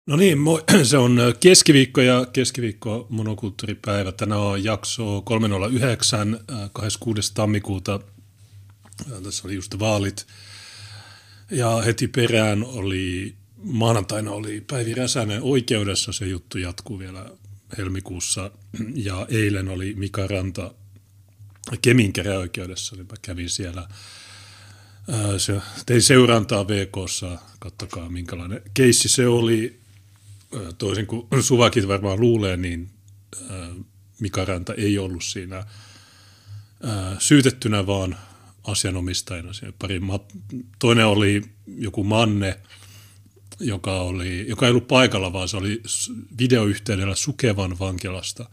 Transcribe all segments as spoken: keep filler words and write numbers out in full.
No niin, moi. Se on keskiviikko ja keskiviikko monokulttuuripäivä. Tänään on jakso kolmesataayhdeksän, äh, kahdeskymmeneskuudes tammikuuta. Äh, Tässä oli just vaalit. Ja heti perään oli, maanantaina oli Päivi Räsänen oikeudessa. Se juttu jatkuu vielä helmikuussa. Ja eilen oli Mika Ranta Kemin käräjäoikeudessa, niin mä kävin siellä. Äh, Se, tein seurantaa V K:ssa, katsokaa minkälainen keissi se oli. Toisin kuin Suvakin varmaan luulee, niin Mika Ranta ei ollut siinä syytettynä, vaan asianomistajana. Pari toinen oli joku Manne, joka, oli, joka ei ollut paikalla, vaan se oli videoyhteydellä Sukevan vankilasta.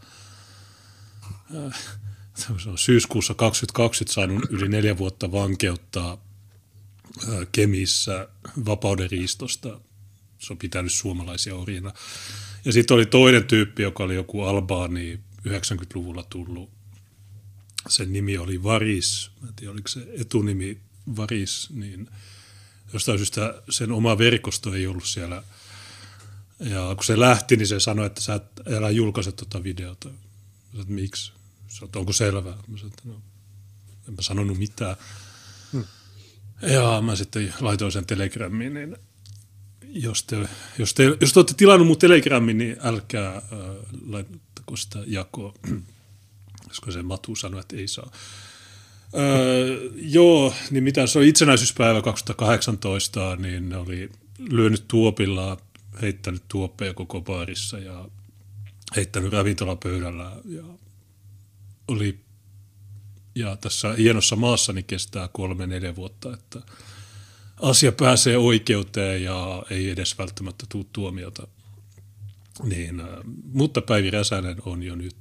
Se on syyskuussa kaksituhattakaksikymmentä saanut yli neljä vuotta vankeutta Kemissä vapaudenriistosta. Se on pitänyt suomalaisia orjina. Ja sitten oli toinen tyyppi, joka oli joku albaani yhdeksänkymmentäluvulla tullut. Sen nimi oli Varis. Mä en tiedä, oliko se etunimi Varis. Niin jostain syystä sen oma verkosto ei ollut siellä. Ja kun se lähti, niin se sanoi, että sä et älä julkaise tuota videota. Mä sanoin, että miksi? Sanoin, että onko selvää? Mä sanoin, että no, en mä sanonut mitään. Hmm. Ja mä sitten laitoin sen Telegramiin, niin Jos te, jos, te, jos te olette tilannut mun Telegramin, niin älkää äh, laittako sitä jakoa, koska se Matu sanoi, että ei saa. Äh, joo, niin mitä se on itsenäisyyspäivä kaksituhattakahdeksantoista, niin ne oli lyönyt tuopilla, heittänyt tuoppeja koko baarissa ja heittänyt ravintolapöydällä. Ja, oli, ja tässä hienossa maassa niin kestää kolme, neljä vuotta, että asia pääsee oikeuteen ja ei edes välttämättä tule tuomiota. Niin, mutta Päivi Räsänen on jo nyt.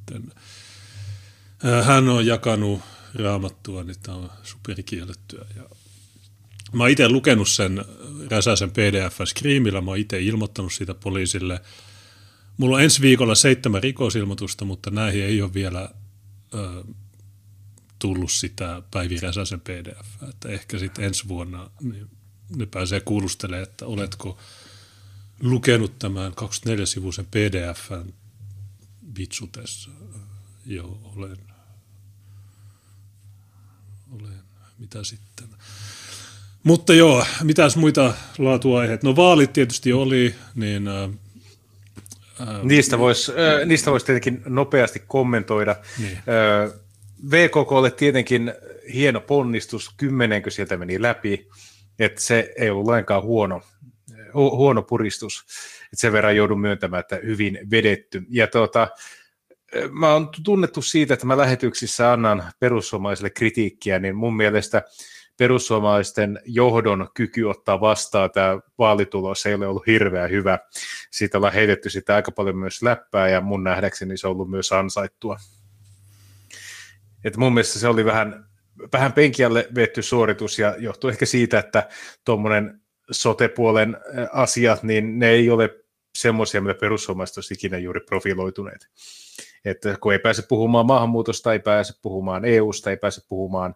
Hän on jakanut Raamattua, niin tämä on superkiellettyä. Ja mä oon itse lukenut sen Räsäsen P D F-skriimillä, mä oon itse ilmoittanut siitä poliisille. Mulla on ensi viikolla seitsemän rikosilmoitusta, mutta näihin ei ole vielä ö, tullut sitä Päivi Räsäsen P D F. Että ehkä sitten ensi vuonna niin ne pääsee kuulustelemaan, että oletko lukenut tämän kaksikymmentäneljä-sivuisen P D F:n vitsutessa. Joo, olen. Olen. Mitä sitten? Mutta joo, mitäs muita laatuaiheita? No vaalit tietysti oli, niin Ää, niistä voisi äh, niistä vois tietenkin nopeasti kommentoida. Niin. Äh, V K K:lle tietenkin hieno ponnistus, kymmenenkö sieltä meni läpi, että se ei ollut lainkaan huono, hu- huono puristus, että sen verran joudun myöntämään, että hyvin vedetty. Ja tuota, mä oon tunnettu siitä, että mä lähetyksissä annan perussuomalaisille kritiikkiä, niin mun mielestä perussuomalaisten johdon kyky ottaa vastaan tämä vaalitulos ei ole ollut hirveän hyvä. Siitä ollaan heitetty sitä aika paljon myös läppää, ja mun nähdäkseni se on ollut myös ansaittua. Että mun mielestä se oli vähän, vähän penkialle vetty suoritus ja johtuu ehkä siitä, että tuommoinen sote-puolen asiat, niin ne ei ole semmoisia, mitä perussuomalaiset olisi ikinä juuri profiloituneet. Että kun ei pääse puhumaan maahanmuutosta, ei pääse puhumaan E U:sta, ei pääse puhumaan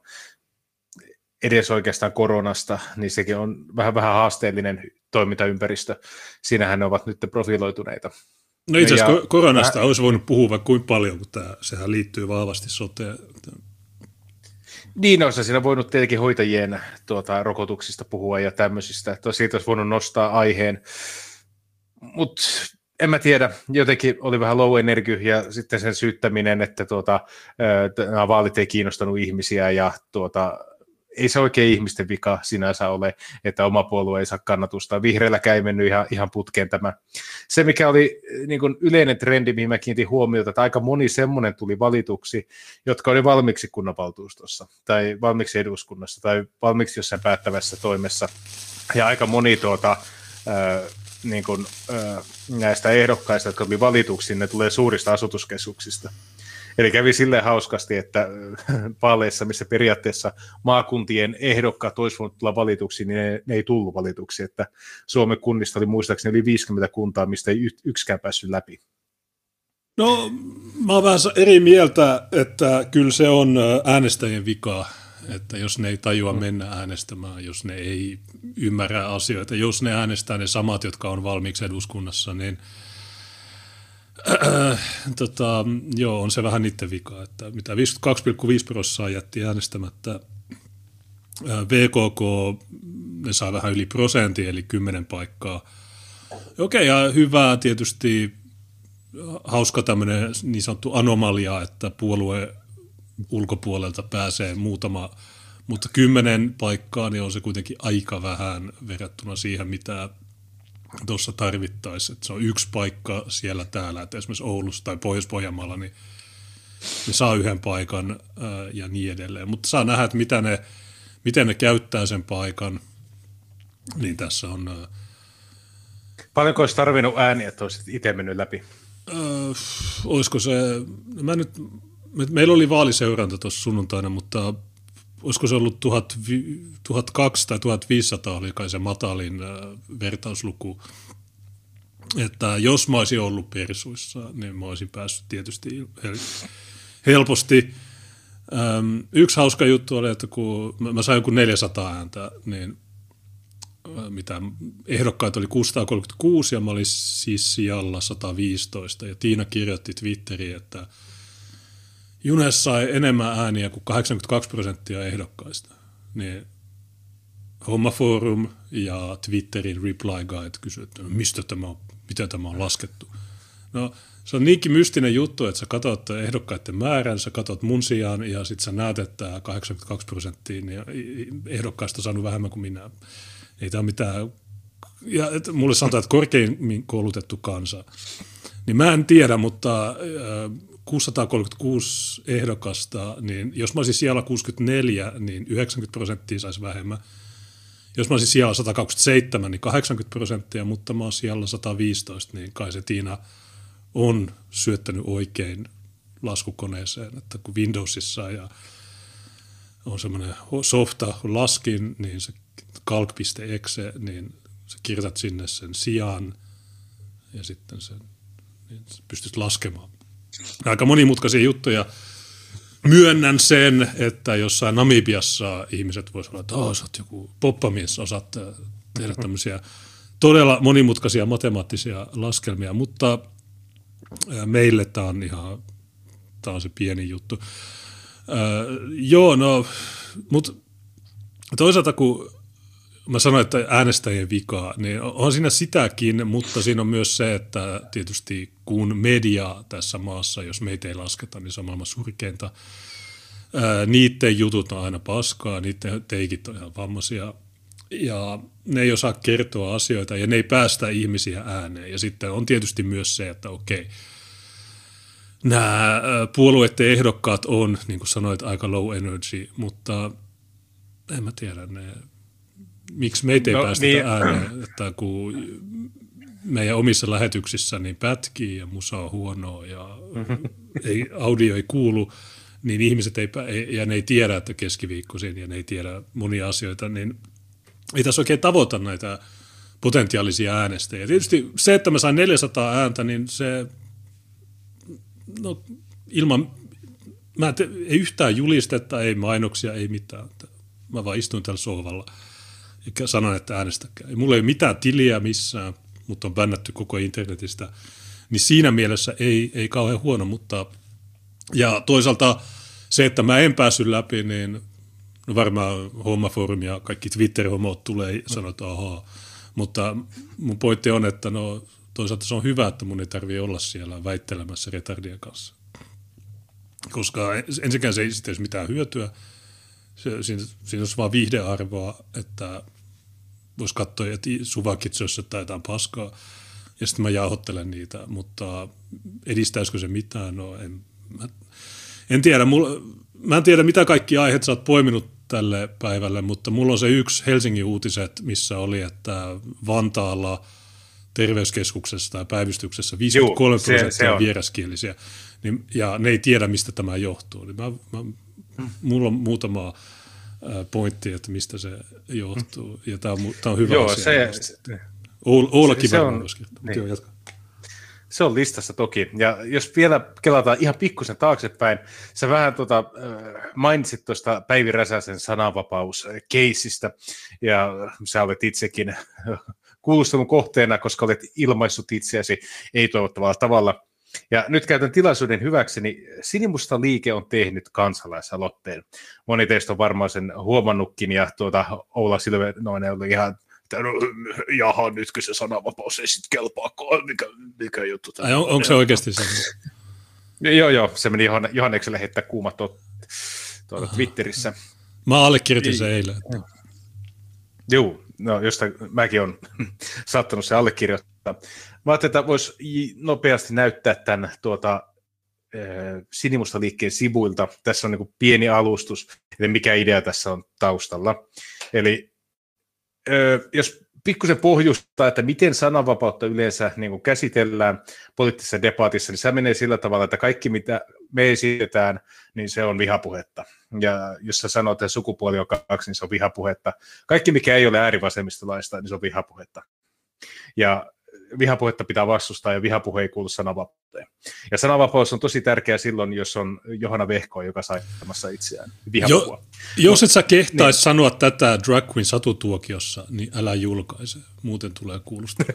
edes oikeastaan koronasta, niin sekin on vähän, vähän haasteellinen toimintaympäristö. Siinähän ne ovat nyt profiloituneita. No itse asiassa ja, koronasta vähän olisi voinut puhua vaikka kuinka paljon, mutta tämä, sehän liittyy vahvasti soteen. Niin olisi siinä voinut tietenkin hoitajien tuota, rokotuksista puhua ja tämmöisistä. Siitä olisi voinut nostaa aiheen. Mutta en mä tiedä, jotenkin oli vähän low energy ja sitten sen syyttäminen, että tuota, nämä vaalit ei kiinnostanut ihmisiä ja tuota, ei se oikein ihmisten vika sinänsä ole, että oma puolue ei saa kannatusta. Vihreälläkään ei mennyt ihan, ihan putkeen tämä. Se, mikä oli niin kuin yleinen trendi, mihin mä kiinnitin huomiota, että aika moni semmoinen tuli valituksi, jotka oli valmiiksi kunnanvaltuustossa tai valmiiksi eduskunnassa tai valmiiksi jossain päättävässä toimessa. Ja aika moni tuota, äh, niin kuin, äh, näistä ehdokkaista, jotka tuli valituksi, ne tulee suurista asutuskeskuksista. Eli kävi silleen hauskasti, että vaaleissa, missä periaatteessa maakuntien ehdokkaat olisi voinut tulla valituksi, niin ne, ne ei tullut valituksi. Että Suomen kunnista oli muistaakseni yli viisikymmentä kuntaa, mistä ei yksikään päässyt läpi. No, mä oon vähän eri mieltä, että kyllä se on äänestäjien vikaa. että jos ne ei tajua mennä äänestämään, jos ne ei ymmärrä asioita, jos ne äänestää ne samat, jotka on valmiiksi eduskunnassa, niin äh, tota, joo, on se vähän niiden vika, että mitä viisikymmentäkaksi pilkku viisi prosenttia jätti äänestämättä. V K K, ne saa vähän yli prosentin, eli kymmenen paikkaa. Okei, ja hyvää tietysti, hauska tämmöinen niin sanottu anomalia, että puolue ulkopuolelta pääsee muutama, mutta kymmenen paikkaa, niin on se kuitenkin aika vähän verrattuna siihen, mitä tuossa tarvittaisiin. Se on yksi paikka siellä täällä, että esimerkiksi Oulussa tai Pohjois-Pohjanmaalla, niin ne saa yhden paikan ää, ja niin edelleen. Mutta saa nähdä, että mitä ne, miten ne käyttää sen paikan, niin tässä on... Ää, paljonko olisi tarvinnut ääniä, että olisit itse mennyt läpi? Öö, olisiko se, mä nyt, me, meillä oli vaaliseuranta tuossa sunnuntaina, mutta olisiko se ollut tuhatkaksisataa tai tuhatviisisataa oli kai se matalin äh, vertausluku, että jos mä olisin ollut Persuissa, niin mä olisin päässyt tietysti hel- helposti. Ähm, yksi hauska juttu oli, että kun mä, mä sain joku neljäsataa ääntä, niin mitä ehdokkaita oli kuusisataakolmekymmentäkuusi ja mä olin siis sijalla sata viisitoista ja Tiina kirjoitti Twitteriin, että Junes sai enemmän ääniä kuin kahdeksankymmentäkaksi prosenttia ehdokkaista. Niin Hommaforum ja Twitterin Reply Guide kysyivät, että no mistä tämä on, miten tämä on laskettu. No se on niinkin mystinen juttu, että sä katsot ehdokkaiden määrän, sä katsot mun sijaan ja sit sä näet, että kahdeksankymmentäkaksi prosenttia niin ehdokkaista on saanut vähemmän kuin minä. Ei tämä ole mitään, ja mulle sanotaan, että korkeimmin koulutettu kansa. Niin mä en tiedä, mutta kuusisataakolmekymmentäkuusi ehdokasta, niin jos mä olisin siellä kuusikymmentäneljä, niin yhdeksänkymmentä prosenttia saisi vähemmän. Jos mä olisin siellä sata kaksikymmentäseitsemän, niin kahdeksankymmentä prosenttia, mutta mä oon siellä sata viisitoista, niin kai se Tiina on syöttänyt oikein laskukoneeseen, että kun Windowsissa ja on semmoinen softa, kun laskin, niin se calc.exe, niin sä kirjoitat sinne sen sijaan ja sitten sen, niin pystyt laskemaan. Aika monimutkaisia juttuja. Myönnän sen, että jossain Namibiassa ihmiset voisivat olla, että oh, sä oot joku poppamies, osaat tehdä tämmöisiä todella monimutkaisia matemaattisia laskelmia, mutta meille tämä on ihan, tämä on se pieni juttu. Öö, joo, no, mutta toisaalta kun mä sanoin, että äänestäjien vikaa, niin on siinä sitäkin, mutta siinä on myös se, että tietysti kun media tässä maassa, jos meitä ei lasketa, niin se on maailman surkeinta. Ää, niiden jutut on aina paskaa, niiden teikit on ihan vammaisia ja ne ei osaa kertoa asioita ja ne ei päästä ihmisiä ääneen. Ja sitten on tietysti myös se, että okei, nämä puolueiden ehdokkaat on, niin kuin sanoit, aika low energy, mutta en mä tiedä, ne... Miksi meitä ei no, päästetä niin. ääneen, että kun meidän omissa lähetyksissä niin pätkii ja musa on huonoa ja ei, audio ei kuulu, niin ihmiset ei, ja ne ei tiedä, että keskiviikkoisin ja ne ei tiedä monia asioita, niin ei tässä oikein tavoita näitä potentiaalisia äänestäjiä. Tietysti se, että mä sain neljäsataa ääntä, niin se no, ilman, mä te, ei yhtään julistetta, ei mainoksia, ei mitään. Mä vaan istuin täällä sohvalla. Eikä sanoin, että äänestäkää. Mulla ei ole mitään tiliä missään, mutta on bännätty koko internetistä. Niin siinä mielessä ei, ei kauhean huono, mutta ja toisaalta se, että mä en päässyt läpi, niin no varmaan Hommaforum ja kaikki Twitter-homot tulee ja sanoo, että ahaa. Mutta mun pointti on, että no toisaalta se on hyvä, että mun ei tarvitse olla siellä väittelemässä retardien kanssa. Koska ensinnäkään se ei sitten olisi mitään hyötyä. Se, siinä, siinä olisi vaan viihdearvoa, että voisi katsoa, että suvakit sössä tai jotain paskaa, ja sitten mä jauhottelen niitä, mutta edistäisikö se mitään? No en, mä, en tiedä. Mulla, mä en tiedä, mitä kaikki aiheet sä oot poiminut tälle päivälle, mutta mulla on se yksi Helsingin uutiset, missä oli, että Vantaalla terveyskeskuksessa tai päivystyksessä viisikymmentäkolme prosenttia on vieraskielisiä, niin, ja ne ei tiedä, mistä tämä johtuu. Niin mä, mä, mulla on muutama pointti, että mistä se johtuu, ja tämä on, tämä on hyvä Joo, asia. Se, Oulakin se, se varmaan on, myöskin. Niin. Joo, jatka. Se on listassa toki. Ja jos vielä kelataan ihan pikkusen taaksepäin, sä vähän tota, mainitsit tuosta Päivi Räsäsen sananvapauskeissistä, ja sä olet itsekin kuulustelun kohteena, koska olet ilmaissut itseäsi ei-toivottavalla tavalla. Ja nyt käytän tilaisuuden hyväkseni. Sinimusta liike on tehnyt kansalaisaloitteen. Moni teistä on varmaan sen huomannutkin, ja tuota, Oula Silvenoinen oli ihan, että no, jaha, nytkö se sananvapaus ei sitten kelpaakaan, mikä, mikä juttu. Ai, on, onko se oikeasti se? Joo, joo, se meni Johannekselle heittää kuumat tuota Twitterissä. Mä allekirjoitin sen eilen. Joo, no josta mäkin olen saattanut se allekirjoittaa. Mä ajattelin, että voisi nopeasti näyttää tämän tuota, Sinimusta liikkeen sivuilta. Tässä on niin kuin pieni alustus, eli mikä idea tässä on taustalla. Eli jos pikkusen pohjustaa, että miten sananvapautta yleensä niin kuin käsitellään poliittisessa debatissa, niin se menee sillä tavalla, että kaikki mitä me esitetään, niin se on vihapuhetta. Ja jos sä sanot, että sukupuoli on kaksi, niin se on vihapuhetta. Kaikki mikä ei ole äärivasemmistolaista, niin se on vihapuhetta. Ja vihapuhetta pitää vastustaa, ja vihapuhe ei kuulu sananvapauteen. Ja sananvapaus on tosi tärkeä silloin, jos on Johanna Vehko, joka sai ottamassa itseään vihapuhua. Jo, jos et sä kehtaisi niin sanoa tätä Drag Queen satutuokiossa, niin älä julkaise, muuten tulee kuulostaa.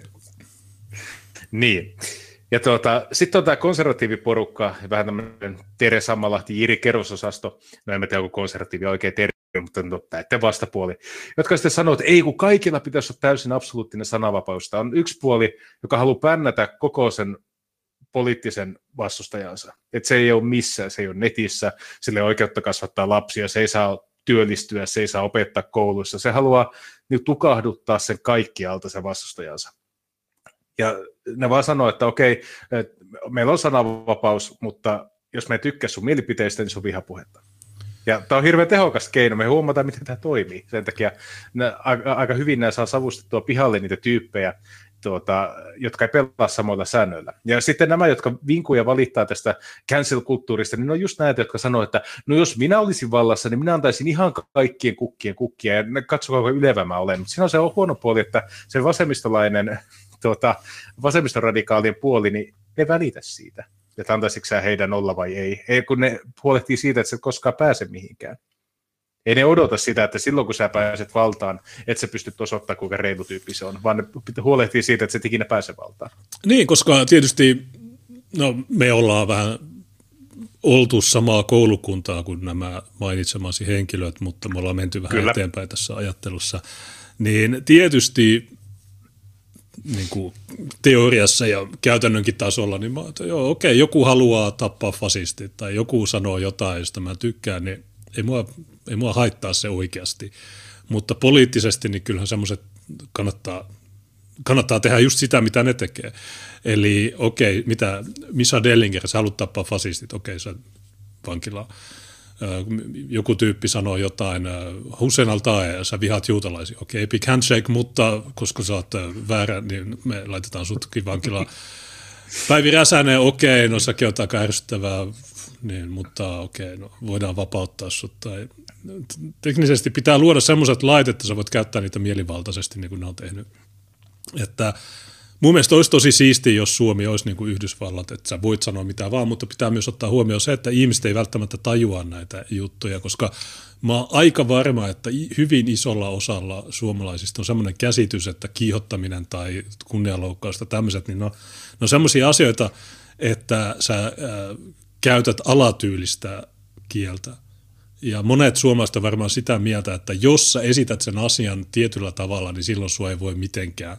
Niin. Ja tuota, sitten on tämä konservatiiviporukka, vähän tämmöinen Tere Sammalahti, Jiri Keros-osasto, no en mä tiedä, onko konservatiivi oikein termi, mutta no, näiden vastapuoli, jotka sitten sanoo, että ei, kun kaikilla pitäisi olla täysin absoluuttinen sananvapaus. Tämä on yksi puoli, joka haluaa pännätä koko sen poliittisen vastustajansa. Että se ei ole missään, se ei ole netissä, sille ei oikeutta kasvattaa lapsia, se ei saa työllistyä, se ei saa opettaa kouluissa, se haluaa niin, tukahduttaa sen kaikkialta sen vastustajansa. Ja ne vaan sanoo, että okei, meillä on sananvapaus, mutta jos me ei tykkää sun mielipiteistä, niin se on vihapuhetta. Ja tämä on hirveän tehokas keino, me huomataan, miten tämä toimii. Sen takia ne, aika, aika hyvin nämä saa savustettua pihalle niitä tyyppejä, tuota, jotka ei pelaa samoilla säännöillä. Ja sitten nämä, jotka vinkuja valittaa tästä cancel-kulttuurista, niin ne on just näitä, jotka sanoo, että no jos minä olisin vallassa, niin minä antaisin ihan kaikkien kukkien kukkia, ja katsokaa, kuinka ylevä mä olen. Mutta siinä on se huono puoli, että se vasemmistolainen Tuota, vasemmistoradikaalien puoli, niin ne välitä siitä, että antaisitko sä heidän olla vai ei. Ei, kun ne huolehtii siitä, että sä et koskaan pääse mihinkään. Ei ne odota sitä, että silloin kun sä pääset valtaan, et sä pystyt osoittamaan, kuinka reilu tyyppi se on, vaan ne huolehtii siitä, että sä et ikinä pääse valtaan. Niin, koska tietysti no, me ollaan vähän oltu samaa koulukuntaa kuin nämä mainitsemasi henkilöt, mutta me ollaan menty vähän Kyllä. eteenpäin tässä ajattelussa. Niin tietysti niin kuin teoriassa ja käytännönkin tasolla, niin mä että joo, okei, joku haluaa tappaa fasistit tai joku sanoo jotain, josta mä tykkään, niin ei mua, ei mua haittaa se oikeasti. Mutta poliittisesti niin kyllähän semmoiset kannattaa, kannattaa tehdä just sitä, mitä ne tekee. Eli okei, mitä Misha Dellinger, sä haluat tappaa fasistit, okei, sä vankilaan. Joku tyyppi sanoo jotain, Hussein al-Tae, ja sä vihaat juutalaisia. Okei, big handshake, mutta koska sä oot väärä, niin me laitetaan sutkin vankilaan. Päivi Räsänen, okei, no säkin oot aika ärsyttävää, niin, mutta okei, no voidaan vapauttaa sut. Tai, teknisesti pitää luoda semmoiset lait, että sä voit käyttää niitä mielivaltaisesti, niin kuin ne on tehnyt. Että mun mielestä olisi tosi siistiä, jos Suomi olisi niin kuin Yhdysvallat, että sä voit sanoa mitä vaan, mutta pitää myös ottaa huomioon se, että ihmiset ei välttämättä tajua näitä juttuja, koska mä oon aika varma, että hyvin isolla osalla suomalaisista on semmoinen käsitys, että kiihottaminen tai kunnianloukkausta tämmöiset, niin ne on, ne on semmoisia asioita, että sä ää, käytät alatyylistä kieltä. Ja monet suomalaiset on varmaan sitä mieltä, että jos sä esität sen asian tietyllä tavalla, niin silloin sua ei voi mitenkään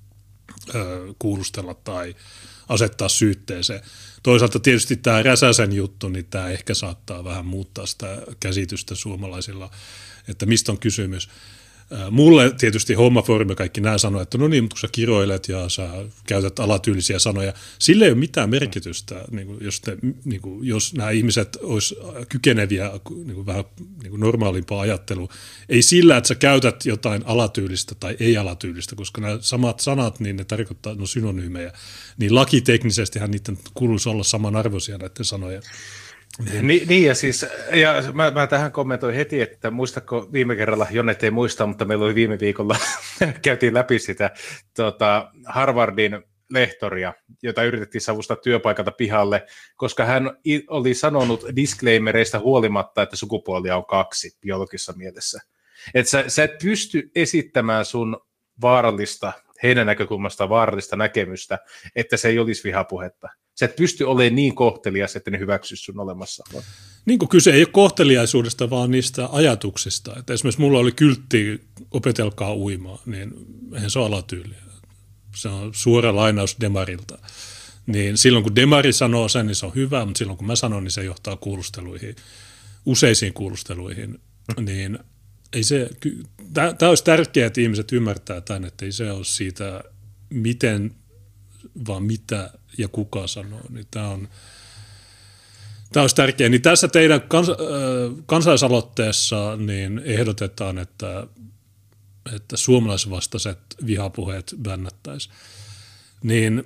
kuulustella tai asettaa syytteeseen. Toisaalta tietysti tämä Räsäsen juttu, niin tämä ehkä saattaa vähän muuttaa sitä käsitystä suomalaisilla, että mistä on kysymys. Mulle tietysti Hommaforum ja kaikki nämä sanoo, että no niin, mutta kun sä kiroilet ja sä käytät alatyylisiä sanoja, sillä ei ole mitään merkitystä, niin kuin jos, te, niin kuin, jos nämä ihmiset olisi kykeneviä niin kuin vähän niin kuin normaalimpaa ajattelua. Ei sillä, että sä käytät jotain alatyylistä tai ei-alatyylistä, koska nämä samat sanat, niin ne tarkoittaa no synonyymejä, niin lakiteknisestihän niiden kuuluisi olla samanarvoisia näiden sanojen. Niin, niin ja siis, ja mä, mä tähän kommentoin heti, että muistatko viime kerralla, Jonnet ei muista, mutta meillä oli viime viikolla, käytiin läpi sitä tota, Harvardin lehtoria, jota yritettiin savustaa työpaikalta pihalle, koska hän oli sanonut disclaimereista huolimatta, että sukupuolia on kaksi biologisessa mielessä. Että sä, sä et pysty esittämään sun vaarallista, heidän näkökulmastaan vaarallista näkemystä, että se ei olisi vihapuhetta. Sä et pysty olemaan niin kohtelias, että ne hyväksyisi sun olemassaolon. Niin kuin kyse ei ole kohteliaisuudesta, vaan niistä ajatuksista. Että esimerkiksi mulla oli kyltti, opetelkaa uimaa, niin eihän se ole alatyyliä. Se on suora lainaus Demarilta. Niin silloin kun Demari sanoo sen, niin se on hyvä, mutta silloin kun mä sanon, niin se johtaa kuulusteluihin, useisiin kuulusteluihin. Niin ei se, tämä olisi tärkeää, että ihmiset ymmärtää tämän, että ei se ole siitä, miten, vaan mitä ja kuka sanoo. Niin tämä on, tämä olisi tärkeää. Niin tässä teidän kans, äh, kansalaisaloitteessa niin ehdotetaan, että että suomalaisvastaiset vihapuheet bännättäisiin. Niin,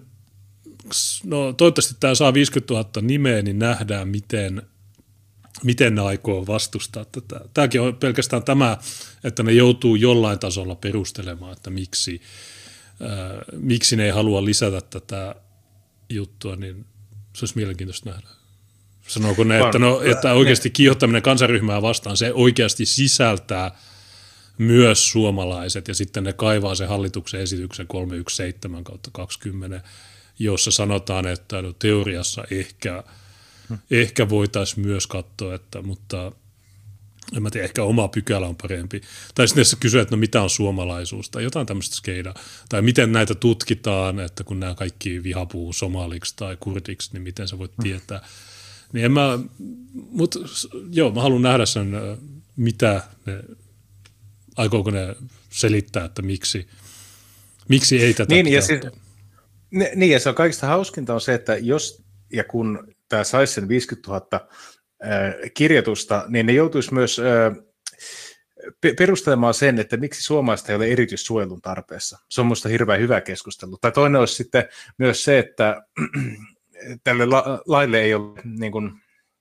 no, toivottavasti tämä saa viisikymmentätuhatta nimeä, niin nähdään, miten, miten ne aikoo vastustaa tätä. Tämäkin on pelkästään tämä, että ne joutuu jollain tasolla perustelemaan, että miksi, ää, miksi ne ei halua lisätä tätä juttua, niin se olisi mielenkiintoista nähdä. Sanooko ne, että, no, että oikeasti kiihottaminen kansanryhmää vastaan, se oikeasti sisältää myös suomalaiset, ja sitten ne kaivaa sen hallituksen esityksen kolmesataaseitsemäntoista kautta kaksikymmentä, jossa sanotaan, että no, teoriassa ehkä, hmm. ehkä voitaisiin myös katsoa, että, mutta en mä tiedä, ehkä oma pykälä on parempi. Tai sitten se kysyy, että no mitä on suomalaisuus, tai jotain tämmöistä skeidaa, tai miten näitä tutkitaan, että kun nämä kaikki vihapuu somaliksi tai kurdiksi, niin miten sä voit hmm. tietää. Niin en mä, mutta joo, mä haluan nähdä sen, mitä ne aikooko ne selittää, että miksi, miksi ei tätä niin ja, se, ne, niin, ja se on kaikista hauskinta on se, että jos ja kun tämä saisi sen viisikymmentätuhatta äh, kirjoitusta, niin ne joutuisi myös äh, perustelemaan sen, että miksi suomalaista ei ole erityissuojelun tarpeessa. Se on minusta hirveän hyvä keskustelu. Tai toinen olisi sitten myös se, että tälle la- laille ei ole niin kuin,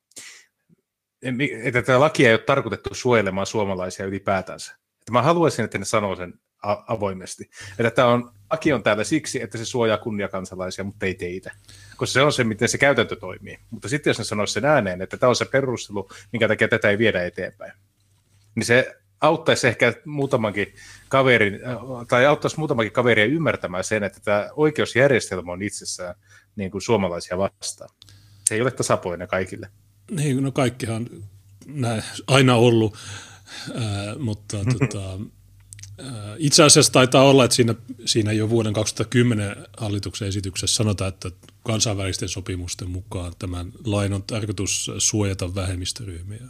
että tämä lakia ei ole tarkoitettu suojelemaan suomalaisia ylipäätänsä. Että mä haluaisin, että ne sanoo sen avoimesti. Että tämä on, laki on täällä siksi, että se suojaa kunniakansalaisia, mutta ei teitä. Koska se on se, miten se käytäntö toimii. Mutta sitten jos ne sanoisi sen ääneen, että tämä on se perustelu, minkä takia tätä ei viedä eteenpäin, niin se auttaisi ehkä muutamankin kaverin, tai auttaisi muutamankin kaveria ymmärtämään sen, että tämä oikeusjärjestelmä on itsessään niin kuin suomalaisia vastaan. Se ei ole tasapuolinen kaikille. Niin, no kaikkihan näin aina ollut, äh, mutta tota, äh, itse asiassa taitaa olla, että siinä, siinä jo vuoden kaksituhattakymmenen hallituksen esityksessä sanotaan, että kansainvälisten sopimusten mukaan tämän lain on tarkoitus suojata vähemmistöryhmiä.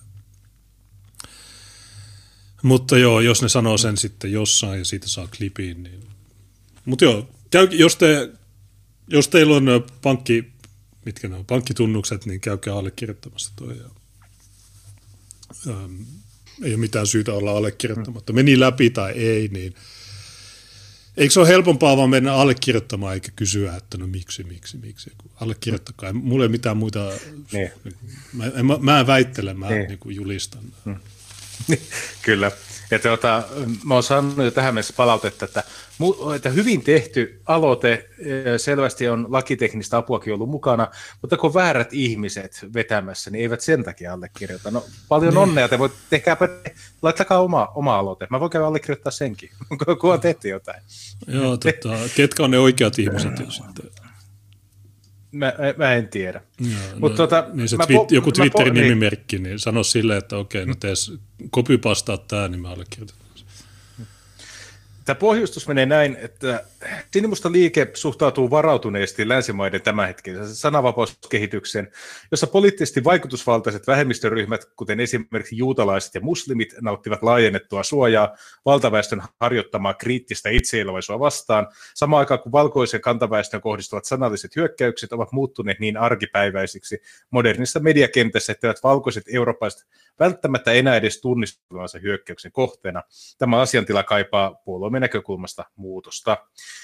Mutta joo, jos ne sanoo sen sitten jossain ja siitä saa klipiin, niin... Mutta joo, käy, jos, te, jos teillä on pankki, mitkä ne on, pankkitunnukset, niin käykää allekirjoittamassa toi. Ja, ähm, ei ole mitään syytä olla allekirjoittamatta. Meni läpi tai ei, niin eikö se ole helpompaa vaan mennä allekirjoittamaan eikä kysyä, että no miksi, miksi, miksi. Allekirjoittakaa. Mulla ei ole mitään muita, niin. mä, en, mä, mä en väittele, mä niin. Niin kuin julistan. Hmm. Kyllä. Ja tuota, mä oon saanut jo tähän mennessä palautetta, että, että hyvin tehty aloite, selvästi on lakiteknistä apuakin ollut mukana, mutta kun väärät ihmiset vetämässä, niin eivät sen takia allekirjoita. No paljon niin. Onnea, te voit, tehkääpä, laittakaa oma, oma aloite. Mä voin käydä allekirjoittaa senkin, kun on tehty jotain. Joo, tota, ketkä on ne oikeat ihmiset, jos sitten... Mä, mä en tiedä. Joo, Mut no, tota, niin se mä twi- po- joku Twitterin po- nimimerkki, niin, niin sano silleen, että okei, no tees copypastaa tämä, niin mä allekirjoitan. Tämä pohjustus menee näin, että Sinimusta liike suhtautuu varautuneesti länsimaiden tämänhetkisen sananvapauskehitykseen, jossa poliittisesti vaikutusvaltaiset vähemmistöryhmät, kuten esimerkiksi juutalaiset ja muslimit, nauttivat laajennettua suojaa valtaväestön harjoittamaa kriittistä itseilmaisua vastaan, samaan aikaan kuin valkoisen kantaväestön kohdistuvat sanalliset hyökkäykset ovat muuttuneet niin arkipäiväisiksi modernissa mediakentässä, että valkoiset eurooppalaiset välttämättä enää edes tunnistavansa hyökkäyksen kohteena. Tämä asiantila kaipaa puolueemme näkökulmasta muutosta.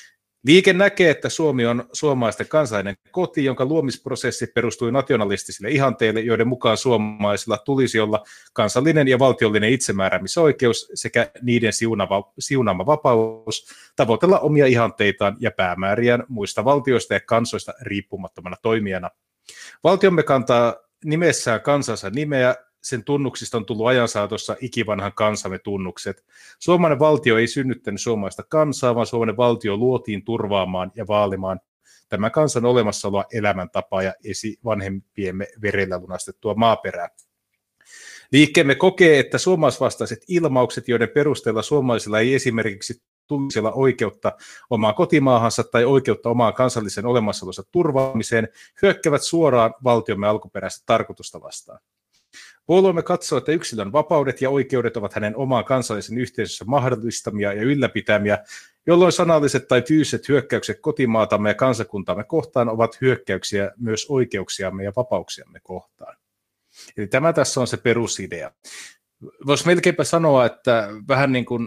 Liike näkee, että Suomi on suomalaisten kansallinen koti, jonka luomisprosessi perustui nationalistisille ihanteille, joiden mukaan suomalaisilla tulisi olla kansallinen ja valtiollinen itsemääräämisoikeus sekä niiden siunaava, siunaama vapaus tavoitella omia ihanteitaan ja päämääriään muista valtioista ja kansoista riippumattomana toimijana. Valtiomme kantaa nimessään kansansa nimeä. Sen tunnuksista on tullut ajan saatossa ikivanhan kansamme tunnukset. Suomalainen valtio ei synnyttänyt suomalaista kansaa, vaan suomalainen valtio luotiin turvaamaan ja vaalimaan tämän kansan olemassaoloa, elämäntapaa ja esivanhempiemme verellä lunastettua maaperää. Liikkeemme kokee, että suomalaisvastaiset ilmaukset, joiden perusteella suomalaisilla ei esimerkiksi tulisi olla oikeutta omaan kotimaahansa tai oikeutta omaan kansallisen olemassaolonsa turvaamiseen, hyökkävät suoraan valtiomme alkuperäistä tarkoitusta vastaan. Puolueemme katsoo, että yksilön vapaudet ja oikeudet ovat hänen omaan kansallisen yhteisössä mahdollistamia ja ylläpitämiä, jolloin sanalliset tai fyysiset hyökkäykset kotimaatamme ja kansakuntaamme kohtaan ovat hyökkäyksiä myös oikeuksiamme ja vapauksiamme kohtaan. Eli tämä tässä on se perusidea. Voisi melkeinpä sanoa, että vähän niin kuin,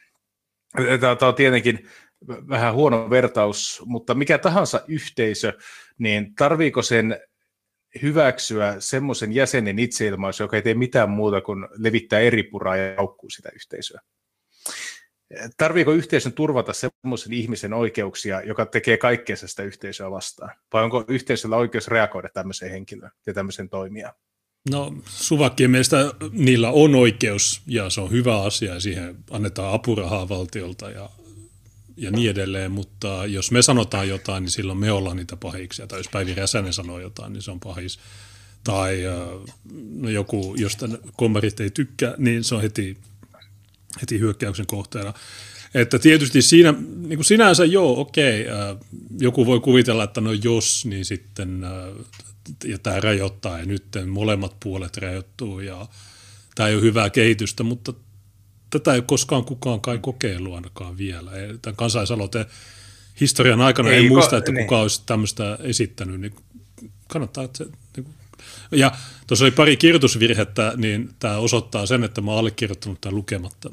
tämä on tietenkin vähän huono vertaus, mutta mikä tahansa yhteisö, niin tarviiko sen hyväksyä semmoisen jäsenen itseilmaisu, joka ei tee mitään muuta kuin levittää eri puraa ja haukkuu sitä yhteisöä? Tarviiko yhteisön turvata semmoisen ihmisen oikeuksia, joka tekee kaikkeensa sitä yhteisöä vastaan? Vai onko yhteisöllä oikeus reagoida tämmöiseen henkilöön ja tämmöiseen toimijaan? No Suvakkien mielestä niillä on oikeus ja se on hyvä asia ja siihen annetaan apurahaa valtiolta ja ja niin edelleen, mutta jos me sanotaan jotain, niin silloin me ollaan niitä pahiksia. Tai jos Päivi Räsänen sanoo jotain, niin se on pahis. Tai no joku, josta kommarit ei tykkää, niin se on heti, heti hyökkäyksen kohteena. Että tietysti siinä, niin kuin sinänsä joo, okei, joku voi kuvitella, että no jos, niin sitten, ja tämä rajoittaa, ja nyt molemmat puolet rajoittuu, ja tämä ei ole hyvää kehitystä, mutta tätä ei ole koskaan kukaan kai kokeillut ainakaan vielä. Tämän kansalaisaloitteen historian aikana ei, ei muista, että kukaan olisi tämmöistä esittänyt. Niin kannattaa, että se, niin kuin. Ja tuossa oli pari kirjoitusvirhettä, niin tämä osoittaa sen, että mä oon allekirjoittanut tämän lukematta.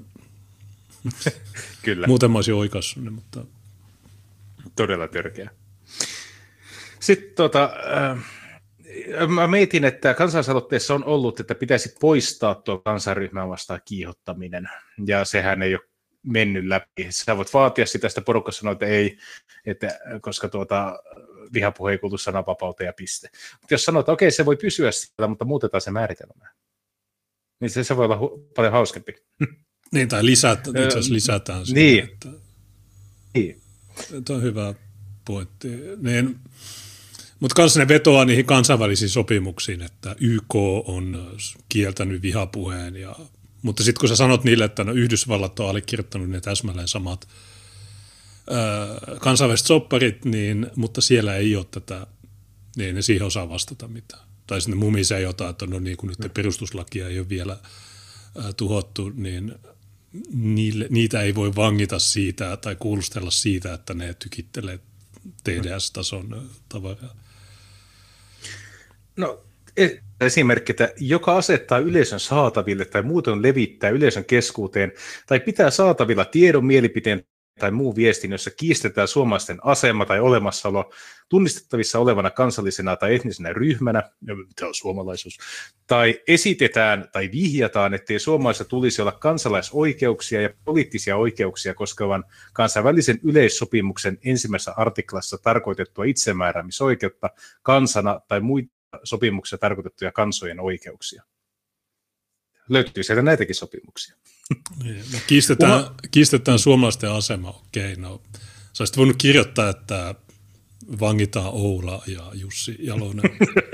Kyllä. Muuten mä olisin oikaissut ne, mutta todella törkeä. Sitten tota, äh, mä mietin, että kansalaisaloitteessa on ollut, että pitäisi poistaa tuo kansanryhmää vastaan kiihottaminen, ja sehän ei ole mennyt läpi. Sä voit vaatia sitä, sitä porukka sanoo, että ei, että, koska tuota, vihapuhe ei kuulu sananvapauteen ja piste. Mutta jos sanotaan, että okei, se voi pysyä siellä, mutta muutetaan se määritelmää, niin se, se voi olla hu- paljon hauskempi. Niin, tai lisätään, itse asiassa lisätään sitä. Niin. Että, niin. Tämä on hyvä pointti. Niin, mutta kanssa ne vetoaa niihin kansainvälisiin sopimuksiin, että Y K on kieltänyt vihapuheen. Ja, mutta sitten kun sä sanot niille, että no Yhdysvallat on allekirjoittanut ne täsmälleen samat ää, kansainväliset sopparit, niin, mutta siellä ei ole tätä, niin ne siihen osaa vastata mitään. Tai sitten mumisee jotain, että no niin kuin nyt perustuslakia ei ole vielä ää, tuhottu, niin niille, niitä ei voi vangita siitä tai kuulustella siitä, että ne tykittelee T D S-tason tavaraa. No esimerkki, että joka asettaa yleisön saataville tai muuten levittää yleisön keskuuteen tai pitää saatavilla tiedon, mielipiteen tai muu viestin, jossa kiistetään suomalaisten asema tai olemassaolo tunnistettavissa olevana kansallisena tai etnisenä ryhmänä, mitä on suomalaisuus, tai esitetään tai vihjataan, ettei suomalaisilla tulisi olla kansalaisoikeuksia ja poliittisia oikeuksia koskevan kansainvälisen yleissopimuksen ensimmäisessä artiklassa tarkoitettua itsemääräämisoikeutta kansana tai muita sopimuksessa tarkoitettuja kansojen oikeuksia. Löytyy sieltä näitäkin sopimuksia. No, kiistetään, Uma... kiistetään suomalaisten asema, okei. No, sä olisit voinut kirjoittaa, että vangitaan Oula ja Jussi Jalonen.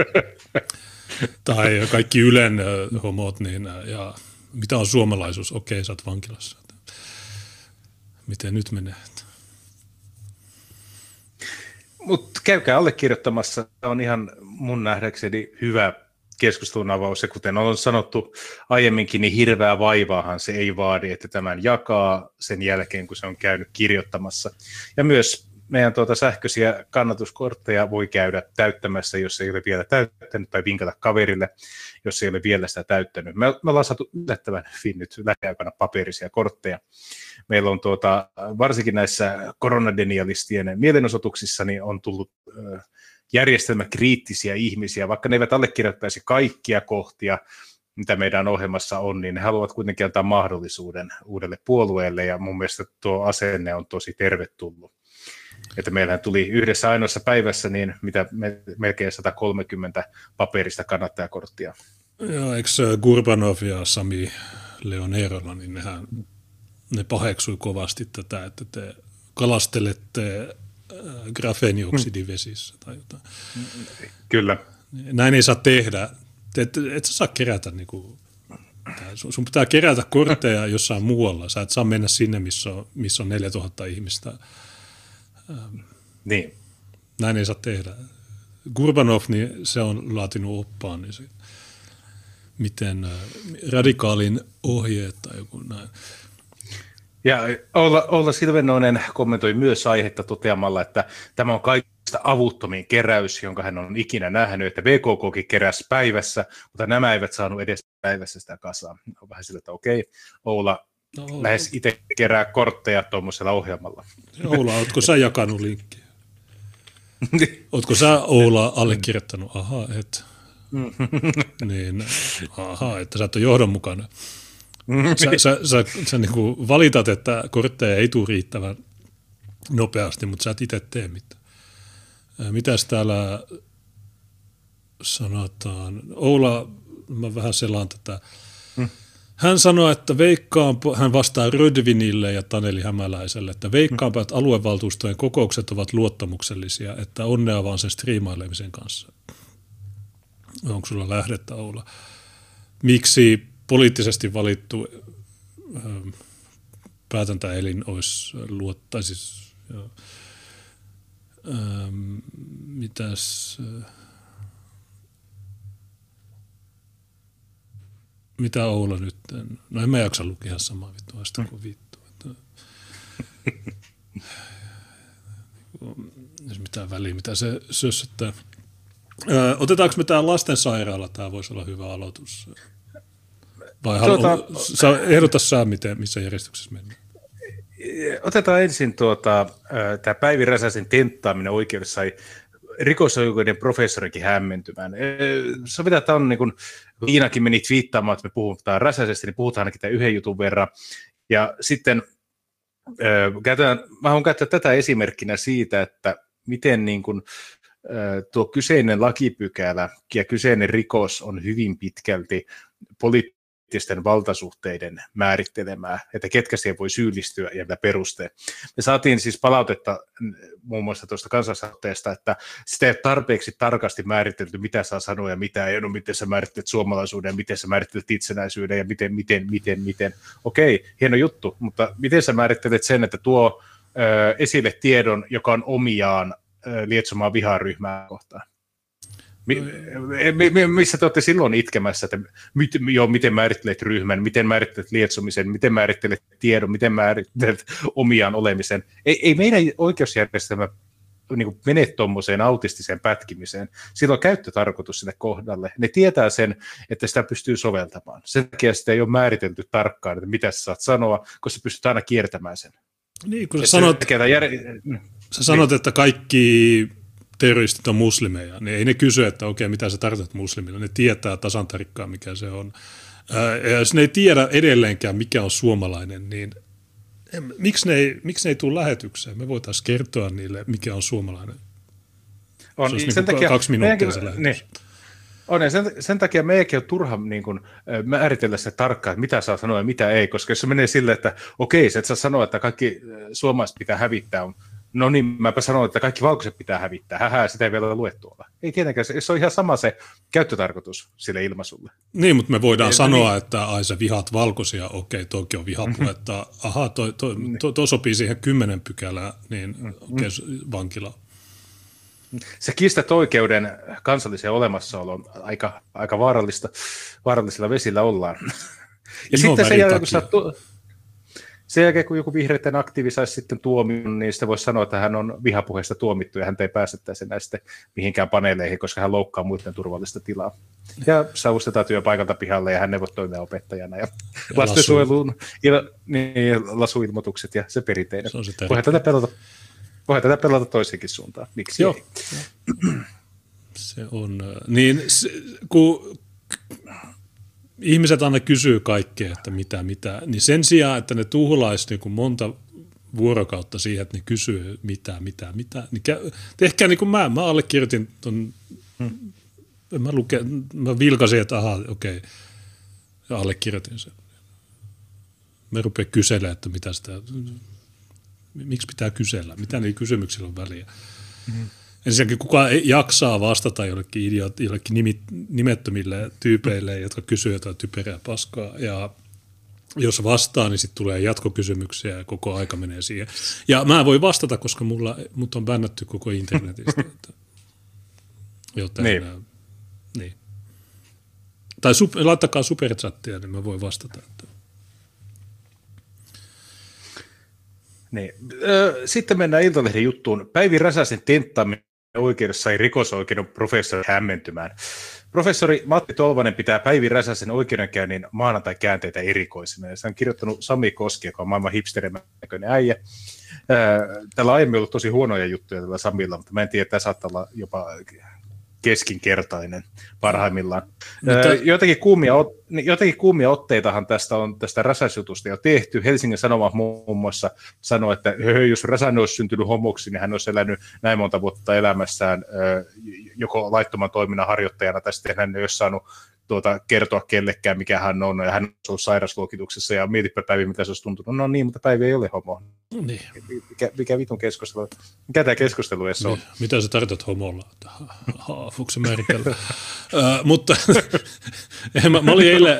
Tai kaikki Ylen homot, niin, ja mitä on suomalaisuus? Okei, sä oot vankilassa. Miten nyt menee? Mutta käykää allekirjoittamassa, on ihan mun nähdäkseni hyvä keskustelun avaus, ja kuten on sanottu aiemminkin, niin hirveä vaivaahan se ei vaadi, että tämän jakaa sen jälkeen, kun se on käynyt kirjoittamassa. Ja myös meidän tuota sähköisiä kannatuskortteja voi käydä täyttämässä, jos ei ole vielä täyttänyt, tai vinkata kaverille, jos ei ole vielä sitä täyttänyt. Me, me ollaan saatu yllättävän hyvin nyt lähiaikana paperisia kortteja. Meillä on tuota, varsinkin näissä koronadenialistien mielenosoituksissa niin on tullut äh, järjestelmäkriittisiä ihmisiä, vaikka ne eivät allekirjoittaisi kaikkia kohtia, mitä meidän ohjelmassa on, niin ne haluavat kuitenkin antaa mahdollisuuden uudelle puolueelle, ja mun mielestä tuo asenne on tosi tervetullut. Että meillähän tuli yhdessä ainoassa päivässä niin mitä me, melkein sata kolmekymmentä paperista kannattajakorttia. Joo, eikö Gurbanov ja Sami Leonerolla, niin nehän, ne paheksui kovasti tätä, että te kalastelette grafeenioksidivesissä tai jotain. Kyllä. Näin ei saa tehdä. Et, et sä saa kerätä, niin kuin, sun pitää kerätä kortteja jossain muualla. Sä et saa mennä sinne, missä on, missä on neljätuhatta ihmistä. Niin. Näin ei saa tehdä. Gurbanov, niin se on laatinut oppaan, niin se, miten radikaalin ohjeet tai joku näin. Ja Oula, Oula Silvenoinen kommentoi myös aihetta toteamalla, että tämä on kaikista avuttomin keräys, jonka hän on ikinä nähnyt, että V K K:kin keräsi päivässä, mutta nämä eivät saanut edes päivässä sitä kasaan. On vähän sillä, että okei, Oula no, lähes itse kerää kortteja tuommoisella ohjelmalla. Oula, ootko sä jakanut linkkiä? Ootko sä, Oula, allekirjoittanut? Aha, et. niin, aha, että sä et ole johdonmukainen. Sä, sä, sä, sä niin kuin valitat, että kortteja ei tule riittävän nopeasti, mutta sä et itse tee mitään. Mitäs täällä sanotaan? Oula, mä vähän selaan tätä. Hmm. Hän sanoi, että veikkaan, hän vastaa Rödvinille ja Taneli Hämäläiselle, että veikkaanpa, että aluevaltuustojen kokoukset ovat luottamuksellisia, että onnea vaan sen striimailemisen kanssa. Onko sulla lähdettä, Oula? Miksi poliittisesti valittu ähm, päätäntäelin olisi luottaa, siis, ähm, mitäs, äh, mitä Oula nyt, no en mä jaksa lukea ihan samaa vittua, sitä kuin vittu. Ei mitään väliä, mitä se sössöttää. Öö, otetaanko me tämä lastensairaala, tämä voisi olla hyvä aloitus. Vai tuota, halu, sä, ehdota sä, miten, missä järjestyksessä mennään. Otetaan ensin tuota, tämä Päivi Räsäsen tenttaaminen oikeudessa sai rikosoikeuden professorikin hämmentymään. Sovitaan, että on niin kuin Iinakin meni twiittaamaan, että me puhutaan Räsäsestä, niin puhutaan ainakin tämän yhden jutun verran. Ja sitten käytetään, mä haluan käyttää tätä esimerkkinä siitä, että miten niin kuin, tuo kyseinen lakipykälä ja kyseinen rikos on hyvin pitkälti poliittinen valtasuhteiden määrittelemää, että ketkä siihen voi syyllistyä ja mitä perusteet. Me saatiin siis palautetta muun muassa tuosta kansalaisaloitteesta, että sitä ei ole tarpeeksi tarkasti määritelty, mitä saa sanoa ja mitä ei ole, miten sä määrittelet suomalaisuuden, miten sä määrittelet itsenäisyyden ja miten, miten, miten, miten. Okei, hieno juttu, mutta miten sä määrittelet sen, että tuo ö, esille tiedon, joka on omiaan ö, lietsomaan viharyhmää kohtaan? Mi- mi- mi- missä te olette silloin itkemässä, että mit, jo, miten määrittelet ryhmän, miten määrittelet lietsomisen, miten määrittelet tiedon, miten määrittelet omiaan olemisen. Ei, ei meidän oikeusjärjestelmä niin kuin mene tuommoiseen autistiseen pätkimiseen. Sillä on käyttötarkoitus sille kohdalle. Ne tietää sen, että sitä pystyy soveltamaan. Sen takia sitä ei ole määritelty tarkkaan, että mitä sä saat sanoa, koska sä pystyt aina kiertämään sen. Niin, kun sä sanot, jär... sä sanot niin. että kaikki terroristit on muslimeja, niin ei ne kysy, että okei, mitä sä tarkoitat muslimilla. Ne tietää tasan tarkkaan, mikä se on. Ja jos ne ei tiedä edelleenkään, mikä on suomalainen, niin miksi ne ei, miksi ne ei tule lähetykseen? Me voitaisiin kertoa niille, mikä on suomalainen. On, se olisi sen niin takia, kaksi minuuttia se lähetys. Niin. On, ja sen, sen takia meidänkin on turha niin kuin, määritellä se tarkkaan, että mitä saa sanoa ja mitä ei, koska jos se menee silleen, että okei, sä et saa sanoa, että kaikki suomalaiset pitää hävittää, on no niin, mäpä sanon, että kaikki valkoiset pitää hävittää. Hähää, sitä ei vielä lue tuolla. Ei tietenkään, se on ihan sama se käyttötarkoitus sille ilmaisulle. Niin, mutta me voidaan ei, sanoa, niin. että ai sä vihaat valkoisia, okei, toki on vihapuhetta. Mm-hmm. Ahaa, to, to, to, to sopii siihen kymmenen pykälää, niin mm-hmm. okei, vankila. Se kiistät oikeuden kansalliseen olemassaoloon aika, aika vaarallista, vaarallisilla vesillä ollaan. Ja sitten sen jälkeen, kun sä oot... sen jälkeen, kun joku vihreiden aktiivi saisi sitten tuomion, niin sitten voisi sanoa, että hän on vihapuheesta tuomittu ja hän ei päästettäisi enää sitten mihinkään paneeleihin, koska hän loukkaa muiden turvallista tilaa. Ja savustetaan työpaikalta pihalle ja hän ei voi toimia opettajana. Ja, ja lastensuojeluun il, niin, lasuilmoitukset ja se perinteinen. Se voihan tätä pelata, voihan tätä pelata toisenkin suuntaan. Miksi Joo. ei? Se on, niin se, kun ihmiset aina kysyy kaikkea, että mitä, mitä, niin sen sijaan, että ne tuhlaisi niin kuin monta vuorokautta siihen, että ne kysyy mitä, mitä, mitä, niin tehkää niin kuin mä, mä allekirjoitin ton, hmm. mä, luke, mä vilkasin, että aha, okei, ja allekirjoitin sen. Mä rupean kyselemään, että mitä sitä, miksi pitää kysellä, mitä niillä kysymyksillä on väliä. Hmm. Ensinnäkin kukaan ei jaksaa vastata jollekin, idiot, jollekin nimit, nimettömille tyypeille, jotka kysyy jotain typerää paskaa. Ja jos vastaa, niin sitten tulee jatkokysymyksiä ja koko aika menee siihen. Ja mä voin vastata, koska mulla, mut on bännätty koko internetistä. Että, joten, niin. Ä, niin. Tai super, laittakaa superchattia, niin mä voin vastata. Että. Niin. Sitten mennään Iltalehden juttuun. Päivi Räsäsen tenttaaminen oikeudessa sai rikosoikeuden professori hämmentymään. Professori Matti Tolvanen pitää Päivi Räsäsen oikeudenkäynnin maanantai-käänteitä erikoisena. Ja se on kirjoittanut Sami Koski, joka on maailman hipsterimän näköinen äijä. Tällä on aiemmin ollut tosi huonoja juttuja tällä Samilla, mutta mä en tiedä, että tämä saattaa olla jopa keskinkertainen parhaimmillaan. Mutta jotenkin, kuumia, jotenkin kuumia otteitahan tästä on tästä Räsäsjutusta jo tehty. Helsingin Sanomat muun muassa sanoi, että jos Räsänen olisi syntynyt homoksi, niin hän olisi elänyt näin monta vuotta elämässään joko laittoman toiminnan harjoittajana, tai sitten hän ei olisi saanut tuota, kertoa kellekään, mikä hän on, ja hän on ollut sairausluokituksessa, ja mietipä Päivi, mitä se olisi tuntunut. No niin, mutta Päivi ei ole homo. Niin. Mikä, mikä vitun keskustelu? Mikä tämä keskustelu edes on? Mitä sä tarkoitat homolla? Haafuuko se määritellä? uh, mutta mä, mä olin eilen,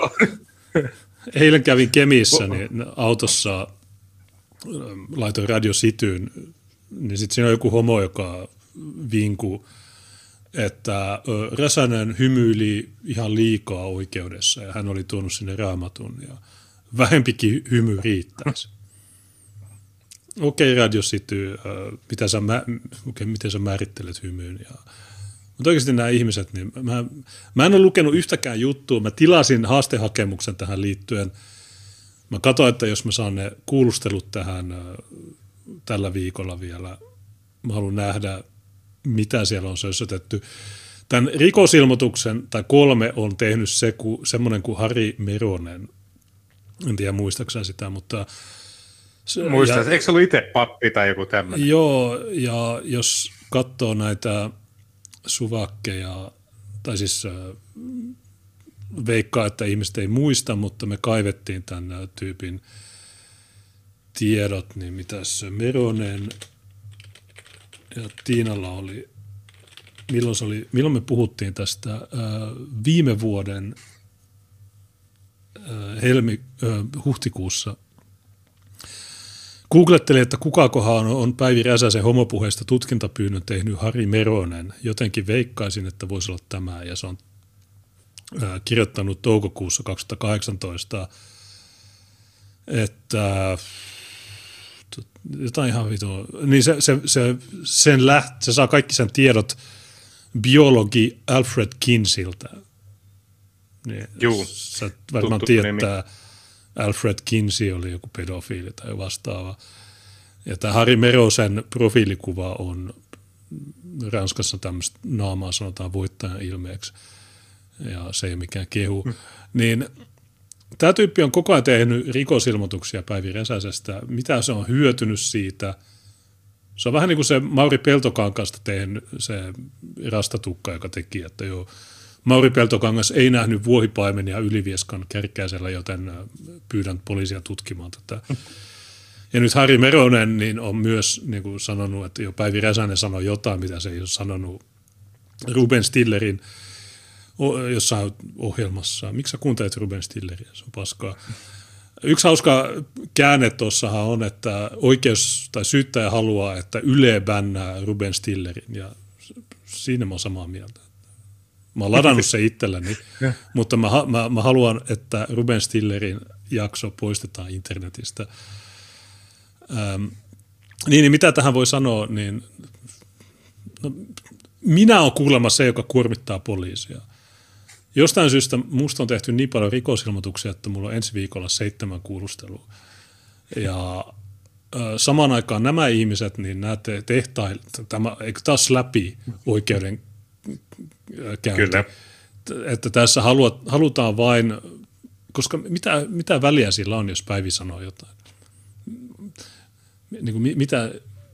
eilen kävin Kemissä niin autossa, laitoin Radio Cityyn, niin sitten siinä on joku homo, joka vinkuu, että Räsänen hymyili ihan liikaa oikeudessa ja hän oli tuonut sinne Raamatun ja vähempikin hymy riittäisi. Okei, okay, Radio City, mitä sä, okay, miten sä määrittelet hymyyn? Ja, mutta oikeasti nämä ihmiset, niin mä, mä en ole lukenut yhtäkään juttua. Mä tilasin haastehakemuksen tähän liittyen. Mä katsoin, että jos mä saan ne kuulustelut tähän tällä viikolla vielä, mä haluan nähdä, mitä siellä on sössötetty. Tämän rikosilmoituksen, tai kolme, on tehnyt se, ku, semmoinen kuin Harri Meronen. En tiedä, muistaakseni sitä, mutta... Muistat, eikö se ollut itse pappi tai joku tämmöinen? Joo, ja jos katsoo näitä suvakkeja, tai siis veikkaa, että ihmiset ei muista, mutta me kaivettiin tämän tyypin tiedot, niin mitäs Meronen... Ja Tiinalla oli, milloin, se oli, milloin me puhuttiin tästä ää, viime vuoden ää, helmi, ää, huhtikuussa. Googlettelin, että kukakohan on Päivi Räsäsen homopuheesta tutkintapyynnön tehnyt Harri Meronen. Jotenkin veikkaisin, että voisi olla tämä. Ja se on ää, kirjoittanut toukokuussa kaksituhattakahdeksantoista, että... jotain ihan vitua. Niin se, se, se, sen läht, se saa kaikki sen tiedot biologi Alfred Kinseyltä. Niin, Juu. Sä varmaan tiedät, että Alfred Kinsey oli joku pedofiili tai vastaava. Ja tämä Harri Merosen profiilikuva on Ranskassa tämmöistä naamaa sanotaan voittajan ilmeeksi. Ja se ei ole mikään kehu. Hmm. Niin... Tämä tyyppi on koko ajan tehnyt rikosilmoituksia Päivi Räsäsestä. Mitä se on hyötynyt siitä? Se on vähän niin kuin se Mauri Peltokankaasta tehnyt se rastatukka, joka teki, että joo, Mauri Peltokangas ei nähnyt vuohipaimenia Ylivieskan Kärkkäisellä, joten pyydän poliisia tutkimaan tätä. Ja nyt Harri Meronen niin on myös niin kuin sanonut, että jo Päivi Räsänen sanoi jotain, mitä se ei ole sanonut Ruben Stillerin jossain ohjelmassa. Miksi sä kuuntelet Ruben Stilleria? Se on paskaa. Yksi hauska käänne tuossahan on, että oikeus tai syyttäjä haluaa, että Yle bännää Ruben Stillerin, ja siinä mä oon samaa mieltä. Mä oon ladannut se itselläni, mutta mä, mä, mä haluan, että Ruben Stillerin jakso poistetaan internetistä. Ähm, niin, niin mitä tähän voi sanoa, niin no, minä olen kuulemma se, joka kuormittaa poliisia. Jostain syystä musta on tehty niin paljon rikosilmoituksia, että mulla on ensi viikolla seitsemän kuulustelua. Ja äh, samaan aikaan nämä ihmiset, niin nämä te- tehtail, tämä, eikö taas läpi oikeuden käynti? Kyllä. Että tässä haluat, halutaan vain, koska mitä, mitä väliä sillä on, jos Päivi sanoo jotain? Niin kuin, mitä,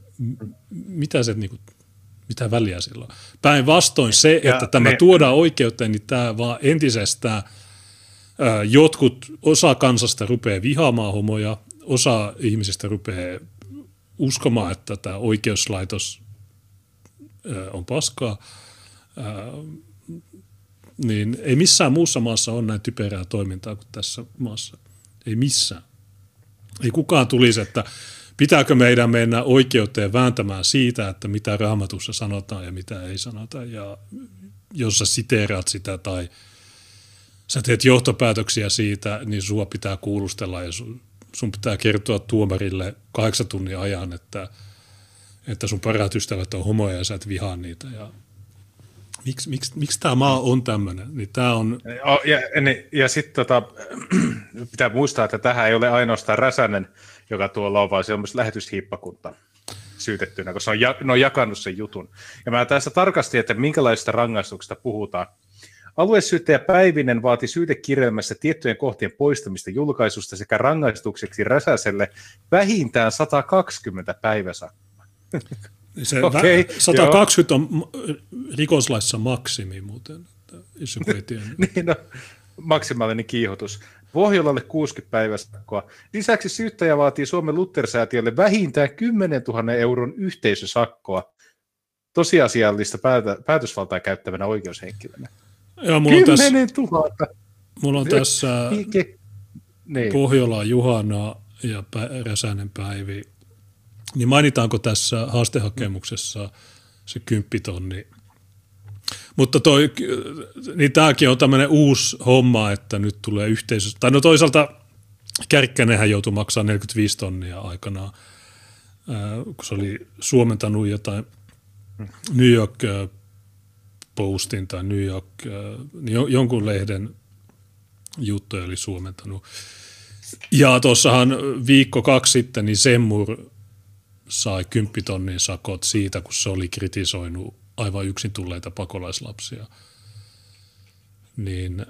mitä se, niin kuin, mitä väliä sillä on? Päinvastoin se, ja että tämä ne... tuodaan oikeuteen, niin tämä vaan entisestään ää, jotkut, osa kansasta rupeaa vihaamaan homoja, osa ihmisistä rupeaa uskomaan, että tämä oikeuslaitos ää, on paskaa. Ää, niin ei missään muussa maassa ole näin typerää toimintaa kuin tässä maassa. Ei missään. Ei kukaan tulisi, että pitääkö meidän mennä oikeuteen vääntämään siitä, että mitä Raamatussa sanotaan ja mitä ei sanota. Ja jos sä siteeraat sitä tai sä teet johtopäätöksiä siitä, niin sua pitää kuulustella ja sun pitää kertoa tuomarille kahdeksan tunnin ajan, että, että sun parhaat ystävät on homoja ja sä et vihaa niitä. Ja Miksi, miksi, miksi tämä maa on tämmöinen? Niin tämä on... Ja, ja, ja sitten tota, pitää muistaa, että tähän ei ole ainoastaan Räsänen, joka tuolla on, vaan se on myös lähetyshiippakunta syytettynä, koska ne on, ne on jakanut sen jutun. Ja mä tässä tarkastin, että minkälaisista rangaistuksista puhutaan. Aluesyyttäjä Päivinen vaati syytekirjelmässä tiettyjen kohtien poistamista julkaisusta sekä rangaistukseksi Räsäselle vähintään sata kaksikymmentä päiväsakkoa. Se okay, sata kaksikymmentä on rikoslaissa maksimi muuten, jos joku ei tiedä. Niin, no, maksimaalinen kiihotus. Pohjolalle kuusikymmentä päiväsakkoa. Lisäksi syyttäjä vaatii Suomen Luther-säätiölle vähintään kymmenen tuhatta euron yhteisösakkoa tosiasiallista päätä, päätösvaltaa käyttävänä oikeushenkilönä. kymmenen tuhatta! Mulla on tässä niin. Pohjola Juhana ja Räsänen Päivi. Niin mainitaanko tässä haastehakemuksessa se kymppitonni? Mutta toi, niin tämäkin on tämmöinen uusi homma, että nyt tulee yhteisö. Tai no toisaalta Kärkkänenhän joutui maksamaan neljäkymmentäviisi tonnia aikanaan, kun se oli suomentanut jotain New York Postin tai New York, niin jonkun lehden juttuja oli suomentanut. Ja tuossahan viikko kaksi sitten niin Semmur sai kymppitonnin sakot siitä, kun se oli kritisoinut aivan yksin tulleita pakolaislapsia. Niin,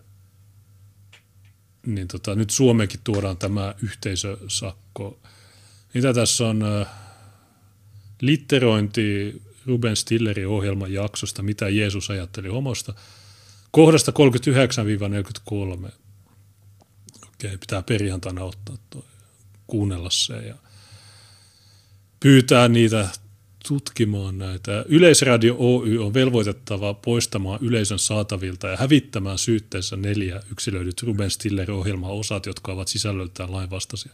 niin tota, nyt Suomeenkin tuodaan tämä yhteisösakko. Mitä tässä on? Äh, litterointi Ruben Stillerin ohjelman jaksosta, mitä Jeesus ajatteli homosta. Kohdasta kolmekymmentäyhdeksän neljäkymmentäkolme. Okei, pitää perjantaina ottaa toi, kuunnella se ja pyytää niitä tutkimaan näitä. Yleisradio Oy on velvoitettava poistamaan yleisön saatavilta ja hävittämään syytteessä neljä yksilöidyt Ruben Stillerin ohjelman osat, jotka ovat sisällöltään lainvastaisia.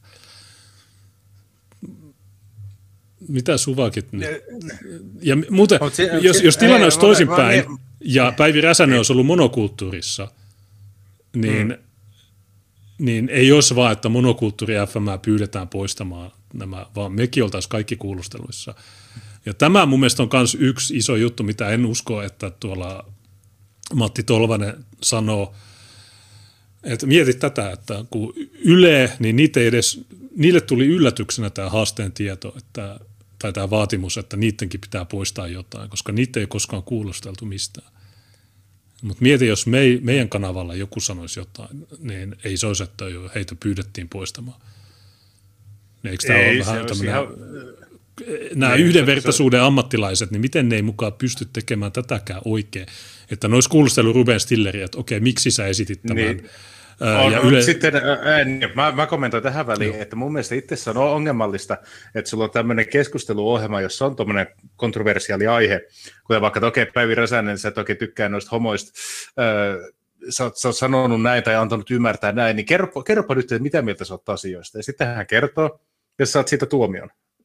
Mitä suvakit nyt? Ja muuten, jos, jos tilanne olisi toisinpäin ja Päivi Räsänen olisi ollut monokulttuurissa, niin, mm. niin ei olisi vaan, että monokulttuuri F M pyydetään poistamaan nämä, vaan mekin oltaisiin kaikki kuulusteluissa. Ja tämä mun mielestä on myös yksi iso juttu, mitä en usko, että tuolla Matti Tolvanen sanoo, että mietit tätä, että kun Yle, niin niitä ei edes, niille tuli yllätyksenä tämä haasteen tieto, että, tai tämä vaatimus, että niidenkin pitää poistaa jotain, koska niitä ei koskaan kuulusteltu mistään. Mutta mieti, jos me, meidän kanavalla joku sanoisi jotain, niin ei se olisi, että heitä pyydettiin poistamaan. Eikö tämä ole vähän tämmöinen... Ihan... Nämä ei, yhdenvertaisuuden ammattilaiset, niin miten ne ei mukaan pysty tekemään tätäkään oikein? Että ne olisi kuulustellut Ruben Stilleriä, että okei, miksi sä esitit tämän? Niin. Ää, on, ja yle... Sitten ää, niin, mä, mä kommentoin tähän väliin, no. että mun mielestä itse on ongelmallista, että sulla on tämmöinen keskusteluohjelma, jossa on tuommoinen kontroversiaali aihe, kuten vaikka, että okei, Päivi Räsänen, sä toki tykkää noista homoista, ää, sä, sä oot sanonut näin tai antanut ymmärtää näin, niin kerropa, kerropa nyt, että mitä mieltä sä oot asioista. Ja sitten hän kertoo, ja sä saat siitä tuomion.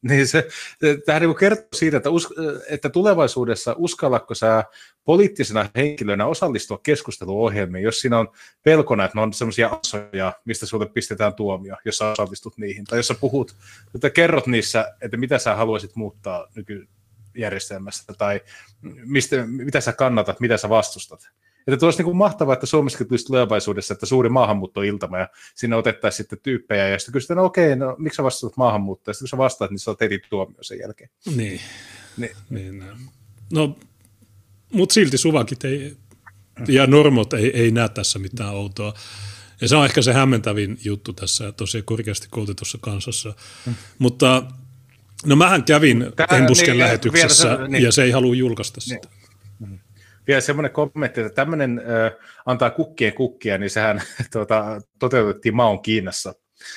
Niin se, tämähän niin kertoo siitä, että, us, että tulevaisuudessa uskallatko sä poliittisena henkilönä osallistua keskusteluohjelmiin, jos siinä on pelkona, että ne on sellaisia asoja, mistä sulle pistetään tuomio, jos sä osallistut niihin, tai jos sä puhut, että kerrot niissä, että mitä sä haluaisit muuttaa nykyjärjestelmässä, tai mistä, mitä sä kannatat, mitä sä vastustat. Että tuossa niin kuin mahtavaa, että Suomessakin tulisi tulevaisuudessa, että suuri maahanmuuttoiltama ja sinne otettaisiin sitten tyyppejä ja sitten kysytään, no okei, no miksi sä vastustat maahanmuuttoa? Ja sitten kun sä vastaat, niin sä oot heti tuomio sen jälkeen. Niin. niin. niin no, mutta silti suvakit ei, ja normot ei, ei näe tässä mitään outoa. Ja se on ehkä se hämmentävin juttu tässä tosiaan korkeasti koulutetussa kansassa. Hmm. Mutta no mähän kävin Tempusken niin, lähetyksessä se, niin. ja se ei halua julkaista sitä. Niin. Vielä semmoinen kommentti, että tämmöinen äh, antaa kukkien kukkia, niin sehän tuota, toteutettiin Maon Kiinassa.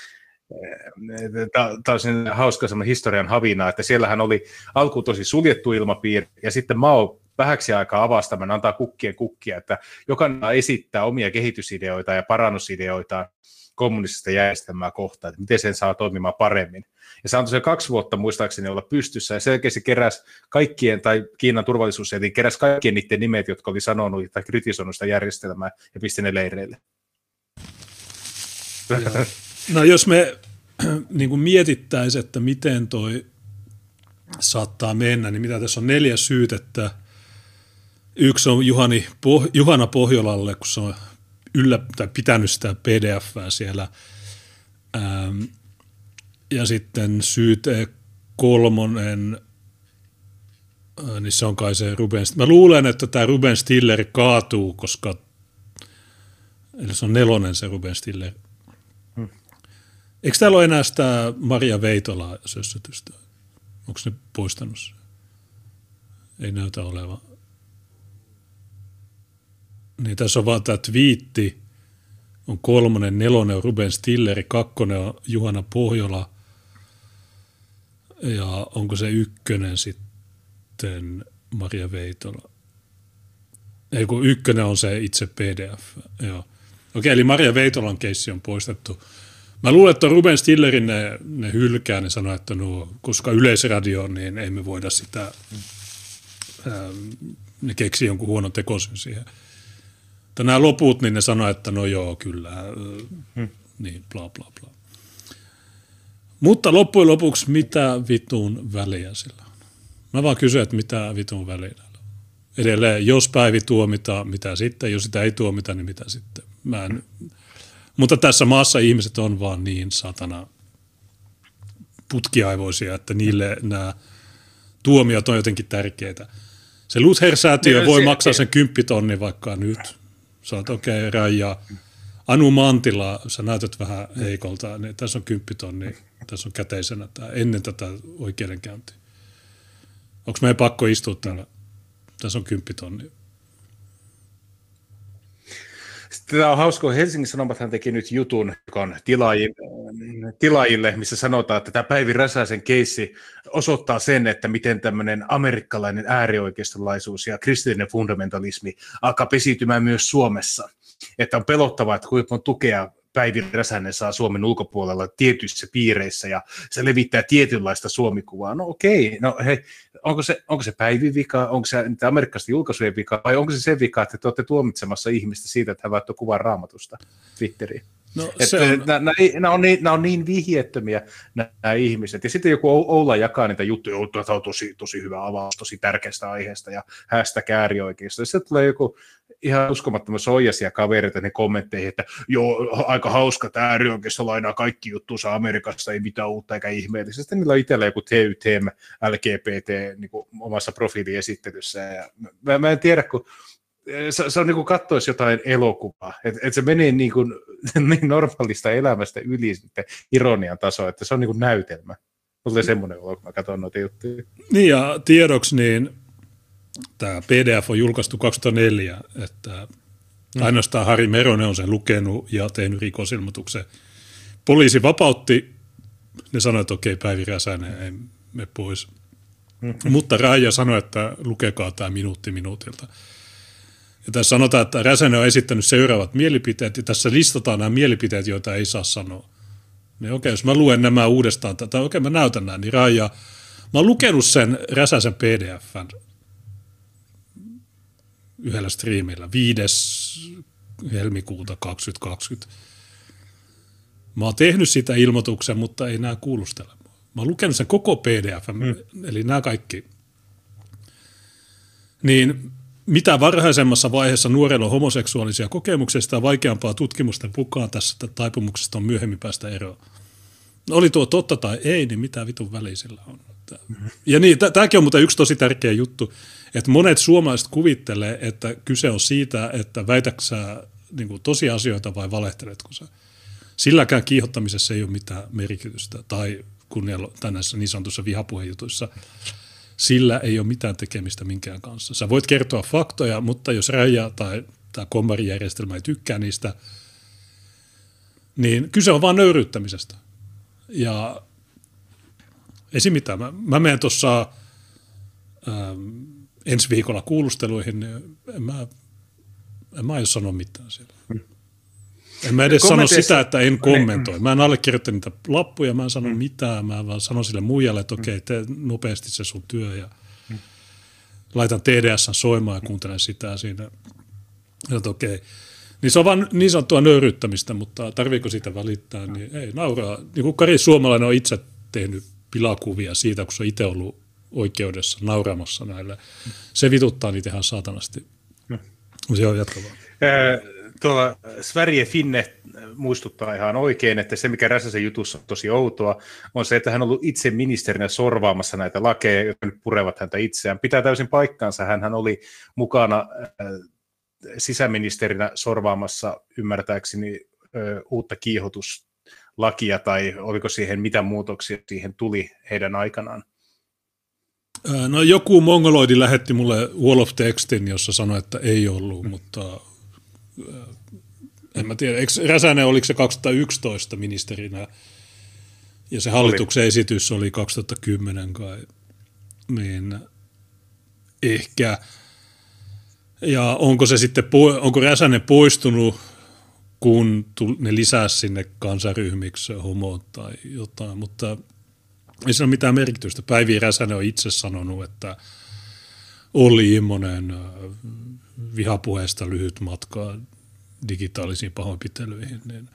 Tämä on hauska semmoinen historian havina, että siellähän oli alkuun tosi suljettu ilmapiiri, ja sitten Mao vähäksi aikaa avasi tämän antaa kukkien kukkia, että jokainen esittää omia kehitysideoita ja parannusideoita kommunistista järjestelmää kohtaan, että miten sen saa toimimaan paremmin. Ja se on tosiaan kaksi vuotta muistaakseni olla pystyssä, ja selkeästi keräsi kaikkien, tai Kiinan turvallisuusjätin keräsi kaikkien niiden nimet, jotka oli sanonut tai kritisoinut sitä järjestelmää, ja pisti ne leireille. No jos me niin kuin mietittäisiin, että miten toi saattaa mennä, niin mitä tässä on neljä syytettä. Yksi on Juhani, Juhana Pohjolalle, kun se on yllä, tai pitänyt sitä P D F:ää siellä. Ähm, ja sitten syyte kolmonen, äh, niin se on kai se Ruben. Mä luulen, että tämä Ruben Stiller kaatuu, koska eli se on nelonen se Ruben Stiller. Hmm. Eikö täällä ole enää sitä Maria Veitolaa sössötystä? Onko ne poistanut se? Ei näytä olevan. Niin tässä on vaan tämä twiitti, on kolmonen, nelonen on Ruben Stilleri, kakkonen on Juhana Pohjola ja onko se ykkönen sitten Maria Veitola? Ei kun ykkönen on se itse P D F. Joo. Okei, eli Maria Veitolan keissi on poistettu. Mä luulen, että Ruben Stillerin ne, ne hylkää, ne sanoo, että no, koska Yleisradio, niin ei me voida sitä, ää, ne keksii jonkun huonon tekosyyn siihen. Mutta nämä loput, niin ne sanoo, että no joo, kyllä, hmm. niin bla bla bla. Mutta loppujen lopuksi, mitä vitun väliä sillä on? Mä vaan kysyn, että mitä vitun väliä on. Edelleen, jos Päivi tuomitaan, mitä sitten? Jos sitä ei tuomita, niin mitä sitten? Mä en... Mutta tässä maassa ihmiset on vaan niin satana putkiaivoisia, että niille nämä tuomiot on jotenkin tärkeitä. Se Luther-säätiö niin, voi se, maksaa sen kymppitonnin vaikka nyt. Sä oot okei, okay, Raija. Anu Mantila, sä näytät vähän heikolta, niin tässä on kymppitonni, tässä on käteisenä tämä, ennen tätä oikeudenkäyntiä. Onko meidän pakko istua täällä? Tässä on kymppitonni. Tämä on hauska, Helsingin Sanomathan teki nyt jutun, joka on tilaajille, tilaajille, missä sanotaan, että tämä Päivi Räsäsen keissi osoittaa sen, että miten tämmöinen amerikkalainen äärioikeistolaisuus ja kristillinen fundamentalismi alkaa pesiytymään myös Suomessa. Että on pelottavaa, että kuinka on tukea Päivi Räsänen saa Suomen ulkopuolella tietyissä piireissä ja se levittää tietynlaista Suomikuvaa. No okei, no hei, onko se, onko se Päivin vika, onko se niitä amerikkalaisten julkaisujen vika vai onko se se vika, että te olette tuomitsemassa ihmistä siitä, että hän laittoi kuvan Raamatusta Twitteriin? No, se on... Nämä, nämä, on niin, nämä on niin vihjettömiä nämä ihmiset. Ja sitten joku Oula jakaa niitä juttuja, että tämä on tosi, tosi hyvä avaus, tosi tärkeästä aiheesta ja hashtag äärioikeista. Ja sitten tulee joku ihan uskomattoman soijaisia kavereita ne kommentteihin, että joo, aika hauska, tämä äärioikeista lainaa kaikki juttuunsa Amerikasta, ei mitään uutta eikä ihmeellistä. Sitten niillä on itsellä joku T Y T M, L G B T niin kuin omassa profiiliesittelyssä. Ja mä, mä en tiedä, kun se, se on niin kuin katsoisi jotain elokuvaa, että et se menee niin, kuin, niin normaalista elämästä yli sitten ironian tasoa, että se on niin kuin näytelmä. Mulla oli semmoinen olo, kun mä katson noita juttuja. Niin ja tiedoksi, niin tämä P D F on julkaistu kaksituhattaneljä, että mm. ainoastaan Harri Meronen on sen lukenut ja tehnyt rikosilmoituksen. Poliisi vapautti, ne sanoi, että okei, Päivi Räsänen, ei mene pois. Mm-hmm. Mutta Raija sanoi, että lukekaa tämä minuutti minuutilta. Ja tässä sanotaan, että Räsänen on esittänyt seuraavat mielipiteet, ja tässä listataan nämä mielipiteet, joita ei saa sanoa. Niin okei, jos mä luen nämä uudestaan, tai okei mä näytän nämä, niin Raija, mä oon lukenut sen Räsäsen P D F:n yhdellä striimillä viides helmikuuta kaksituhattakaksikymmentä. Mä oon tehnyt sitä ilmoituksen, mutta ei nää kuulustele. Mä oon lukenut sen koko P D F, mm. eli nämä kaikki. Niin mitä varhaisemmassa vaiheessa nuorella on homoseksuaalisia kokemuksia, sitä vaikeampaa tutkimusten mukaan tässä taipumuksesta on myöhemmin päästä eroon. No, oli tuo totta tai ei, niin mitä vitun väliä sillä on. Ja niin, tämäkin on muuten yksi tosi tärkeä juttu, että monet suomalaiset kuvittelee, että kyse on siitä, että väitäksä niin kuin tosiasioita vai valehteletko sä. Silläkään kiihottamisessa ei ole mitään merkitystä, tai kunnialla näissä niin sanotussa vihapuhejutuissa, sillä ei ole mitään tekemistä minkään kanssa. Sä voit kertoa faktoja, mutta jos Raija tai tämä kommarijärjestelmä ei tykkää niistä, niin kyse on vaan nöyryyttämisestä. Ja ei se mitään. Mä, mä menen tuossa ähm, ensi viikolla kuulusteluihin, niin en mä, en mä aio sanoa mitään siellä. En mä edes sano sitä, että en kommentoi. Mä en allekirjoita niitä lappuja, mä en sano mm. mitään, mä vaan sanon sille muijalle, että okei, tee nopeasti se sun työ ja mm. laitan T D S:n soimaan ja kuuntelen sitä siinä. Että okei. Niin se on vaan niin sanottua nöyryyttämistä, mutta tarviiko siitä välittää, niin ei nauraa. Niin kuin Kari Suomalainen on itse tehnyt pilakuvia siitä, kun se on itse ollut oikeudessa nauramassa näille. Se vituttaa niitä ihan saatanasti. Mm. Se on jatkavaa. Tuolla Sverige Finne muistuttaa ihan oikein, että se, mikä Räsäsen jutussa on tosi outoa, on se, että hän on ollut itse ministerinä sorvaamassa näitä lakeja, jotka nyt purevat häntä itseään. Pitää täysin paikkaansa. Hän oli mukana sisäministerinä sorvaamassa ymmärtääkseni uutta kiihotuslakia, tai oliko siihen mitä muutoksia siihen tuli heidän aikanaan? No joku mongoloidi lähetti mulle wall of textin, jossa sanoi, että ei ollut, mm. mutta en mä tiedä. Eikö Räsänen, oliko se kaksituhattayksitoista ministerinä ja se hallituksen oli. Esitys oli kaksituhattakymmenen kai, niin ehkä. Ja onko se sitten, onko Räsänen poistunut, kun ne lisäsi sinne kansaryhmiksi homoot tai jotain, mutta ei sillä ole mitään merkitystä. Päivi Räsänen on itse sanonut, että Olli Immonen vihapuheesta lyhyt matka digitaalisiin pahoinpitelyihin. Niin.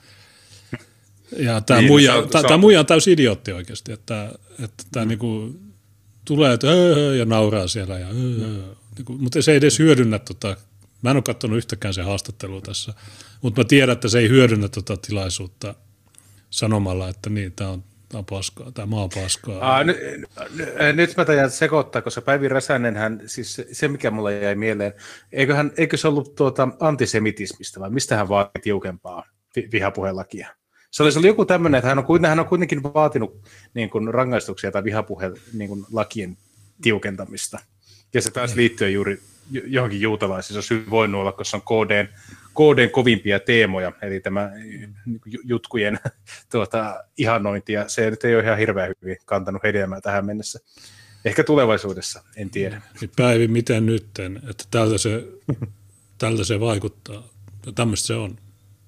Ja tämä niin, muija, no, on, muija on täysin idiootti oikeasti, että, että tämä mm. niinku tulee että öö, ja nauraa siellä, ja, öö, mm. niinku, mutta se ei edes hyödynnä, tota, mä en ole katsonut yhtäkään sen haastattelua tässä, mutta mä tiedän, että se ei hyödynnä tota tilaisuutta sanomalla, että niin, tämä on Tämä on paskaa, tämä maa on paskaa. Aa, nyt, nyt mä tajan sekoittaa, koska Päivi Räsänenhän, siis se mikä mulle jäi mieleen, eikö, hän, eikö se ollut tuota antisemitismistä vai mistä hän vaati tiukempaa vihapuhelakia? Se oli, se oli joku tämmöinen, että hän on, hän on kuitenkin vaatinut niin kuin rangaistuksia tai vihapuhelakien niin lakien tiukentamista. Ja se taas liittyy juuri johonkin juutalaisiin. Se olisi hyvin voinut olla, koska se on K D:n, K D:n kovimpia teemoja, eli tämä jutkujen tuota, ihanointi, ja se nyt ei ole ihan hirveän hyvin kantanut hedelmää tähän mennessä. Ehkä tulevaisuudessa, en tiedä. Päivi, miten nytten, että tältä se, tältä se vaikuttaa. Tämmöistä se on.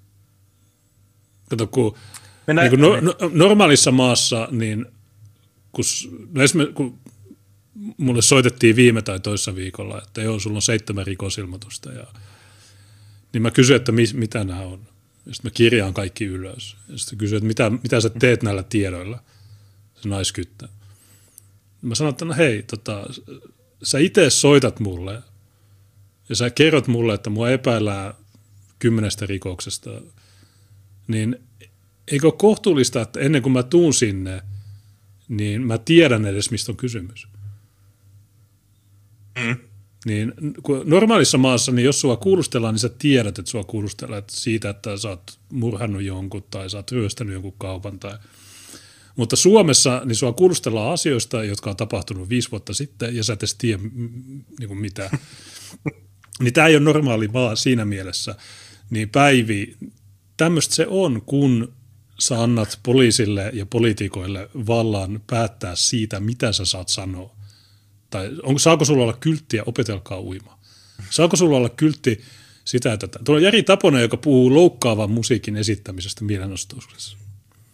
Kato, kun, niin kun no, no, normaalissa maassa, niin kun, no esimerkiksi, kun mulle soitettiin viime tai toissa viikolla, että joo, sulla on seitsemän rikosilmoitusta, ja niin mä kysyin, että mi, mitä nämä on. Ja sitten mä kirjaan kaikki ylös. Ja sitten kysyin, että mitä, mitä sä teet näillä tiedoilla, se naiskyttä. Mä sanoin, että no hei, tota, sä itse soitat mulle, ja sä kerrot mulle, että mua epäillään kymmenestä rikoksesta, niin eikö ole kohtuullista, että ennen kuin mä tuun sinne, niin mä tiedän edes, mistä on kysymys. Mm. Niin normaalissa maassa, niin jos sua kuulustellaan, niin sä tiedät, että sua kuulustellaan siitä, että sä oot murhannut jonkun tai sä oot ryöstänyt jonkun kaupan. Tai... Mutta Suomessa niin sua kuulustellaan asioista, jotka on tapahtunut viisi vuotta sitten, ja sä et edes tiedä niin kuin mitään. Niin tämä ei ole normaali maa siinä mielessä. Niin Päivi, tämmöistä se on, kun sä annat poliisille ja poliitikoille vallan päättää siitä, mitä sä saat sanoa. Tai on, saako sulla olla kylttiä, opetelkaa uimaan. Saako sulla olla kyltti sitä, että tuolla on Jari Taponen, joka puhuu loukkaavan musiikin esittämisestä mielenostoksessa.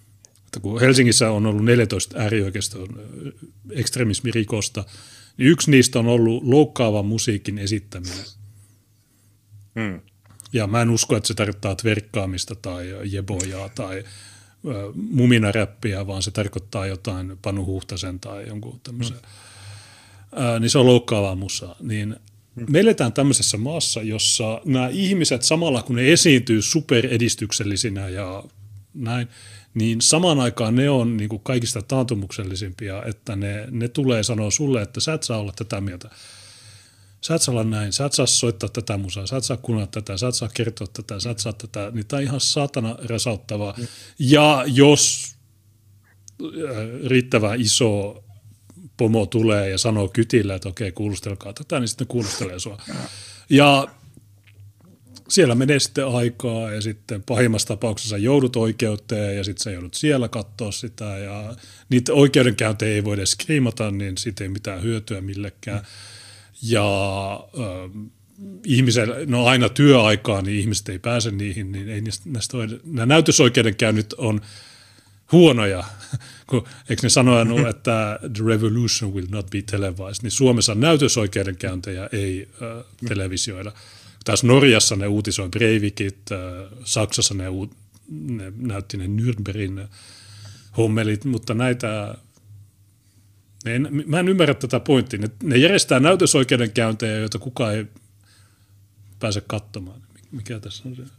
Että kun Helsingissä on ollut neljätoista äärioikeiston ekstremismirikosta, niin yksi niistä on ollut loukkaavan musiikin esittäminen. Hmm. Ja mä en usko, että se tarkoittaa tverkkaamista tai jebojaa tai muminaräppiä, vaan se tarkoittaa jotain Panu Huhtasen tai jonkun tämmöisen. Hmm. Ää, niin se on loukkaavaa musaa. Niin hmm. me eletään tämmöisessä maassa, jossa nämä ihmiset samalla kun ne esiintyy superedistyksellisinä ja näin, niin samaan aikaan ne on niin kuin kaikista taantumuksellisimpia, että ne, ne tulee sanoa sulle, että sä et saa olla tätä mieltä. Sä et saa olla näin, sä et saa soittaa tätä musaa, sä et saa kuunnella tätä, sä et saa kertoa tätä, sä et saa tätä. Niin tää on ihan saatana rasauttavaa. Mm. Ja jos riittävän iso pomo tulee ja sanoo kytillä, että okei, kuulustelkaa tätä, niin sitten ne kuulustelee sua. Ja siellä menee sitten aikaa ja sitten pahimmassa tapauksessa joudut oikeuteen ja sitten sä joudut siellä katsoa sitä ja niitä oikeudenkäyntejä ei voi edes skriimata, niin siitä ei mitään hyötyä millekään. Ja äh, ihmisellä, no aina työaikaa, niin ihmiset ei pääse niihin, niin ei niistä, näistä ole, nämä näytösoikeudenkäynnit on huonoja. Kun, eikö ne sanoa, että the revolution will not be televised, niin Suomessa näytösoikeudenkäyntejä ei äh, televisioida. Taas Norjassa ne uutisoi Breivikit, äh, Saksassa ne, uut, ne näytti ne Nürnbergin hommelit, mutta näitä, ne, mä en ymmärrä tätä pointtia. Ne, ne järjestää näytösoikeudenkäyntejä, joita kukaan ei pääse katsomaan. Mikä tässä on se?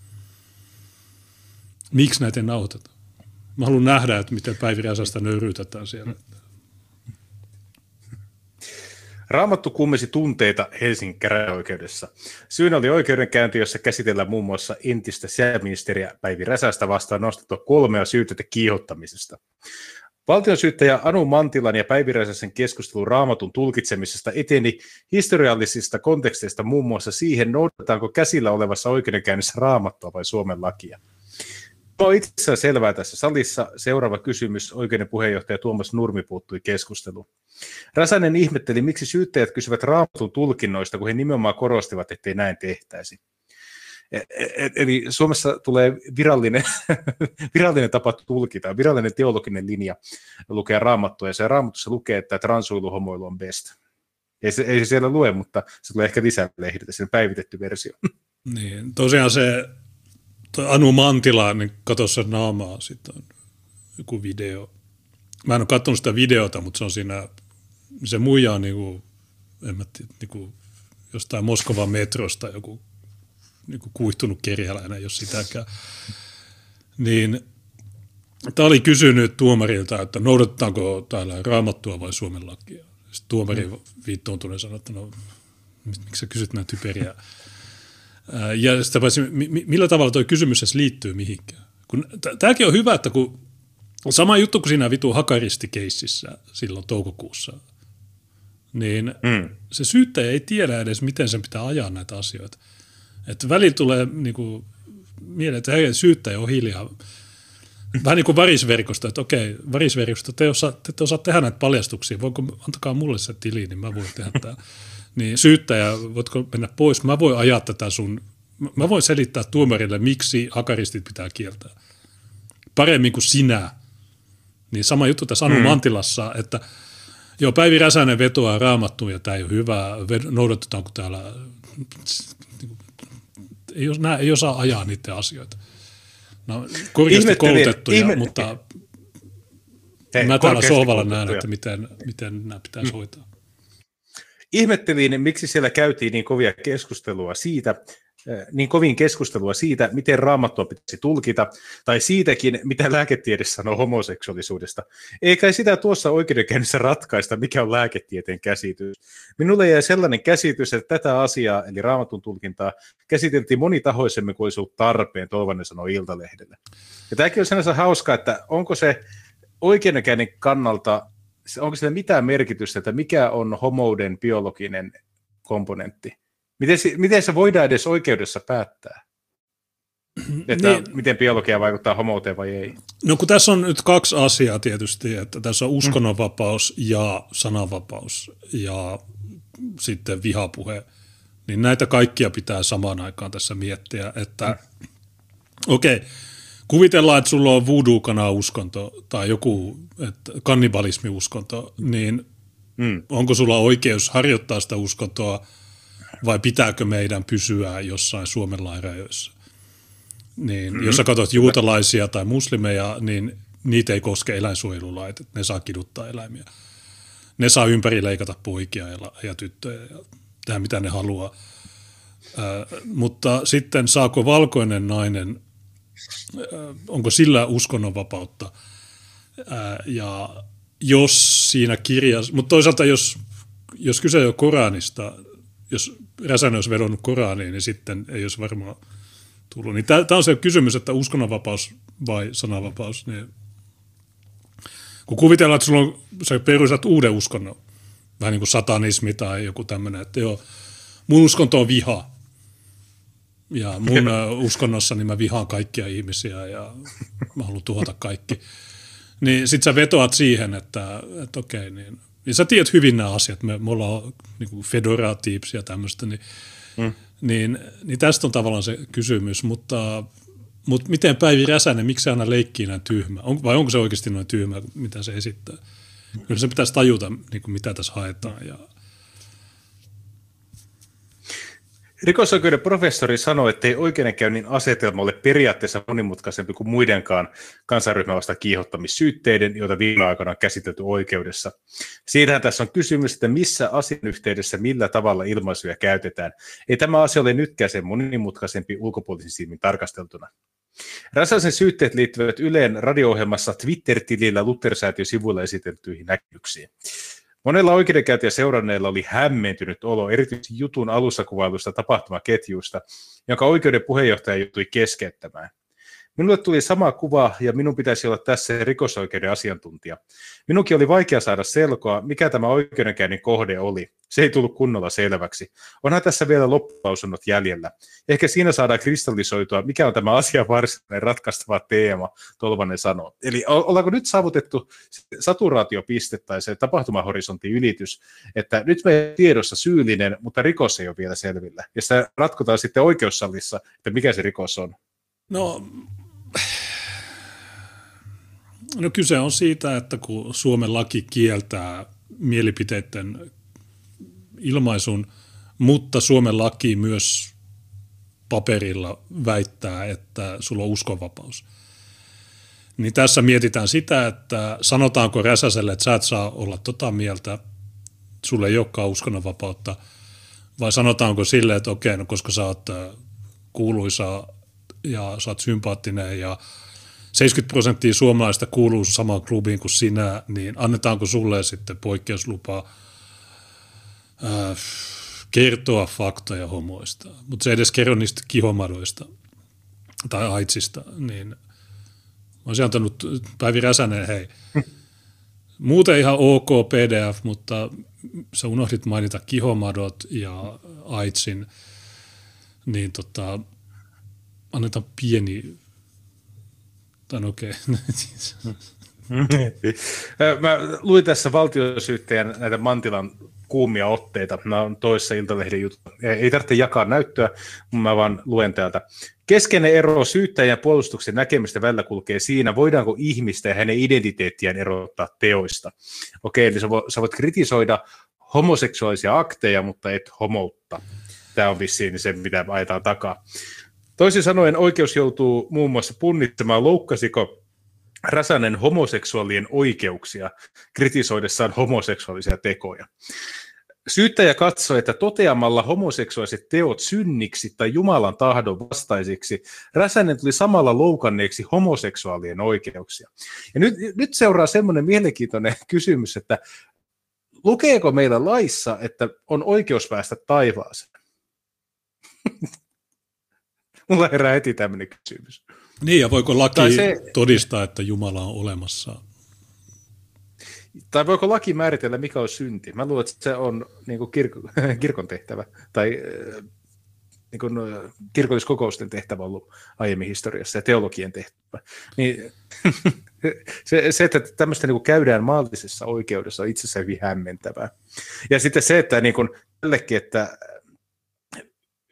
Miksi näitä ei nauhoiteta? Mä haluan nähdä, että miten Päivi Räsästä nöyryytetään siellä. Raamattu kummesi tunteita Helsingin käräjäoikeudessa. Syynä oli oikeudenkäynti, jossa käsitellään muun muassa entistä sisäministeriä Päivi Räsästä vastaan nostettua kolmea syytettä kiihottamisesta. Valtionsyyttäjä Anu Mantilan ja Päivi Räsäsen keskustelu Raamatun tulkitsemisesta eteni historiallisista konteksteista muun muassa siihen, noudatetaanko käsillä olevassa oikeudenkäynnissä Raamattua vai Suomen lakia. On itsessään selvää tässä salissa. Seuraava kysymys. Oikeuden puheenjohtaja Tuomas Nurmi puuttui keskusteluun. Räsänen ihmetteli, miksi syyttäjät kysyvät Raamatun tulkinnoista, kun he nimenomaan korostivat, ettei näin tehtäisi. Eli Suomessa tulee virallinen, virallinen tapa tulkita, virallinen teologinen linja lukea Raamattua, ja se Raamatussa lukee, että transuilu homoilu on best. Ei se, ei se siellä lue, mutta se tulee ehkä lisälehdiltä, sen päivitetty versio. Niin, tosiaan se Anu Mantila, niin katso sen naamaa, sitten on joku video. Mä en ole katsonut sitä videota, mutta se on siinä, se muija on niin kuin, en mä tiedä, niin kuin jostain Moskovan metrosta joku niin kuin kuihtunut kerjäläinen, jos sitäkään. Niin tämä oli kysynyt tuomarilta, että noudatetaanko täällä Raamattua vai Suomen lakia. Sitten tuomari mm. viittoontuneen sanoi, että no, miksi sä kysyt näin typeriä. Ja sitä paitsi, millä tavalla tuo kysymys edes liittyy mihinkään. Tämäkin on hyvä, että kun sama juttu kuin siinä vitu Hakaristi-keississä silloin toukokuussa, niin mm. se syyttäjä ei tiedä edes, miten sen pitää ajaa näitä asioita. Että välillä tulee niin kuin, mieleen, että hei, syyttäjä on hiljaa. Vähän niin kuin varisverkosta, että okei, varisverkosta, te, osaa, te ette osaa tehdä näitä paljastuksia, voinko, antakaa mulle se tili, niin mä voin tehdä tämä. Niin syyttäjä, voitko mennä pois, mä voin ajaa tätä sun, mä voin selittää tuomarille, miksi hakaristit pitää kieltää. Paremmin kuin sinä. Niin sama juttu tässä Anu mm. Mantilassa, että joo, Päivi Räsänen vetoaa Raamattuun ja tämä ei ole hyvä, noudatetaanko täällä, ei, os, nää, ei osaa ajaa niiden asioita. No, korkeasti koulutettuja, ihme... mutta Hei, mä täällä sohvalla näen, että miten, miten nämä pitäisi mm. hoitaa. Ihmettelin, miksi siellä käytiin niin kovia keskustelua siitä, niin kovin keskustelua siitä, miten Raamattua pitäisi tulkita, tai siitäkin, mitä lääketiede sanoo homoseksuaalisuudesta. Eikä sitä tuossa oikeudenkäynnissä ratkaista, mikä on lääketieteen käsitys. Minulle jäi sellainen käsitys, että tätä asiaa, eli Raamatun tulkintaa, käsiteltiin monitahoisemmin kuin olisi ollut tarpeen, Tolvanen sanoi Iltalehdelle. Ja tämäkin on sellainen hauska, että onko se oikeudenkäynnin kannalta, onko sillä mitään merkitystä, että mikä on homouden biologinen komponentti? Miten se, miten se voidaan edes oikeudessa päättää? Että niin, miten biologia vaikuttaa homouteen vai ei? No kun tässä on nyt kaksi asiaa tietysti, että tässä on uskonnonvapaus ja sananvapaus ja sitten vihapuhe, niin näitä kaikkia pitää samaan aikaan tässä miettiä, että mm. okei, okay, kuvitellaan, että sulla on voodoo-kana-uskonto tai joku että kannibalismi-uskonto, niin mm. onko sulla oikeus harjoittaa sitä uskontoa vai pitääkö meidän pysyä jossain Suomen lain rajoissa? Niin, mm-hmm. Jos sä katsot juutalaisia tai muslimeja, niin niitä ei koske eläinsuojelulait, ne saa kiduttaa eläimiä. Ne saa ympärileikata poikia ja, ja tyttöjä ja tehdä mitä ne haluaa. Äh, mutta sitten saako valkoinen nainen, äh, onko sillä uskonnonvapautta? Äh, ja jos siinä kirjassa, mutta toisaalta jos, jos kyse on Koranista, jos Räsänen olisi vedonnut Koraniin, niin sitten ei olisi varmaan tullut. Niin tämä on se kysymys, että uskonnonvapaus vai sananvapaus. Niin kun kuvitellaan, että sulla on, sä perustat uuden uskonnon, vähän niin kuin satanismi tai joku tämmöinen, että joo, mun uskonto on viha. Ja mun uskonnossa niin mä vihaan kaikkia ihmisiä ja mä haluan tuhota kaikki. Niin sit sä vetoat siihen, että, että okei, niin, niin sä tiedät hyvin nämä asiat, me, me ollaan niin kuin Fedora-tiipsi ja tämmöistä, niin, mm. niin, niin tästä on tavallaan se kysymys, mutta, mutta miten Päivi Räsänen, miksi se aina leikkii näin tyhmä, on, vai onko se oikeasti noin tyhmä, mitä se esittää? Kyllä se pitäisi tajuta, niin kuin mitä tässä haetaan ja rikosoikeuden professori sanoi, että ei oikeudenkäynnin asetelma ole periaatteessa monimutkaisempi kuin muidenkaan kansanryhmän vasta kiihottamissyytteiden, joita viime aikoina on käsitelty oikeudessa. Siitähän tässä on kysymys, että missä asian yhteydessä millä tavalla ilmaisuja käytetään. Ei tämä asia ole nytkään sen monimutkaisempi ulkopuolisin silmin tarkasteltuna. Räsäsen syytteet liittyvät Yleen radio-ohjelmassa Twitter-tilillä Luther-säätiön sivuilla esiteltyihin näkemyksiin. Monella oikeudenkäyntiä seuranneilla oli hämmentynyt olo erityisesti jutun alussa kuvailusta tapahtumaketjuista, jonka oikeuden puheenjohtaja joutui keskeyttämään. Minulle tuli sama kuva ja minun pitäisi olla tässä rikosoikeuden asiantuntija. Minunkin oli vaikea saada selkoa, mikä tämä oikeudenkäynnin kohde oli. Se ei tullut kunnolla selväksi. Onhan tässä vielä loppulausunnot jäljellä. Ehkä siinä saadaan kristallisoitua, mikä on tämä asian varsinainen ratkaistava teema, Tolvanen sanoo. Eli ollaanko nyt saavutettu saturaatiopiste tai se tapahtumahorisontin ylitys, että nyt me tiedossa syyllinen, mutta rikos ei ole vielä selvillä. Ja sitä ratkotaan sitten oikeussalissa, että mikä se rikos on. No, no kyse on siitä, että kun Suomen laki kieltää mielipiteiden ilmaisun, mutta Suomen laki myös paperilla väittää, että sulla on uskonvapaus. Niin tässä mietitään sitä, että sanotaanko Räsäselle, että sä et saa olla tota mieltä, sulle ei olekaan uskonnonvapautta, vai sanotaanko sille, että okei, no koska sä oot kuuluisa ja sä oot sympaattinen ja seitsemänkymmentä prosenttia suomalaista kuuluu samaan klubiin kuin sinä, niin annetaanko sulle sitten poikkeuslupa äh, kertoa faktoja homoista, mutta se ei edes kerro niistä kihomadoista tai aitsista, niin mä olisin antanut Päivi Räsänen, hei, muuten ihan ok P D F, mutta sä unohdit mainita kihomadot ja aitsin, niin tota, annetaan pieni, tai okei. Mä luin tässä valtiosyyttäjän näitä Mantilan kuumia otteita. Nämä on toisessa Iltalehden juttu. Ei tarvitse jakaa näyttöä, mä vaan luen täältä. Keskeinen ero syyttäjän ja puolustuksen näkemystä välillä kulkee siinä, voidaanko ihmistä ja hänen identiteettiään erottaa teoista. Okei, eli sä voit kritisoida homoseksuaalisia akteja, mutta et homoutta. Tämä on vissiin se, mitä ajetaan takaa. Toisin sanoen oikeus joutuu muun muassa punnitsemaan, loukkasiko Räsänen homoseksuaalien oikeuksia kritisoidessaan homoseksuaalisia tekoja. Syyttäjä katsoi, että toteamalla homoseksuaaliset teot synniksi tai Jumalan tahdon vastaisiksi, Räsänen tuli samalla loukanneeksi homoseksuaalien oikeuksia. Ja nyt, nyt seuraa semmoinen mielenkiintoinen kysymys, että lukeeko meillä laissa, että on oikeus päästä taivaaseen? Mulla herää heti tämmöinen kysymys. Niin, ja voiko laki se, todistaa, että Jumala on olemassa? Tai voiko laki määritellä, mikä on synti? Mä luulen, että se on niin kuin kirk- kirkon tehtävä, tai niin kuin kirkolliskokousten tehtävä ollut aiemmin historiassa, ja teologien tehtävä. Niin, se, se, että tämmöistä niin kuin käydään maallisessa oikeudessa, on itse asiassa hyvin hämmentävää. Ja sitten se, että niin kuin tällekin, että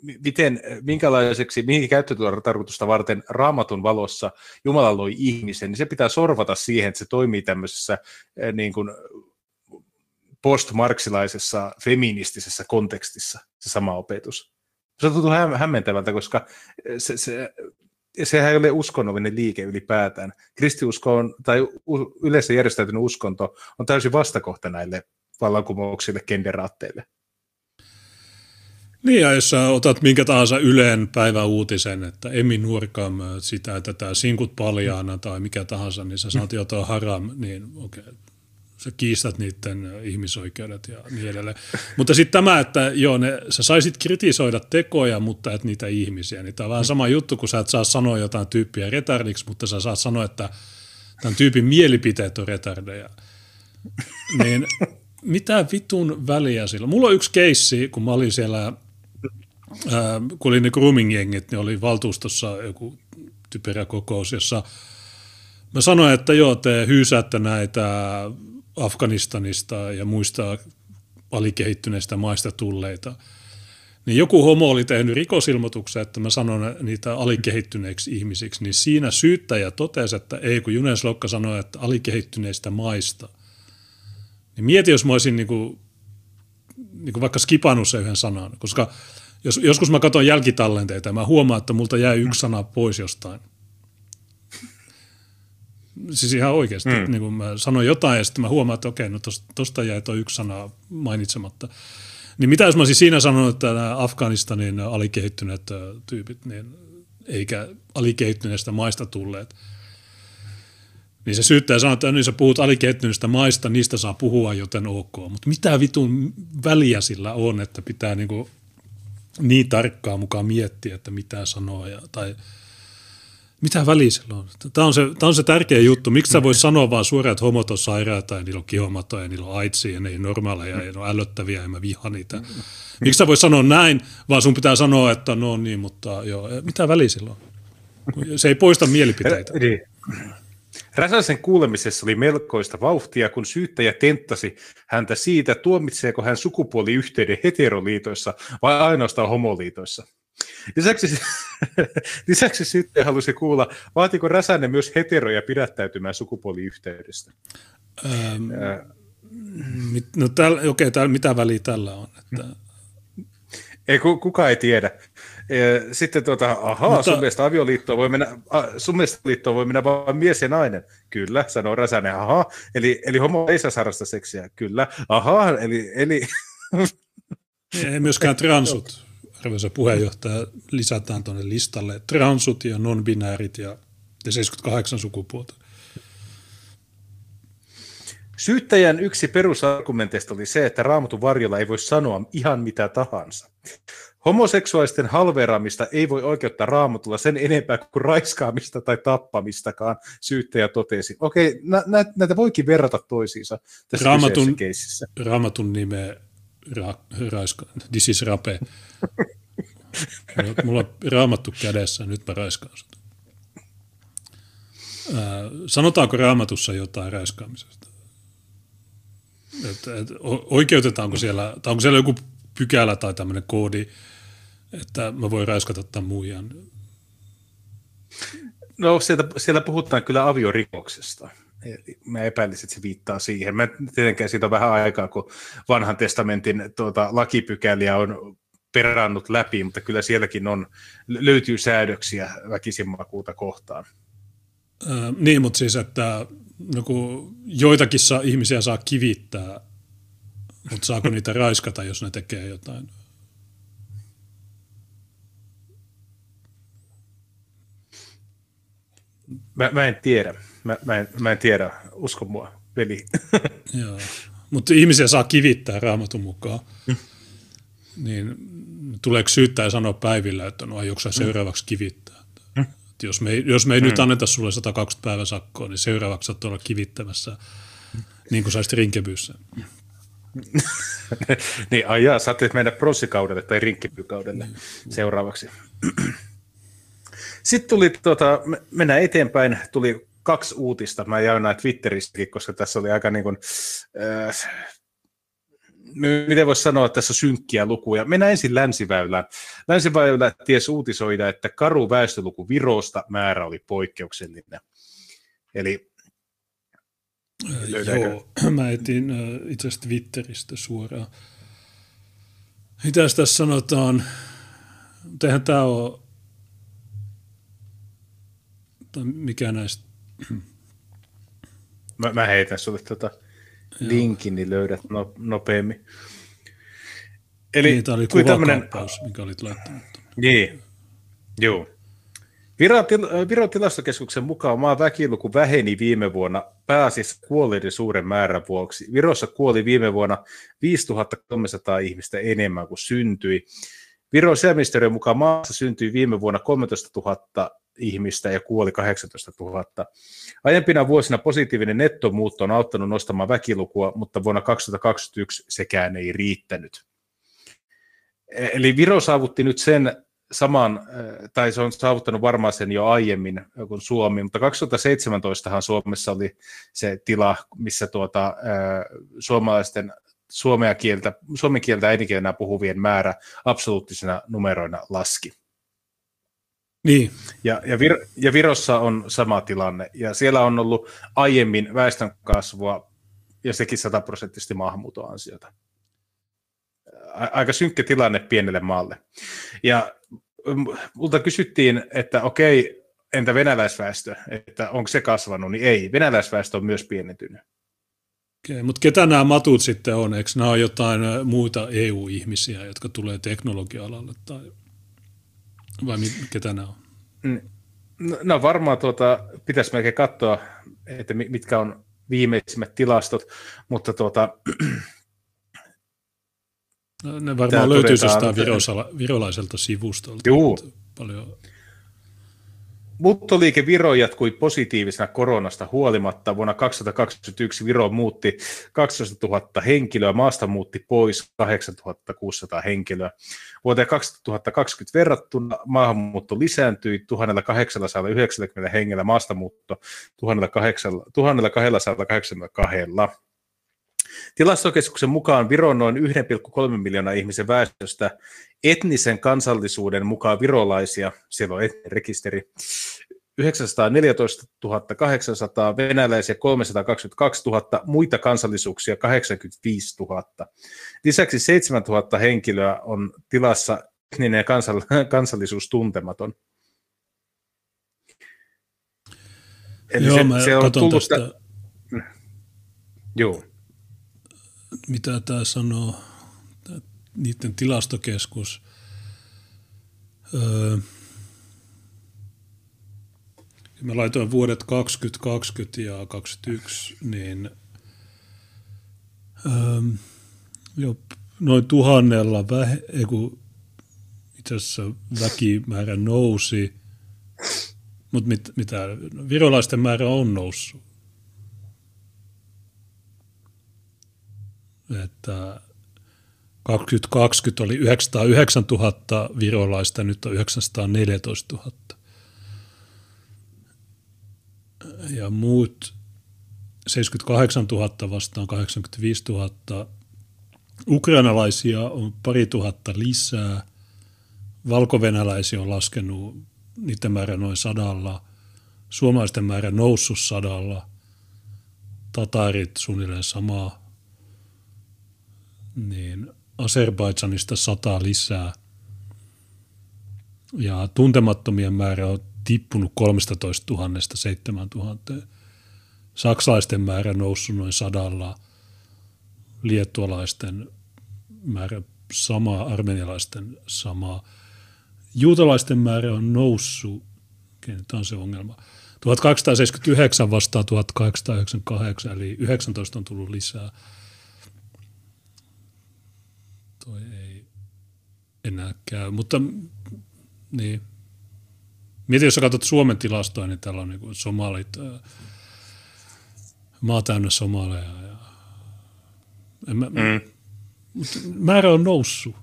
miten, minkälaiseksi, mihin käyttötarkoitusta varten Raamatun valossa Jumala loi ihmisen, niin se pitää sorvata siihen, että se toimii tämmöisessä niin kuin postmarksilaisessa feministisessä kontekstissa, se sama opetus. Se tuntuu hämmentävältä, koska se, se, sehän ei ole uskonnollinen liike ylipäätään. Kristiusko on, tai yleensä järjestäytynyt uskonto on täysin vastakohta näille vallankumouksille, kenderaatteille. Niin, ja jos sä otat minkä tahansa Ylen päiväuutisen, että Emmi Nurkam sitä, että tämä sinkut paljaana tai mikä tahansa, niin sä sanot jotain haram, niin okei, okay, sä kiistät niiden ihmisoikeudet ja niin edelleen. Mutta sitten tämä, että joo, ne, sä saisit kritisoida tekoja, mutta et niitä ihmisiä, niin tämä on vähän sama juttu, kun sä et saa sanoa jotain tyyppiä retardiksi, mutta sä saat sanoa, että tämän tyypin mielipiteet on retardeja. Niin mitä vitun väliä sillä? Mulla on yksi keissi, kun mä olin siellä, ää, kun oli ne grooming-jengit, niin oli valtuustossa joku typerä kokous, jossa mä sanoin, että joo, te hyysäätte näitä Afganistanista ja muista alikehittyneistä maista tulleita. Niin joku homo oli tehnyt rikosilmoituksen, että mä sanon niitä alikehittyneiksi ihmisiksi, niin siinä syyttäjä totesi, että ei, kun Junes Lokka sanoi, että alikehittyneistä maista. Niin mieti, jos mä olisin niin kuin, niin kuin vaikka skipannut sen yhden sanan, koska jos, joskus mä katson jälkitallenteita ja mä huomaan, että multa jäi yksi sana pois jostain. Siis ihan oikeasti, mm. niin kun mä sanoin jotain ja sitten mä huomaan, että okei, no tosta jäi tuo yksi sana mainitsematta. Niin mitä jos mä olisin siinä sanonut, että nämä Afganistanin alikehittyneet tyypit, niin eikä alikehittyneistä maista tulleet. Niin se syyttäjä sanoo, että niin sä puhut alikehittyneistä maista, niistä saa puhua, joten ok. Mutta mitä vitun väliä sillä on, että pitää niinku niin tarkkaan mukaan miettiä, että mitä sanoo ja, tai mitä väliä sillä on. Tämä on se, tämä on se tärkeä juttu. Miksi sä vois sanoa vaan suoraan, että homot on sairaata ja niillä on kihomatta ja niillä on aitsia ja ne ei normaaleja ja ne on ällöttäviä ja mä vihaan niitä. Miksi sä vois sanoa näin, vaan sun pitää sanoa, että no niin, mutta joo, mitä väliä sillä on? Se ei poista mielipiteitä. Räsäsen kuulemisessa oli melkoista vauhtia, kun syyttäjä tenttasi häntä siitä, tuomitseeko hän sukupuoliyhteyden heteroliitoissa vai ainoastaan homoliitoissa. Lisäksi, lisäksi syyttäjä halusi kuulla, vaatiko Räsänen myös heteroja pidättäytymään sukupuoliyhteydestä. Ähm, äh. No täl, okei, täl, mitä väliä tällä on? Että... Ei, kukaan ei tiedä. Sitten tuota, ahaa, Mutta... sun mielestä avioliittoon voi mennä, sun mielestä liittoon voi mennä vain mies ja nainen. Kyllä, sanoo Räsänen, ahaa. Eli, eli homo ei saa harrastaa seksiä. Kyllä, ahaa, eli... eli... Ei myöskään transut. Arvoisa puheenjohtaja, lisätään tuonne listalle transut ja non-binäärit ja seitsemänkymmentäkahdeksan sukupuolta. Syyttäjän yksi perusargumenteista oli se, että Raamatun varjolla ei voi sanoa ihan mitä tahansa. Homoseksuaalisten halveeraamista ei voi oikeuttaa Raamatulla sen enempää kuin raiskaamista tai tappamistakaan, syyttäjä totesi. Okei, nä- nä- näitä voikin verrata toisiinsa tässä Raamatun, keississä. Raamatun nimeä ra- raiska, this is rape. Mulla on Raamattu kädessä, nyt mä raiskaan sut. Äh, sanotaanko Raamatussa jotain raiskaamisesta? Et, et, oikeutetaanko siellä, tai onko siellä joku pykälä tai tämmöinen koodi, että mä voin raiskata tämän muijan? No sieltä, siellä puhutaan kyllä aviorikoksesta. Eli mä epäilisin, että se viittaa siihen. Mä tietenkään siitä on vähän aikaa, kun vanhan testamentin tuota, lakipykäliä on perannut läpi, mutta kyllä sielläkin on, löytyy säädöksiä väkisinmakuuta kohtaan. Äh, niin, mutta siis, että no kun joitakin saa, ihmisiä saa kivittää, mutta saako niitä raiskata, jos ne tekee jotain? Mä, mä en tiedä. Mä, mä, en, mä en tiedä. Usko mua, veli. Joo. Mutta ihmisiä saa kivittää Raamatun mukaan. Mm. Niin tuleeko syyttää ja sanoa päivillä, että no aiotko sä seuraavaksi kivittää? Mm. Jos me ei, jos me ei mm. nyt anneta sulle sata kaksikymmentä päivän sakkoa, niin seuraavaksi saat olla kivittämässä, mm. niin kuin saisit Rinkebyyssä. Niin, ajaa, saatte mennä pronssikaudelle tai rinkkipykaudelle mm. seuraavaksi. Sitten tuli, tuota, mennään eteenpäin, tuli kaksi uutista. Mä jaoin näitä Twitterissäkin, koska tässä oli aika niin kuin, äh, miten voisi sanoa, että tässä on synkkiä lukuja. Mennään ensin Länsiväylään. Länsiväylä ties uutisoida, että karu väestöluku Virosta määrä oli poikkeuksellinen. Eli löydäänkö? Joo, mä etin itse asiassa Twitteristä suoraan. Mitäs tässä sanotaan? Eihän tämä ole, mikä näistä? Mä, mä heitän sulle tota linkin, niin löydät no, nopeammin. Eli niin, tämä oli kuvakaappaus, tämmönen... mikä olit laittanut. Niin, joo. Viron, til- Viron tilastokeskuksen mukaan maan väkiluku väheni viime vuonna pääasiassa kuolleiden suuren määrän vuoksi. Virossa kuoli viime vuonna viisituhatta kolmesataa ihmistä enemmän kuin syntyi. Viron sisäministeriön mukaan maassa syntyi viime vuonna kolmetoistatuhatta ihmistä ja kuoli kahdeksantoistatuhatta. Aiempina vuosina positiivinen nettomuutto on auttanut nostamaan väkilukua, mutta vuonna kaksituhattakaksikymmentäyksi sekään ei riittänyt. Eli Viro saavutti nyt sen saman, tai se on saavuttanut varmaan sen jo aiemmin kuin Suomi, mutta kaksituhattaseitsemäntoistahan Suomessa oli se tila, missä tuota, äh, suomalaisten suomea kieltä, suomen kieltä äidinkielenä puhuvien määrä absoluuttisena numeroina laski. Niin. Ja, ja, Vir, ja Virossa on sama tilanne, ja siellä on ollut aiemmin väestönkasvua, ja sekin sataprosenttisesti maahanmuuton ansiota. Aika synkkä tilanne pienelle maalle. Ja multa kysyttiin, että okei, entä venäläisväestö, että onko se kasvanut, niin ei, venäläisväestö on myös pienentynyt. Okei, mutta ketä nämä matut sitten on? Eikö nämä ole jotain muita E U-ihmisiä, jotka tulee teknologia-alalle, tai vai ketä nämä on? No varmaan tuota, pitäisi melkein katsoa, että mitkä on viimeisimmät tilastot, mutta tuota... No, ne varmaan löytyisi jostain virolaiselta sivustolta. Juu. Paljon. Muuttoliike Viro jatkui positiivisena koronasta huolimatta. Vuonna kaksituhattakaksikymmentäyksi Viro muutti kaksitoistatuhatta henkilöä, maasta muutti pois kahdeksantuhattakuusisataa henkilöä. Vuoteen kaksituhattakaksikymmentä verrattuna maahanmuutto lisääntyi tuhatkahdeksansataayhdeksänkymmentä hengellä, maastamuutto tuhatkahdeksansataakahdeksankymmentäkaksi. Tilastokeskuksen mukaan Viron noin yksi pilkku kolme miljoonaa ihmisen väestöstä etnisen kansallisuuden mukaan virolaisia, siellä on etninen rekisteri, yhdeksänsataaneljätoistatuhatta kahdeksansataa, venäläisiä kolmesataakaksikymmentäkaksituhatta, muita kansallisuuksia kahdeksankymmentäviisituhatta. Lisäksi seitsemäntuhatta henkilöä on tilassa etninen kansall- kansallisuus tuntematon. Eli Joo, se, mä se on tullut tästä. Tä... Joo. Mitä tämä sanoo, niiden tilastokeskus. Öö, mä laitoin vuodet kaksikymmentä, kaksikymmentä ja kaksikymmentäyksi, niin öö, jo noin tuhannella vähe, eiku, itse asiassa väkimäärä nousi, mutta mit, mitä virolaisten määrä on noussut. Että kaksituhattakaksikymmentä oli yhdeksänsataayhdeksäntuhatta virolaista, nyt on yhdeksänsataaneljätoistatuhatta. Ja muut seitsemänkymmentäkahdeksantuhatta vastaan kahdeksankymmentäviisituhatta. Ukrainalaisia on pari tuhatta lisää. Valkovenäläisiä on laskenut niiden määrä noin sadalla. Suomalaisten määrä noussut sadalla. Tatarit suunnilleen samaa. Niin Azerbaidžanista sata lisää. Ja tuntemattomien määrä on tippunut kolmetoistatuhatta seitsemäntuhatta. Saksalaisten määrä noussut noin sadalla. Liettualaisten määrä sama, armenialaisten sama. Juutalaisten määrä on noussut, okay, tämä on se ongelma, tuhatkahdeksansataaseitsemänkymmentäyhdeksän vastaan tuhatkahdeksansataayhdeksänkymmentäkahdeksan, eli yhdeksäntoista on tullut lisää. Toi ei enää käy, mutta niin. Mietin, jos sä katsot Suomen tilastoja, niin täällä on niin somalit, maa täynnä somaleja. Ja, en mä, mm. Mutta määrä on noussut.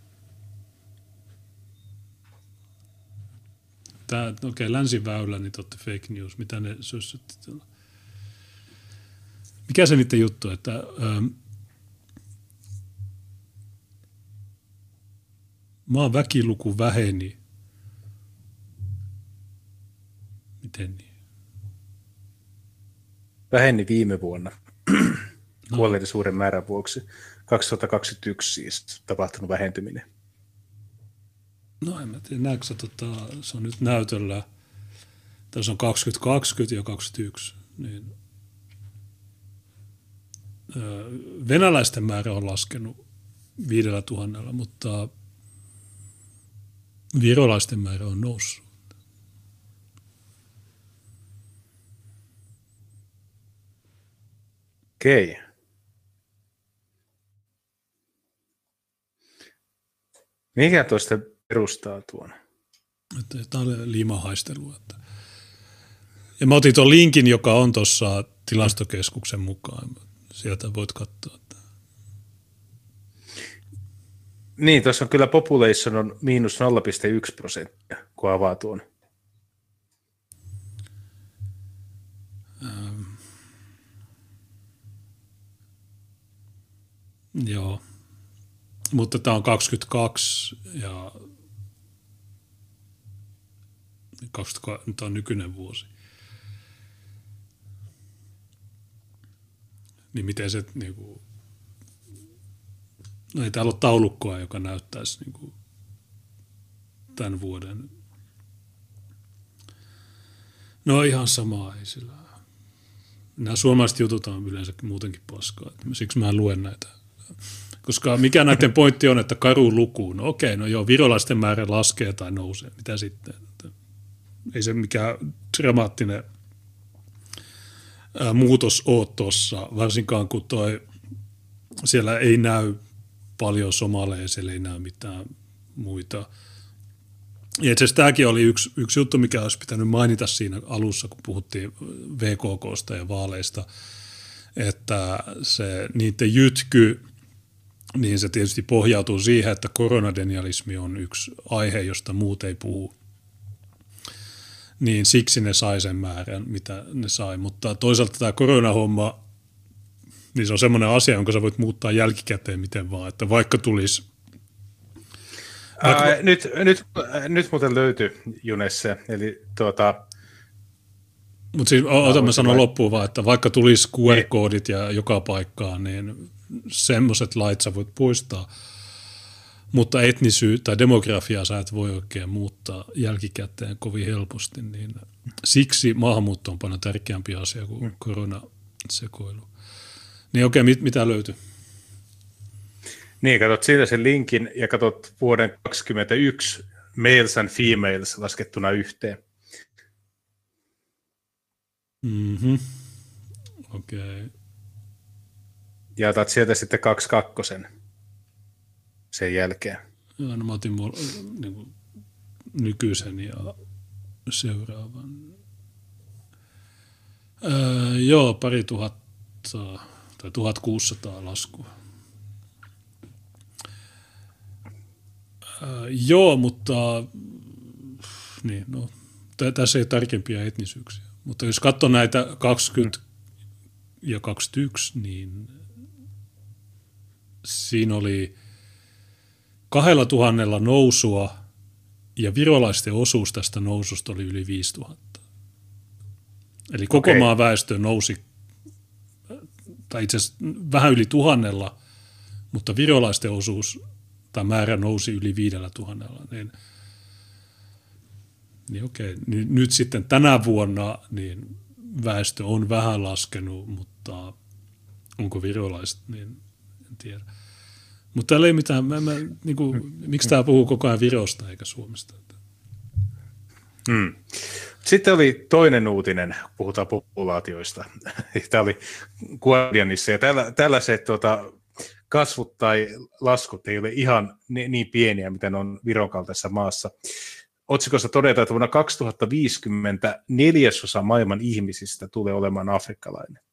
Tää, okei, okay, Länsiväylä, niin totta fake news, mitä ne sössötti. Mikä se niiden juttu, että ähm, maan väkiluku väheni. Miten niin? Väheni viime vuonna no. kuolleiden suuren määrän vuoksi. kaksituhattakaksikymmentäyksi siis tapahtunut vähentyminen. No en mä tiedä, näetkö sä, tota, se on nyt näytöllä, tässä on kaksituhattakaksikymmentä ja kaksikymmentäyksi, niin öö, venäläisten määrä on laskenut viidellä tuhannella, mutta virolaisten määrä on noussut. Okei. Mikä tuosta perustaa tuon? Tämä oli liimahaistelua. Ja mä otin tuon linkin, joka on tuossa tilastokeskuksen mukaan. Sieltä voit katsoa. Niin, tuossa on kyllä population on miinus nolla pilkku yksi prosenttia, kun avaa tuon. Ähm. Joo. Mutta tämä on kaksikymmentäkaksi ja kaksikymmentäkaksi, nyt on nykyinen vuosi. Niin miten se, niin kuin, no ei täällä ole taulukkoa, joka näyttäisi niin kuin, tämän vuoden. No ihan sama, ei sillä. Nämä suomalaiset jutut on yleensä muutenkin paskaa, siksi mä en lue näitä. Koska mikä näiden pointti on, että karu lukuun, no okei, no joo, virolaisten määrä laskee tai nousee, mitä sitten? Ei se mikään dramaattinen ää, muutos ole tuossa, varsinkaan kun toi, siellä ei näy paljon somaleja, siellä ei näy mitään muita. Ja itse asiassa tämäkin oli yksi, yksi juttu, mikä olisi pitänyt mainita siinä alussa, kun puhuttiin V K K:sta ja vaaleista, että se niiden jytky, niin se tietysti pohjautuu siihen, että koronadenialismi on yksi aihe, josta muut ei puhu. Niin siksi ne sai sen määrän, mitä ne sai. Mutta toisaalta tämä koronahomma, niin se on semmoinen asia, jonka sä voit muuttaa jälkikäteen miten vaan, että vaikka tulisi... Vaikka... Ää, nyt, nyt, nyt muuten löytyi Junesse, eli tuota... Mutta siis ota mä sanon loppuun vaan, että vaikka tulisi Q R-koodit ja joka paikkaan, niin semmoiset lait sä voit poistaa, mutta etnisyyttä tai demografiaa sä et voi oikein muuttaa jälkikäteen kovin helposti, niin siksi maahanmuutto on paljon tärkeämpi asia kuin koronasekoilu. Niin okei, mit, mitä löytyy? Niin, katsot siitä sen linkin ja katsot vuoden kaksikymmentäyksi males and females laskettuna yhteen. Mhm. Okei. Okay. Ja otat sieltä sitten kaksi kakkosen sen jälkeen. Ja, no mä otin mul, niin kuin, nykyisen ja seuraavan. Öö, joo, pari tuhatta tai tuhatkuusisataa laskua. Öö, joo, mutta niin, no, t- tässä ei ole tärkeimpiä etnisyyksiä. Mutta jos katsoo näitä kaksikymmentä ja kaksikymmentäyksi, niin siinä oli kahdella tuhannella nousua ja virolaisten osuus tästä noususta oli yli viisituhatta. Eli koko okay. maan väestö nousi, tai itse asiassa vähän yli tuhannella, mutta virolaisten osuus tai määrä nousi yli viidellä tuhannella. Niin, niin okei, nyt, nyt sitten tänä vuonna niin väestö on vähän laskenut, mutta onko virolaiset, niin en tiedä. Mutta täällä ei mitään, mä, mä, niin kuin, miksi tämä puhuu koko ajan Virosta eikä Suomesta? Hmm. Sitten oli toinen uutinen, puhutaan populaatioista. Tämä oli Guardianissa, ja täällä, tällaiset tuota, kasvut tai laskut ei ole ihan niin, niin pieniä, mitä ne on Viron kaltaisessa maassa. Otsikossa todetaan, että vuonna kaksituhattaviisikymmentä neljäsosa maailman ihmisistä tulee olemaan afrikkalainen.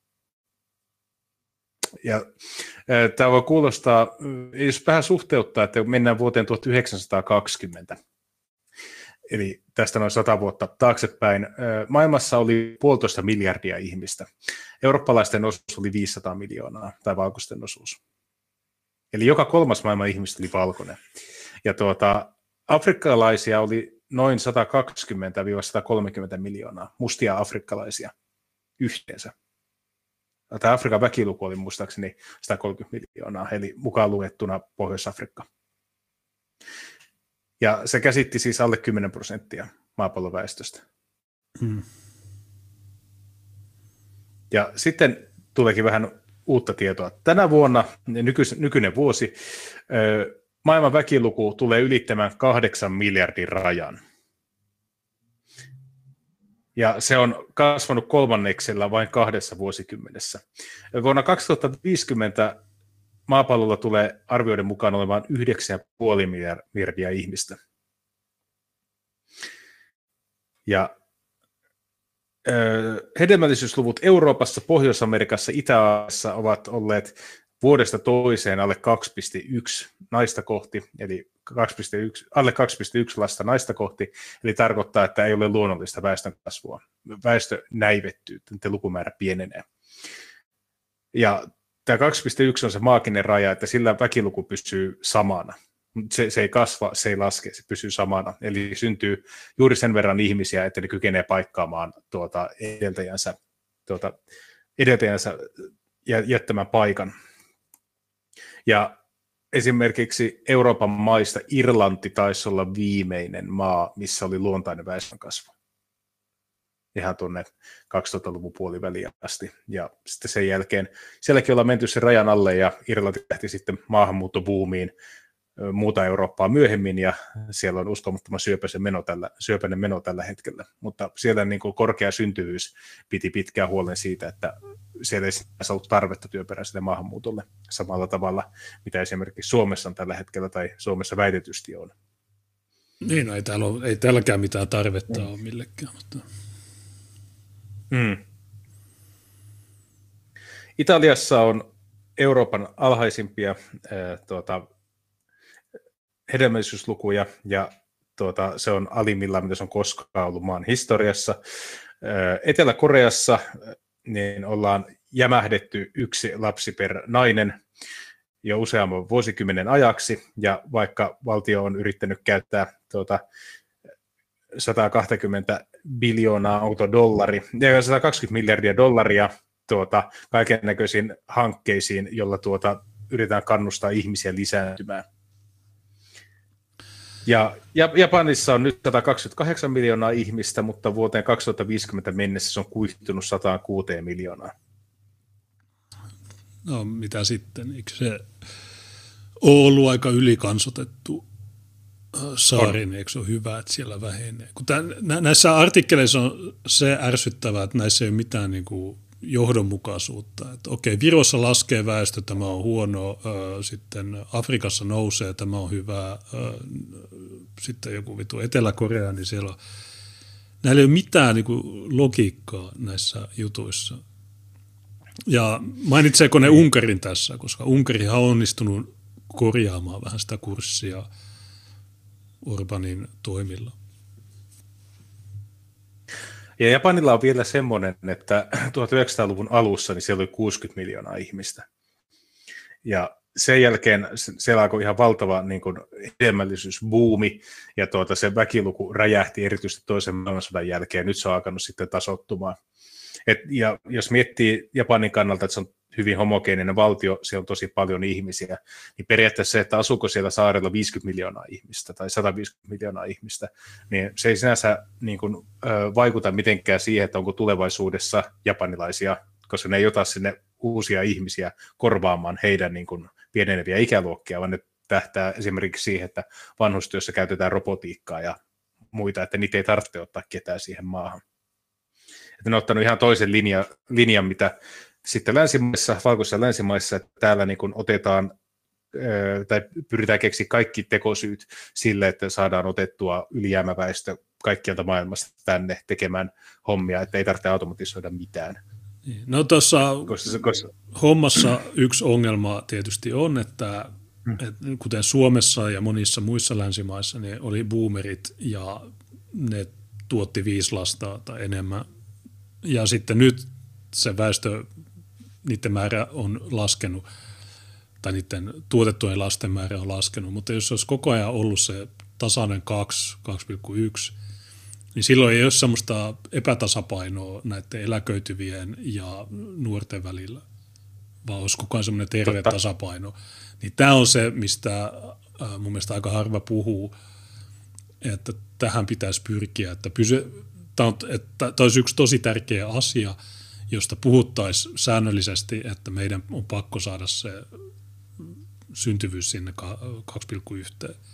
Ja äh, tämä voi kuulostaa, jos vähän suhteuttaa, että mennään vuoteen tuhatyhdeksänsataakaksikymmentä, eli tästä noin sata vuotta taaksepäin, äh, maailmassa oli puolitoista miljardia ihmistä. Eurooppalaisten osuus oli viisisataa miljoonaa, tai valkoisten osuus. Eli joka kolmas maailman ihmistä oli valkoinen. Ja tuota, afrikkalaisia oli noin sata kaksikymmentä sata kolmekymmentä miljoonaa, mustia afrikkalaisia yhteensä. Tämä Afrikan väkiluku oli muistaakseni sata kolmekymmentä miljoonaa, eli mukaan luettuna Pohjois-Afrikka. Ja se käsitti siis alle kymmenen prosenttia maapallon väestöstä. Hmm. Ja sitten tuleekin vähän uutta tietoa. Tänä vuonna, nykyis, nykyinen vuosi, maailman väkiluku tulee ylittämään kahdeksan miljardin rajan. Ja se on kasvanut kolmanneksella vain kahdessa vuosikymmenessä. Vuonna kaksituhattaviisikymmentä maapallolla tulee arvioiden mukaan olemaan yhdeksän pilkku viisi miljardia ihmistä. Ja ö, hedelmällisyysluvut Euroopassa, Pohjois-Amerikassa, Itä-Aasiassa ovat olleet vuodesta toiseen alle kaksi pilkku yksi naista kohti, eli kaksi pilkku yksi, alle kaksi pilkku yksi lasta naista kohti, eli tarkoittaa, että ei ole luonnollista väestön kasvua. Väestö näivettyy, lukumäärä pienenee. Ja tämä kaksi pilkku yksi on se maaginen raja, että sillä väkiluku pysyy samana. Se, se ei kasva, se ei laske, se pysyy samana. Eli syntyy juuri sen verran ihmisiä, että ne kykenee paikkaamaan tuota edeltäjänsä, tuota edeltäjänsä jättämän paikan. Ja esimerkiksi Euroopan maista Irlanti taisi olla viimeinen maa, missä oli luontainen väestönkasvu. Ihan tuonne kaksituhattaluvun puoliväliin asti. Ja sitten sen jälkeen, sielläkin ollaan menty sen rajan alle ja Irlanti lähti sitten maahanmuuttobuumiin muuta Eurooppaa myöhemmin ja siellä on uskomattoman syöpäinen meno tällä, syöpäinen meno tällä hetkellä. Mutta siellä niin kuin korkea syntyvyys piti pitkään huolen siitä, että siellä ei ollut tarvetta työperäiselle maahanmuutolle samalla tavalla, mitä esimerkiksi Suomessa on tällä hetkellä tai Suomessa väitetysti on. Niin, no ei, täällä ole, ei täälläkään mitään tarvetta mm. ole millekään. Mutta... Mm. Italiassa on Euroopan alhaisimpia ää, tuota, hedelmällisyyslukuja, ja tuota, se on alimmillaan, mitä se on koskaan ollut maan historiassa. Etelä-Koreassa niin ollaan jämähdetty yksi lapsi per nainen jo useamman vuosikymmenen ajaksi, ja vaikka valtio on yrittänyt käyttää tuota, sata kaksikymmentä biljoonaa, onko tuo dollari, sata kaksikymmentä miljardia dollaria tuota, kaiken näköisiin hankkeisiin, jolla tuota, yritetään kannustaa ihmisiä lisääntymään. Ja Japanissa on nyt sata kaksikymmentäkahdeksan miljoonaa ihmistä, mutta vuoteen kaksituhattaviisikymmentä mennessä se on kuihtunut sata kuusi miljoonaa. No mitä sitten? Eikö se ole ollut aika ylikansotettu saari, niin eikö se ole hyvä, että siellä vähenee? Kun tämän, näissä artikkeleissa on se ärsyttävää, että näissä ei ole mitään niin kuin johdonmukaisuutta. Että okei, Virossa laskee väestö, tämä on huono, sitten Afrikassa nousee, tämä on hyvä, sitten joku vitu Etelä-Korea, niin siellä on, näillä ei ole mitään niin kuin logiikkaa näissä jutuissa. Ja mainitseeko ne Unkarin tässä, koska Unkarihan on onnistunut korjaamaan vähän sitä kurssia Orbanin toimilla. Ja Japanilla on vielä semmoinen, että tuhatyhdeksänsataaluvun alussa niin siellä oli kuusikymmentä miljoonaa ihmistä. Ja sen jälkeen siellä alkoi ihan valtava niin kuin hedelmällisyysbuumi, ja tuota, se väkiluku räjähti erityisesti toisen maailmansodan jälkeen, nyt se on alkanut sitten tasoittumaan. Et, ja jos miettii Japanin kannalta, että se on hyvin homogeeninen valtio, siellä on tosi paljon ihmisiä, niin periaatteessa se, että asuuko siellä saarella viisikymmentä miljoonaa ihmistä tai sata viisikymmentä miljoonaa ihmistä, niin se ei sinänsä niin kuin, ö, vaikuta mitenkään siihen, että onko tulevaisuudessa japanilaisia, koska ne ei ota sinne uusia ihmisiä korvaamaan heidän niin kuin, pieneneviä ikäluokkia, vaan ne tähtää esimerkiksi siihen, että vanhustyössä käytetään robotiikkaa ja muita, että niitä ei tarvitse ottaa ketään siihen maahan. Että ne on ottanut ihan toisen linja, linjan, mitä sitten länsimaissa, valkoisissa länsimaissa, että täällä niin kuin otetaan tai pyritään keksiä kaikki tekosyyt sille, että saadaan otettua ylijäämäväestö kaikkialta maailmasta tänne tekemään hommia, että ei tarvitse automatisoida mitään. No tuossa hommassa yksi ongelma tietysti on, että, hmm. että kuten Suomessa ja monissa muissa länsimaissa, niin oli boomerit ja ne tuotti viisi lasta tai enemmän. Ja sitten nyt se väestö, niiden määrä on laskenut tai niiden tuotettujen lasten määrä on laskenut, mutta jos olisi koko ajan ollut se tasainen kaksi, kaksi pilkku yksi, niin silloin ei ole semmoista epätasapainoa näiden eläköityvien ja nuorten välillä, vaan olisi koko ajan semmoinen terve Totta. tasapaino. Niin tämä on se, mistä mun mielestä aika harva puhuu, että tähän pitäisi pyrkiä, että, pysy, tämä, on, että tämä olisi yksi tosi tärkeä asia, josta puhuttaisiin säännöllisesti, että meidän on pakko saada se syntyvyys sinne kaksi pilkku yksi.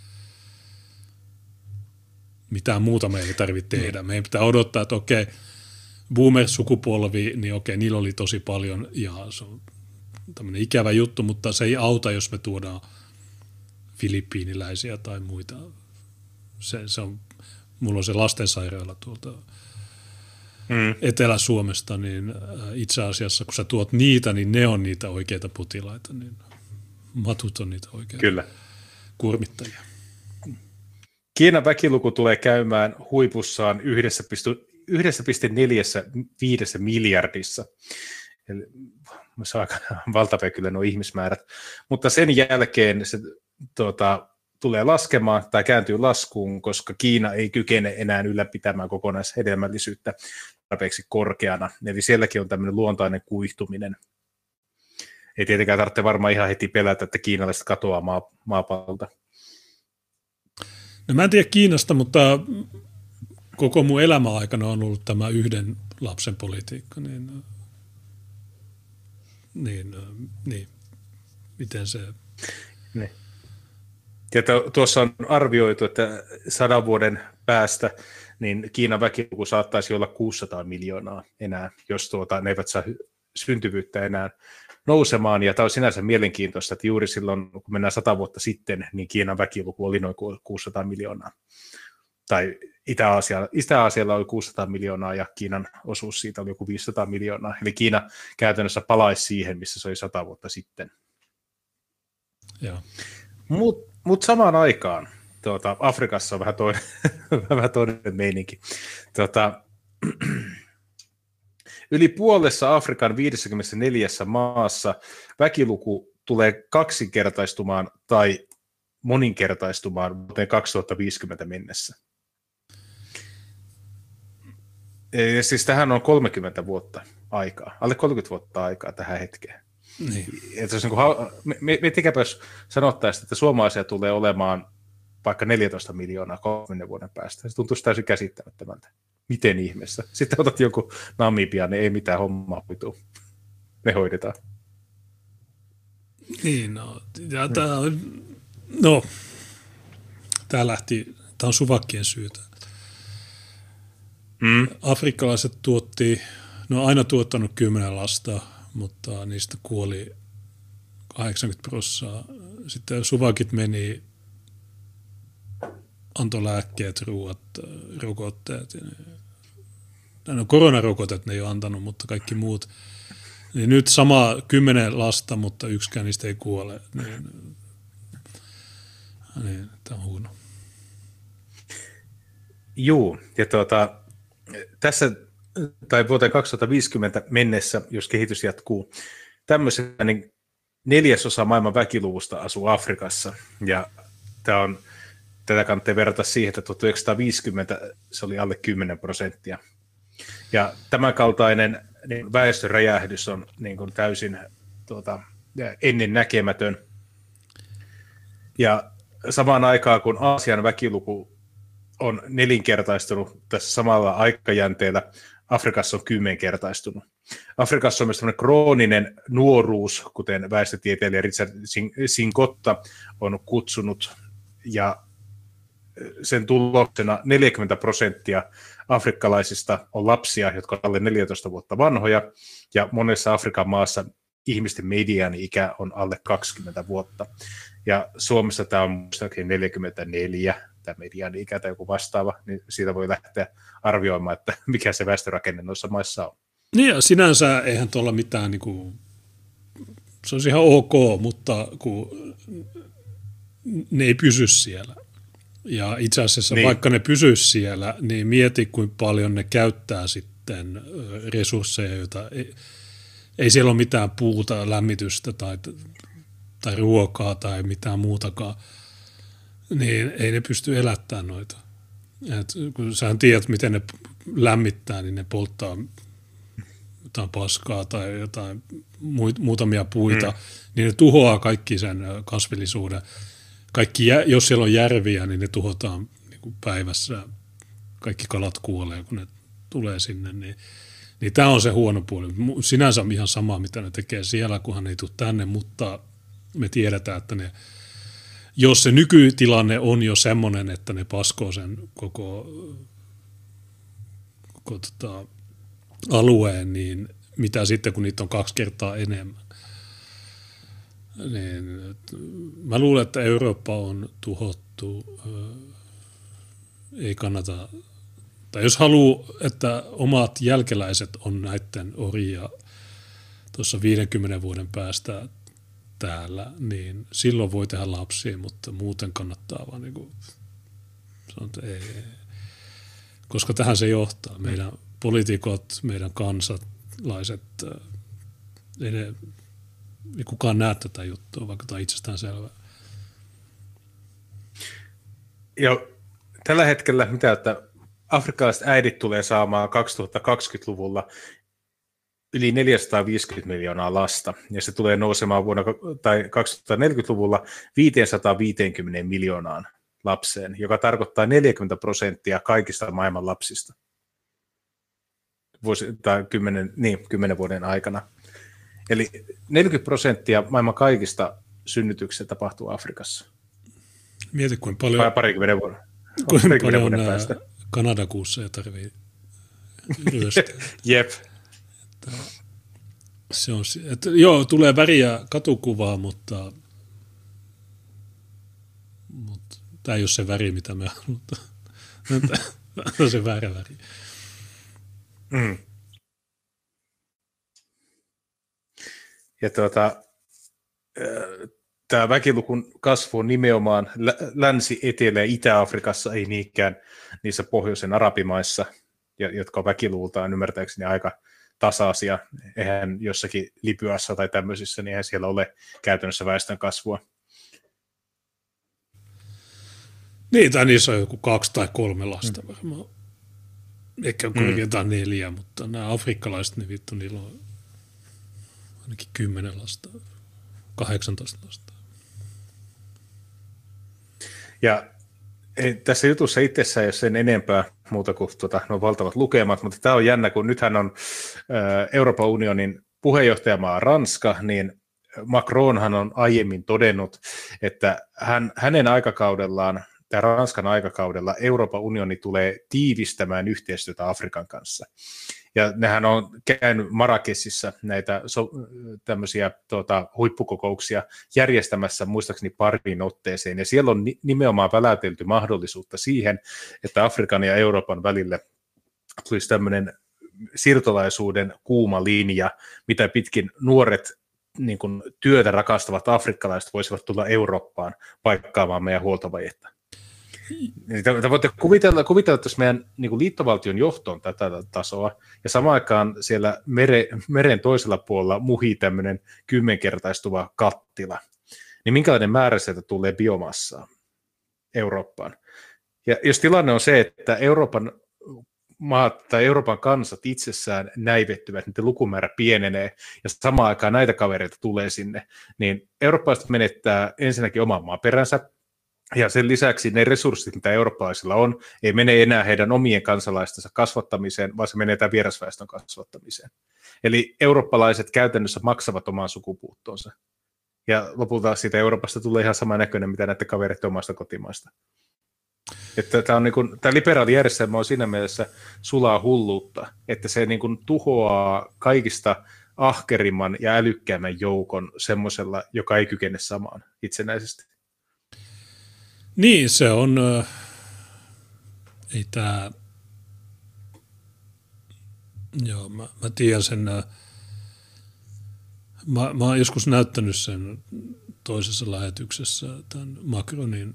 Mitään muuta me ei tarvitse tehdä. Meidän pitää odottaa, että okei, boomer-sukupolvi, niin okei, niillä oli tosi paljon ja se on tämmöinen ikävä juttu, mutta se ei auta, jos me tuodaan filippiiniläisiä tai muita. Se, se on, mulla on se lastensairaala tuolta mm. Etelä-Suomesta, niin itse asiassa kun sä tuot niitä, niin ne on niitä oikeita potilaita, niin matut on niitä oikeita Kyllä. kuormittajia. Kiinan väkiluku tulee käymään huipussaan yksi pilkku neljä viisi miljardissa. Eli se on aika valtavia kyllä nuo ihmismäärät. Mutta sen jälkeen se tuota, tulee laskemaan tai kääntyy laskuun, koska Kiina ei kykene enää ylläpitämään kokonaishedelmällisyyttä tarpeeksi korkeana. Eli sielläkin on tämmöinen luontainen kuihtuminen. Ei tietenkään tarvitse varmaan ihan heti pelätä, että kiinalaiset katoaa maa, maapallolta. No mä en tiedä Kiinasta, mutta koko mun elämän aikana on ollut tämä yhden lapsen politiikka, niin, niin, niin miten se... Ne. Ja tuossa on arvioitu, että sadan vuoden päästä niin Kiinan väkiluku saattaisi olla kuusisataa miljoonaa enää, jos tuota, ne eivät saa syntyvyyttä enää nousemaan, ja tämä on sinänsä mielenkiintoista, että juuri silloin, kun mennään sata vuotta sitten, niin Kiinan väkiluku oli noin kuusisataa miljoonaa. Tai Itä-Aasialla, Itä-Aasialla oli kuusisataa miljoonaa, ja Kiinan osuus siitä oli joku viisisataa miljoonaa. Eli Kiina käytännössä palaisi siihen, missä se oli sata vuotta sitten. Mutta mut samaan aikaan tuota, Afrikassa on vähän toinen, vähän toinen meininki. Tuota, Yli puolessa Afrikan viidessäkymmenessäneljässä maassa väkiluku tulee kaksinkertaistumaan tai moninkertaistumaan vuoteen kaksituhattaviisikymmentä mennessä. Ja siis tähän on kolmekymmentä vuotta aikaa, alle kolmekymmentä vuotta aikaa tähän hetkeen. Niin. Että niin kuin, mietikäpä jos sanottaisiin, että suomalaisia tulee olemaan vaikka neljätoista miljoonaa kolmekymmentä vuoden päästä. Se tuntuisi täysin käsittämättömältä. Miten ihmeessä? Sitten otat joku Namibia, niin ei mitään hommaa hoituu. Ne hoidetaan. Niin, no. Ja tää on, no, tää lähti, tää on suvakkien syytä. Mm. Afrikkalaiset tuotti, no aina tuottanut kymmenen lasta, mutta niistä kuoli kahdeksankymmentä prosenttia. Sitten suvakit meni, antoi lääkkeet, ruuat, rokotteet. No koronarokotet ne ei ole antanut, mutta kaikki muut. Niin nyt sama kymmenen lasta, mutta yksikään niistä ei kuole. Niin, niin tämä on huono. Juu, ja tuota, tässä, tai vuoteen kaksituhattaviisikymmentä mennessä, jos kehitys jatkuu, tämmöisen niin neljäsosa maailman väkiluvusta asuu Afrikassa, ja tämä on, tätä kannattaa verrata siihen, että tuhatyhdeksänsataaviisikymmentä se oli alle kymmenen prosenttia. Ja tämänkaltainen niin väestöräjähdys on niin kuin täysin tuota, ennennäkemätön. Ja samaan aikaan, kun Aasian väkiluku on nelinkertaistunut tässä samalla aikajänteellä, Afrikassa on kymmenkertaistunut. Afrikassa on myös tämmöinen krooninen nuoruus, kuten väestötieteilijä Richard Singotta on kutsunut, ja sen tuloksena neljäkymmentä prosenttia afrikkalaisista on lapsia, jotka ovat alle neljätoista vuotta vanhoja, ja monessa Afrikan maassa ihmisten mediaani-ikä on alle kaksikymmentä vuotta. Ja Suomessa tämä on muistaakseni neljäkymmentäneljä, tämä mediaani-ikä tai joku vastaava, niin siitä voi lähteä arvioimaan, että mikä se väestörakenne noissa maissa on. Niin ja sinänsä eihän tuolla mitään, niin kuin, se olisi ihan ok, mutta kun ne ei pysy siellä. Ja itse asiassa niin. Vaikka ne pysyisi siellä, niin mieti kuinka paljon ne käyttää sitten resursseja, joita ei, ei siellä ole mitään puuta, lämmitystä tai, tai ruokaa tai mitään muutakaan, niin ei ne pysty elättämään noita. Et kun sä tiedät, miten ne lämmittää, niin ne polttaa jotain paskaa tai jotain muutamia puita, mm. niin ne tuhoaa kaikki sen kasvillisuuden. Kaikki, jos siellä on järviä, niin ne tuhotaan niin kuin päivässä. Kaikki kalat kuolee, kun ne tulee sinne. Niin, niin tämä on se huono puoli. Sinänsä on ihan sama, mitä ne tekee siellä, kunhan ne ei tule tänne, mutta me tiedetään, että ne, jos se nykytilanne on jo semmoinen, että ne paskoo sen koko, koko tota, alueen, niin mitä sitten, kun niitä on kaksi kertaa enemmän. Niin, mä luulen, että Eurooppa on tuhottu. Ei kannata, tai jos haluaa, että omat jälkeläiset on näiden orjia tuossa viidenkymmenen vuoden päästä täällä, niin silloin voi tehdä lapsia, mutta muuten kannattaa vaan niin kuin, sanon, että ei, ei. Koska tähän se johtaa. Meidän poliitikot, meidän kansalaiset, ei, ne, ei kukaan näe tätä juttua, vaikka tämä on itsestään selvää. Ja tällä hetkellä mitä, että afrikkalaiset äidit tulee saamaan kaksituhattakaksikymmentäluvulla yli neljäsataaviisikymmentä miljoonaa lasta, ja se tulee nousemaan vuonna tai kaksituhattaneljäkymmentäluvulla viisisataaviisikymmentä miljoonaan lapseen, joka tarkoittaa neljäkymmentä prosenttia kaikista maailman lapsista vuosi, tai kymmenen, niin, kymmenen vuoden aikana. Eli neljäkymmentä prosenttia maailman kaikista synnytyksistä tapahtuu Afrikassa. Mieti, kuinka paljon, Vai parikymmenen vuoden, kuinka parikymmenen paljon vuoden päästä. Kanadakuussa ei tarvitse ryöstää. Jep. Se on, että, joo, tulee väriä katukuvaa, mutta, mutta tämä ei ole se väri, mitä me halutaan. Tämä on se väärä väri. Mm. Ja tuota, tämä väkilukun kasvu on nimenomaan Länsi-, Etelä- ja Itä-Afrikassa, ei niinkään niissä pohjoisen arabimaissa, jotka on väkiluvultaan ymmärtääkseni aika tasaisia. Eihän jossakin Libyassa tai tämmöisissä, niin eihän siellä ole käytännössä väestön kasvua. Niin, tai niissä on joku kaksi tai kolme lasta mm. varmaan. Ehkä korkeintaan mm. neljä, mutta nämä afrikkalaiset, niin vittu, niillä on ainakin kymmenen lasta, kahdeksantoista lasta. Ja ei, tässä jutussa itsessään ei ole sen enempää muuta kuin tuota, nuo valtavat lukemat, mutta tämä on jännä, kun nythän on ä, Euroopan unionin puheenjohtajamaa Ranska, niin Macronhan on aiemmin todennut, että hän, hänen aikakaudellaan, tai Ranskan aikakaudella, Euroopan unioni tulee tiivistämään yhteistyötä Afrikan kanssa. Ja nehän on käynyt Marrakechissa näitä so, tämmöisiä tuota, huippukokouksia järjestämässä muistaakseni pariin otteeseen, ja siellä on nimenomaan välätelty mahdollisuutta siihen, että Afrikan ja Euroopan välille tulisi tämmöinen siirtolaisuuden kuuma linja, mitä pitkin nuoret niin kuin työtä rakastavat afrikkalaiset voisivat tulla Eurooppaan paikkaamaan meidän huoltovajetta. Te voitte kuvitella, kuvitella että jos meidän niin kuin liittovaltion johto on tätä tasoa, ja samaan aikaan siellä mere, meren toisella puolella muhii tämmöinen kymmenkertaistuva kattila, niin minkälainen määrä sieltä tulee biomassaa Eurooppaan? Ja jos tilanne on se, että Euroopan maat tai Euroopan kansat itsessään näivettyvät, niiden lukumäärä pienenee, ja samaan aikaan näitä kavereita tulee sinne, niin eurooppalaiset menettää ensinnäkin oman maaperänsä, ja sen lisäksi ne resurssit, mitä eurooppalaisilla on, ei mene enää heidän omien kansalaistensa kasvattamiseen, vaan se menee tämän vierasväestön kasvattamiseen. Eli eurooppalaiset käytännössä maksavat oman sukupuuttoonsa. Ja lopulta siitä Euroopasta tulee ihan sama näköinen, mitä näiden kavereiden omasta kotimaasta. Että tämä, on niin kuin, tämä liberaali järjestelmä on siinä mielessä sulaa hulluutta, että se niin kuin tuhoaa kaikista ahkerimman ja älykkäämmän joukon semmoisella, joka ei kykene samaan itsenäisesti. Niin, se on, äh, ei tämä, joo, mä, mä tiedän sen, äh, mä, mä oon joskus näyttänyt sen toisessa lähetyksessä, tämän Macronin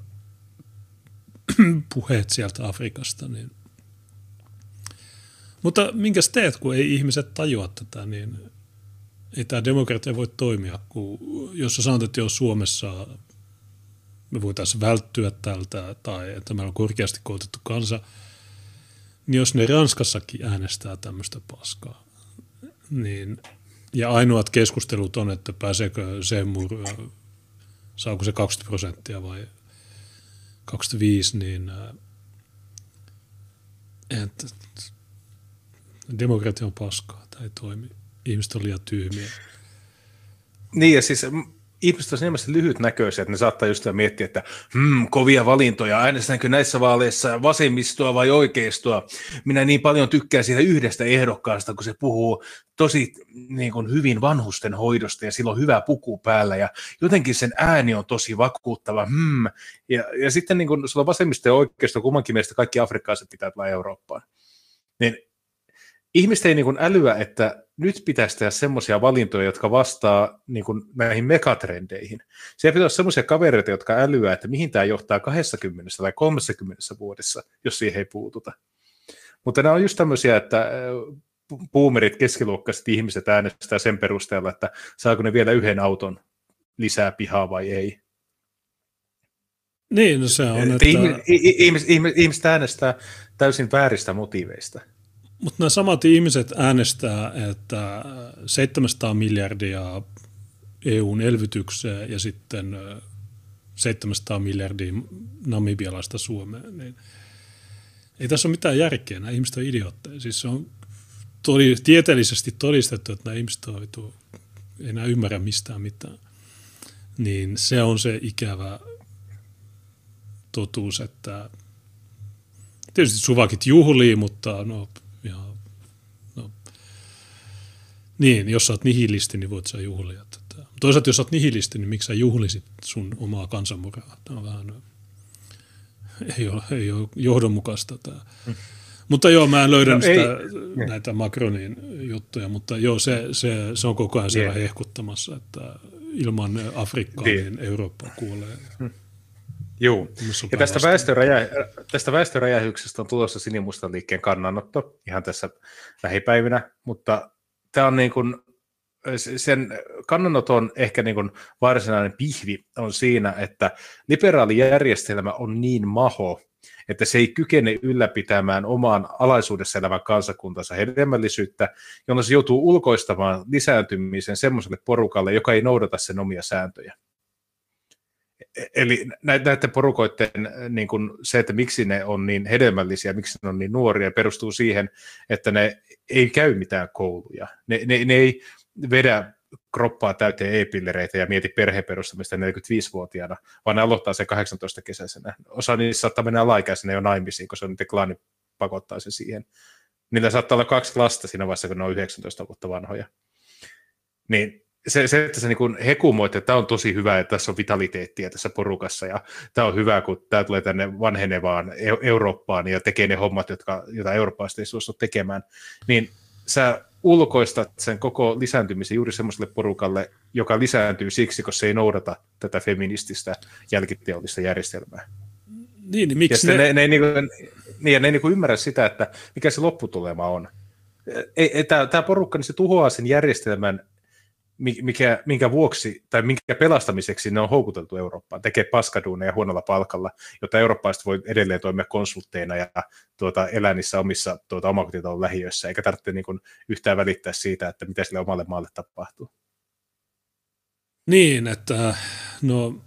puheet sieltä Afrikasta, niin, mutta minkäs teet, kun ei ihmiset tajua tätä, niin ei tämä demokratia voi toimia, kun jos sä sanot, että jos Suomessa me voitaisiin välttyä tältä tai että meillä on korkeasti koulutettu kansa, niin jos ne Ranskassakin äänestää tämmöistä paskaa, niin, ja ainoat keskustelut on, että pääseekö Seymour, saako se kaksikymmentä prosenttia vai kaksikymmentäviisi, niin että demokratia on paskaa, tämä ei toimi. Ihmiset on liian tyhmiä. Niin ja siis ihmiset on enemmän lyhytnäköisiä, että ne saattaa just miettiä, että hmm, kovia valintoja, äänestänkö näissä vaaleissa vasemmistoa vai oikeistoa. Minä niin paljon tykkään siitä yhdestä ehdokkaasta, kun se puhuu tosi niin kuin hyvin vanhusten hoidosta ja sillä on hyvä puku päällä ja jotenkin sen ääni on tosi vakuuttava. Hmm. Ja, ja sitten niin kun sulla on vasemmisto ja oikeisto, kummankin mielestä kaikki afrikkalaiset pitää tulla Eurooppaan. Niin ihmiset ei niin kuin älyä, että nyt pitäisi tehdä semmoisia valintoja, jotka vastaa niin kuin näihin megatrendeihin. Siellä pitää olla semmoisia kavereita, jotka älyää, että mihin tämä johtaa kaksikymmentä tai kolmekymmentä vuodessa, jos siihen ei puututa. Mutta nämä on just tämmöisiä, että boomerit, keskiluokkaiset ihmiset äänestää sen perusteella, että saako ne vielä yhden auton lisää pihaa vai ei. Niin, no se on, että... Ihmiset, ihmiset, ihmiset äänestää täysin vääristä motiiveista. Mutta nämä samat ihmiset äänestää, että seitsemänsataa miljardia E U:n elvytykseen ja sitten seitsemänsataa miljardia namibialaista Suomeen. Niin ei tässä ole mitään järkeä, nämä ihmiset on idiootteja. Siis se on todi, tieteellisesti todistettu, että nämä ihmiset on, ei enää ymmärrä mistään mitään. Niin se on se ikävä totuus, että tietysti suvakit juhlii, mutta no... Ja, no. Niin, jos sä oot nihilisti, niin voit sä juhlia tätä. Toisaalta, jos sä oot nihilisti, niin miksi sä juhlisit sun omaa kansanmurhaa? Tämä on vähän, ei ole, ei ole johdonmukaista tämä. Hmm. Mutta joo, mä en löydä no, sitä, ei. näitä Macronin juttuja, mutta joo, se, se, se on koko ajan siellä yeah. hehkuttamassa, että ilman Afrikkaa yeah. niin Eurooppa kuolee. Hmm. Joo, ja tästä, väestöräjä, tästä väestöräjähyksestä on tulossa Sinimustan liikkeen kannanotto ihan tässä lähipäivinä, mutta tämä on niin kuin, sen kannanoton ehkä niin kuin varsinainen pihvi on siinä, että liberaali järjestelmä on niin maho, että se ei kykene ylläpitämään omaan alaisuudessa elävän kansakuntansa hedelmällisyyttä, jolloin se joutuu ulkoistamaan lisääntymisen semmoiselle porukalle, joka ei noudata sen omia sääntöjä. Eli näiden porukoiden niin kuin se, että miksi ne on niin hedelmällisiä, miksi ne on niin nuoria, perustuu siihen, että ne ei käy mitään kouluja. Ne, ne, ne ei vedä kroppaa täyteen e-pillereitä ja mieti perheen perustamista neljäkymmentäviisivuotiaana, vaan ne aloittaa sen kahdeksantoista kesäisenä. Osa niistä saattaa mennä alaikäisenä jo naimisiin, koska niiden klaani pakottaa se siihen. Niillä saattaa olla kaksi lasta siinä vaiheessa, kun ne on yhdeksäntoista vuotta vanhoja. Niin Se, se, että sä niin hekumoit, että tämä on tosi hyvä, että tässä on vitaliteettia tässä porukassa, ja tämä on hyvä, kun tämä tulee tänne vanhenevaan Eurooppaan ja tekee ne hommat, jotka, joita Euroopasta ei suostu tekemään, niin sä ulkoistat sen koko lisääntymisen juuri semmoiselle porukalle, joka lisääntyy siksi, koska se ei noudata tätä feminististä jälkiteollista järjestelmää. Niin, niin miksi ne... Ne, ne, ne, ne, ne, ne ei niin ymmärrä sitä, että mikä se lopputulema on. Tämä porukka, niin se tuhoaa sen järjestelmän, Mikä, minkä vuoksi tai minkä pelastamiseksi ne on houkuteltu Eurooppaan, tekee paskaduuneja huonolla palkalla, jotta eurooppalaiset voi edelleen toimia konsultteina ja tuota, elää niissä omissa tuota, omakotitalon lähiöissä, eikä tarvitse niin kuin yhtään välittää siitä, että mitä sille omalle maalle tapahtuu. Niin, että no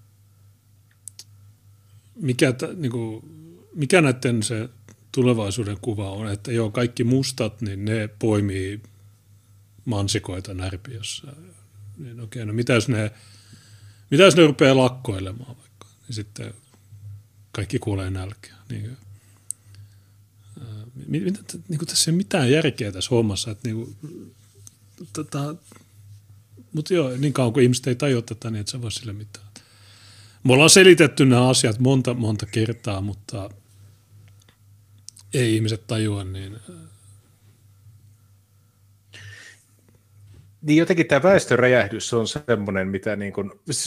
mikä, niin kuin, mikä näiden se tulevaisuuden kuva on, että joo, kaikki mustat, niin ne poimii mansikoita närpiössä. Niin okei, no mitä jos ne, mitä jos ne rupeaa lakkoilemaan vaikka, niin sitten kaikki kuolee nälkään. Niin, mit, niin kuin tässä ei ole mitään järkeä tässä hommassa, että niin kuin, tota, mutta joo, niin kauan kuin ihmiset ei tajua tätä, niin et sä voi sille mitään. Me ollaan selitetty nämä asiat monta, monta kertaa, mutta ei ihmiset tajua, niin Niin jotenkin tämä väestöräjähdys on semmoinen, mitä niin kuin, siis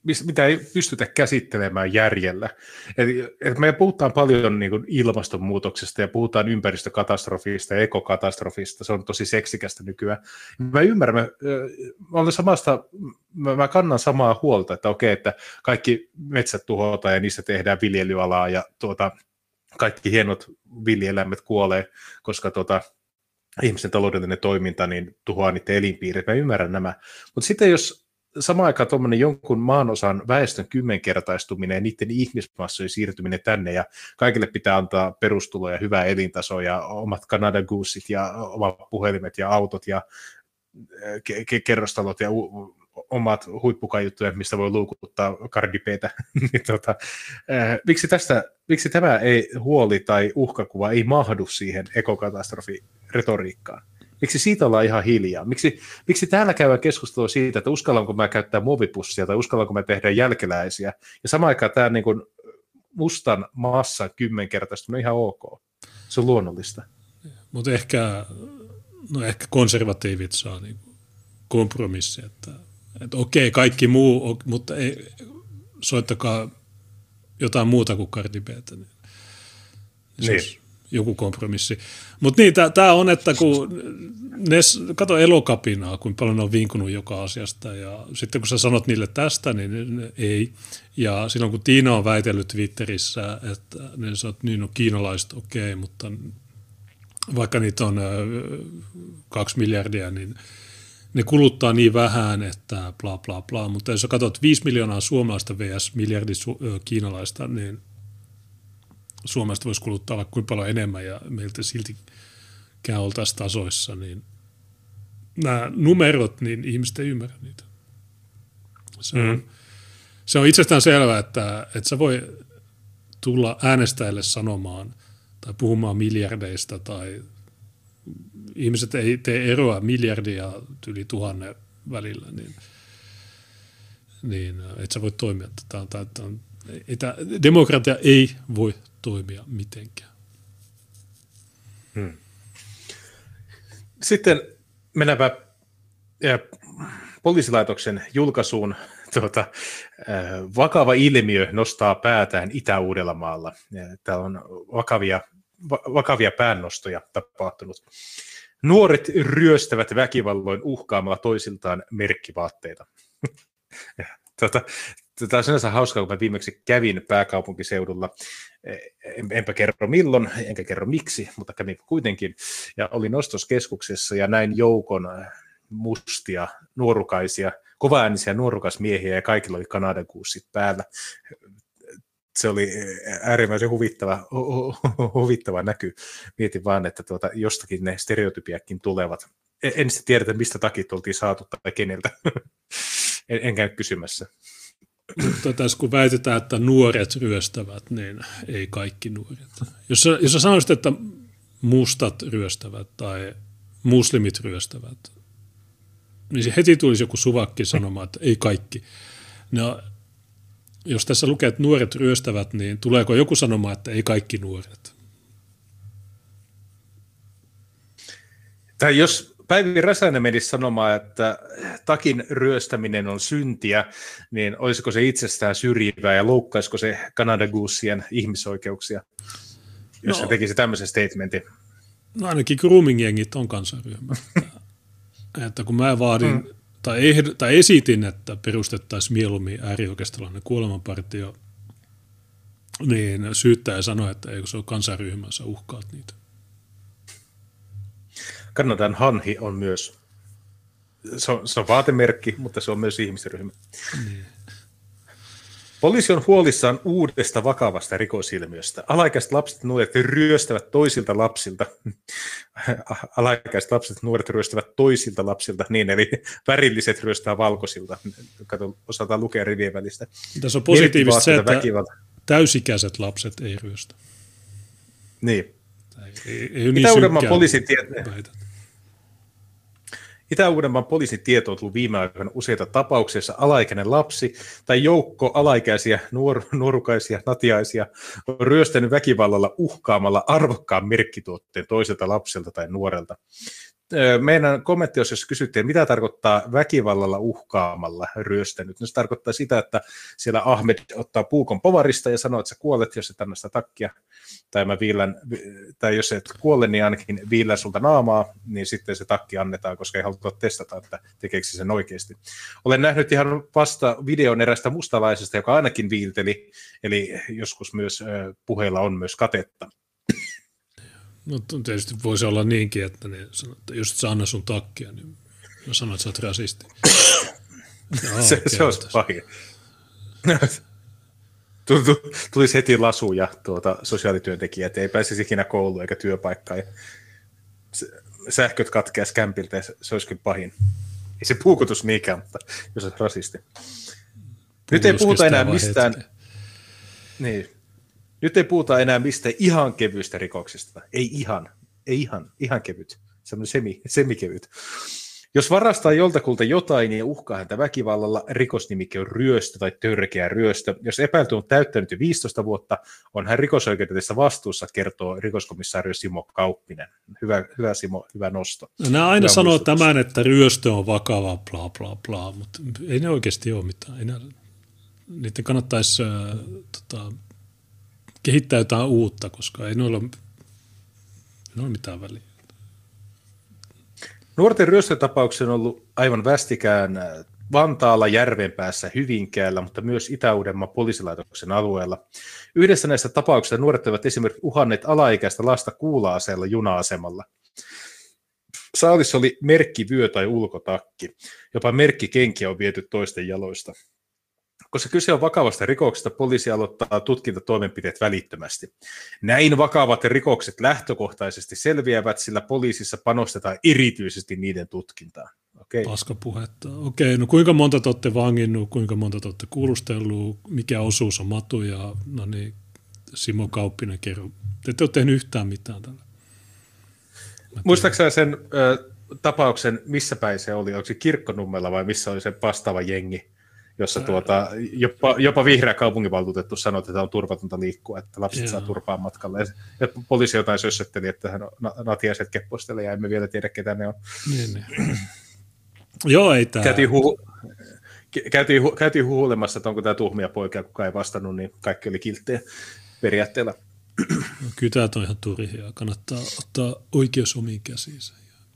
mitä ei pystytä käsittelemään järjellä. Et, et me puhutaan paljon niin kuin ilmastonmuutoksesta ja puhutaan ympäristökatastrofista ja ekokatastrofista, se on tosi seksikästä nykyään. Mä ymmärrän, mä, mä, olen samasta, mä, mä kannan samaa huolta, että okei, että kaikki metsät tuhotaan ja niistä tehdään viljelyalaa ja tuota, kaikki hienot villieläimet kuolee, koska tuota, ihmisen taloudellinen toiminta niin tuhoaa niiden elinpiirit. Mä ymmärrän nämä. Mutta sitten jos samaan aikaan tuommoinen jonkun maanosan väestön kymmenkertaistuminen ja niiden ihmismassojen siirtyminen tänne ja kaikille pitää antaa perustulo ja hyvää elintasoa ja omat Canada Gooset ja omat puhelimet ja autot ja ke- ke- kerrostalot ja u- omat huippukaiuttuja, mistä voi luukuttaa Cardi B:tä. niin tota, äh, miksi, tästä, miksi tämä ei huoli tai uhkakuva ei mahdu siihen ekokatastrofiretoriikkaan? Miksi siitä ollaan ihan hiljaa? Miksi, miksi täällä käydään keskustelua siitä, että uskallanko mä käyttää muovipussia tai uskallanko mä tehdä jälkeläisiä? Ja samaan aikaan tämä niin kuin mustan massan kymmenkertaistuminen on ihan ok. Se on luonnollista. Mutta ehkä, no ehkä konservatiivit saa niin kompromissi, että, että okei, kaikki muu, mutta ei, soittakaa jotain muuta kuin Cardi B:tä. Niin. Niin. Joku kompromissi. Mutta niin, tämä on, että kun ne, kato Elokapinaa, kuin paljon ne on vinkunut joka asiasta, ja sitten kun sä sanot niille tästä, niin ne, ei. Ja silloin kun Tiina on väitellyt Twitterissä, että ne sanoo, että niin on kiinalaiset, okei, okay, mutta vaikka niitä on kaksi miljardia, niin ne kuluttaa niin vähän, että bla bla bla, mutta jos sä katsot viisi miljoonaa suomalaista versus miljardi su- kiinalaista, niin Suomesta voisi kuluttaa olla kuinka paljon enemmän ja meiltä siltikään oltaisiin tasoissa, niin nämä numerot, niin ihmiset ei ymmärrä niitä. Se on, mm. se on itsestään selvää, että, että sä voi tulla äänestäjille sanomaan tai puhumaan miljardeista tai ihmiset ei tee eroa miljardia yli tuhannen välillä, niin, niin et sä voi toimia. Tämä, tämä, tämä, tämä, demokratia ei voi toimia mitenkään. Hmm. Sitten mennäänpä poliisilaitoksen julkaisuun. Tuota, vakava ilmiö nostaa päätään Itä-Uudellamaalla. Täällä on vakavia, vakavia päännostoja tapahtunut. Nuoret ryöstävät väkivalloin uhkaamalla toisiltaan merkkivaatteita. Tuota, Tämä on sinänsä hauskaa, kun mä viimeksi kävin pääkaupunkiseudulla, enpä kerro milloin, enkä kerro miksi, mutta kävin kuitenkin, ja olin ostoskeskuksessa ja näin joukon mustia, nuorukaisia, kovaäänisiä nuorukasmiehiä, ja kaikilla oli Canada Gooset päällä. Se oli äärimmäisen huvittava, huvittava näky. Mietin vaan, että tuota, jostakin ne stereotypiakin tulevat. En sitten tiedetä, mistä takit oltiin saatu tai keneltä. en, en käy kysymässä. Mutta tässä kun väitetään, että nuoret ryöstävät, niin ei kaikki nuoret. Jos sä, jos sä sanoisit, että mustat ryöstävät tai muslimit ryöstävät, niin heti tulisi joku suvakki sanomaan, että ei kaikki. No, jos tässä lukee, että nuoret ryöstävät, niin tuleeko joku sanomaan, että ei kaikki nuoret? Tai jos Päivi Räsänen menisi sanomaan, että takin ryöstäminen on syntiä, niin olisiko se itsestään syrjivää ja loukkaisiko se Canada Goosien ihmisoikeuksia, jos no, se tekisi tämmöisen statementin? No ainakin grooming-jengit on kansanryhmä. että, että kun mä vaadin, mm. tai, ehd, tai esitin, että perustettaisiin mieluummin äärioikeistolainen kuolemanpartio, niin syyttäjä sanoi, että eikö se ole kansanryhmä, sä uhkaat niitä. Kanadan hanhi on myös, se on, se on vaatemerkki, mutta se on myös ihmisryhmä. Niin. Poliisi on huolissaan uudesta vakavasta rikosilmiöstä. Alaikäiset lapset ja nuoret ryöstävät toisilta lapsilta. Alaikäiset lapset ja nuoret ryöstävät toisilta lapsilta, niin eli värilliset ryöstää valkoisilta. Kato, osataan lukea rivien välistä. Tässä on positiivista se, että väkivalta. Täysikäiset lapset ei ryöstä. Niin. Ei, ei, ei Itä-Uudenmaan poliisin tieto. Itä-Uudenmaan poliisin tieto on tullut viime aikoina useita tapauksia, joissa alaikäinen lapsi tai joukko alaikäisiä, nuor- nuorukaisia, natiaisia on ryöstänyt väkivallalla uhkaamalla arvokkaan merkkituotteen toiselta lapselta tai nuorelta. meidän kommentti, jos kysyttiin, mitä tarkoittaa väkivallalla uhkaamalla ryöstänyt. No se tarkoittaa sitä, että siellä Ahmed ottaa puukon povarista ja sanoo, että sä kuolet, jos et anna sitä takkia. Tai, mä viilän, tai jos et kuole, niin ainakin viilän sulta naamaa, niin sitten se takki annetaan, koska ei haluta testata, että tekeekö sen oikeasti. Olen nähnyt ihan vasta videon erästä mustalaisesta, joka ainakin viilteli, eli joskus myös puheilla on myös katetta. No tietysti voisi olla niinkin, että ne sanoo, että jos et sä anna sun takkia, niin mä sanon, että sä oot rasisti. Aa, se, se olisi pahin. Tulisi heti lasu ja tuota, sosiaalityöntekijät ei pääsisi ikinä kouluun eikä työpaikkaan. Sähköt katkeaisi kämpiltä ja se olisi kyllä pahin. Ei se puukotus niinkään, mutta jos olet rasisti. Nyt ei puhuta enää mistään... Niin. Nyt ei puhuta enää mistään ihan kevyistä rikoksista. Ei ihan, ei ihan, ihan kevyt. Semmoinen semi, semikevyt. Jos varastaa joltakulta jotain ja uhkaa häntä väkivallalla, rikosnimike on ryöstö tai törkeä ryöstö. Jos epäilty on täyttänyt jo viisitoista vuotta, on hän rikosoikeudellisessa vastuussa, kertoo rikoskomissario Simo Kauppinen. Hyvä, hyvä Simo, hyvä nosto. No, nämä aina hyvä sanoo muistutus. Tämän, että ryöstö on vakava, bla bla bla, mutta ei ne oikeasti ole mitään. Ei ne, niiden kannattaisi äh, tota, kehittää jotain uutta, koska ei noilla, ei ole mitään väliä. Nuorten ryöstötapauksia on ollut aivan västikään Vantaalla, Järvenpäässä, Hyvinkäällä, mutta myös Itä-Uudenmaan poliisilaitoksen alueella. Yhdessä näistä tapauksista nuoret ovat esimerkiksi uhanneet alaikäistä lasta kuula-aseella juna-asemalla. Saalis oli merkkivyö tai ulkotakki. Jopa merkkikenkiä on viety toisten jaloista. Koska kyse on vakavasta rikoksesta, poliisi aloittaa tutkintatoimenpiteet välittömästi. Näin vakavat rikokset lähtökohtaisesti selviävät, sillä poliisissa panostetaan erityisesti niiden tutkintaan. Okay. Paskapuhetta. Okei, no kuinka monta te olette vanginnut, kuinka monta te olette kuulustellut, mikä osuus on matuja, no niin, Simo Kauppinen kerro. Te ette ole tehnyt yhtään mitään tällä. Muistaakseni sen ö, tapauksen, missä päin se oli? Onko se Kirkkonummella vai missä oli se vastaava jengi? Jossa tuota, jopa, jopa vihreä kaupunginvaltuutettu sanoi, että on turvatonta liikkua, että lapset Joo. saa turpaa matkalle. Ja, ja poliisi jotain sössötteli, että hän natiaiset keppostelee ja emme vielä tiedä, ketä ne on. Niin, niin. Joo, ei tämä. Käytiin, huhu, käytiin, hu, käytiin huhulemassa, että onko tämä tuhmia poikia, kukaan ei vastannut, niin kaikki oli kilttejä periaatteella. No, kytät on ihan turhia. Kannattaa ottaa oikeus omiin käsiinsä.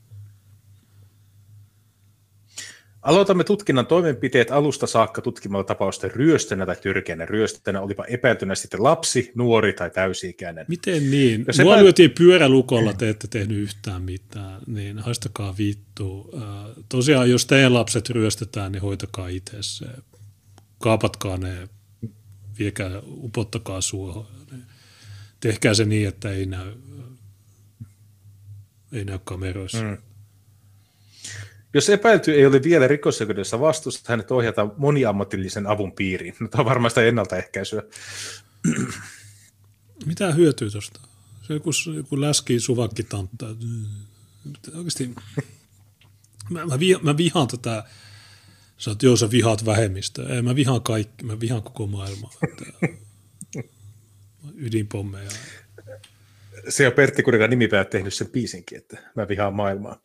Aloitamme tutkinnan toimenpiteet alusta saakka tutkimalla tapausten ryöstönä tai törkeänä ryöstönä, olipa epäiltynä sitten lapsi, nuori tai täysi-ikäinen. Miten niin? Jos Mua epä... lyötiin pyörälukolla, te ette tehnyt yhtään mitään, niin haistakaa vittu. Äh, tosiaan, jos teidän lapset ryöstetään, niin hoitakaa itse se. Kaapatkaa ne, viekää, upottakaa suohon. Tehkää se niin, että ei näy, ei näy kameroissa. Mm. Jos epäilty ei ole vielä rikosoikeudessa vastuussa, hänet ohjataan moniammatillisen avun piiriin. No, tämä on varmaan sitä ennaltaehkäisyä. Mitä hyötyä tuosta? Se joku, joku läski suvakki tanttaa. Oikeasti mä, mä, viha, mä vihaan tätä, sä oot, joo sä vihaat vähemmistöä. Ei, mä vihaan kaikki, mä vihaan koko maailmaa. Ydinpommeja. Se on Pertti Kurikan nimipäivä tehnyt sen biisinkin, että mä vihaan maailmaa.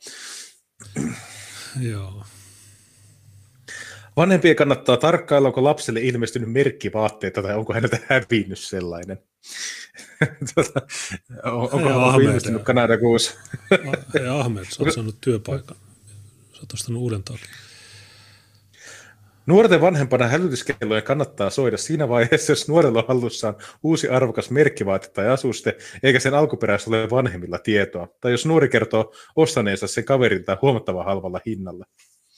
Joo. Vanhempien kannattaa tarkkailla, onko lapselle ilmestynyt merkkivaatteita tai onko häneltä hävinnyt sellainen. tuota, on, onko hän ilmestynyt Kanada Goose? Hei Ahmed, sä oot saanut työpaikan. Sä oot ostanut uuden takin. Nuorten vanhempana hälytyskellojen kannattaa soida siinä vaiheessa, jos nuorella on hallussaan uusi arvokas merkkivaate tai asuste, eikä sen alkuperäis ole vanhemmilla tietoa. Tai jos nuori kertoo ostaneensa sen kaverilta huomattavan halvalla hinnalla.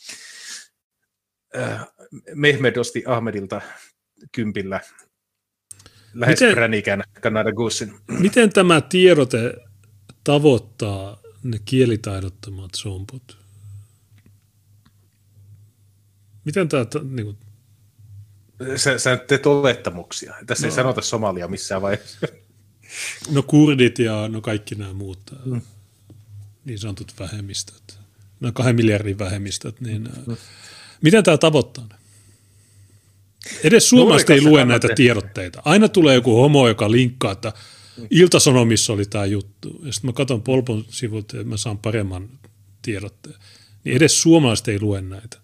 Äh, Mehmed osti Ahmedilta kympillä lähes pränikään Kanada Goosen. Miten tämä tiedote tavoittaa ne kielitaidottomat somput? Miten tämä... Niin kuin... Sä, sä teet olettamuksia. Tässä no. ei sanota Somalia missään vaiheessa. No kurdit ja no kaikki nämä muut mm. niin sanotut vähemmistöt. No kahden miljardin vähemmistöt. Niin, mm. Miten tämä tavoittaa ne? Edes suomalaiset ei lue näitä tiedotteita. Aina tulee joku homo, joka linkkaa, että Ilta-Sanomissa oli tämä juttu. Ja sitten mä katson Polpon sivut ja mä saan paremman tiedotteen. Niin edes suomalaiset ei lue näitä.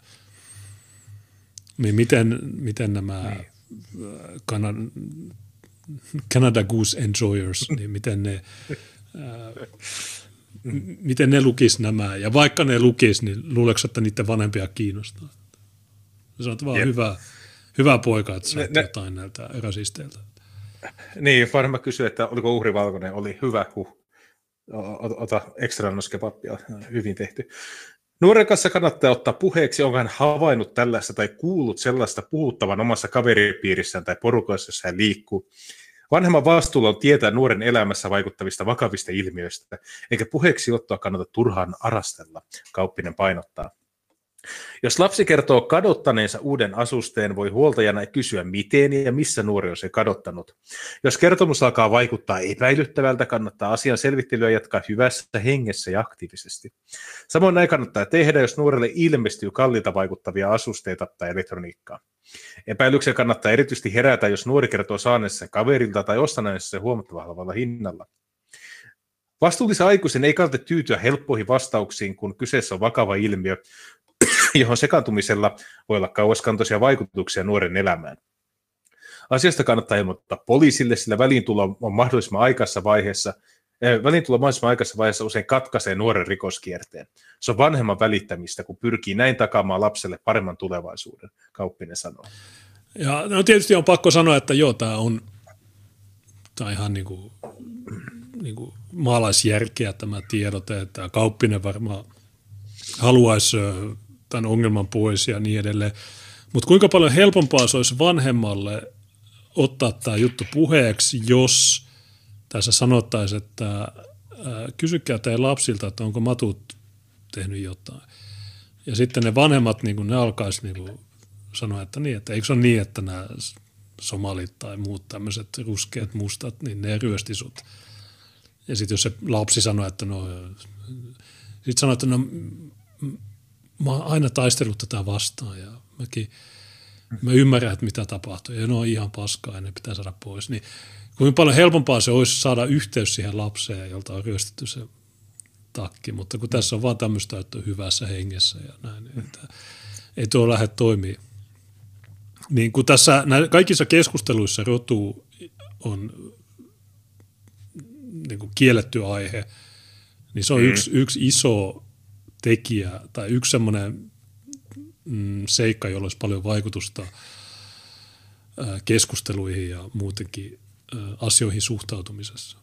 Niin miten, miten nämä niin. Canada, Canada Goose Enjoyers, niin miten ne, ää, miten ne lukis nämä. Ja vaikka ne lukis, niin luuleeko, että niiden vanhempia kiinnostaa? Se on vaan hyvä, hyvä poika, että sait jotain näiltä rasisteilta. Niin, varmaan kysyä, että oliko uhri valkoinen, oli hyvä, huh. Ota ekstra noskepappia, hyvin tehty. Nuoren kanssa kannattaa ottaa puheeksi, onko hän havainnut tällaista tai kuullut sellaista puhuttavan omassa kaveripiirissään tai porukassa, jossa hän liikkuu. Vanhemman vastuulla on tietää nuoren elämässä vaikuttavista vakavista ilmiöistä, eikä puheeksi ottaa kannata turhaan arastella, Kauppinen painottaa. Jos lapsi kertoo kadottaneensa uuden asusteen, voi huoltajana kysyä miten ja missä nuori on se kadottanut. Jos kertomus alkaa vaikuttaa epäilyttävältä, kannattaa asian selvittelyä jatkaa hyvässä hengessä ja aktiivisesti. Samoin näin kannattaa tehdä, jos nuorelle ilmestyy kalliilta vaikuttavia asusteita tai elektroniikkaa. Epäilyksen kannattaa erityisesti herätä, jos nuori kertoo saaneensa sen kaverilta tai ostaneensa sen huomattavan halvalla hinnalla. Vastuullisen aikuisen ei kannata tyytyä helppoihin vastauksiin, kun kyseessä on vakava ilmiö, johon sekaantumisella voi olla kauaskantoisia vaikutuksia nuoren elämään. Asiasta kannattaa ilmoittaa poliisille, sillä väliintulo on mahdollisimman aikaisessa vaiheessa, äh, väliintulo mahdollisimman aikaisessa vaiheessa usein katkaisee nuoren rikoskierteen. Se on vanhemman välittämistä, kun pyrkii näin takaamaan lapselle paremman tulevaisuuden, Kauppinen sanoo. Ja no tietysti on pakko sanoa, että joo, tämä on, tämä on ihan niin kuin, niin kuin maalaisjärkeä tämä tiedote, että Kauppinen varmaan haluaisi tämän ongelman pois ja niin edelleen. Mutta kuinka paljon helpompaa se olisi vanhemmalle ottaa tämä juttu puheeksi, jos tässä sanottaisiin, että ää, kysykää teidän lapsilta, että onko Matut tehnyt jotain. Ja sitten ne vanhemmat, niin ne alkaisi niin sanoa, että, niin, että eikö se ole niin, että nämä somalit tai muut tämmöiset ruskeat mustat, niin ne ryösti sut. Ja sitten jos se lapsi sanoo, että no, sitten sanoo, että no, mä oon aina taistellut tätä vastaan ja mäkin, mä ymmärrän, että mitä tapahtuu. Ja ne on ihan paskaa ja ne pitää saada pois. Niin kuinka paljon helpompaa se olisi saada yhteys siihen lapseen, jolta on ryöstetty se takki. Mutta kun tässä on vaan tämmöistä, että on hyvässä hengessä ja näin, että ei tuo lähde toimia. Niin kun tässä kaikissa keskusteluissa rotu on niin kuin kielletty aihe, niin se on mm. yksi, yksi iso tekijä tai yksi semmoinen mm, seikka, jolla olisi paljon vaikutusta ää, keskusteluihin ja muutenkin ää, asioihin suhtautumisessa.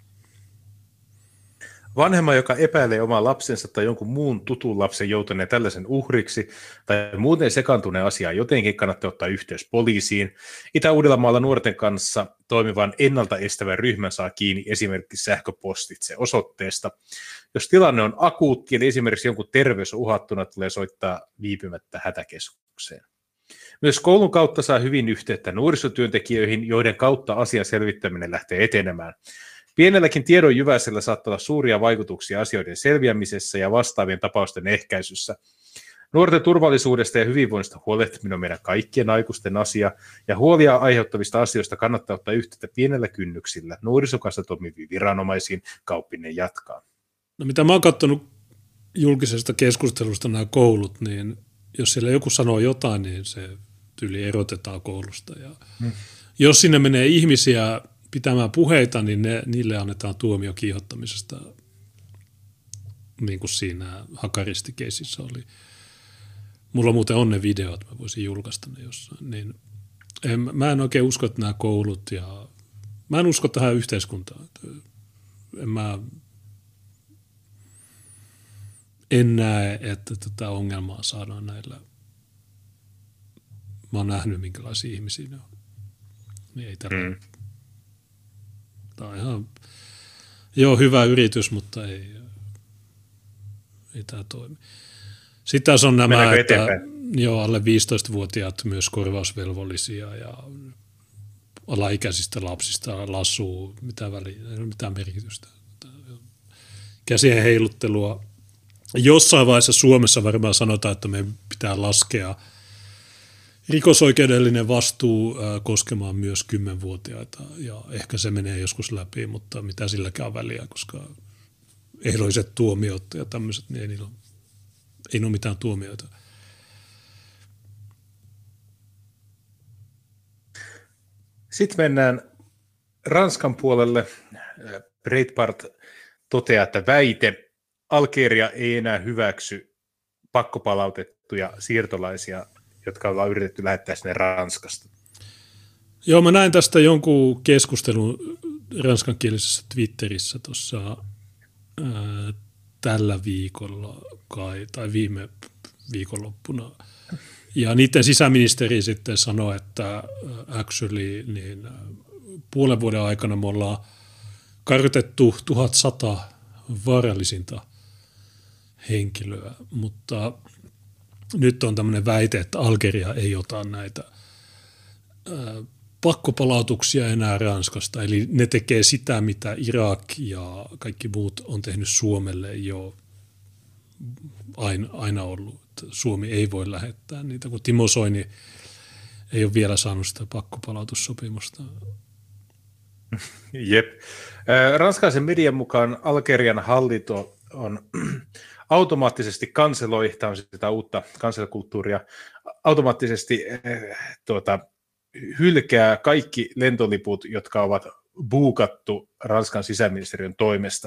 Vanhemma, joka epäilee omaa lapsensa tai jonkun muun tutun lapsen joutuneen tällaisen uhriksi tai muuten sekaantuneen asiaan jotenkin, kannattaa ottaa yhteys poliisiin. Itä-Uudellamaalla nuorten kanssa toimivan ennaltaestävän ryhmän saa kiinni esimerkiksi sähköpostitse osoitteesta. Jos tilanne on akuutti, eli esimerkiksi jonkun terveys on uhattuna, tulee soittaa viipymättä hätäkeskukseen. Myös koulun kautta saa hyvin yhteyttä nuorisotyöntekijöihin, joiden kautta asian selvittäminen lähtee etenemään. Pienelläkin tiedon jyväisellä saattaa olla suuria vaikutuksia asioiden selviämisessä ja vastaavien tapausten ehkäisyssä. Nuorten turvallisuudesta ja hyvinvoinnista huolehtiminen on meidän kaikkien aikuisten asia, ja huolia aiheuttavista asioista kannattaa ottaa yhteyttä pienellä kynnyksillä nuorisokassa toimiviin viranomaisiin, Kauppinen jatkaa. No mitä mä oon katsonut julkisesta keskustelusta nämä koulut, niin jos siellä joku sanoo jotain, niin se tyyli erotetaan koulusta. Ja hmm. Jos sinne menee ihmisiä pitämään puheita, niin ne, niille annetaan tuomio kiihottamisesta, niin kuin siinä Hakaristi-keisissä oli. Mulla muuten on ne videot, mä voisin julkaista ne jossain. Niin en, mä en oikein usko, että nämä koulut ja mä en usko tähän yhteiskuntaan. En mä en näe, että tätä ongelmaa saadaan näillä. Mä oon nähnyt, minkälaisia ihmisiä ne on. Niin ei tällä. Mm. Tämä on ihan, joo, hyvä yritys, mutta ei, ei tämä toimi. Sitten tässä on nämä, että joo, alle viisitoistavuotiaat myös korvausvelvollisia ja alaikäisistä lapsista lassuu, mitä väliä, ei ole mitään merkitystä. Käsien heiluttelua. Jossain vaiheessa Suomessa varmaan sanotaan, että meidän pitää laskea rikosoikeudellinen vastuu koskemaan myös kymmenvuotiaita, ja ehkä se menee joskus läpi, mutta mitä silläkään väliä, koska ehdolliset tuomiot ja tämmöiset, niin ei niillä ole ei ole mitään tuomioita. Sitten mennään Ranskan puolelle. Breitbart toteaa, että väite Algeria ei enää hyväksy pakkopalautettuja siirtolaisia, jotka ollaan yritetty lähettää sinne Ranskasta. Joo, mä näin tästä jonkun keskustelun ranskankielisessä Twitterissä tuossa ää, tällä viikolla kai, tai viime viikonloppuna. Ja niiden sisäministeri sitten sanoi, että actually niin puolen vuoden aikana me ollaan kartoitettu tuhatsata vaarallisinta henkilöä, mutta nyt on tämmöinen väite, että Algeria ei ota näitä ää, pakkopalautuksia enää Ranskasta, eli ne tekee sitä, mitä Irak ja kaikki muut on tehnyt Suomelle jo aina, aina ollut. Että Suomi ei voi lähettää niitä, kun Timo Soini ei ole vielä saanut sitä pakkopalautussopimusta. Jep. Ranskalaisen median mukaan Algerian hallinto on automaattisesti kanseloi, tämä on sitä uutta kanselkulttuuria, automaattisesti äh, tuota, hylkää kaikki lentoliput, jotka ovat buukattu Ranskan sisäministeriön toimesta.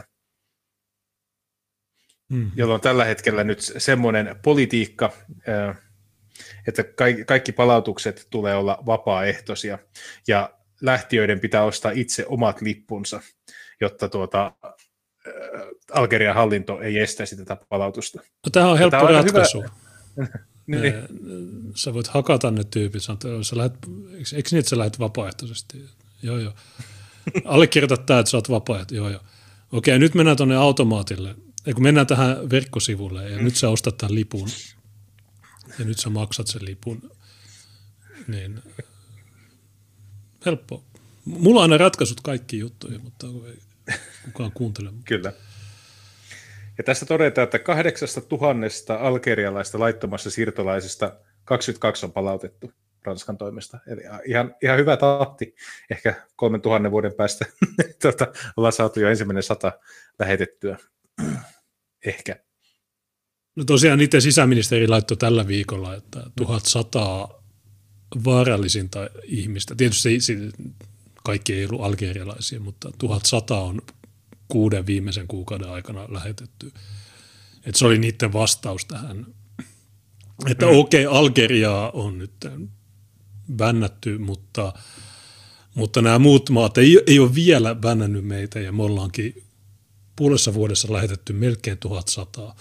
Mm. Jolloin tällä hetkellä nyt semmoinen politiikka, äh, että kaikki palautukset tulee olla vapaaehtoisia ja lähtiöiden pitää ostaa itse omat lippunsa, jotta tuota, äh, Algerian hallinto ei estäisi tätä palautusta. No, tämä on helppo tämä on ratkaisu. niin. Sä voit hakata ne tyypit, sä lähet, eikö niin, että sä lähdet vapaaehtoisesti? Joo, joo. Allekirjoita tämä, että sä oot vapaaehtoisesti. Joo, joo. Okei, nyt mennään tuonne automaatille. Ja kun mennään tähän verkkosivulle ja mm. nyt sä ostat tämän lipun ja nyt sä maksat sen lipun, niin helppo. Mulla on aina ratkaisut kaikki juttuja, mutta ei kukaan kuuntele. Kyllä. Ja tässä todetaan, että kahdeksasta tuhannesta algerialaista laittomassa siirtolaisista kaksikymmentäkaksi on palautettu Ranskan toimesta. Eli ihan, ihan hyvä tahti. Ehkä kolmen tuhannen vuoden päästä tuota, ollaan saatu jo ensimmäinen sata lähetettyä. Ehkä. No tosiaan niiden sisäministeri laittoi tällä viikolla, että tuhatsata vaarallisinta ihmistä. Tietysti kaikki ei ollut algerialaisia, mutta tuhatsata on kuuden viimeisen kuukauden aikana lähetetty. Et se oli niiden vastaus tähän, että mm. okei, okay, Algeriaa on nyt bännätty, mutta, mutta nämä muut maat ei, ei ole vielä bännännyt meitä ja me ollaankin puolessa vuodessa lähetetty melkein tuhatsata.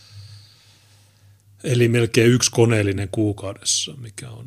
Eli melkein yksi koneellinen kuukaudessa, mikä on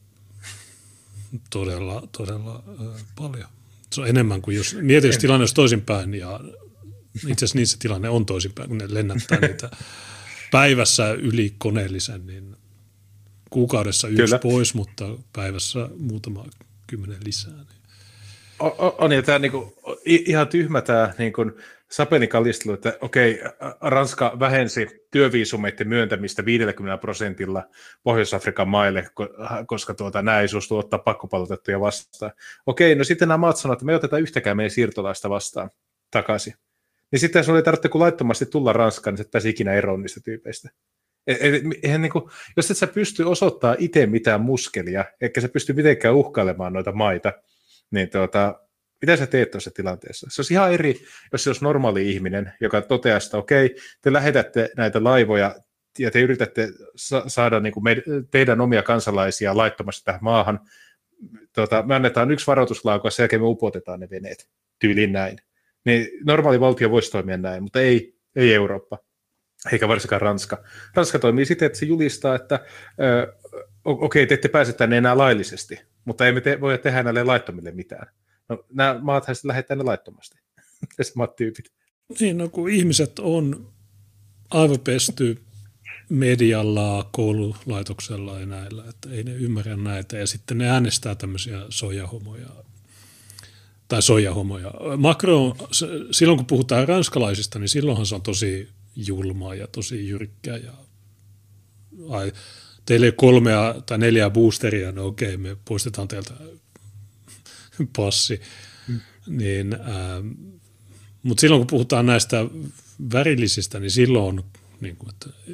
todella, todella äh, paljon. Se on enemmän kuin jos mietin, jos tilanne olisi toisinpäin, ja itse asiassa niissä tilanne on toisinpäin, kun ne lennättää niitä päivässä yli koneellisen, niin kuukaudessa yksi Kyllä. pois, mutta päivässä muutama kymmenen lisää. Niin. On, on ja tämä niinku, ihan tyhmä tämä niinku, sapelikalistelu, että okei, Ranska vähensi työviisumeiden myöntämistä viidelläkymmenellä prosentilla Pohjois-Afrikan maille, koska tuota, nämä ei suostu ottaa pakkopalautettuja vastaan. Okei, no sitten nämä maat sanoivat, että me ei oteta yhtäkään meidän siirtolaista vastaan takaisin. Niin sitten se oli tarvitse, kun laittomasti tulla Ranskaan, niin se pääsi ikinä eroon niistä tyypeistä. Eihän, niin kuin, jos et sä pysty osoittamaan itse mitään muskelia, eikä sä pysty mitenkään uhkailemaan noita maita, niin tuota, mitä sä teet tuossa tilanteessa? Se olisi ihan eri, jos se olisi normaali ihminen, joka toteaa sitä, okei, te lähetätte näitä laivoja ja te yritätte sa- saada niin kuin me, teidän omia kansalaisia laittomasti tähän maahan. Tuota, me annetaan yksi varoituslaukaus, sen jälkeen me upotetaan ne veneet tyyliin näin. Niin normaali valtio voisi toimia näin, mutta ei, ei Eurooppa, eikä varsinkaan Ranska. Ranska toimii siten, että se julistaa, että ö, okei, te ette pääse tänne enää laillisesti, mutta emme te, voi tehdä näille laittomille mitään. No, nämä maathan sitten lähettää ne laittomasti, ne samat tyypit. Niin, no kun ihmiset on aivopesty medialla, koululaitoksella ja näillä, että ei ne ymmärrä näitä, ja sitten ne äänestää tämmöisiä soijahomoja, tai soijahomoja. Macron, silloin kun puhutaan ranskalaisista, niin silloinhan se on tosi julmaa ja tosi jyrkkää, ja ai, teille ei ole kolmea tai neljää boosteria, no okei, me poistetaan teiltä passi. Mm. Niin, ähm, mutta silloin kun puhutaan näistä värillisistä, niin silloin on, niin kuin, että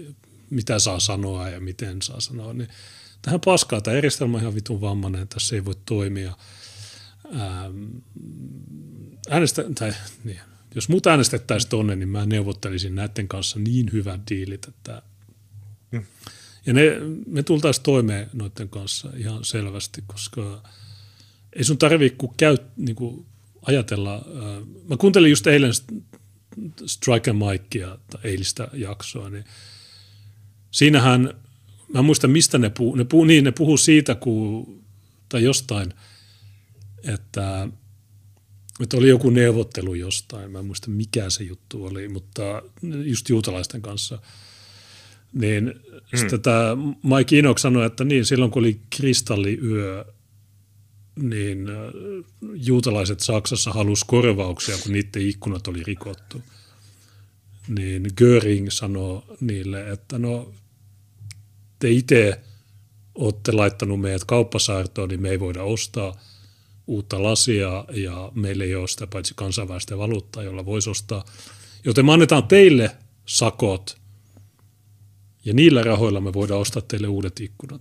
mitä saa sanoa ja miten saa sanoa, niin tähän paskaa, tämä järjestelmä on ihan vitun vammainen, tässä ei voi toimia. Ähm, äänestä, tai, niin, jos mut äänestettäisiin tonne, niin mä neuvottelisin näiden kanssa niin hyvät diilit, että hmm. ja ne, me tultaisiin toimeen noiden kanssa ihan selvästi, koska ei sun tarvitse kuin käy, niin kuin ajatella. Äh, mä kuuntelin just eilen Strike and Mikea, eilistä jaksoa, niin siinähän, mä en muista mistä ne puhuu, ne puhuu, niin ne puhuu siitä, kun, tai jostain, että, että oli joku neuvottelu jostain, mä en muista mikä se juttu oli, mutta just juutalaisten kanssa, niin hmm. tämä Mike Enoch sanoi, että niin silloin kun oli kristalliyö, niin juutalaiset Saksassa halusi korvauksia, kun niiden ikkunat oli rikottu. Niin Göring sanoi niille, että no te itse olette laittanut meidät kauppasaartoon, niin me ei voida ostaa uutta lasia ja meillä ei ole sitä paitsi kansainvälistä valuuttaa, jolla voisi ostaa. Joten me annetaan teille sakot ja niillä rahoilla me voidaan ostaa teille uudet ikkunat.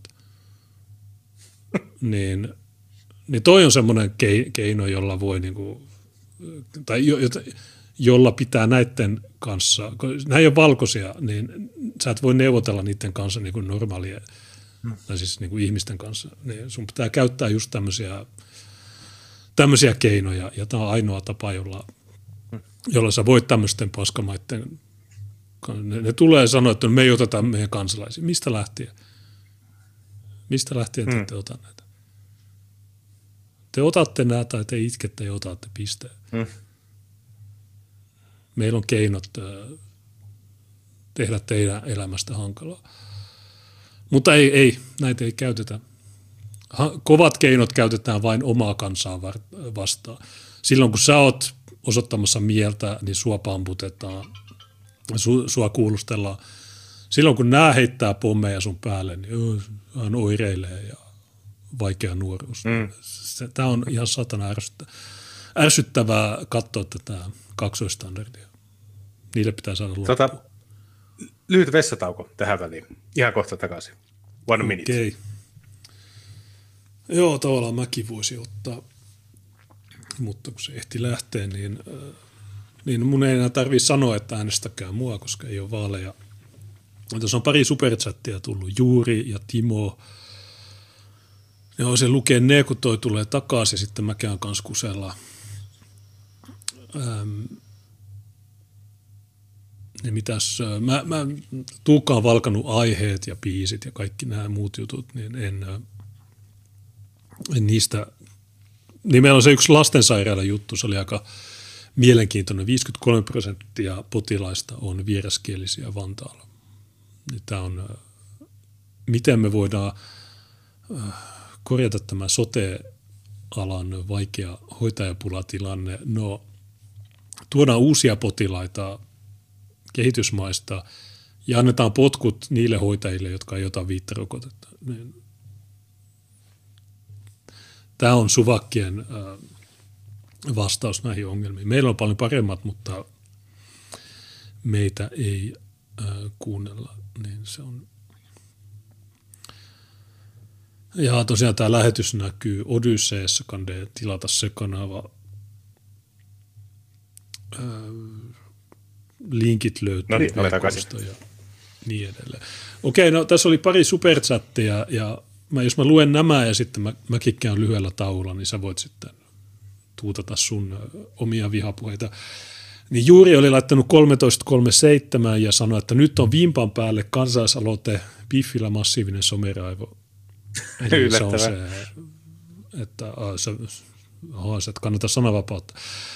niin, niin toi on semmoinen keino, jolla voi niinku, tai jo, jolla pitää näiden kanssa, kun nämä ei ole valkoisia, niin sä et voi neuvotella niiden kanssa niin kuin normaalia, hmm. tai siis niin kuin ihmisten kanssa. Niin sun pitää käyttää just tämmöisiä, tämmöisiä keinoja, ja tämä on ainoa tapa, jolla, jolla sä voit tämmöisten paskamaiden, ne, ne tulee sanoa, että me ei oteta meidän kansalaisia. Mistä lähtien? Mistä lähtien hmm. te ota näitä? Te otatte nämä, tai te itkette ja otatte pisteen. Hmm. Meillä on keinot tehdä teidän elämästä hankalaa. Mutta ei, ei, näitä ei käytetä. Kovat keinot käytetään vain omaa kansaa vastaan. Silloin kun sä oot osoittamassa mieltä, niin sua pamputetaan, sua kuulustellaan. Silloin kun nää heittää pommeja sun päälle, niin hän oireilee ja vaikea nuoruus. Mm. Tämä on ihan satana ärsyttävää katsoa tätä kaksoistandardia. Niille pitää saada loppua. Tota, lyhyt vessatauko tähän väliin. Ihan kohta takaisin. One okay. minute. Joo, tavallaan mäkin voisin ottaa, mutta kun se ehti lähteä, niin, niin mun ei enää tarvitse sanoa, että äänestäkää mua, koska ei ole vaaleja. Tässä on pari superchattia tullut, Juuri ja Timo. Ne voisin lukea ne, kun toi tulee takaisin, sitten mä käyn kanssa kusella. Ähm, ja mitäs, mä, mä Tuukka on valkannut aiheet ja biisit ja kaikki nämä muut jutut, niin en, en niistä, niin meillä on se yksi lastensairaala juttu, se oli aika mielenkiintoinen, viisikymmentäkolme prosenttia potilaista on vieraskielisiä Vantaalla. Tämä on, miten me voidaan korjata tämä sote-alan vaikea hoitajapulatilanne, no tuodaan uusia potilaita kehitysmaista ja annetaan potkut niille hoitajille, jotka ei ota viittä rokotetta. Tämä on suvakkien vastaus näihin ongelmiin. Meillä on paljon paremmat, mutta meitä ei kuunnella. Niin se on. Ja tosiaan tämä lähetys näkyy Odysseessa, kande tilata se kanava. Linkit löytyy no niin, verkosta ja niin edelleen. Okei, no tässä oli pari superchatteja ja mä, jos mä luen nämä ja sitten mä, mäkin käyn lyhyellä tauolla, niin sä voit sitten tuutata sun omia vihapuheita. Niin Juuri oli laittanut kolmetoista kolmekymmentäseitsemän ja sanoi, että nyt on vimpan päälle kansalaisaloite Biffillä massiivinen someraivo. Eli se on se, että, se, aha, se, että kannattaa sananvapautta.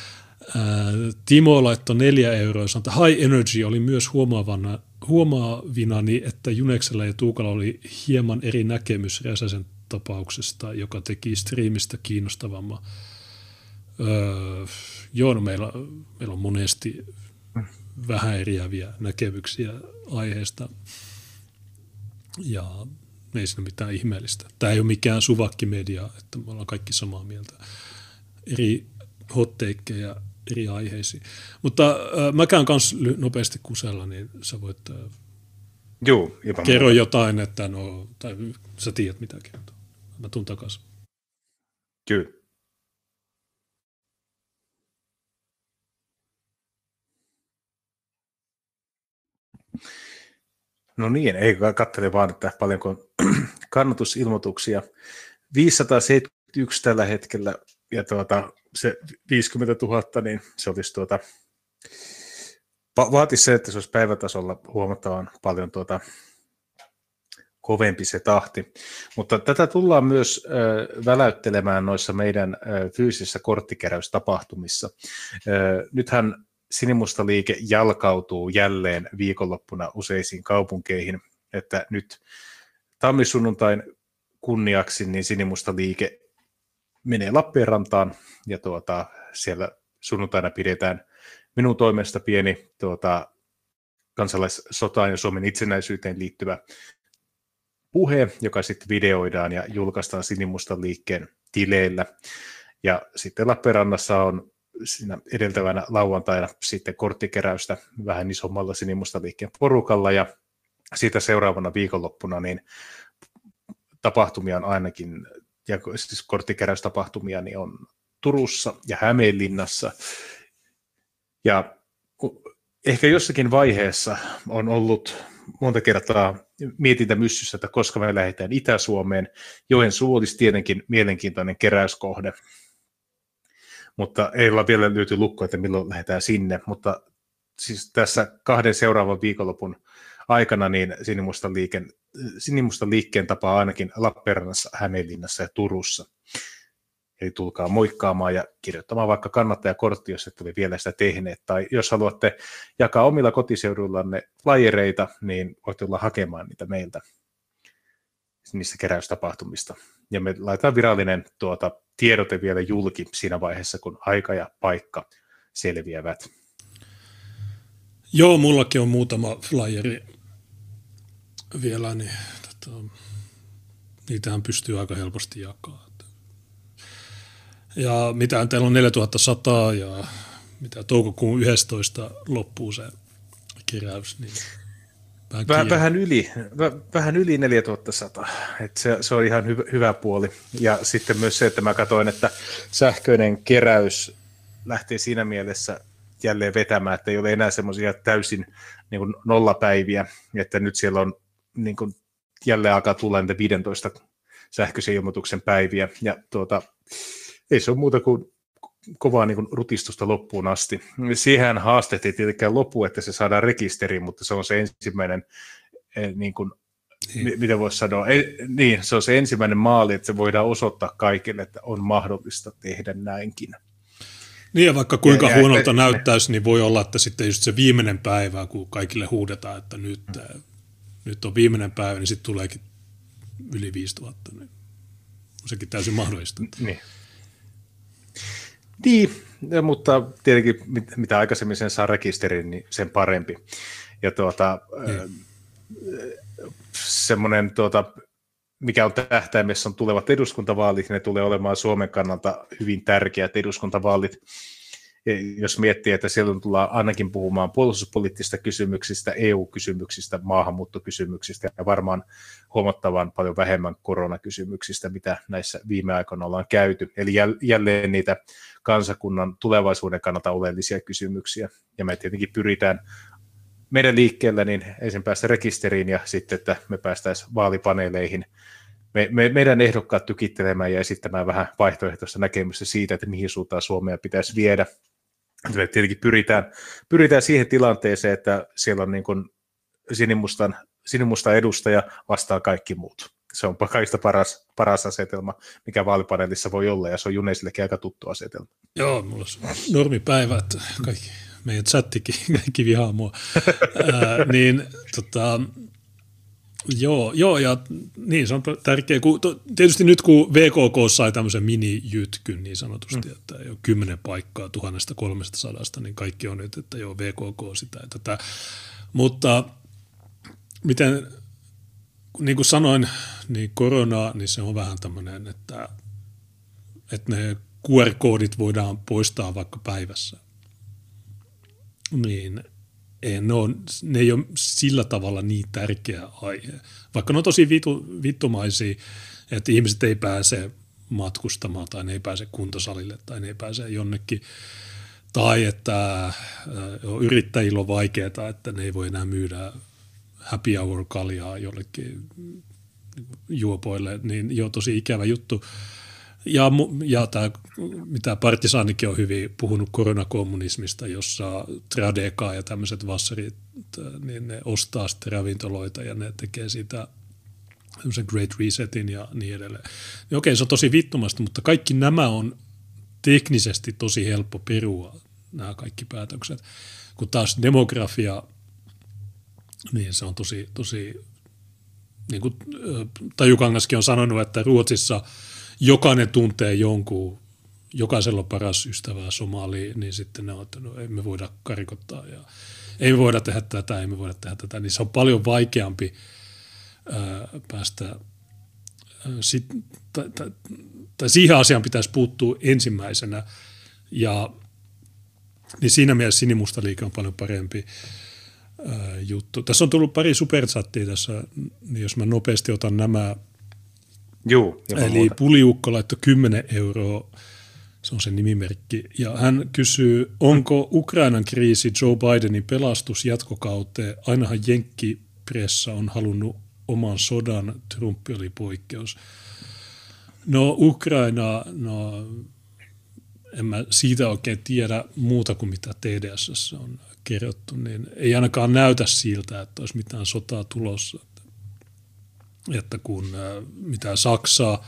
Timo laittoi neljä euroa ja sanoi, että High Energy oli myös huomaavana, huomaavinani, että Juneksella ja Tuukalla oli hieman eri näkemys Räsäsen tapauksesta, joka teki striimistä kiinnostavamman. Öö, joo, no meillä, meillä on monesti vähän eriäviä näkemyksiä aiheesta ja ei siinä mitään ihmeellistä. Tämä ei ole mikään suvakkimedia, että me ollaan kaikki samaa mieltä. Eri hot-takeja eri aiheisiin. Mutta äh, mä käyn kanssa nopeasti kusella, niin sä voit äh, Joo, ilman Kerro muuta. jotain, että no, tai sä tiedät mitä kertoo. Mä tuun takaisin. Kyllä. No niin, ei katsele vaan, että paljonko on kannatusilmoituksia. viisisataaseitsemänkymmentäyksi tällä hetkellä, ja tuota, se viisikymmentätuhatta, niin se olisi tuota, va- vaatisi se, että se olisi päivätasolla huomattavan paljon tuota, kovempi se tahti. Mutta tätä tullaan myös ö, väläyttelemään noissa meidän ö, fyysisissä korttikeräystapahtumissa. Ö, nythän Sinimusta liike jalkautuu jälleen viikonloppuna useisiin kaupunkeihin, että nyt tammisunnuntain kunniaksi niin Sinimusta liike menee Lappeenrantaan, ja tuota, siellä sunnuntaina pidetään minun toimesta pieni tuota, kansalaissotaan ja Suomen itsenäisyyteen liittyvä puhe, joka sitten videoidaan ja julkaistaan Sinimustan liikkeen tileillä. Ja sitten Lappeenrannassa on siinä edeltävänä lauantaina sitten korttikeräystä vähän isommalla Sinimustan liikkeen porukalla, ja siitä seuraavana viikonloppuna niin tapahtumia on ainakin, ja siis korttikeräystapahtumia niin on Turussa ja Hämeenlinnassa. Ja ehkä jossakin vaiheessa on ollut monta kertaa mietintämyssyssä, että koska me lähdetään Itä-Suomeen. Joensuu olisi tietenkin mielenkiintoinen keräyskohde, mutta ei olla vielä löyty lukko, että milloin lähdetään sinne. Mutta siis tässä kahden seuraavan viikonlopun aikana niin Sinimustan liikkeen, Sinimustan liikkeen tapaa ainakin Lappeenrannassa, Hämeenlinnassa ja Turussa. Eli tulkaa moikkaamaan ja kirjoittamaan vaikka kannattajakortti, jos ette ole vielä sitä tehneet. Tai jos haluatte jakaa omilla kotiseuduillanne flyereita, niin voitte tulla hakemaan niitä meiltä niistä keräystapahtumista. Ja me laitetaan virallinen tuota, tiedote vielä julki siinä vaiheessa, kun aika ja paikka selviävät. Joo, mullakin on muutama flyeri vielä, niin tota, niitähän pystyy aika helposti jakamaan. Ja mitä teillä on neljätuhatta sata ja mitä toukokuun yhdestoista loppuu se keräys, niin vähän, Väh, vähän yli, väh, vähän yli neljätuhatta sata, että se, se on ihan hyvä, hyvä puoli. Ja sitten myös se, että mä katsoin, että sähköinen keräys lähtee siinä mielessä jälleen vetämään, että ei ole enää semmoisia täysin niin kuin nollapäiviä, että nyt siellä on niin kuin jälleen alkaa tulla niitä viidentoista sähköisen ilmoituksen päiviä, ja tuota, ei se ole muuta kuin kovaa niin kuin rutistusta loppuun asti. Siihen haasteet ei tietenkään lopu, että se saadaan rekisteriin, mutta se on se ensimmäinen, niin kuin, niin. mitä voisi sanoa, ei, niin, se on se ensimmäinen maali, että se voidaan osoittaa kaikille, että on mahdollista tehdä näinkin. Niin, ja vaikka kuinka ja, huonolta ja, näyttäisi, niin voi olla, että sitten just se viimeinen päivä, kun kaikille huudetaan, että nyt, mm. nyt on viimeinen päivä, niin sitten tuleekin yli viisituhatta. Niin on sekin täysin mahdollista. Niin. Niin, mutta tietenkin mitä aikaisemmin sen saa rekisteriin, niin sen parempi. Ja tuota, niin. semmoinen, tuota, mikä on tähtäimessä, on tulevat eduskuntavaalit, ne tulee olemaan Suomen kannalta hyvin tärkeät eduskuntavaalit. Jos miettii, että siellä tullaan ainakin puhumaan puolustuspoliittisista kysymyksistä, E U-kysymyksistä, maahanmuuttokysymyksistä ja varmaan huomattavan paljon vähemmän koronakysymyksistä, mitä näissä viime aikoina ollaan käyty. Eli jälleen niitä kansakunnan tulevaisuuden kannalta oleellisia kysymyksiä. Ja me tietenkin pyritään meidän liikkeellä niin ensin päästä rekisteriin ja sitten, että me päästäisiin vaalipaneeleihin me, me, meidän ehdokkaat tykittelemään ja esittämään vähän vaihtoehtoista näkemystä siitä, että mihin suuntaan Suomea pitäisi viedä. Me tietenkin pyritään, pyritään siihen tilanteeseen, että siellä on niin kuin sinimustan, sinimustan edustaja vastaa kaikki muut. Se on kaikista paras, paras asetelma, mikä vaalipaneelissa voi olla, ja se on Juneisillekin aika tuttu asetelma. Joo, mulla on normipäivä, että kaikki, meidän chattikin kaikki vihaa mua. Ää, niin tota, joo, joo, ja niin se on tärkeä, kun, to, tietysti nyt kun V K K sai tämmöisen mini-jytkyn niin sanotusti, mm. että ei ole kymmenen paikkaa tuhannesta kolmestasadasta, niin kaikki on nyt, että joo, V K K sitä ja tätä, mutta miten, niin kuin sanoin, niin korona, niin se on vähän tämmöinen, että, että ne Q R-koodit voidaan poistaa vaikka päivässä. Niin ei, ne, on, ne ei ole sillä tavalla niin tärkeä aihe. Vaikka ne on tosi vitu, vittumaisia, että ihmiset ei pääse matkustamaan tai ne ei pääse kuntosalille tai ne ei pääse jonnekin. Tai että yrittäjillä on vaikeaa, että ne ei voi enää myydä happy hour kaljaa jollekin juopoille, niin jo tosi ikävä juttu. Ja, ja tämä, mitä Partisaanikin on hyvin puhunut koronakommunismista, jossa Tradeka ja tämmöiset vassarit, niin ne ostaa sitten ravintoloita ja ne tekee siitä tämmöisen Great Resetin ja niin edelleen. Niin okei, se on tosi vittumasta, mutta kaikki nämä on teknisesti tosi helppo perua, nämä kaikki päätökset. Kun taas demografia, niin se on tosi, tosi niin kuin Tajukangaskin on sanonut, että Ruotsissa jokainen tuntee jonkun, jokaisella on paras ystävä somali, niin sitten ne on, että no, ei me voida karikottaa ja ei me voida tehdä tätä, ei me voida tehdä tätä, niin se on paljon vaikeampi ää, päästä, ää, sit, tai, tai, tai siihen asiaan pitäisi puuttua ensimmäisenä, ja niin siinä mielessä Sinimusta liike on paljon parempi ää, juttu. Tässä on tullut pari superchattia tässä, niin jos mä nopeasti otan nämä. Juu, eli muuta. Puliukko laittoi kymmenen euroa, se on se nimimerkki, ja hän kysyy, onko Ukrainan kriisi Joe Bidenin pelastus jatkokauteen? Ainahan jenkkipressa on halunnut oman sodan, Trump oli poikkeus. No Ukraina, no en mä siitä oikein tiedä muuta kuin mitä T D S on kerrottu, niin ei ainakaan näytä siltä, että olisi mitään sotaa tulossa. Että kun mitä Saksa,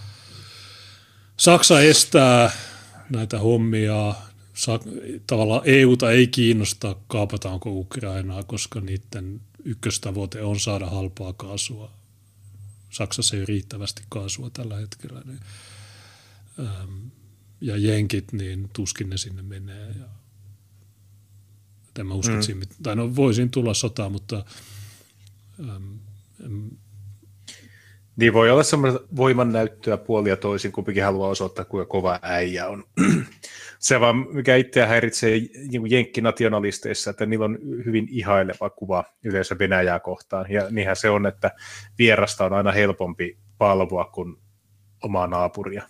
Saksa estää näitä hommia, tavallaan E Uta ei kiinnosta, kaapataanko Ukrainaa, koska niiden ykköstavoite on saada halpaa kaasua. Saksassa ei ole riittävästi kaasua tällä hetkellä. Niin, ja jenkit, niin tuskin ne sinne menee. Ja, en mä usko, mm. siinä, tai no voisin tulla sotaa, mutta äm, niin voi olla semmoista voimannäyttöä puoli ja toisin, kumpikin haluaa osoittaa, kuinka kova äijä on. Se vaan, mikä itseä häiritsee jenkkinationalisteissa, että niillä on hyvin ihaileva kuva yleensä Venäjää kohtaan. Ja niinhän se on, että vierasta on aina helpompi palvoa kuin omaa naapuria.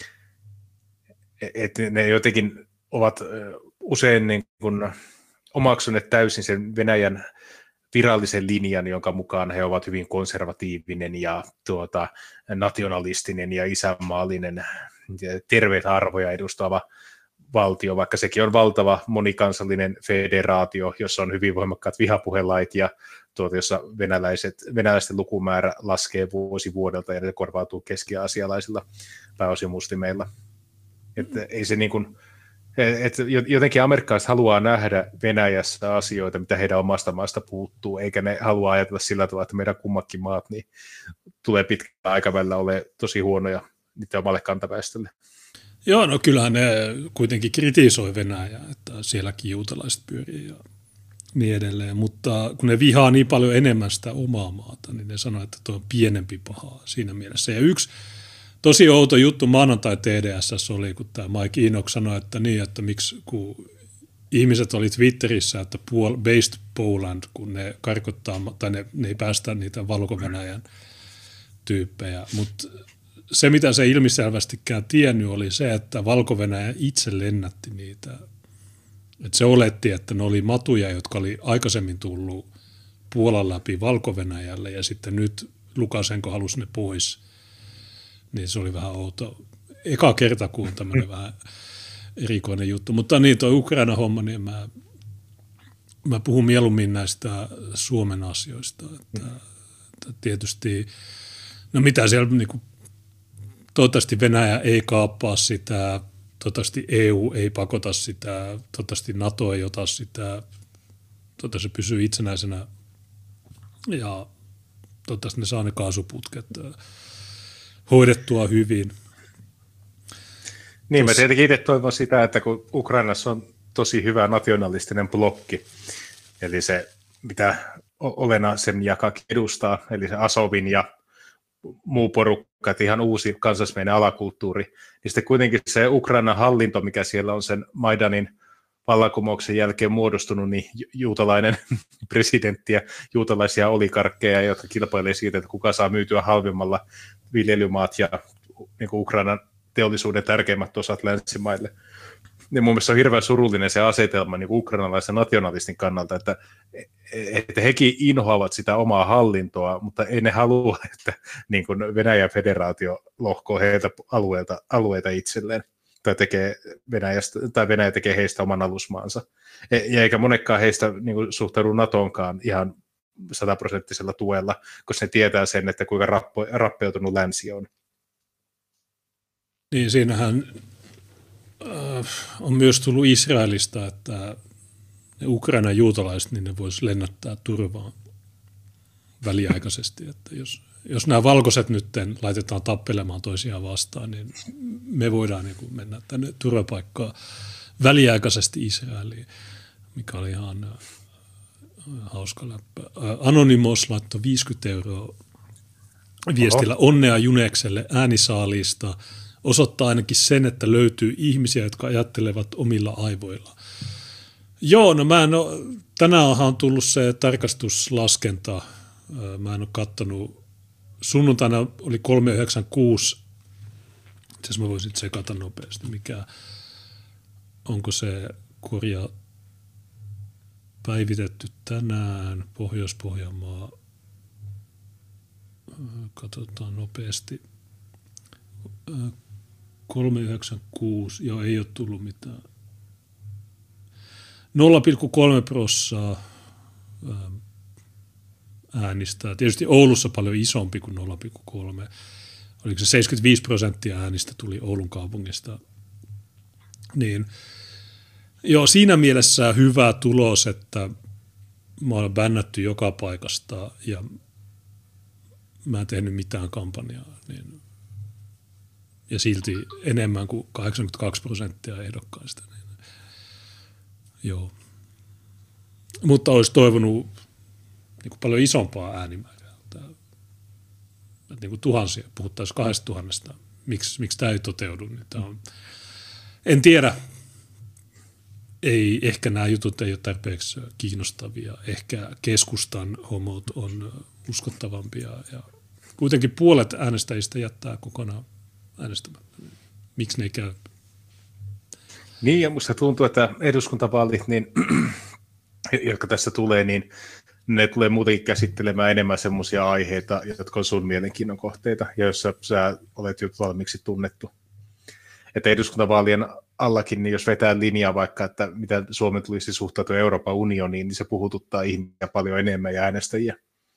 Et ne jotenkin ovat usein niin kuin omaksuneet täysin sen Venäjän virallisen linjan, jonka mukaan he ovat hyvin konservatiivinen ja tuota, nationalistinen ja isänmaallinen terveitä arvoja edustava valtio, vaikka sekin on valtava monikansallinen federaatio, jossa on hyvin voimakkaat vihapuhelait ja tuota, jossa venäläiset, venäläisten lukumäärä laskee vuosi vuodelta ja ne korvautuu keski-aasialaisilla pääosin muslimeilla. Että ei se niin kuin, että jotenkin amerikkalaiset haluaa nähdä Venäjässä asioita, mitä heidän omasta maasta puuttuu, eikä ne halua ajatella sillä tavalla, että meidän kummatkin maat niin tulee pitkällä aikavälillä ole tosi huonoja niiden omalle kantaväestölle. Joo, no kyllähän ne kuitenkin kritisoi Venäjää, että sielläkin juutalaiset pyörii ja niin edelleen, mutta kun ne vihaa niin paljon enemmän sitä omaa maata, niin ne sanoo, että tuo on pienempi pahaa siinä mielessä. Ja yksi tosi outo juttu maanantai T D S oli, kun tämä Mike Enoch sanoi, että niin, että miksi kun ihmiset oli Twitterissä, että based Poland, kun ne karkottaa, tai ne, ne ei päästä niitä Valko-Venäjän tyyppejä, mutta se, mitä se ilmiselvästikään tiennyt, oli se, että Valko-Venäjä itse lennätti niitä. Et se oletti, että ne oli matuja, jotka oli aikaisemmin tullut Puolan läpi Valko-Venäjälle, ja sitten nyt Lukasenko halusi ne pois. Niin se oli vähän outo. Eka kerta, kun on tämmöinen vähän erikoinen juttu. Mutta niin, tuo Ukraina-homma, niin mä, mä puhun mieluummin näistä Suomen asioista. Että, että tietysti, no mitä siellä, niin kuin, toivottavasti Venäjä ei kaappaa sitä, toivottavasti E U ei pakota sitä, toivottavasti NATO ei ota sitä, toivottavasti se pysyy itsenäisenä ja toivottavasti ne saa ne kaasuputket hoidettua hyvin. Niin, Tos... mä tietenkin itse toivon sitä, että kun Ukrainassa on tosi hyvä nationalistinen blokki, eli se, mitä Olena Semjakakin edustaa, eli se Azovin ja muu porukka, että ihan uusi kansallismeinen alakulttuuri, niin sitten kuitenkin se Ukrainan hallinto, mikä siellä on sen Maidanin vallankumouksen jälkeen muodostunut niin juutalainen presidentti ja juutalaisia oligarkkeja, jotka kilpailee siitä, että kuka saa myytyä halvimmalla viljelymaat ja niin kuin Ukrainan teollisuuden tärkeimmät osat länsimaille. Ja mun mielestä on hirveän surullinen se asetelma niin kuin ukrainalaisen nationalistin kannalta, että, että hekin inhoavat sitä omaa hallintoa, mutta ei ne halua, että niin kuin Venäjän federaatio lohkoo heiltä alueita, alueita itselleen. Tai, tekee Venäjästä, tai Venäjä tekee heistä oman alusmaansa. Ja eikä monekkaan heistä niin kuin, suhtaudu NATOonkaan ihan sataprosenttisella tuella, koska ne tietää sen, että kuinka rappo, rappeutunut länsi on. Niin, siinähän äh, on myös tullut Israelista, että ne Ukrainan juutalaiset, niin ne vois lennättää turvaan väliaikaisesti. Että jos, jos nämä valkoiset nyt laitetaan tappelemaan toisiaan vastaan, niin me voidaan niin kuin mennä tänne turvapaikkaan väliaikaisesti Israeliin, mikä oli ihan äh, hauska läppä. Äh, Anonymous laittoi viisikymmentä euroa viestillä Oho. Onnea Junekselle äänisaalista. Osoittaa ainakin sen, että löytyy ihmisiä, jotka ajattelevat omilla aivoilla. Joo, no mä en ole, tänään on tullut se tarkastuslaskenta. Mä en ole katsonut. Sunnuntaina oli kolme yhdeksänkymmentäkuusi. Itse asiassa mä voisin tsekata nopeasti, mikä, onko se korja päivitetty tänään. Pohjois-Pohjanmaa. Katsotaan nopeasti. kolme yhdeksänkymmentäkuusi, joo, ei ole tullut mitään. nolla pilkku kolme prosenttia äänistä. Tietysti Oulussa paljon isompi kuin nolla pilkku kolme. Oliko se seitsemänkymmentäviisi prosenttia äänistä tuli Oulun kaupungista. Niin. Joo, siinä mielessä hyvä tulos, että mä olen bännätty joka paikasta ja mä en tehnyt mitään kampanjaa, niin ja silti enemmän kuin kahdeksankymmentäkaksi prosenttia ehdokkaista. Niin, joo. Mutta olisi toivonut niin kuin paljon isompaa äänimäärää. Niin kuin tuhansia, puhuttaisiin kahdesta tuhannesta. Miksi, miksi tämä ei toteudu? Niin tämä on, en tiedä. Ei, ehkä nämä jutut ei ole tarpeeksi kiinnostavia. Ehkä keskustan homot on uskottavampia. Ja kuitenkin puolet äänestäjistä jättää kokonaan äänestämättä. Miksi ne ei käy? Niin, ja musta tuntuu, että eduskuntavaalit, niin, jotka tässä tulee, niin ne tulee muutenkin käsittelemään enemmän semmoisia aiheita, jotka on sun mielenkiinnon kohteita, ja jossa sä olet jo valmiiksi tunnettu. Että eduskuntavaalien allakin, niin jos vetää linjaa vaikka, että mitä Suomen tulisi suhtautua Euroopan unioniin, niin se puhututtaa ihmisiä paljon enemmän ja äänestäjiä.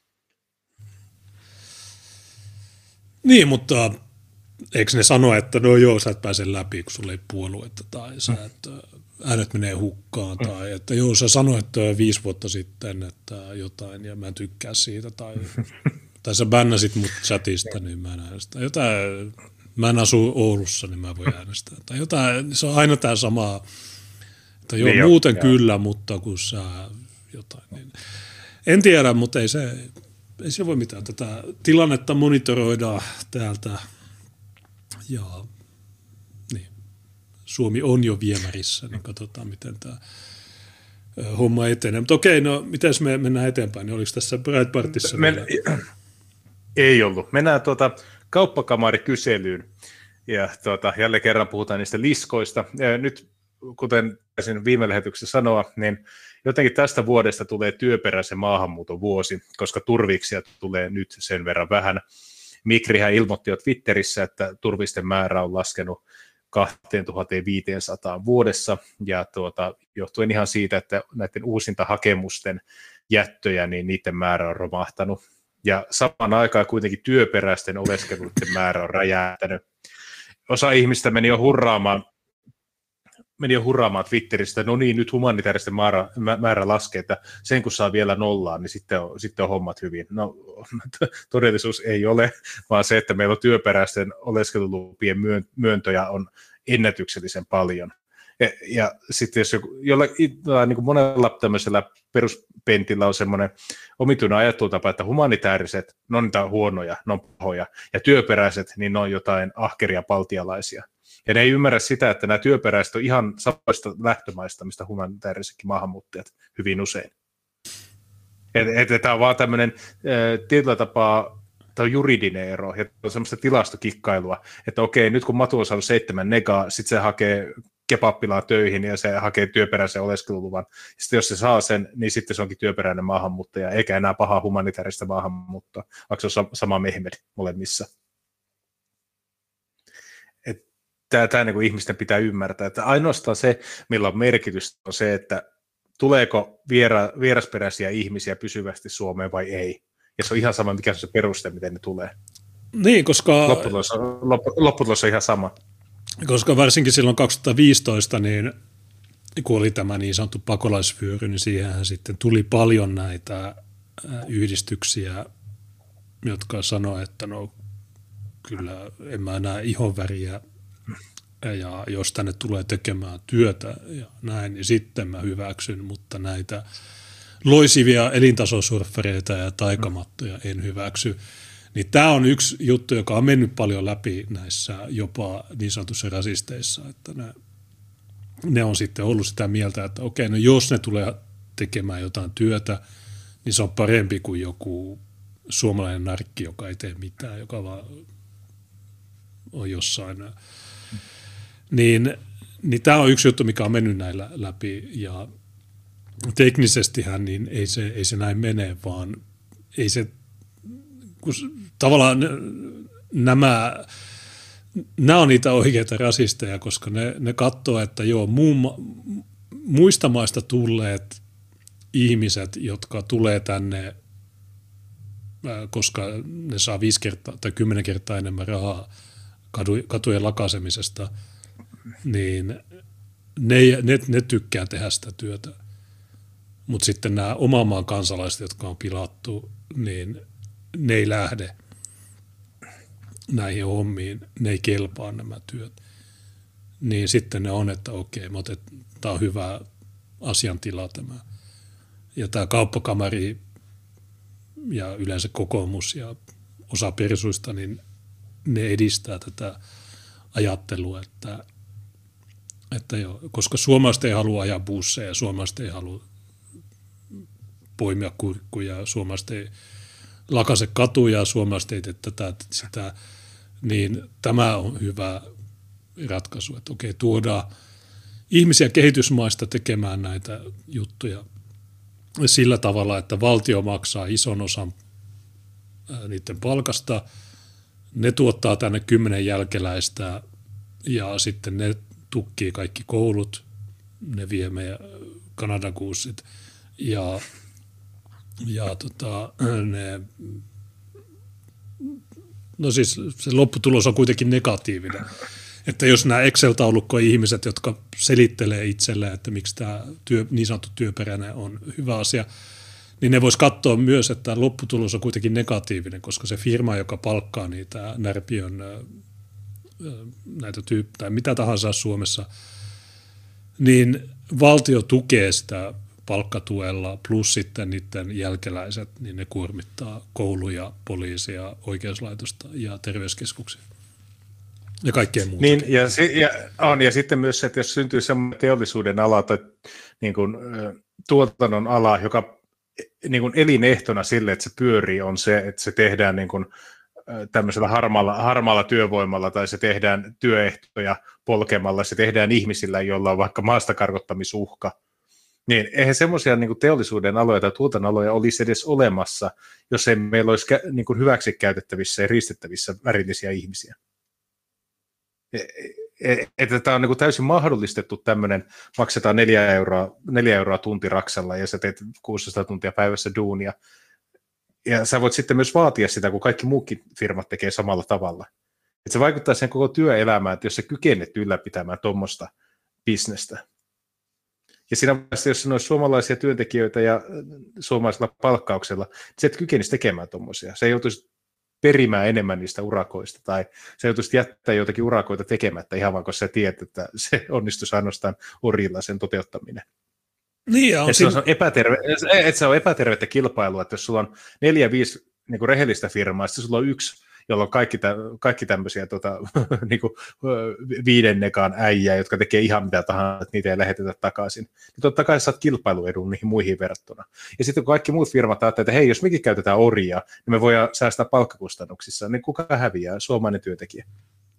Niin, mutta eikö ne sano, että no joo, sä et pääse läpi, kun sulla ei puoluetta, tai sä et, äänet menee hukkaan, tai että joo, sä sanoit viisi vuotta sitten, että jotain, ja mä en tykkää siitä, tai, tai sä bännäsit mut chatista, niin mä en äänestä. Jotain, mä en asu Oulussa, niin mä voin äänestää. Tai jotain, se on aina tämä sama, että joo, niin muuten jo, kyllä, joo. Mutta kun sä jotain, niin en tiedä, mutta ei se, ei se voi mitään. Tätä tilannetta monitoroidaan täältä. Ja niin, Suomi on jo viemärissä, niin katsotaan, miten tämä homma etenee. Mutta okei, no miten me mennään eteenpäin? Oliko tässä Breitbartissa? Men, ei ollut. Mennään tuota kauppakamarikyselyyn. Ja tuota, jälleen kerran puhutaan niistä liskoista. Ja nyt, kuten taisin viime lähetyksessä sanoa, niin jotenkin tästä vuodesta tulee työperäisen maahanmuuton vuosi, koska turviksia tulee nyt sen verran vähän. Migrihän ilmoitti jo Twitterissä, että turvisten määrä on laskenut kaksituhattaviisisataa vuodessa, ja tuota, johtuen ihan siitä, että näiden uusintahakemusten jättöjä, niin niiden määrä on romahtanut. Ja samaan aikaan kuitenkin työperäisten oleskeluiden määrä on räjähtänyt. Osa ihmistä meni jo hurraamaan, meni jo hurraamaan Twitteristä, no niin, nyt humanitaaristen määrä, määrä laskee, että sen kun saa vielä nollaan, niin sitten on, sitten on hommat hyvin. No todellisuus ei ole, vaan se, että meillä on työperäisten oleskelulupien myöntöjä on ennätyksellisen paljon. Ja, ja sitten jos joku, jolla, niin kuin monella tämmöisellä peruspentillä on semmoinen omituinen ajattelutapa, että humanitaariset, ne on niitä huonoja, ne on pahoja, ja työperäiset, niin ne on jotain ahkeria baltialaisia. Ja ne ei ymmärrä sitä, että nämä työperäiset on ihan samoista lähtömaista, mistä humanitaarisetkin maahanmuuttajat hyvin usein. Että et, tämä on vaan tämmöinen äh, tietyllä tapaa tämä on juridinen ero, ja on semmoista tilastokikkailua, että okei, nyt kun Matu on saanut seitsemän negaa, sitten se hakee kebabbilaa töihin ja se hakee työperäisen oleskeluluvan. Sitten jos se saa sen, niin sitten se onkin työperäinen maahanmuuttaja, eikä enää pahaa humanitaarista maahanmuuttoa, vaikka se on sama Mehmed molemmissa. Tämä, tämä niin kuin ihmisten pitää ymmärtää, että ainoastaan se, millä on merkitystä, on se, että tuleeko viera, vierasperäisiä ihmisiä pysyvästi Suomeen vai ei. Ja se on ihan sama, mikä on se peruste, miten ne tulee. Niin, koska... Lopputulos on, lopputulos on ihan sama. Koska varsinkin silloin kaksituhattaviisitoista, niin kun oli tämä niin sanottu pakolaisvyöry, niin siihenhän sitten tuli paljon näitä yhdistyksiä, jotka sanoi, että no kyllä en mä näe ihonväriä, ja jos tänne tulee tekemään työtä ja näin, niin sitten mä hyväksyn, mutta näitä loisivia elintasosurffereita ja taikamattoja en hyväksy. Niin tämä on yksi juttu, joka on mennyt paljon läpi näissä jopa niin sanotussa rasisteissa, että ne, ne on sitten ollut sitä mieltä, että okei, no jos ne tulee tekemään jotain työtä, niin se on parempi kuin joku suomalainen narkki, joka ei tee mitään, joka vaan on jossain. Niin, niin tämä on yksi juttu, mikä on mennyt näillä läpi, ja teknisestihän niin ei se, ei se näin mene, vaan ei se, kun tavallaan nämä, nämä on niitä oikeita rasisteja, koska ne, ne katsoo, että joo, muun, muista maista tulleet ihmiset, jotka tulee tänne, koska ne saa viisi kertaa tai kymmenen kertaa enemmän rahaa katujen lakasemisesta, niin ne, ne, ne tykkää tehdä sitä työtä. Mutta sitten nämä oman maan kansalaiset, jotka on pilattu, niin ne ei lähde näihin hommiin, ne ei kelpaa nämä työt. Niin sitten ne on, että okei, tämä on hyvä asiantila tämä. Ja tämä kauppakamari ja yleensä kokoomus ja osa persuista, niin ne edistää tätä ajattelua, että, että joo, koska suomalaiset ei halua ajaa busseja, suomalaiset ei halua poimia kurkkuja, suomalaiset ei lakase katuja, suomalaiset ei tee tätä, sitä, niin tämä on hyvä ratkaisu, että okei, tuodaan ihmisiä kehitysmaista tekemään näitä juttuja sillä tavalla, että valtio maksaa ison osan niiden palkasta, ne tuottaa tänne kymmenen jälkeläistä ja sitten ne tukkii kaikki koulut, ne vie meidän Kanadan kuussit ja, ja tota, ne, no siis se lopputulos on kuitenkin negatiivinen. Että jos nämä Excel-taulukko-ihmiset, jotka selittelee itselleen, että miksi tämä työ, niin sanottu työperäinen on hyvä asia, niin ne vois katsoa myös, että lopputulos on kuitenkin negatiivinen, koska se firma, joka palkkaa niitä Närpiön näitä tyyppejä tai mitä tahansa Suomessa, niin valtio tukee sitä palkkatuella plus sitten niiden jälkeläiset, niin ne kuormittaa kouluja, poliisia, oikeuslaitosta ja terveyskeskuksia. Ja kaikkea muuta. Niin, ja, ja, on, ja sitten myös se, että jos syntyy sellainen teollisuuden ala tai niin kuin, tuotannon ala, joka niin kuin elinehtona sille, että se pyörii, on se, että se tehdään niin kuin, tämmöisellä harmaalla, harmaalla työvoimalla tai se tehdään työehtoja polkemalla, se tehdään ihmisillä, joilla on vaikka maastakarkottamisuhka. Niin eihän semmoisia niin kuin teollisuuden aloja tai tuotannon aloja olisi edes olemassa, jos ei meillä olisi niin kuin hyväksi käytettävissä ja riistettävissä värillisiä ihmisiä. Että tämä on niin kuin täysin mahdollistettu tämmöinen, maksetaan neljä euroa, neljä euroa tunti Raksalla ja sä teet kuusisataa tuntia päivässä duunia. Ja sä voit sitten myös vaatia sitä, kun kaikki muukin firmat tekee samalla tavalla. Että se vaikuttaa sen koko työelämään, että jos sä kykenet ylläpitämään tuommoista bisnestä. Ja siinä vaiheessa, jos olisi suomalaisia työntekijöitä ja suomalaisella palkkauksella, niin sä et kykenisi tekemään tuommoisia. Se joutuisi perimään enemmän niistä urakoista, tai se joutuisi jättää jotakin urakoita tekemättä ihan vaan, kun sä tiedät, että se onnistuisi ainoastaan orilla sen toteuttaminen. Niin, ja on siinä... se on epäterve, että se on epätervettä kilpailua, että jos sulla on neljä, viisi niin kuin rehellistä firmaa, sitten sulla on yksi, jolloin kaikki, tä, kaikki tämmöisiä tota, niin kuin, viidennekaan äijää, jotka tekee ihan mitä tahansa, että niitä ei lähetetä takaisin. Niin totta kai saat kilpailuedun niihin muihin verrattuna. Ja sitten kun kaikki muut firmat ajattelevat, että hei, jos mekin käytetään orjaa, niin me voidaan säästää palkkakustannuksissa, niin kuka häviää? Suomalainen työntekijä.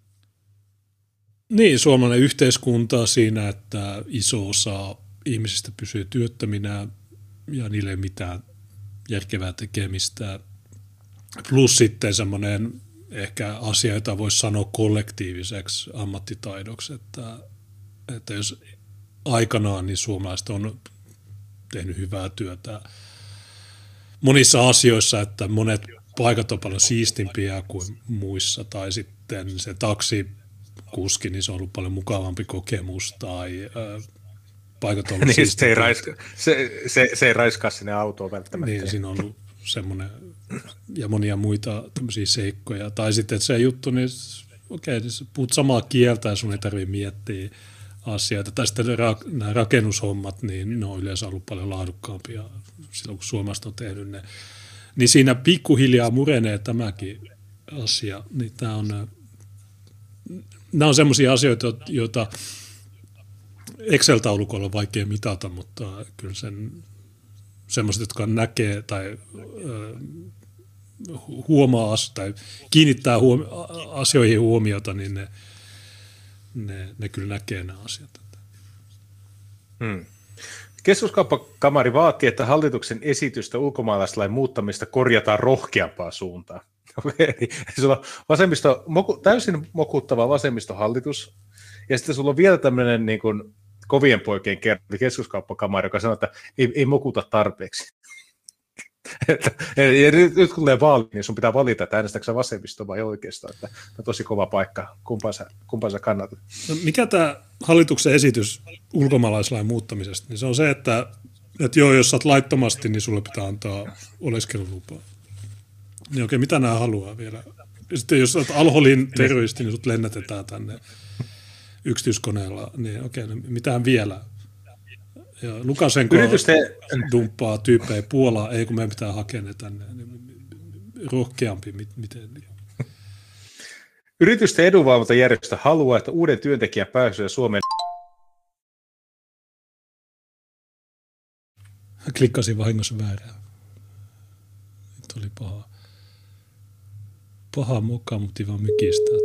Niin, suomalainen yhteiskunta siinä, että iso osa ihmisistä pysyy työttöminä ja niille ei ole mitään järkevää tekemistä. Plus sitten semmoinen ehkä asia, jota voisi sanoa kollektiiviseksi ammattitaidoksi, että, että jos aikanaan niin suomalaiset on tehnyt hyvää työtä monissa asioissa, että monet paikat on paljon siistimpiä kuin muissa, tai sitten se taksikuski, niin se on ollut paljon mukavampi kokemus, tai ää, paikat on ollut niin, se, ei raiska, se, se, se ei raiskaa sinne autoon välttämättä. Niin, siinä on ollut semmoinen ja monia muita tämmöisiä seikkoja. Tai sitten se juttu, niin okei, niin puhut samaa kieltä ja sun ei tarvitse miettiä asioita. Tai sitten ra- nämä rakennushommat, niin ne on yleensä ollut paljon laadukkaampia silloin, kun suomalaiset on tehnyt ne. Niin siinä pikkuhiljaa murenee tämäkin asia. Niin tämä on, nämä on semmoisia asioita, joita Excel-taulukolla on vaikea mitata, mutta kyllä sen semmoiset, jotka näkee tai ö, huomaa tai kiinnittää huomi- asioihin huomiota, niin ne, ne, ne kyllä näkee nämä asiat. Hmm. Keskuskauppakamari vaatii, että hallituksen esitystä ulkomaalaislain muuttamista korjataan rohkeampaa suuntaan. Eli sulla on vasemmisto, moku, täysin mokuttava vasemmistohallitus, ja sitten sulla on vielä tämmöinen niin kuin kovien poikien kerta keskuskauppakamari, joka sanoo, että ei, ei mokuta tarpeeksi. ja nyt, nyt kun tulee vaali, niin sun pitää valita, että äänestäksä vasemmistoa vai oikeastaan. Että on tosi kova paikka, kumpaan sä, kumpaan sä kannatat. No, mikä tämä hallituksen esitys ulkomaalaislain muuttamisesta, niin se on se, että, että joo, jos sä oot laittomasti, niin sulle pitää antaa oleskelulupaa. Niin okei, mitä nämä haluaa vielä? Ja sitten jos olet Al-Holin terroristi, niin sut lennätetään tänne yksityiskoneella, niin okei, no mitään vielä. Ja Lukasenko Yritysten... dumppaa tyyppejä Puolaa, ei kun meidän pitää hakea ne tänne. Rohkeampi, miten. Yritysten edunvalvontajärjestö haluaa, että uuden työntekijän pääsyä Suomeen... Klikkasin vahingossa väärään. Nyt oli paha. Paha moka, mutta ei vaan mykistää.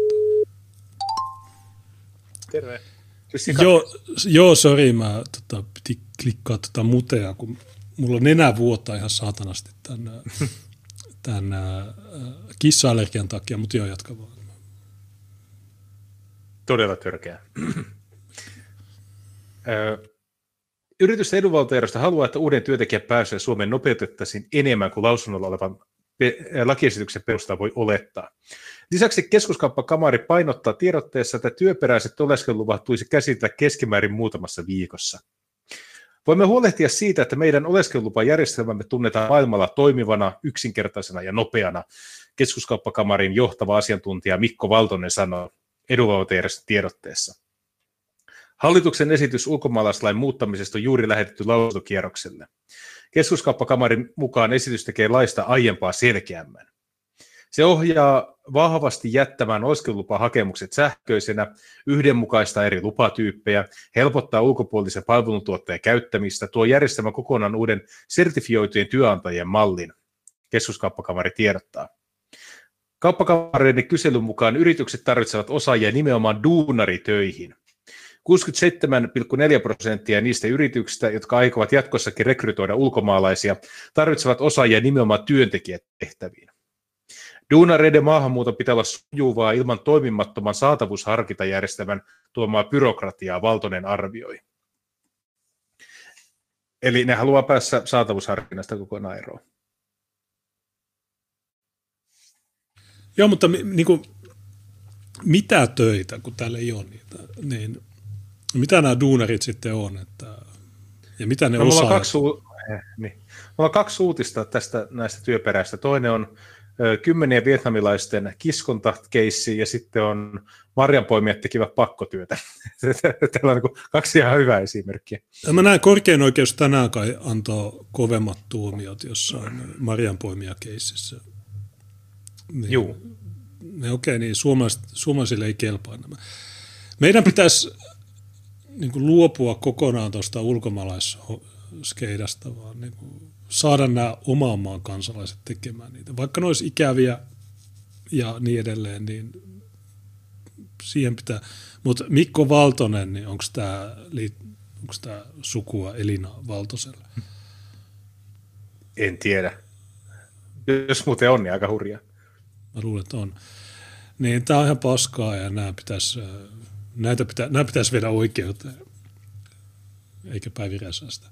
Terve. Joo, joo, sori, mä tota, piti klikkaa tota mutea, kun mulla on nenä vuotta ihan saatanasti tämän, tämän äh, kissa-allergian takia, mutta joo, jatka vaan. Todella törkeä. Yritysten edunvalvontajärjestö haluaa, että uuden työntekijän pääsyä Suomeen nopeutettaisiin enemmän kuin lausunnolla olevan lakiesityksen perusteella voi olettaa. Lisäksi Keskuskauppakamari painottaa tiedotteessa, että työperäiset oleskeluluvat tulisi käsitellä keskimäärin muutamassa viikossa. Voimme huolehtia siitä, että meidän oleskelulupajärjestelmämme tunnetaan maailmalla toimivana, yksinkertaisena ja nopeana, Keskuskauppakamarin johtava asiantuntija Mikko Valtonen sanoi edunvalvontajärjestön tiedotteessa. Hallituksen esitys ulkomaalaislain muuttamisesta on juuri lähetetty lausuntokierrokselle. Keskuskauppakamarin mukaan esitys tekee laista aiempaa selkeämmän. Se ohjaa vahvasti jättämään oleskelulupahakemukset sähköisenä, yhdenmukaista eri lupatyyppejä, helpottaa ulkopuolisen palveluntuottajan käyttämistä, tuo järjestelmän kokonaan uuden sertifioitujen työnantajien mallin, Keskuskauppakamari tiedottaa. Kauppakamareiden kyselyn mukaan yritykset tarvitsevat osaajia nimenomaan duunaritöihin. kuusikymmentäseitsemän pilkku neljä prosenttia niistä yrityksistä, jotka aikovat jatkossakin rekrytoida ulkomaalaisia, tarvitsevat osaajia nimenomaan työntekijätehtäviin. Duunareiden maahanmuuton pitää olla sujuvaa ilman toimimattoman saatavuusharkintajärjestelmän tuomaa byrokratiaa, Valtonen arvioi. Eli ne haluaa päästä saatavuusharkinnasta kokonaan eroon. Joo, mutta niin kuin, mitä töitä, kun täällä ei ole niitä, niin mitä nämä duunarit sitten on, että, ja mitä ne no, osaajat? Mulla on kaksi, u- eh, niin. mulla on kaksi uutista tästä näistä työperäistä. Toinen on ö, kymmenien vietnamilaisten kiskontakeissi, ja sitten on marjanpoimijat tekivät pakkotyötä. Täällä on niin kaksi ihan hyvää esimerkkiä. Ja mä näen, korkein oikeus tänään kai antoi kovemmat tuomiot jossain marjanpoimijakeississä. Niin, Juu. ne okei, niin suomalaisille ei kelpaa nämä. Meidän pitäisi niin kuin luopua kokonaan tuosta ulkomaalaisskeidasta, vaan niin kuin saada nämä oman maan kansalaiset tekemään niitä. Vaikka ne olisi ikäviä ja niin edelleen, niin siihen pitää. Mutta Mikko Valtonen, niin onko tämä, onko tämä sukua Elina Valtoselle? En tiedä. Jos muuten on, niin aika hurjaa. Mä luulen, että on. Niin, tämä on ihan paskaa ja nämä pitäisi, näitä pitä, nämä pitäisi viedä oikeuteen, eikä Päivi Räsästä.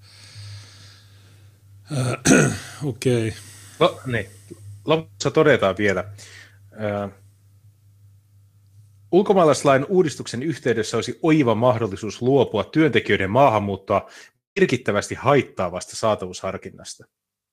Äh, Okei. Okay. No, niin. Lopussa todetaan vielä. Äh, ulkomaalaislain uudistuksen yhteydessä olisi oiva mahdollisuus luopua työntekijöiden maahanmuuttoa merkittävästi haittaavasta saatavuusharkinnasta.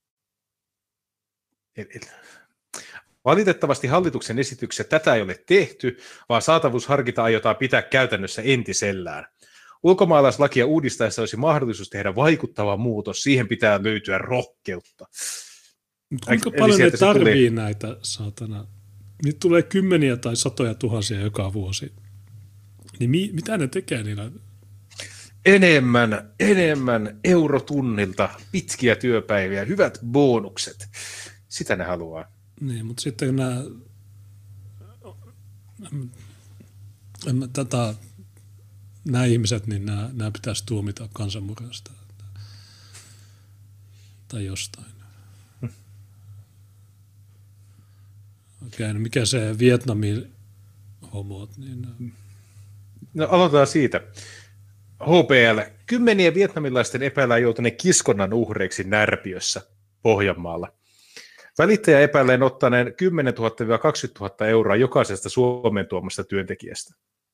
Valitettavasti hallituksen esityksessä tätä ei ole tehty, vaan saatavuusharkinta aiotaan pitää käytännössä entisellään. Ulkomaalaislakia uudistaessa olisi mahdollisuus tehdä vaikuttava muutos, siihen pitää löytyä rohkeutta. Kuinka Eli paljon ne tarvii tuli... näitä, saatana? Niitä tulee kymmeniä tai satoja tuhansia joka vuosi. Niin mi- mitä ne tekee niillä? Enemmän, enemmän eurotunnilta, pitkiä työpäiviä, hyvät bonukset. Sitä ne haluaa. Niin, mutta sitten nämä, tätä, nämä ihmiset, niin nämä, nämä pitäisi tuomita kansanmurhasta tai jostain. Hmm. Okei, no mikä se Vietnamin homot? Niin... No aloitetaan siitä. H P L. Kymmenien vietnamilaisten epäillään joutuneen kiskonnan uhreiksi Närpiössä Pohjanmaalla. Välittäjä epäilleen ottaneen kymmenentuhatta kaksikymmentätuhatta euroa jokaisesta Suomen tuomasta työntekijästä.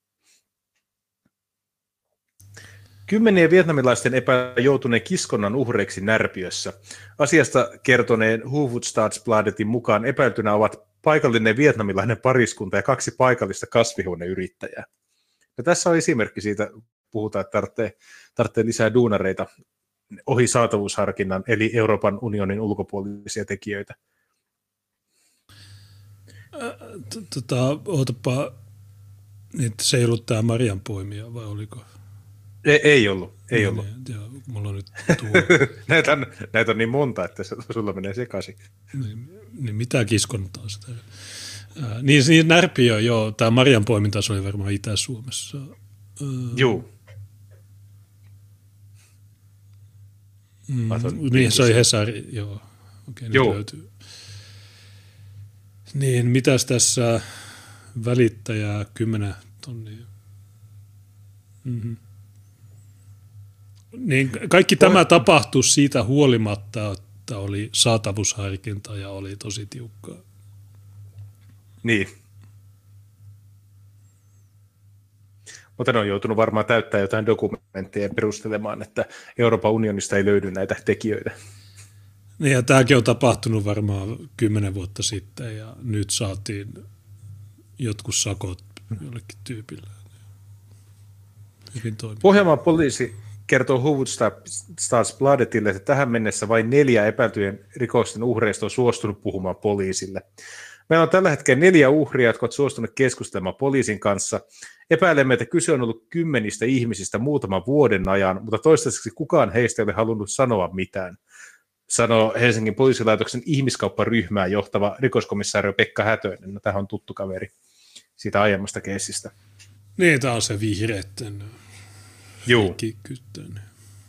Kymmenien vietnamilaisten epäilleen joutuneen kiskonnan uhreiksi Närpiössä. Asiasta kertoneen Hufvudstadsbladetin mukaan epäiltynä ovat paikallinen vietnamilainen pariskunta ja kaksi paikallista kasvihuoneyrittäjää. Ja tässä on esimerkki siitä, puhutaan, että tarvitsee, tarvitsee lisää duunareita ohi saatavuusharkinnan, eli Euroopan unionin ulkopuolisia tekijöitä. Tota, ootapa, niin se ei ollut tämä marjanpoimija, vai oliko? Ei, ei ollut, ei no, ollut. Niin, ja mulla on nyt näitä, on, näitä on niin monta, että sulla menee sekaisin. Niin, niin mitä kiskontaa sitä? Äh, niin, niin Närpiö, joo, tämä marjanpoiminta se oli varmaan Itä-Suomessa. Äh, Joo. Mm, niin, se oli Hesari, joo. Okei, nyt löytyy. Niin, mitäs tässä välittäjää kymmenen tonnia? Mm-hmm. Niin, kaikki tämä Voi... tapahtui siitä huolimatta, että oli saatavuusharkinta ja oli tosi tiukkaa. Niin. Mutta ne on joutunut varmaan täyttää jotain dokumentteja perustelemaan, että Euroopan unionista ei löydy näitä tekijöitä. Niin, ja tämäkin on tapahtunut varmaan kymmenen vuotta sitten, ja nyt saatiin jotkut sakot jollekin tyypille. Hyvin toimii. Pohjanmaan poliisi kertoo Hufvudstadsbladetille, että tähän mennessä vain neljä epäiltyjen rikosten uhreista on suostunut puhumaan poliisille. Meillä on tällä hetkellä neljä uhria, jotka ovat suostuneet keskustelemaan poliisin kanssa. Epäilemme, että kyse on ollut kymmenistä ihmisistä muutaman vuoden ajan, mutta toistaiseksi kukaan heistä ei ole halunnut sanoa mitään, sanoo Helsingin poliisilaitoksen ihmiskaupparyhmää johtava rikoskomissario Pekka Hätönen. No, tämähän on tuttu kaveri siitä aiemmasta keissistä. Niin, tämä on se vihreitten kyttöinen.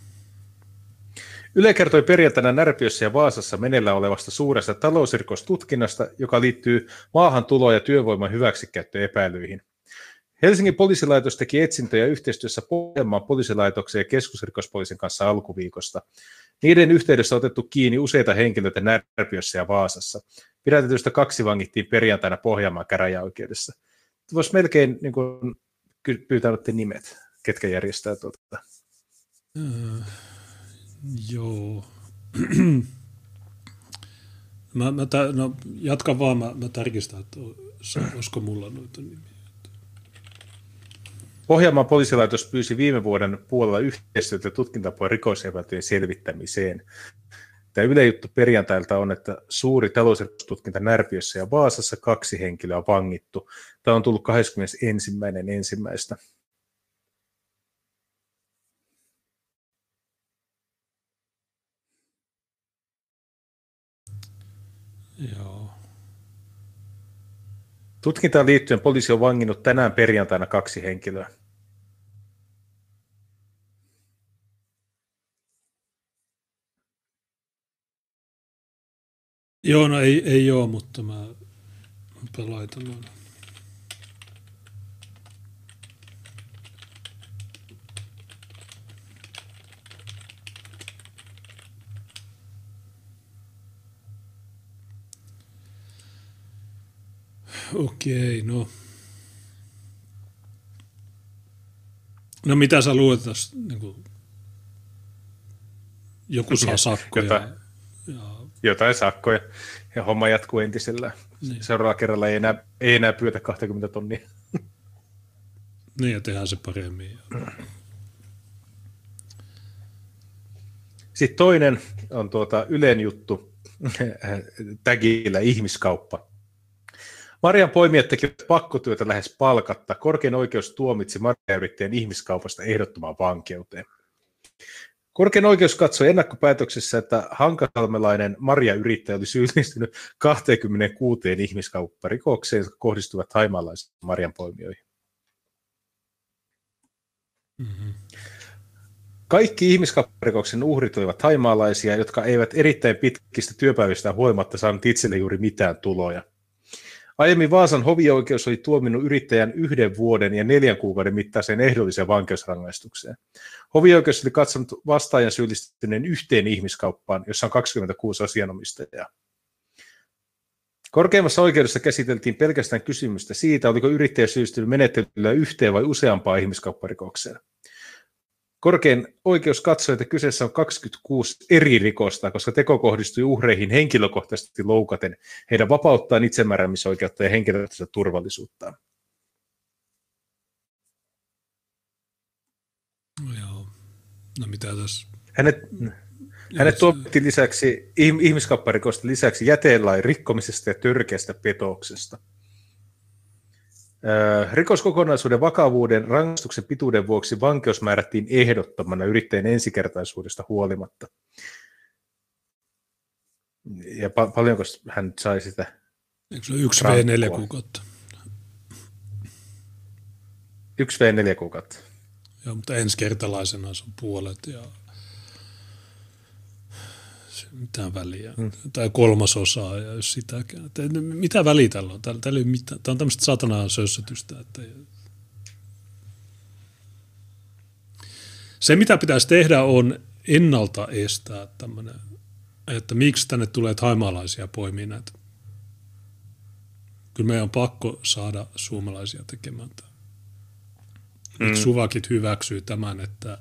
Yle kertoi perjantaina Närpiössä ja Vaasassa meneillään olevasta suuresta talousrikostutkinnasta, joka liittyy maahantulo- ja työvoiman hyväksikäyttöepäilyihin. Helsingin poliisilaitos teki etsintöjä yhteistyössä Pohjanmaan poliisilaitoksen ja keskusrikospoliisin kanssa alkuviikosta. Niiden yhteydessä on otettu kiinni useita henkilöitä Närpiössä ja Vaasassa. Pidätetyistä kaksi vangittiin perjantaina Pohjanmaan käräjäoikeudessa. Voisi melkein niin kuin, pyytää noiden nimet, ketkä järjestää tuota. Uh, joo. mä, mä tä, no, jatkan vaan, mä, mä tarkistan, että olisiko mulla noita nimiä. Pohjanmaan poliisilaitos pyysi viime vuoden puolella yhteistyötä tutkintapuolen rikosepäiltyjen selvittämiseen. Tämä yleijuttu perjantailta on, että suuri talousrikostutkinta Närpiössä ja Vaasassa kaksi henkilöä on vangittu. Tämä on tullut kahdeskymmenesensimmäinen ensimmäistä. Joo. Tutkintaan liittyen poliisi on vanginnut tänään perjantaina kaksi henkilöä. Joo, no ei, ei ole, mutta mä pelaitan noin. Okei, no. No mitä sä luulet tässä? Niin kuin, joku saa sakkoja. Jotain, ja, jotain sakkoja ja homma jatkuu entisellään. niin. Seuraavalla kerralla ei enää, ei enää pyytä kaksikymmentä tonnia. Niin ja tehdään se paremmin. Sitten toinen on tuota Ylen juttu tagillä ihmiskauppa. Marjan poimijat tekivät pakkotyötä lähes palkatta. Korkein oikeus tuomitsi marjayrittäjän ihmiskaupasta ehdottomaan vankeuteen. Korkein oikeus katsoi ennakkopäätöksessä, että hankasalmelainen marjayrittäjä oli syyllistynyt kaksikymmentäkuusi ihmiskaupparikokseen, jotka kohdistuvat thaimaalaisiin marjanpoimijoihin. Mm-hmm. Kaikki ihmiskaupparikoksen uhrit olivat thaimaalaisia, jotka eivät erittäin pitkistä työpäivistä huolimatta saaneet itselle juuri mitään tuloja. Aiemmin Vaasan hovioikeus oli tuominnut yrittäjän yhden vuoden ja neljän kuukauden mittaiseen ehdolliseen vankeusrangaistukseen. Hovioikeus oli katsonut vastaajan syyllistyneen yhteen ihmiskauppaan, jossa on kaksikymmentäkuusi asianomistajaa. Korkeimmassa oikeudessa käsiteltiin pelkästään kysymystä siitä, oliko yrittäjä syyllistynyt menettelyllä yhteen vai useampaan ihmiskaupparikokseen. Korkein oikeus katsoi, että kyseessä on kaksikymmentäkuusi eri rikosta, koska teko kohdistui uhreihin henkilökohtaisesti loukaten heidän vapauttaan, itsemääräämisoikeutta ja henkilökohtaista turvallisuuttaan. Joo. No mitä tässä? Hänet, hänet tuomittiin lisäksi ihmiskaupparikosta lisäksi jäteenlain rikkomisesta ja törkeästä petoksesta. Rikoskokonaisuuden vakavuuden rangaistuksen pituuden vuoksi vankeus määrättiin ehdottomana yrittäjän ensikertaisuudesta huolimatta. Ja pa- paljonko hän sai sitä? Eikö se ole yksi V neljä kuukautta? yksi V neljä kuukautta. Joo, mutta ensikertalaisena se on puolet ja se mitään väliä. Hmm. Tai kolmasosaa ja jos sitäkään. Mitä väliä tällä on? Täällä, täällä ei ole mitään. Tämä on tämmöistä satanaa sössötystä. Että se, mitä pitäisi tehdä, on ennalta estää tämmöinen, että miksi tänne tulee thaimaalaisia poimia näitä. Kyllä meidän on pakko saada suomalaisia tekemään tämä. Hmm. Suvakit hyväksyy tämän, että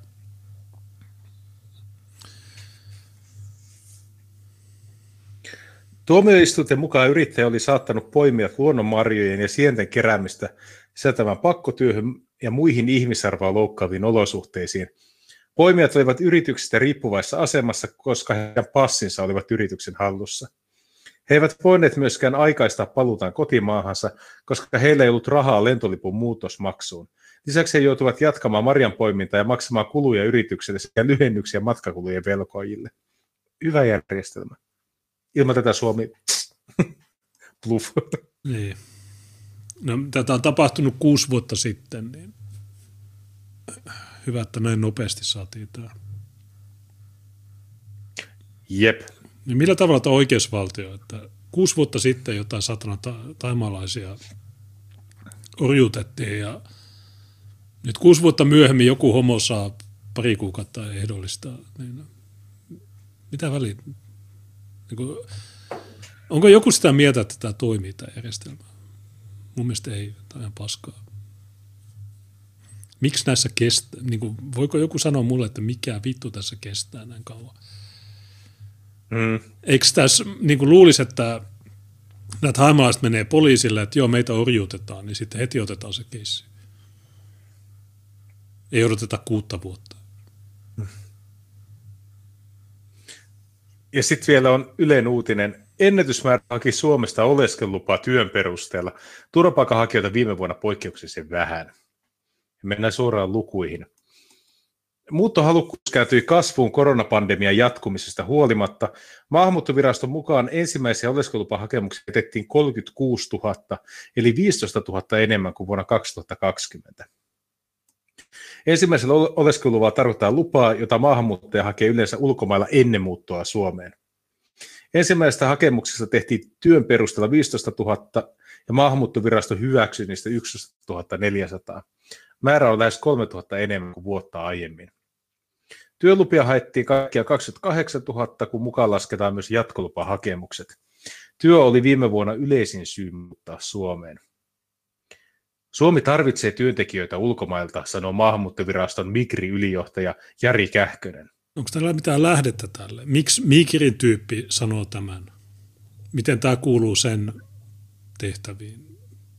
tuomioistuinten mukaan yrittäjä oli saattanut poimia luonnonmarjojen ja sienten keräämistä sisältävän pakkotyöhön ja muihin ihmisarvoa loukkaaviin olosuhteisiin. Poimijat olivat yrityksestä riippuvaisessa asemassa, koska heidän passinsa olivat yrityksen hallussa. He eivät voineet myöskään aikaistaa paluutaan kotimaahansa, koska heillä ei ollut rahaa lentolipun muutosmaksuun. Lisäksi he joutuivat jatkamaan marjanpoimintaa ja maksamaan kuluja yritykselle sekä lyhennyksiä matkakulujen velkoajille. Hyvä järjestelmä. Ilman tätä Suomi bluff. Niin. No, tätä on tapahtunut kuusi vuotta sitten, niin hyvä, että näin nopeasti saatiin tämä. Jep. Niin millä tavalla tämä oikeusvaltio, että kuusi vuotta sitten jotain satana ta- taimaalaisia orjuutettiin ja nyt kuusi vuotta myöhemmin joku homo saa pari kuukautta ehdollista, niin mitä väliä? Niin kuin, onko joku sitä mieltä, että tämä toimii tämä järjestelmä? Mun mielestä ei, tämä on ihan paskaa. Miksi näissä kestää? Niin kuin, voiko joku sanoa mulle, että mikä vittu tässä kestää näin kauan? Mm. Eikö tässä niin kuin luulisi, että nämä thaimalaiset menee poliisille, että joo, meitä orjuutetaan, niin sitten heti otetaan se keissi. Ei odoteta kuutta vuotta. Ja sitten vielä on Ylen uutinen. Ennätysmäärä haki Suomesta oleskelulupaa työn perusteella. Turvapaikanhakijoita viime vuonna poikkeuksellisen vähän. Mennään suoraan lukuihin. Muuttohalukkuus kääntyi kasvuun koronapandemian jatkumisesta huolimatta. Maahanmuuttoviraston mukaan ensimmäisiä oleskelulupahakemuksia jätettiin kolmekymmentäkuusituhatta, eli viisitoistatuhatta enemmän kuin vuonna kaksituhattakaksikymmentä. Ensimmäisellä oleskeluluvalla tarkoittaa lupaa, jota maahanmuuttaja hakee yleensä ulkomailla ennen muuttoa Suomeen. Ensimmäisestä hakemuksesta tehtiin työn perusteella viisitoistatuhatta ja maahanmuuttovirasto hyväksyi niistä yksitoistatuhatta neljäsataa. Määrä on lähes kolmetuhatta enemmän kuin vuotta aiemmin. Työlupia haettiin kaikkia kaksikymmentäkahdeksantuhatta, kun mukaan lasketaan myös jatkolupahakemukset. Työ oli viime vuonna yleisin syy muuttaa Suomeen. Suomi tarvitsee työntekijöitä ulkomailta, sanoo maahanmuuttoviraston Migri-ylijohtaja Jari Kähkönen. Onko täällä mitään lähdettä tälle? Miksi Migrin tyyppi sanoo tämän? Miten tämä kuuluu sen tehtäviin?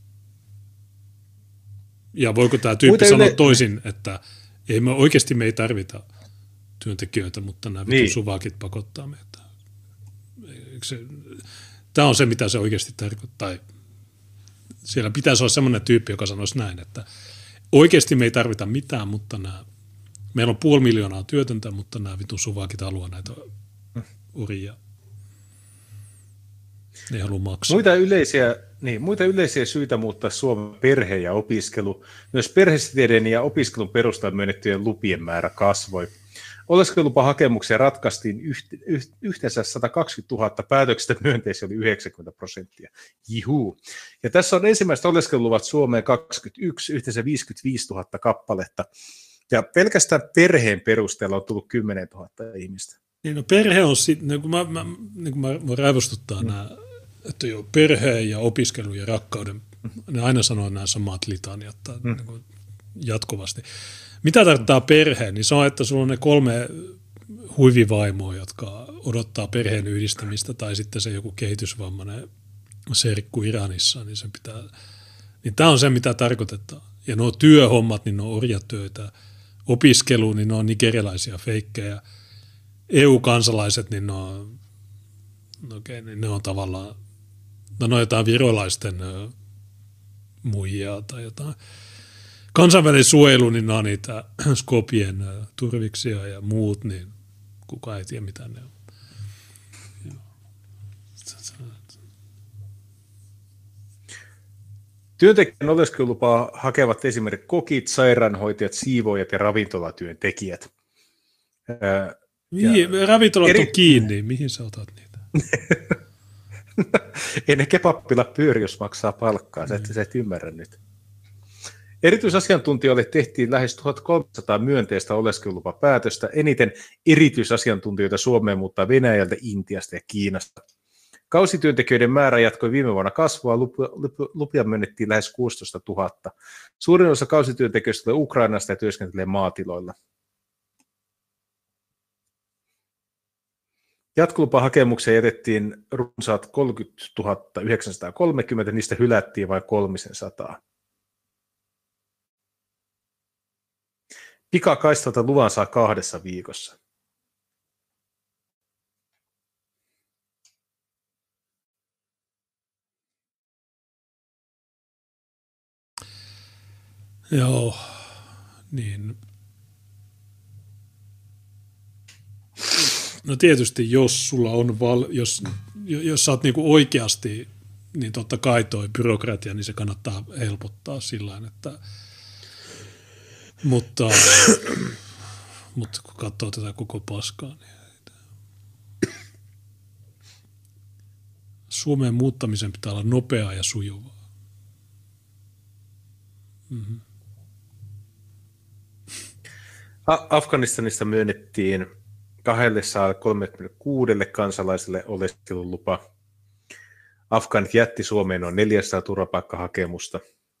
Ja voiko tämä tyyppi Muuten sanoa yle... toisin, että ei me, oikeasti me ei tarvita työntekijöitä, mutta nämä niin. suvakit pakottaa meitä. Se, tämä on se, mitä se oikeasti tarkoittaa. Siellä pitäisi olla sellainen tyyppi, joka sanoisi näin, että oikeasti me ei tarvita mitään, mutta nämä, meillä on puoli miljoonaa työtöntä, mutta nämä vitun suvakit haluaa näitä uria. Ne ei halua maksaa. Muita yleisiä, niin, muita yleisiä syitä muuttaa Suomen perhe ja opiskelu. Myös perhesiteiden ja opiskelun perusteella myönnettyjen lupien määrä kasvoi. Oleskelulupahakemuksia ratkaistiin yhteensä sata kaksikymmentätuhatta, päätöksistä myönteisiä oli yhdeksänkymmentä prosenttia. Jihuu. Ja tässä on ensimmäiset oleskeluluvat Suomeen kaksikymmentäyksi, yhteensä viisikymmentäviisituhatta kappaletta. Ja pelkästään perheen perusteella on tullut kymmenentuhatta ihmistä. Niin no perhe on sitten, niin kuin mä, mä, niin mä, mä raivostuttaa mm. nämä, että joo, perheen ja opiskelun ja rakkauden, ne aina sanoo nämä samat litaniat mm. niin jatkuvasti. Mitä tarkoittaa perhe? Niin se on, että sulla on ne kolme huivivaimoa, jotka odottaa perheen yhdistämistä, tai sitten se joku kehitysvammainen serkku Iranissa, niin se pitää, niin tämä on se, mitä tarkoitetaan. Ja nuo työhommat, niin ne on orjatöitä, opiskelu, niin ne on nigerialaisia feikkejä, E U-kansalaiset, niin ne on, okay, niin ne on tavallaan, no ne on jotain virolaisten muijaa tai jotain. Kansainvälinen suojelu, niin ne on niitä Skopien turviksia ja muut, niin kukaan ei tiedä, mitä ne on. Työntekijän oleskelulupaa hakevat esimerkiksi kokit, sairaanhoitajat, siivoojat ja ravintolatyöntekijät. Mihin, ja ravintolat eri... on kiinni, mihin sä otat niitä? Ei ne kebappila pyöri, jos maksaa palkkaa, sä et, sä et ymmärrä nyt. Erityisasiantuntijoille tehtiin lähes tuhatkolmesataa myönteistä oleskelulupapäätöstä, eniten erityisasiantuntijoita Suomeen muuttaa Venäjältä, Intiasta ja Kiinasta. Kausityöntekijöiden määrä jatkoi viime vuonna kasvua, lupia myönnettiin lähes kuusitoistatuhatta. Suurin osa kausityöntekijöistä tulee Ukrainasta ja työskentelee maatiloilla. Jatkolupahakemuksia jätettiin runsaat kolmekymmentätuhatta yhdeksänsataakolmekymmentä, niistä hylättiin vain kolmisen-sataa. Pikakaistalta luvan saa kahdessa viikossa. Joo, niin. No tietysti, jos sulla on, val, jos, jos sä oot niinku oikeasti, niin totta kai toi byrokratia, niin se kannattaa helpottaa sillä että mutta, mutta kun katsoo tätä koko paskaa, niin Suomeen muuttamisen pitää olla nopeaa ja sujuvaa. Mm-hmm. Afganistanista myönnettiin kaksisataakolmekymmentäkuusi kansalaiselle oleskelulupa. Afganit jätti Suomeen noin neljäsataa turvapaikkahakemusta.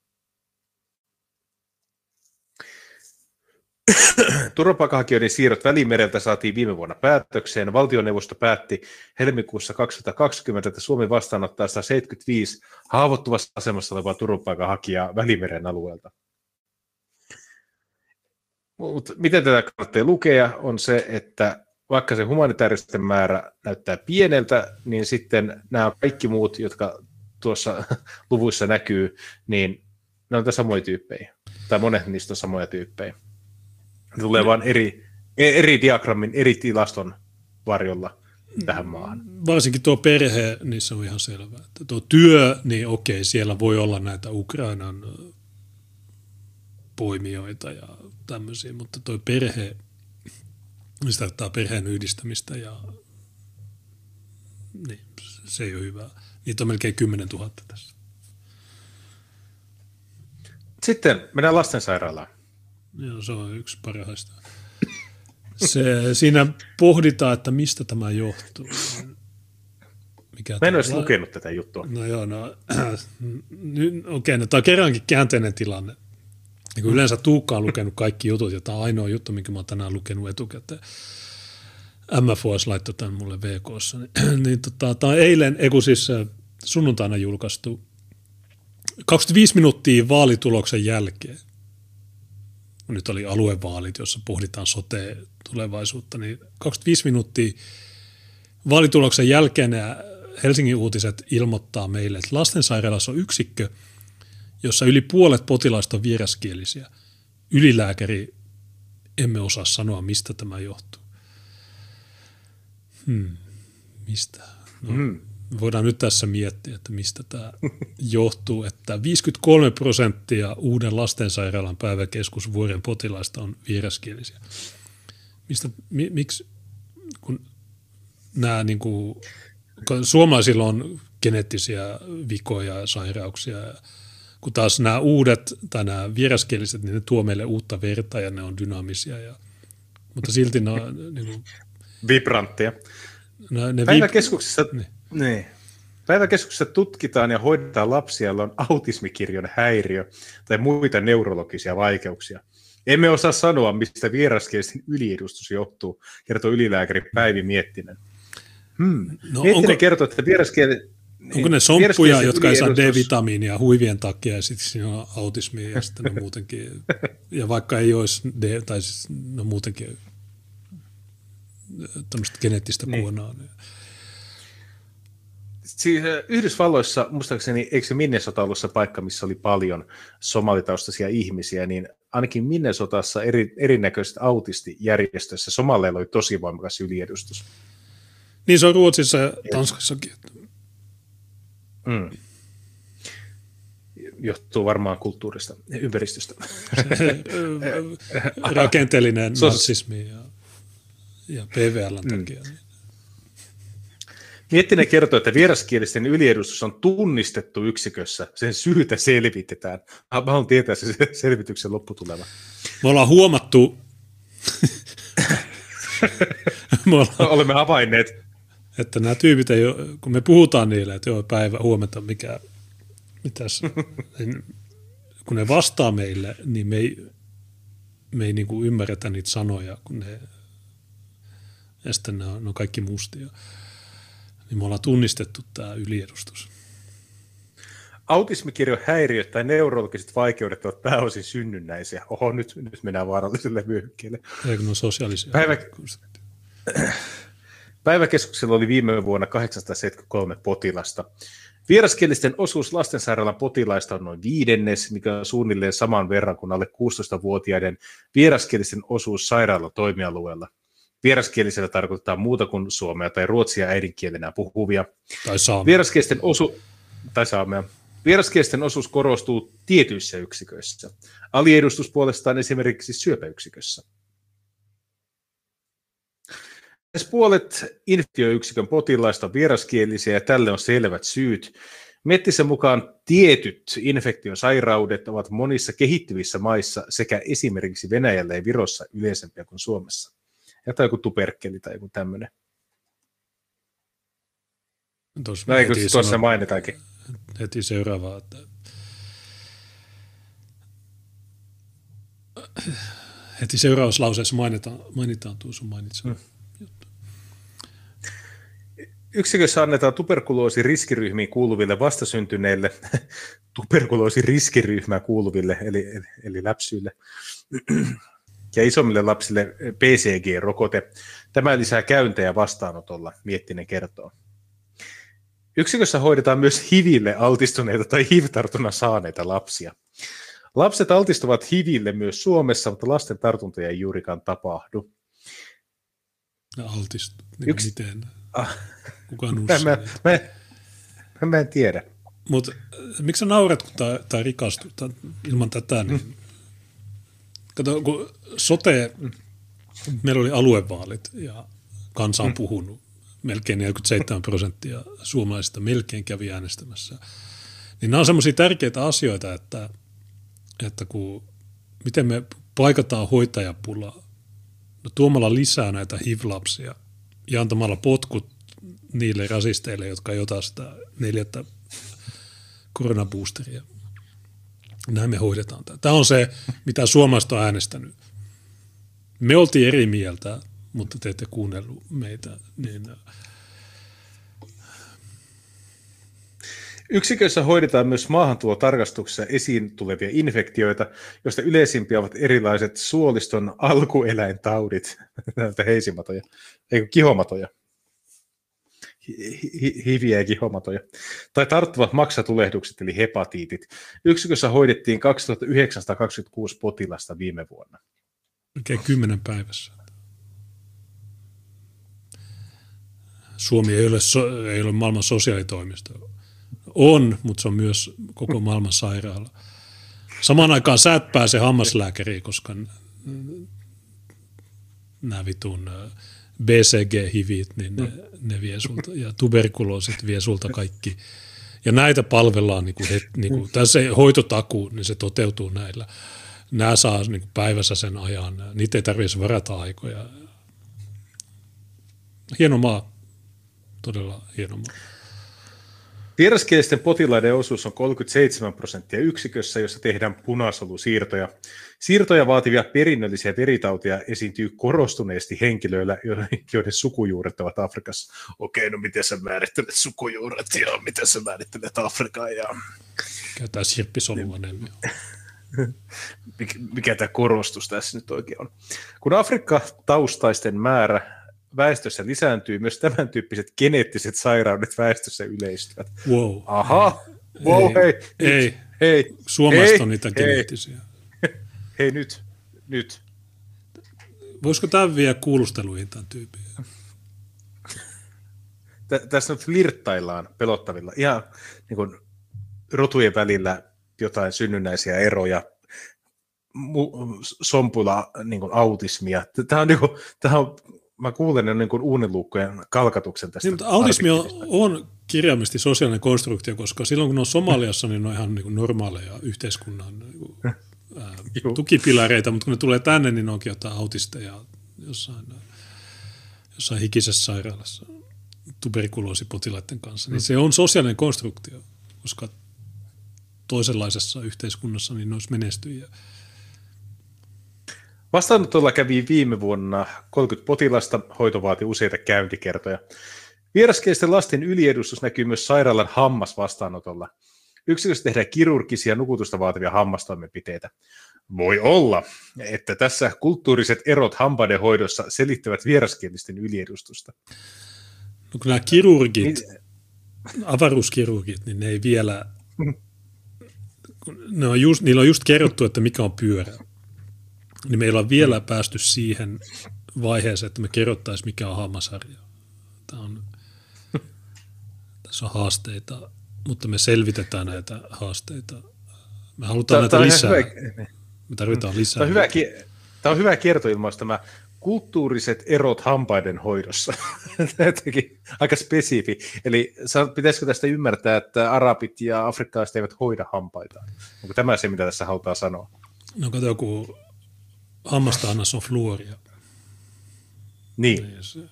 Turvapaikanhakijoiden siirrot Välimereltä saatiin viime vuonna päätökseen. Valtioneuvosto päätti helmikuussa kaksituhattakaksikymmentä, että Suomi vastaanottaa sata seitsemänkymmentäviisi haavoittuvassa asemassa olevaa turvapaikanhakijaa Välimeren alueelta. Mut miten tätä kannattaa lukea, on se, että vaikka se humanitaaristen määrä näyttää pieneltä, niin sitten nämä kaikki muut, jotka tuossa luvuissa näkyy, niin ne on samoja tyyppejä. Tai monet niistä on samoja tyyppejä. Ne tulee no. vain eri, eri diagrammin, eri tilaston varjolla tähän maahan. Varsinkin tuo perhe, niin se on ihan selvää. Että tuo työ, niin okei, siellä voi olla näitä Ukrainan poimijoita ja tämmöisiä, mutta tuo perhe, se tarkoittaa perheen yhdistämistä ja niin, se ei ole hyvä. Niitä on melkein kymmenen tuhatta tässä. Sitten mennään lastensairaalaan. Joo, se on yksi parhaista. Se, siinä pohditaan, että mistä tämä johtuu. Mikä Mä en olisi lukenut tätä juttua. No joo, no okei, okay, no, tämä on kerrankin käänteinen tilanne. Niin kuin yleensä Tuukka on lukenut kaikki jutut, ja tämä on ainoa juttu, minkä mä oon tänään lukenut etukäteen. M F O S laittoi tämän mulle V K:ssa. Niin, niin tota, tämä on eilen, eiku siis sunnuntaina julkaistu, kaksikymmentäviisi minuuttia vaalituloksen jälkeen. Nyt oli aluevaalit, jossa pohditaan sote-tulevaisuutta, niin kaksikymmentäviisi minuuttia vaalituloksen jälkeen Helsingin Uutiset ilmoittaa meille, että lastensairaalassa on yksikkö, jossa yli puolet potilaista on vieraskielisiä. Ylilääkäri, emme osaa sanoa, mistä tämä johtuu. Hmm, mistä? No, hmm. Voidaan nyt tässä miettiä, että mistä tämä johtuu, että viisikymmentäkolme prosenttia uuden lastensairaalan päiväkeskusvuoren potilaista on vieraskielisiä. Mistä, mi, miksi, kun nämä niin kuin, kun suomalaisilla on geneettisiä vikoja ja sairauksia, kun taas nämä uudet tai nämä vieraskieliset, niin ne tuo meille uutta verta ja ne on dynaamisia, ja, mutta silti ne on niin kuin, vibrantteja. Ne, ne Päiväkeskuksessa, vib... niin. niin. Päiväkeskuksessa tutkitaan ja hoidetaan lapsia, joilla on autismikirjon häiriö tai muita neurologisia vaikeuksia. Emme osaa sanoa, mistä vieraskielisten yliedustus johtuu, kertoo ylilääkäri Päivi Miettinen. Hmm. No, Miettinen onko, kertoo, että vieraskielinen... Onko ne somppuja, jotka ei saa D-vitamiinia huivien takia, ja sitten siinä on autismia, ja sitten ne muutenkin, ja vaikka ei olisi D, tai siis no muutenkin tämmöistä geneettistä niin. kuonaa. Niin. Siis Yhdysvalloissa, muistaakseni, eikö se Minnesota ollut se paikka, missä oli paljon somalitaustaisia ihmisiä, niin ainakin Minnesotassa eri, erinäköiset autistijärjestöissä somaleilla oli tosi voimakas yliedustus. Niin se on Ruotsissa ja Tanskassakin. Mm. Johtuu varmaan kulttuurista ja ympäristöstä. Rakenteellinen natsismi ja, ja P V L:n takia. Mm. Miettinen kertoo, että vieraskielisten yliedustus on tunnistettu yksikössä. Sen syytä selvitetään. Mä haluan tietää se selvityksen lopputulema. Me ollaan huomattu... me ollaan... Olemme havainneet. Että nämä tyypit ei ole, kun me puhutaan niille, että joo päivä huomenta, mikä, mitäs, niin, kun ne vastaa meille, niin me ei, me ei niin kuin ymmärretä niitä sanoja, kun ne, ja sitten ne on, ne on kaikki mustia. Niin me ollaan tunnistettu tämä yliedustus. Autismikirjon häiriöt tai neurologiset vaikeudet ovat pääosin synnynnäisiä. Oho, nyt, nyt mennään vaaralliselle vyöhykkeelle. Eikö ne ole sosiaalisia? Päivä... Päiväkeskuksella oli viime vuonna kahdeksansataaseitsemänkymmentäkolme potilasta. Vieraskielisten osuus lastensairaalan potilaista on noin viidennes, mikä on suunnilleen saman verran kuin alle kuusitoistavuotiaiden vieraskielisten osuus sairaalan toimialueella. Vieraskielisellä tarkoittaa muuta kuin suomea tai ruotsia äidinkielenä puhuvia. Tai saamea. Vieraskielisten, osu... tai saamea. Vieraskielisten osuus korostuu tietyissä yksiköissä. Aliedustus puolestaan esimerkiksi syöpäyksikössä. Lähes puolet infektioyksikön potilaista on vieraskielisiä ja tälle on selvät syyt. Mettisen mukaan tietyt infektiosairaudet ovat monissa kehittyvissä maissa sekä esimerkiksi Venäjällä ja Virossa yleisempiä kuin Suomessa. Ja tai joku tuperkkeli tai joku tämmöinen. No eikö se tuossa mainitaankin? Heti seuraavaa. Että... Heti seuraavassa lauseessa mainitaan, mainitaan tuo sun mainitsema. Hmm. Yksikössä annetaan tuberkuloosiriskiryhmiin kuuluville vastasyntyneille, tuberkuloosiriskiryhmään kuuluville, eli, eli, eli läpsyille, ja isommille lapsille B C G-rokote. Tämä lisää käyntejä vastaanotolla, Miettinen kertoo. Yksikössä hoidetaan myös HIVille altistuneita tai H I V-tartunnan saaneita lapsia. Lapset altistuvat HIVille myös Suomessa, mutta lasten tartuntoja ei juurikaan tapahdu. Altistu. Niin Yksi... Miten? Ah. Kukaan mä, mä, mä, mä, mä en tiedä. Mutta miksi sä naurat, kun tai, tai rikastut ilman tätä? Niin... Mm. Kato, kun sote, meillä oli aluevaalit ja kansa on mm. puhunut. Melkein neljäkymmentäseitsemän prosenttia suomalaisista melkein kävi äänestämässä. Niin nämä on semmoisia tärkeitä asioita, että, että kun, miten me paikataan hoitajapulaa, no tuomalla lisää näitä H I V-lapsia ja antamalla potkut niille rasisteille, jotka ei ota sitä neljättä koronaboosteria. Näin me hoidetaan tämä. Tämä on se, mitä suomalaiset on äänestänyt. Me oltiin eri mieltä, mutta te ette kuunnellut meitä. Niin... Yksikössä hoidetaan myös maahantulotarkastuksessa esiin tulevia infektioita, joista yleisimpiä ovat erilaiset suoliston alkueläintaudit, näitä heisimatoja, eikö kihomatoja, hiviä ja kihomatoja, tai tarttuvat maksatulehdukset eli hepatiitit. Yksikössä hoidettiin kaksituhattayhdeksänsataakaksikymmentäkuusi potilasta viime vuonna. Oikein kymmenen päivässä. Suomi ei ole, so, ei ole maailman sosiaalitoimisto. On, mutta se on myös koko maailman sairaala. Samaan aikaan sä et pääse hammaslääkäriin, koska nämä vitun B C G-hivit, niin ne, ne vie sulta, ja tuberkuloosit vie sulta kaikki. Ja näitä palvellaan, niin kuin, niin kuin, tässä hoitotakuu, niin se toteutuu näillä. Nämä saa niin kuin päivässä sen ajan, niitä ei tarvitse varata aikoja. Hieno maa, todella hieno maa. Vieraskielisten potilaiden osuus on kolmekymmentäseitsemän prosenttia yksikössä, jossa tehdään punasolusiirtoja. Siirtoja vaativia perinnöllisiä veritautia esiintyy korostuneesti henkilöillä, joiden sukujuuret ovat Afrikassa. Okei, no miten sä määrittelet sukujuuret ja miten sä määrittelet Afrikan? Ja... Käytetään sirppisoluanemia. Mikä tämä korostus tässä nyt oikein on? Kun Afrikka-taustaisten määrä väestössä lisääntyy, myös tämän tyyppiset geneettiset sairaudet väestössä yleistyvät. Wow. Aha, wow, ei, hei, ei, nyt, hei. Suomalaiset on niitä geneettisiä. Hei, hei nyt, nyt. Voisiko tämä vielä kuulusteluihin tämän tyypin? Tä, tässä nyt flirttaillaan pelottavilla. Ihan niin kuin rotujen välillä jotain synnynnäisiä eroja, sompuilla niin kuin autismia. Tämä on, niin kuin, tämä on mä kuulen niin kuin uuniluukkojen kalkatuksen tästä. Niin, mutta autismi on, on kirjaimellisesti sosiaalinen konstruktio, koska silloin kun on Somaliassa, niin ne on ihan niin kuin normaaleja yhteiskunnan niin kuin, ää, tukipilareita, mutta kun ne tulee tänne, niin ne onkin jotain autisteja jossain, jossain hikisessä sairaalassa tuberkuloosipotilaiden kanssa. Niin mm. se on sosiaalinen konstruktio, koska toisenlaisessa yhteiskunnassa niin ne olisi menestyjiä. Vastaanotolla kävi viime vuonna kolmekymmentä potilasta, hoito vaati useita käyntikertoja. Vieraskielisten lasten yliedustus näkyy myös sairaalan hammasvastaanotolla. Yksikössä tehdään kirurgisia nukutusta vaativia hammastoimenpiteitä. Voi olla, että tässä kulttuuriset erot hampaiden hoidossa selittävät vieraskielisten yliedustusta. No kun nämä kirurgit, avaruuskirurgit, niin ne ei vielä, ne on just, niillä on just kerrottu, että mikä on pyörä. Niin meillä on vielä päästy siihen vaiheeseen, että me kerrottaisiin, mikä on hammasharja. Tämä on, tässä on haasteita, mutta me selvitetään näitä haasteita. Me halutaan tämä, näitä tämä lisää. Hyvä. Me tarvitaan lisää. Tämä on hyvä, tämä on hyvä kiertoilmaus, tämä kulttuuriset erot hampaiden hoidossa. Aika spesifi. Eli pitäisikö tästä ymmärtää, että arabit ja afrikkalaiset eivät hoida hampaitaan? Onko tämä se, mitä tässä halutaan sanoa? No kato, joku hammastaannassa on fluoria. Niin.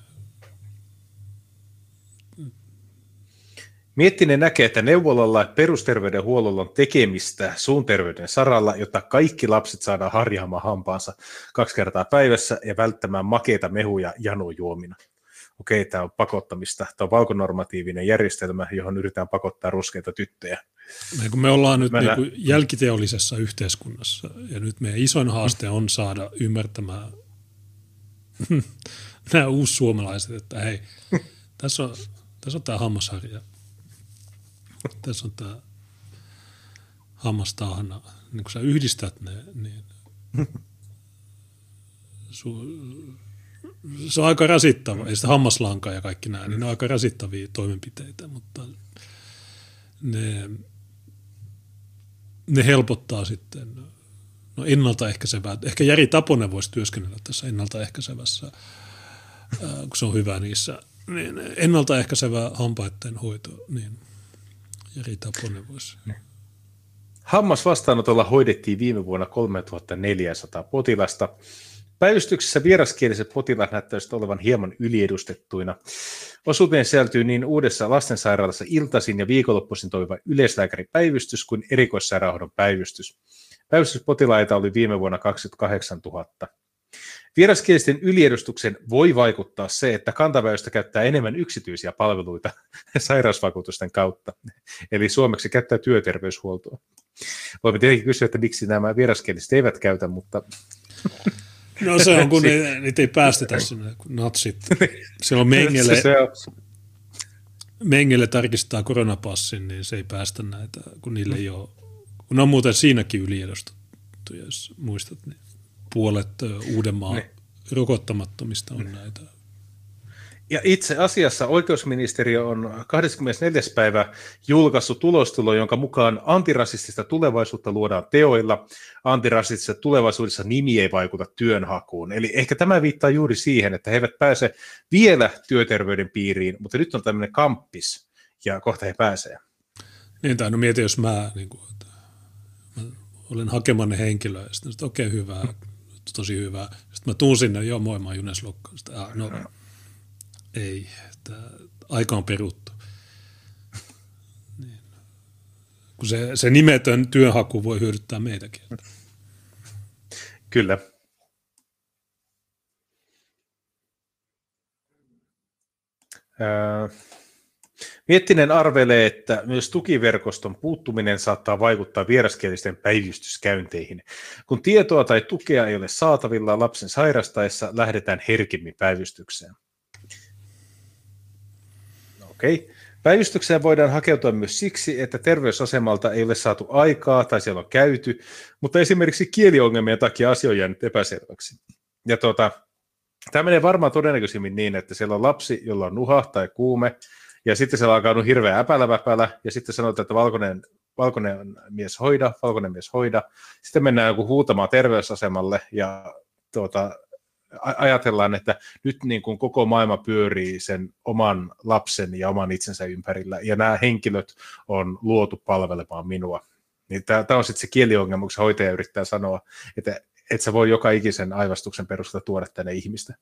Miettinen näkee, että neuvolalla ja perusterveydenhuollolla on tekemistä suun terveyden saralla, jotta kaikki lapset saadaan harjaamaan hampaansa kaksi kertaa päivässä ja välttämään makeita mehuja janojuomina. Okei, tämä on pakottamista. Tämä on valkonormatiivinen järjestelmä, johon yritetään pakottaa ruskeita tyttöjä Me, kun me ollaan nyt Mä niin kuin jälkiteollisessa yhteiskunnassa ja nyt meidän isoin haaste on saada ymmärtämään nämä uussuomalaiset, että hei, tässä on, tässä on tämä hammasharja, tässä on tämä hammastahna. Niin kun sä yhdistät ne, niin su, se on aika rasittava. Ja sitä hammaslankaa ja kaikki nämä, niin ne on aika rasittavia toimenpiteitä, mutta ne, ne helpottaa sitten no ennaltaehkäisevää. Ehkä Jari Taponen voisi työskennellä tässä ennaltaehkäisevässä, ää, kun se on hyvä niissä. Niin ennaltaehkäisevä hampaiden hoito, niin Jari Taponen voisi. Hammasvastaanotolla hoidettiin viime vuonna kolmetuhattaneljäsataa potilasta. Päivystyksessä vieraskieliset potilaat näyttävät olevan hieman yliedustettuina. Osuuteen sisältyy niin uudessa lastensairaalassa iltaisin ja viikonloppuisin toimiva yleislääkäripäivystys kuin erikoissairaanhoidon päivystys. Päivystyspotilaita oli viime vuonna kaksikymmentäkahdeksantuhatta. Vieraskielisten yliedustuksen voi vaikuttaa se, että kantaväestö käyttää enemmän yksityisiä palveluita sairausvakuutusten kautta, eli suomeksi käyttää työterveyshuoltoa. Voimme tietenkin kysyä, että miksi nämä vieraskieliset eivät käytä, mutta... No se on, kun ne, niitä ei päästetä sinne, kun natsit. Silloin Mengele, se on. Mengele tarkistaa koronapassin, niin se ei päästä näitä, kun niille ei ole... Kun ne on muuten siinäkin yliedustettu, jos muistat, niin puolet Uudenmaan ne. rokottamattomista on näitä. Ja itse asiassa oikeusministeriö on kahdeskymmenesneljäs päivä julkaissut tulostulo, jonka mukaan antirasistista tulevaisuutta luodaan teoilla. Antirasistisessa tulevaisuudessa nimi ei vaikuta työnhakuun. Eli ehkä tämä viittaa juuri siihen, että he eivät pääse vielä työterveyden piiriin, mutta nyt on tämmöinen kamppis ja kohta he pääsee. Niin, tai no mieti, jos mä, niin kuin, että mä olen hakemanne henkilö, ja sitten okei, okay, hyvä, tosi hyvä. Sitten mä tuun sinne, joo moi, mä oon Junes Lokka. Sitten, ah, no, ei, tämä aika on peruttu. Niin. Kun se, se nimetön työnhaku voi hyödyttää meitäkin. Kyllä. Öö, Miettinen arvelee, että myös tukiverkoston puuttuminen saattaa vaikuttaa vieraskielisten päivystyskäynteihin. Kun tietoa tai tukea ei ole saatavilla lapsen sairastaessa, lähdetään herkemmin päivystykseen. Okei. Päivystykseen voidaan hakeutua myös siksi, että terveysasemalta ei ole saatu aikaa tai siellä on käyty, mutta esimerkiksi kieliongelmien takia asia on jäänyt epäselväksi. Ja tuota, tämä menee varmaan todennäköisimmin niin, että siellä on lapsi, jolla on nuha tai kuume, ja sitten siellä alkaa olla hirveä äpäläväpälä, ja sitten sanotaan, että valkoinen, valkoinen mies hoida, valkoinen mies hoida. Sitten mennään joku huutamaan terveysasemalle, ja tuota, ajatellaan, että nyt niin kuin koko maailma pyörii sen oman lapsen ja oman itsensä ympärillä, ja nämä henkilöt on luotu palvelemaan minua. Niin tämä on sitten se kieliongelma, kun se hoitaja yrittää sanoa, että et sä voi joka ikisen aivastuksen perusteella tuoda tänne ihmistä.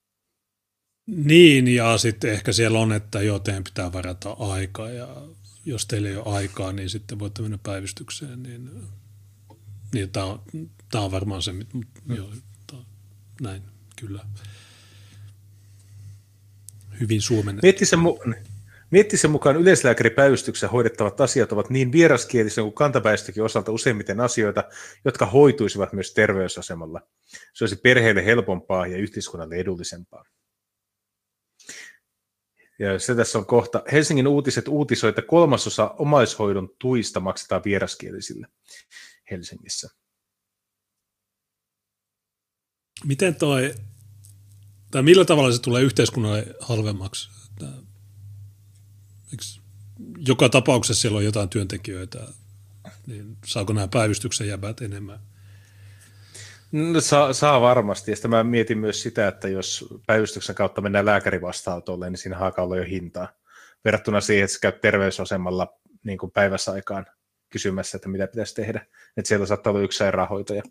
Niin, ja sitten ehkä siellä on, että joo, teidän pitää varata aikaa, ja jos teillä ei ole aikaa, niin sitten voitte mennä päivystykseen, niin, niin tämä on, tämä on varmaan se, mutta mm. joo, tämä, näin, kyllä. Hyvin suomennettu. Miettisen, mu- Miettisen mukaan yleislääkäripäivystyksessä hoidettavat asiat ovat niin vieraskielisen kuin kantaväestökin osalta useimmiten asioita, jotka hoituisivat myös terveysasemalla. Se olisi perheille helpompaa ja yhteiskunnalle edullisempaa. Ja se tässä on kohta. Helsingin Uutiset uutisoi, että kolmasosa omaishoidon tuista maksetaan vieraskielisille Helsingissä. Miten toi, tai millä tavalla se tulee yhteiskunnalle halvemmaksi? Miksi joka tapauksessa siellä on jotain työntekijöitä, niin saako nämä päivystyksen jäbät enemmän? No, saa, saa varmasti. Ja sitten mä mietin myös sitä, että jos päivystyksen kautta mennään lääkärivastaanotolle, niin siinä alkaa olla jo hintaa. Verrattuna siihen, että sä käyt terveysasemalla niin kuin päivässä aikaan kysymässä, että mitä pitäisi tehdä. Että siellä saattaa olla yksi sairaanhoitaja.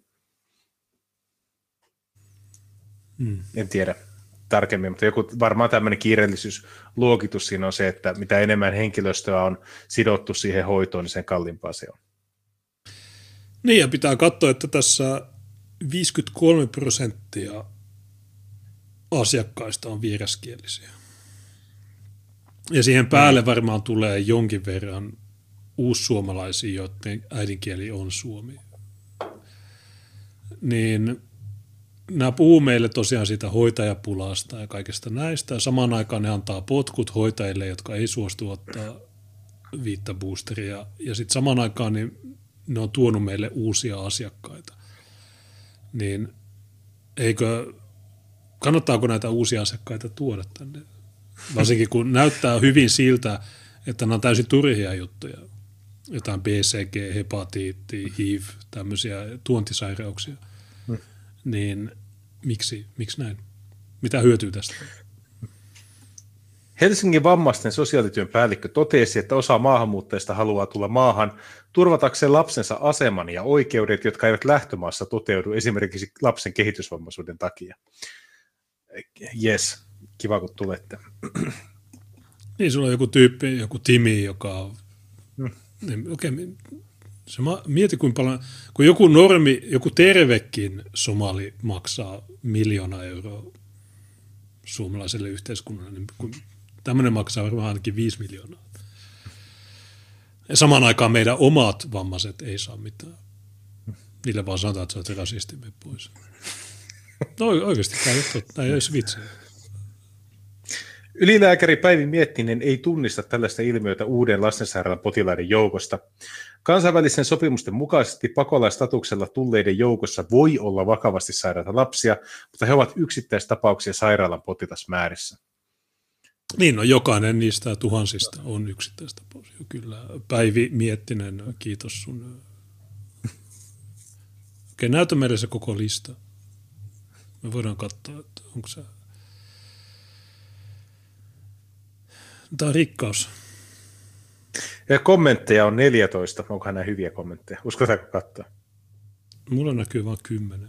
Hmm. En tiedä tarkemmin, mutta joku varmaan tämmöinen kiireellisyysluokitus siinä on se, että mitä enemmän henkilöstöä on sidottu siihen hoitoon, niin sen kalliimpaa se on. Niin, ja pitää katsoa, että tässä viisikymmentäkolme prosenttia asiakkaista on vieraskielisiä. Ja siihen päälle varmaan tulee jonkin verran uussuomalaisia, joiden äidinkieli on suomi. Niin nämä puhuu meille tosiaan siitä hoitajapulasta ja kaikesta näistä. Ja samaan aikaan ne antaa potkut hoitajille, jotka ei suostu ottaa viittä boosteria. Ja sitten samaan aikaan niin ne on tuonut meille uusia asiakkaita. Niin eikö, kannattaako näitä uusia asiakkaita tuoda tänne? Varsinkin kun näyttää hyvin siltä, että nämä on täysin turhia juttuja. Jotain B C G, hepatiitti, H I V, tämmöisiä tuontisairauksia. Hmm. Niin miksi, miksi näin? Mitä hyötyy tästä? Helsingin vammaisten sosiaalityön päällikkö totesi, että osa maahanmuuttajista haluaa tulla maahan turvatakseen lapsensa aseman ja oikeudet, jotka eivät lähtömaassa toteudu esimerkiksi lapsen kehitysvammaisuuden takia. Jes, kiva kun tulette. Niin, sulla on joku tyyppi, joku Timi, joka on... Hmm. Niin, okei, se mieti kuinka paljon, kun joku normi, joku tervekin somali maksaa miljoona euroa suomalaiselle yhteiskunnalle, niin kun tämmöinen maksaa varmaan ainakin viisi miljoonaa. Ja samaan aikaan meidän omat vammaiset ei saa mitään. Niille vaan sanotaan, että sä oot rasisti, mene pois. No oikeasti, tämä ei ole totta, tämä ei ole vitsiä. Ylilääkäri Päivi Miettinen ei tunnista tällaista ilmiötä uuden lastensairaalan potilaiden joukosta. Kansainvälisen sopimusten mukaisesti pakolaistatuksella tulleiden joukossa voi olla vakavasti sairaita lapsia, mutta he ovat yksittäistapauksia sairaalan potilasmäärissä. Niin, no jokainen niistä tuhansista on yksittäistapaus. Kyllä, Päivi Miettinen, kiitos sun. Okei, näytä meille se koko lista. Me voidaan katsoa, että onko se... Tämä on rikkaus. Ja kommentteja on neljätoista. Onkohan nämä hyviä kommentteja? Uskotaanko katsoa? Mulla näkyy vain kymmenen.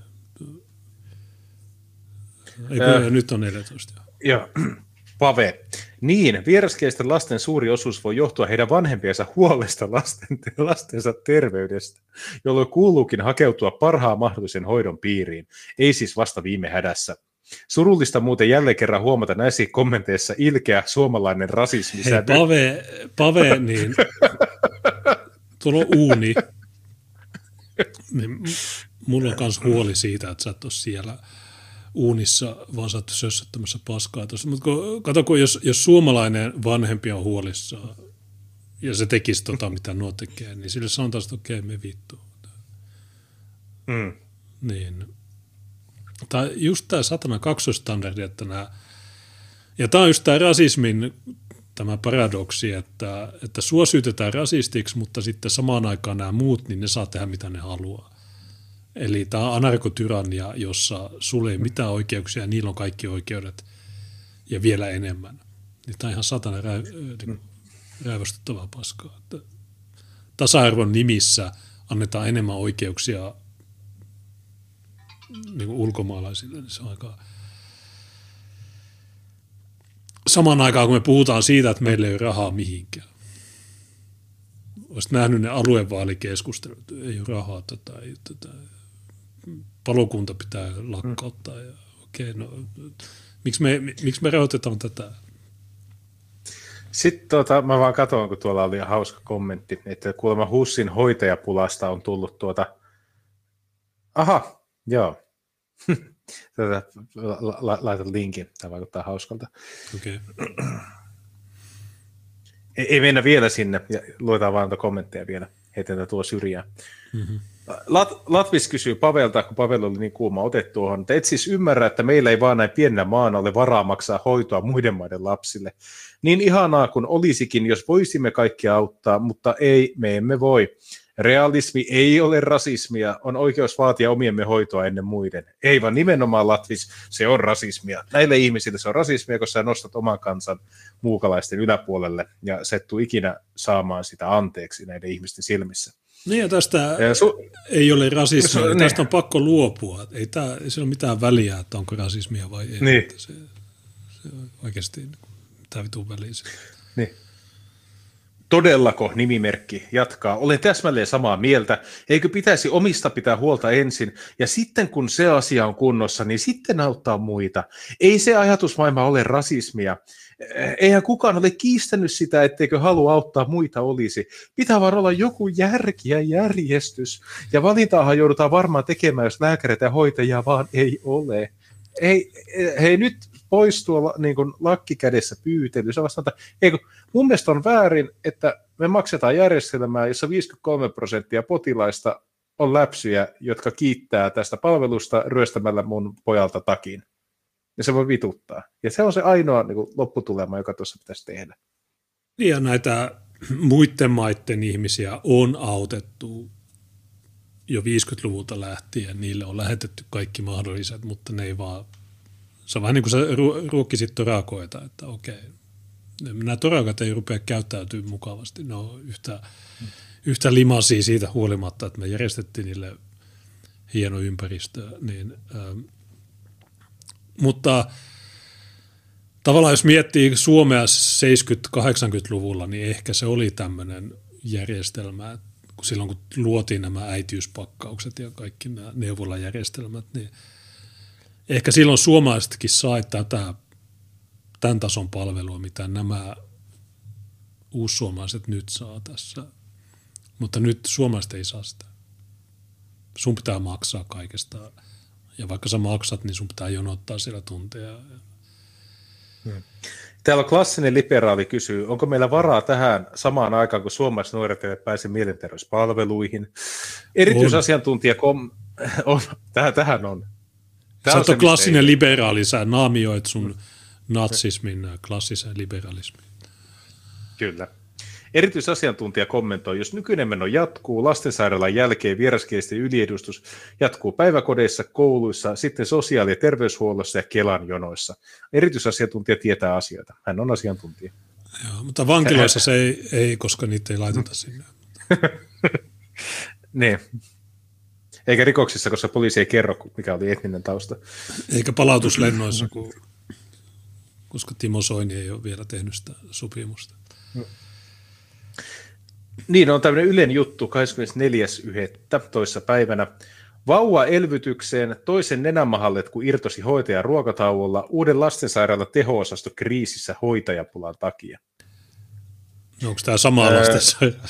Ei, äh, nyt on neljätoista. Joo. Pave. Niin, vieraskielisten lasten suuri osuus voi johtua heidän vanhempiensa huolesta lasten, lastensa terveydestä, jolloin kuuluukin hakeutua parhaan mahdollisen hoidon piiriin, ei siis vasta viime hädässä. Surullista muuten jälleen kerran huomata näissä kommenteissa ilkeä suomalainen rasismi. Hei, Pave, Pave, niin tuolla on uuni. Niin, mulla on myös huoli siitä, että sä et ole siellä uunissa, vaan sä oot sössöttämässä paskaa tuossa. Mutta kato, kun jos, jos suomalainen vanhempi on huolissaan ja se tekisi tota, mitä nuo tekee, niin sille sanotaan, että okei, me vittu. Mm. Niin... Tai just tämä satana kaksoistandardi, että nämä, ja tämä on just tämä rasismin tämä paradoksi, että, että sua syytetään rasistiksi, mutta sitten samaan aikaan nämä muut, niin ne saa tehdä mitä ne haluaa. Eli tämä on anarkotyrannia, jossa sulla ei mitään oikeuksia ja niillä on kaikki oikeudet ja vielä enemmän. Niin tämä on ihan satana rä, räivästyttävää paskaa. Että tasa-arvon nimissä annetaan enemmän oikeuksia niin kuin ulkomaalaisille, niin se on aika... Samaan aikaan, kun me puhutaan siitä, että meillä ei ole rahaa mihinkään. Olisit nähnyt ne aluevaalikeskustelut, ei ole rahaa tätä, ei tätä. Palokunta pitää lakkauttaa. Ja, okei, no, miksi me, miksi me rahoitetaan tätä? Sitten tuota, mä vaan katson, kun tuolla oli hauska kommentti, että kuulemma HUSin hoitajapulasta on tullut tuota... Aha, joo. Tätä, la, la, laitan linkin, tämä vaikuttaa hauskalta. Okay. Ei, ei mennä vielä sinne, ja luetaan vaan kommentteja vielä, heitän tuo syrjään. Mm-hmm. Lat, Latvis kysyy Pavelta, kun Pavel oli niin kuuma ote tuohon, että et siis ymmärrä, että meillä ei vaan näin pienenä maana ole varaa maksaa hoitoa muiden maiden lapsille. Niin ihanaa kuin olisikin, jos voisimme kaikkia auttaa, mutta ei, me emme voi. Realismi ei ole rasismia, on oikeus vaatia omiemme hoitoa ennen muiden. Ei vaan nimenomaan Latvis, se on rasismia. Näille ihmisille se on rasismia, kun sä nostat oman kansan muukalaisten yläpuolelle, ja se et tule ikinä saamaan sitä anteeksi näiden ihmisten silmissä. Niin ja tästä ja su- ei ole rasismia, su- tästä on pakko luopua. Ei, tää, ei sillä ole mitään väliä, että onko rasismia vai ei. Niin. Se, se oikeasti, mitä vitun väliä se. Niin. Todellako nimimerkki jatkaa? Olen täsmälleen samaa mieltä. Eikö pitäisi omista pitää huolta ensin, ja sitten kun se asia on kunnossa, niin sitten auttaa muita. Ei se ajatusmaailma ole rasismia. Eihän kukaan ole kiistänyt sitä, etteikö halua auttaa muita olisi. Pitää vaan olla joku järki ja järjestys. Ja valintaahan joudutaan varmaan tekemään, jos lääkäreitä ja hoitajia vaan ei ole. Ei, hei nyt pois tuolla niin kuin lakki kädessä pyytely. Se vastaan, että ei, mun mielestä on väärin, että me maksetaan järjestelmää, jossa viisikymmentäkolme prosenttia potilaista on läpsyjä, jotka kiittää tästä palvelusta ryöstämällä mun pojalta takin. Ja se voi vituttaa. Ja se on se ainoa niin kuin lopputulema, joka tuossa pitäisi tehdä. Ja näitä muiden maiden ihmisiä on autettu jo viisikymmentäluvulta lähtien. Niille on lähetetty kaikki mahdolliset, mutta ne ei vaan... Se on vähän niin kuin sä ruokkisit torakoita, että okei, nämä torakat ei rupea käyttäytyä mukavasti. Ne on yhtä, mm. yhtä limaisia siitä huolimatta, että me järjestettiin niille hieno ympäristö. Niin, ähm, mutta tavallaan jos miettii Suomea seitsemänkymmentä-kahdeksankymmentäluvulla, niin ehkä se oli tämmöinen järjestelmä, kun silloin kun luotiin nämä äitiyspakkaukset ja kaikki nämä neuvolajärjestelmät, niin ehkä silloin suomalaisetkin sai tätä, tämän tason palvelua, mitä nämä uussuomalaiset nyt saa tässä. Mutta nyt suomalaiset ei saa sitä. Sun pitää maksaa kaikesta. Ja vaikka sä maksat, niin sun pitää jonottaa siellä tunteja. Hmm. Täällä on klassinen liberaali kysyy, onko meillä varaa tähän samaan aikaan, kun suomalaiset nuoret eivät pääse mielenterveyspalveluihin? Erityisasiantuntija kom... on. Tähän, tähän on. Tämä sä oot klassinen liberaali, sä naamioit sun mm. natsismin klassisen liberalismin. Kyllä. Erityisasiantuntija kommentoi, jos nykyinen meno jatkuu, lastensairaalan jälkeen vieraskielisten yliedustus jatkuu päiväkodeissa, kouluissa, sitten sosiaali- ja terveyshuollossa ja Kelan jonoissa. Erityisasiantuntija tietää asioita. Hän on asiantuntija. Joo, mutta vankiloissa se ei, ei, koska niitä ei laiteta sinne. Niin. Eikä rikoksissa, koska poliisi ei kerro, mikä oli etninen tausta. Eikä palautuslennoissa, kun, koska Timo Soini ei ole vielä tehnyt sitä sopimusta. Niin, on tämmöinen Ylen juttu kahdeskymmenesneljäs yhdettä toissa päivänä. Vauva elvytykseen, toisen nenämahallet, kun irtosi hoitajan ruokatauolla, uuden lastensairaalan teho-osasto kriisissä hoitajapulan takia. No, onko tämä sama öö, lastensairaala?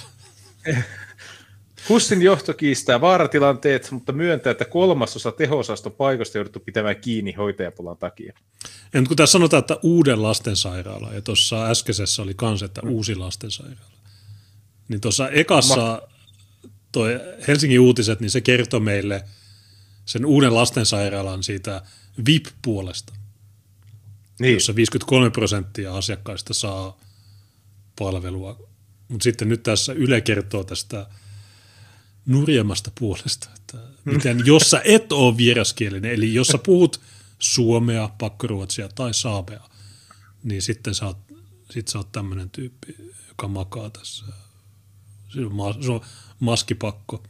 HUSin johto kiistää vaaratilanteet, mutta myöntää, että kolmasosa teho-osaston paikoista jouduttu pitämään kiinni hoitajapulan takia. Ja kun tässä sanotaan, että uuden lastensairaala, ja tuossa äskeisessä oli kans, että uusi lastensairaala, niin tuossa ekassa toi Helsingin uutiset, niin se kertoi meille sen uuden lastensairaalan siitä V I P-puolesta, niin. Jossa viisikymmentäkolme prosenttia asiakkaista saa palvelua. Mutta sitten nyt tässä Yle kertoo tästä nurjemmasta puolesta, että miten, jos sä et ole vieraskielinen, eli jos sä puhut suomea, pakkoruotsia tai saamea, niin sitten sä oot, sit sä oot tämmöinen tyyppi, joka makaa tässä. Se on, ma- se on maskipakko.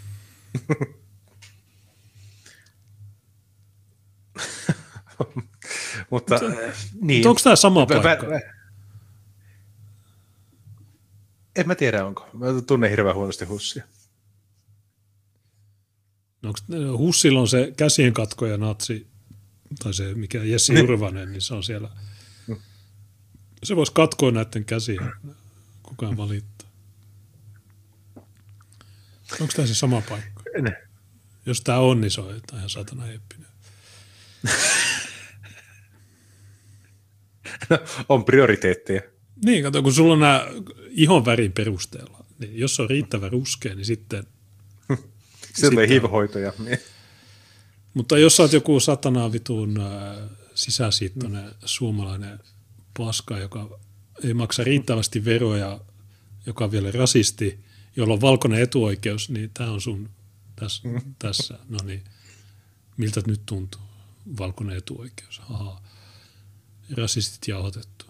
Mutta, niin. Mutta onko tämä sama paikka? Vä, vä, en mä tiedä, onko. Mä tunnen hirveän huonosti HUSia. No, HUSilla on se käsien katko ja natsi, tai se mikä Jesse Jurvanen, niin se on siellä. Se voisi katkoa näiden käsiä, kukaan valittaa. Onko tämä se sama paikka? Ne. Jos tämä on, niin se on ihan satana heppinen. No, on prioriteetteja. Niin, kato, kun sulla on nämä ihon värin perusteella, niin jos on riittävä ruskea, niin sitten... Silleen H I V-hoitoja. Mutta jos sä oot joku satanaa vitun äh, sisäsiittoinen mm. suomalainen paska, joka ei maksa riittävästi veroja, joka on vielä rasisti, jolla on valkoinen etuoikeus, niin tämä on sun tässä. Mm. tässä. No niin, miltä nyt tuntuu? Valkoinen etuoikeus. Ahaa. Rasistit jauhotettu.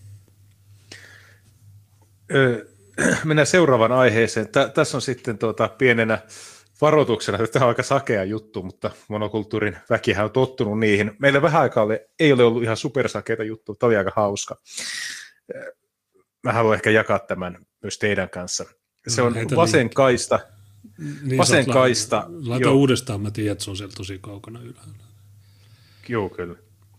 Öö, mennään seuraavaan aiheeseen. Tä, tässä on sitten tuota, pienenä varoituksena, että tämä on aika sakea juttu, mutta monokulttuurin väkihän on tottunut niihin. Meillä vähän aikaa ole, ei ole ollut ihan supersakeita juttuja, tämä oli aika hauska. Mä haluan ehkä jakaa tämän myös teidän kanssa. Se No, on heitä vasen linkki. kaista. Niin, Vasen la- kaista. Laita Joo. uudestaan, mä tiedän, että se on siellä tosi kaukana ylhäällä. Joo, kyllä.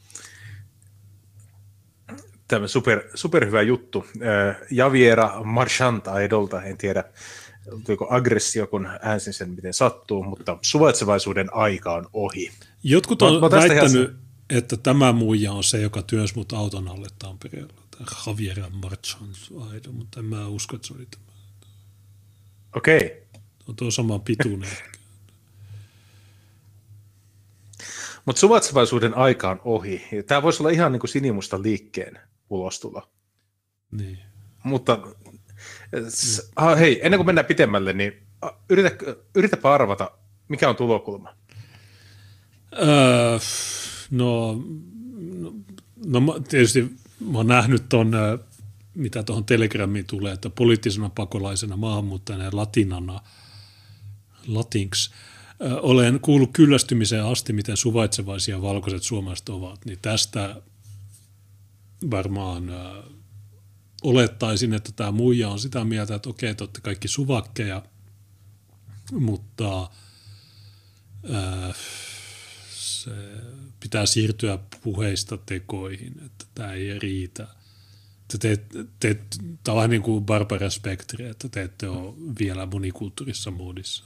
Tämä super, superhyvä juttu. Äh, Javiera Marchand-aidolta, en tiedä, tuliko aggressio, kun äänsin sen, miten sattuu, mutta suvaitsevaisuuden aika on ohi. Jotkut Mä- on mä tästä väittänyt, ihan- että tämä muija on se, joka työnsi mut auton alle Tampereella. Tämä Javier Marchand-aido, mutta en mä usko, että se oli tämä. Okei. On tuo sama pituinen. Mutta suvaitsevaisuuden aika on ohi. Tämä voisi olla ihan niin kuin sinimusta liikkeen ulostulo. Niin. Mutta s- ah, hei, ennen kuin mennään pitemmälle, niin ah, yritä, yritäpä arvata, mikä on tulokulma. Öö, no, no, no mä- tietysti mä oon nähnyt ton, ö, mitä tuohon Telegramiin tulee, että poliittisena pakolaisena maahanmuuttajana ja latinana, latinks, ö, olen kuullut kyllästymiseen asti, miten suvaitsevaisia valkoiset suomalaiset ovat, niin tästä varmaan ö, olettaisin, että tämä muija on sitä mieltä, että okei, te olette kaikki suvakkeja, mutta ö, se pitää siirtyä puheista tekoihin, että tämä ei riitä. Te, te, te, tämä on vähän niin kuin Barbara Spectre, että te ette ole vielä monikulttuurissa moodissa.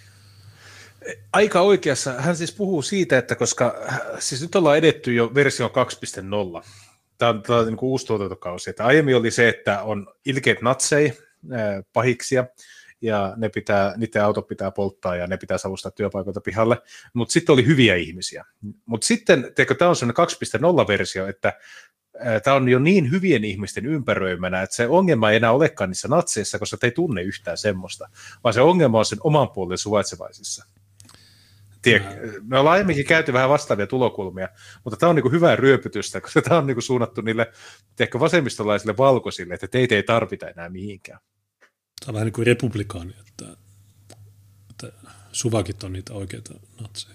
Aika oikeassa. Hän siis puhuu siitä, että koska siis nyt ollaan edetty jo versio kaksi piste nolla. Tämä on, tämä on niin kuin uusi tuotantokausi. Että aiemmin oli se, että on ilkeät natseja, pahiksia, ja ne pitää, niiden autot pitää polttaa ja ne pitää savustaa työpaikoilta pihalle, mutta sitten oli hyviä ihmisiä. Mutta sitten, teikö, tämä on sellainen kaksi piste nolla-versio, että tämä on jo niin hyvien ihmisten ympäröimänä, että se ongelma ei enää olekaan niissä natseissa, koska te ei tunne yhtään semmoista, vaan se ongelma on sen oman puolen suvaitsevaisissa. Tiedä, me ollaan aiemminkin käyty vähän vastaavia tulokulmia, mutta tämä on niin kuin hyvää ryöpytystä, koska tämä on niin kuin suunnattu niille tiedätkö, vasemmistolaisille valkoisille, että teitä ei tarvita enää mihinkään. Tämä on vähän niin kuin republikaani, että, että suvakit on niitä oikeita natseja.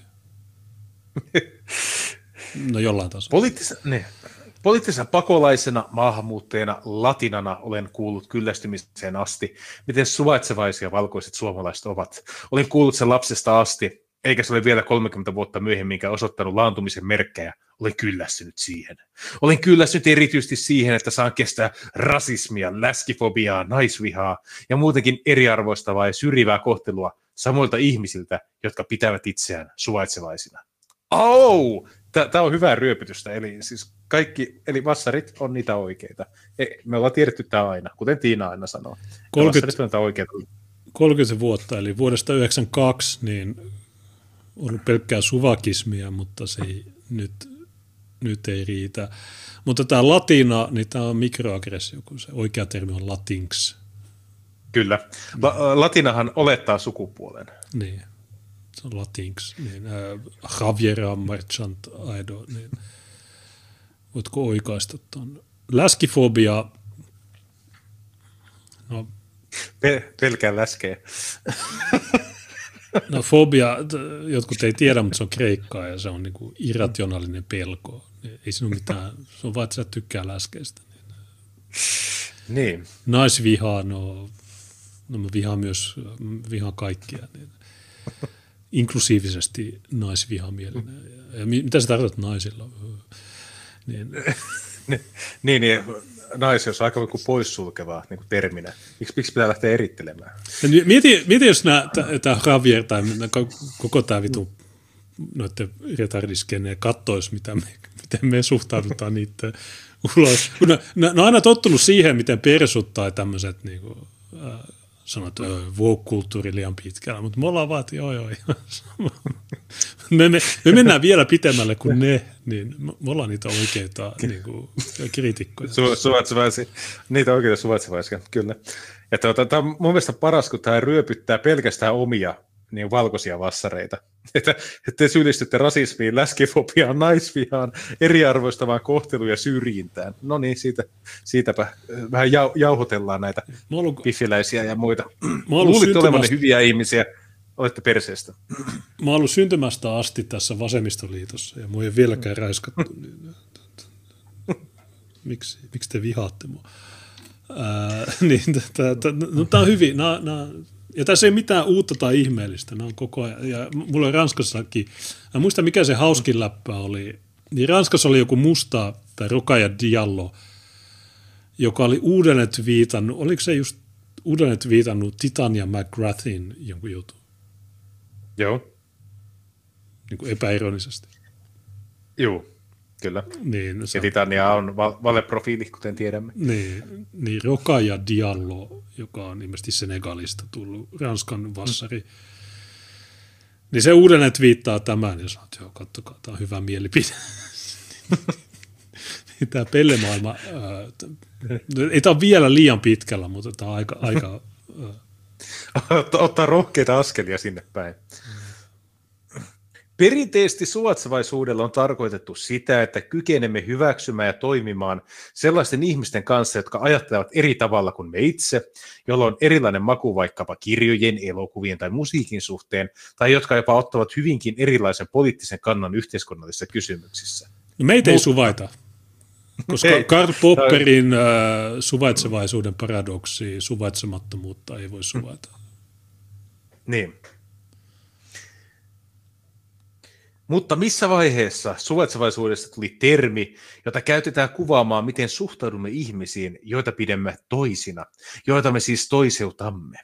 No jollain tasolla. Poliittis- ne. Poliittisena pakolaisena, maahanmuuttajana, latinana olen kuullut kyllästymiseen asti, miten suvaitsevaisia valkoiset suomalaiset ovat. Olen kuullut sen lapsesta asti, eikä se ole vielä kolmekymmentä vuotta myöhemminkään osoittanut laantumisen merkkejä. Olen kyllästynyt siihen. Olen kyllästynyt erityisesti siihen, että saan kestää rasismia, läskifobiaa, naisvihaa ja muutenkin eriarvoistavaa ja syrjivää kohtelua samoilta ihmisiltä, jotka pitävät itseään suvaitsevaisina. Au! Tämä on hyvää ryöpytystä, eli siis kaikki, eli vassarit on niitä oikeita. Me ollaan tiedetty tämä aina, kuten Tiina aina sanoo. Vassarit on niitä oikeita. kolmekymmentä vuotta, eli vuodesta yhdeksänkymmentäkaksi, niin on ollut pelkkää suvakismia, mutta se ei, nyt, nyt ei riitä. Mutta tämä latina, niin tämä on mikroaggressio, kun se oikea termi on latinx. Kyllä. La- latinahan olettaa sukupuolen. Niin, se on latinx. Niin, äh, Javier Marchand-aido, niin voitko oikaista tuon? Läskifobia, no Pel- pelkään läskeä. No fobia, jotkut ei tiedä, mutta se on kreikkaa ja se on niin kuin irrationaalinen pelko. Ei siinä ole mitään, se on vaan, että sä tykkää läskeistä. Niin. Naisvihaa, no, no mä vihaan myös, vihaan kaikkia. Niin. Inklusiivisesti naisvihamielinen. Ja mitä sä tarkoitat naisilla? Niin. niin, niin naisi, jos on aika kuin poissulkevaa niin kuin terminä. Miksi, miksi pitää lähteä erittelemään? Mieti, mieti jos tämä Javier tai koko tämä vitu noiden retardiskeneen kattoisi, mitä me, miten me suhtaudutaan niiden ulos. Kun ne, ne, ne on aina tottunut siihen, miten persut tai tämmöiset niin kuin, äh, sanot, woke-kulttuuri liian pitkällä, mutta me ollaan vaan, että joo joo. me, me, me mennään vielä pitemmälle kuin ne, niin me ollaan niitä oikeita niin kuin, kriitikkoja. Su, suvaitsevaisia, niitä oikeita suvaitsevaisia, kyllä. Ja tuota, tämä on mun mielestä paras, kun tämä ryöpyttää pelkästään omia niin valkoisia vassareita. Että, että te syyllistytte rasismiin, läskifobiaan, naisvihaan, eriarvoistavaan kohteluun ja syrjintään. No niin, siitä, siitäpä vähän jau, jauhotellaan näitä ollut, piffiläisiä ja muita. Luulitte olevanne hyviä ihmisiä, olette perseestä. Mä oon ollut syntymästä asti tässä vasemmistoliitossa ja mua ei vieläkään raiskattu. Miksi, miksi te vihaatte mua? Ää, niin, no, tämä on hyvin, nää, nää, ja tässä ei mitään uutta tai ihmeellistä, nämä on koko ajan, ja mulla on Ranskassakin, mä muistan mikä se hauskin läppä oli, niin Ranskassa oli joku musta, tai Rocaille Diallo, joka oli uudelleen viitannut, oliko se just uudelleen viitannut Titania McGrathin jonkun jutun? Joo. Niin kuin epäironisesti. Joo, kyllä. Niin, ja Titania on val- valeprofiili, kuten tiedämme. Niin, niin Rocaille Diallo, joka on ilmeisesti Senegalista tullut, Ranskan vassari, mm. niin se uudelleen viittaa tämän ja sanoo, että joo, katsokaa, tämä on hyvä mielipide. Tämä pellemaailma, ää, ei tämä ole vielä liian pitkällä, mutta tämä on aika... aika ää. Ottaa rohkeita askelia sinne päin. Perinteisesti suvaitsevaisuudella on tarkoitettu sitä, että kykenemme hyväksymään ja toimimaan sellaisten ihmisten kanssa, jotka ajattelevat eri tavalla kuin me itse, jolla on erilainen maku vaikkapa kirjojen, elokuvien tai musiikin suhteen, tai jotka jopa ottavat hyvinkin erilaisen poliittisen kannan yhteiskunnallisissa kysymyksissä. No meitä ei suvaita, koska ei. Karl Popperin äh, suvaitsevaisuuden paradoksi, suvaitsemattomuutta ei voi suvaita. Niin. Mutta missä vaiheessa suvaitsevaisuudesta tuli termi, jota käytetään kuvaamaan, miten suhtaudumme ihmisiin, joita pidämme toisina, joita me siis toiseutamme?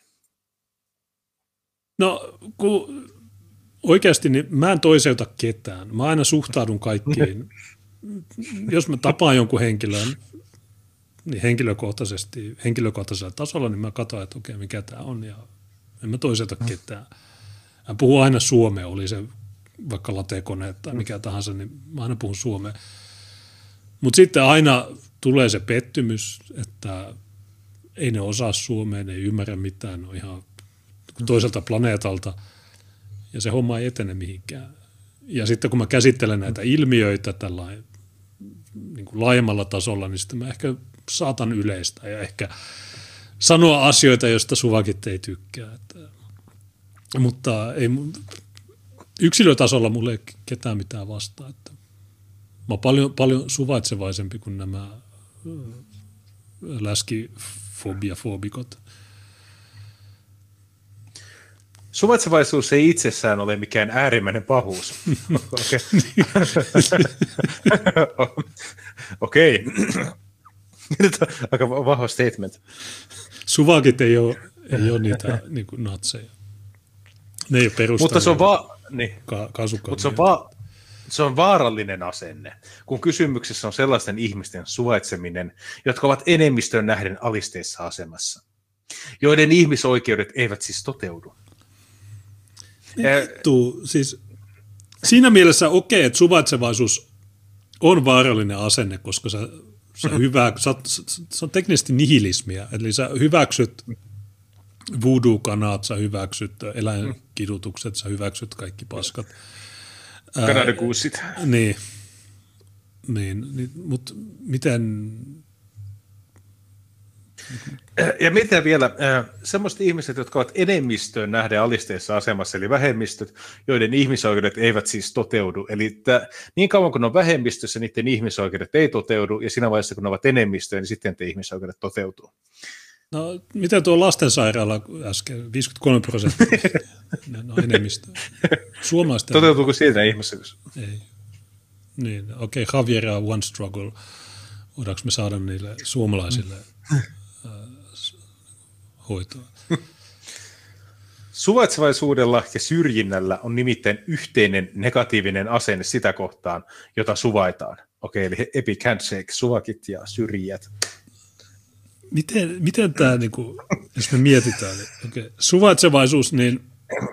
No, kun oikeasti niin mä en toiseuta ketään. Mä aina suhtaudun kaikkiin. Jos mä tapaan jonkun henkilön, niin henkilökohtaisesti, henkilökohtaisella tasolla, niin mä katson, että okei, mikä tämä on, ja en mä toiseuta ketään. Mä puhun aina suomea, oli se vaikka latekone tai mikä tahansa, niin mä aina puhun suomea. Mutta sitten aina tulee se pettymys, että ei ne osaa suomea, ne ei ymmärrä mitään, ne on ihan toiselta planeetalta, ja se homma ei etene mihinkään. Ja sitten kun mä käsittelen näitä ilmiöitä tällainen niin kuin laajemmalla tasolla, niin sitten mä ehkä saatan yleistä ja ehkä sanoa asioita, joista suvakit ei tykkää. Että, mutta ei, yksilötasolla mulla ei ketään mitään vastaa. Että mä oon paljon, paljon suvaitsevaisempi kuin nämä läskifobiafobikot. Suvaitsevaisuus ei itsessään ole mikään äärimmäinen pahuus. Okei. Aika vahva statement. Suvakit ei ole, ei ole niitä niin kuin natseja. Ne ei ole perustanut. Mutta se on, va- niin. ka- Mutta se on, va- se on vaarallinen asenne, kun kysymyksessä on sellaisten ihmisten suvaitseminen, jotka ovat enemmistön nähden alisteisessa asemassa, joiden ihmisoikeudet eivät siis toteudu. Vittu, siis siinä mielessä okei, että suvaitsevaisuus on vaarallinen asenne, koska sä, sä hyvä, sä, se on teknisesti nihilismia, eli sä hyväksyt voodoo-kanat, sä hyväksyt eläinkidutukset, sä hyväksyt kaikki paskat. Kanadakuussit. Niin, niin, niin mutta miten... Ja mitä vielä, semmoiset ihmiset, jotka ovat enemmistöön nähden alisteisessa asemassa, eli vähemmistöt, joiden ihmisoikeudet eivät siis toteudu. Eli että niin kauan kun on vähemmistössä, niiden ihmisoikeudet ei toteudu, ja siinä vaiheessa kun ne ovat enemmistöön, niin sitten te ihmisoikeudet toteutuu. No, miten tuo lastensairaala äsken, viisikymmentäkolme prosenttia, ne on enemmistö. Suomalaisten... Toteutuuko siitä ihmisoikeus? Ei. Niin, okei, okay, Javiera One Struggle, voidaanko me saada niille suomalaisille hoitoa? Suvaitsevaisuudella ja syrjinnällä on nimittäin yhteinen negatiivinen asenne sitä kohtaan, jota suvaitaan. Okei, eli epic handshake, suvakit ja syrjijät. Miten, miten tämä, niin kuin, jos me mietitään, niin, okay, suvaitsevaisuus, niin,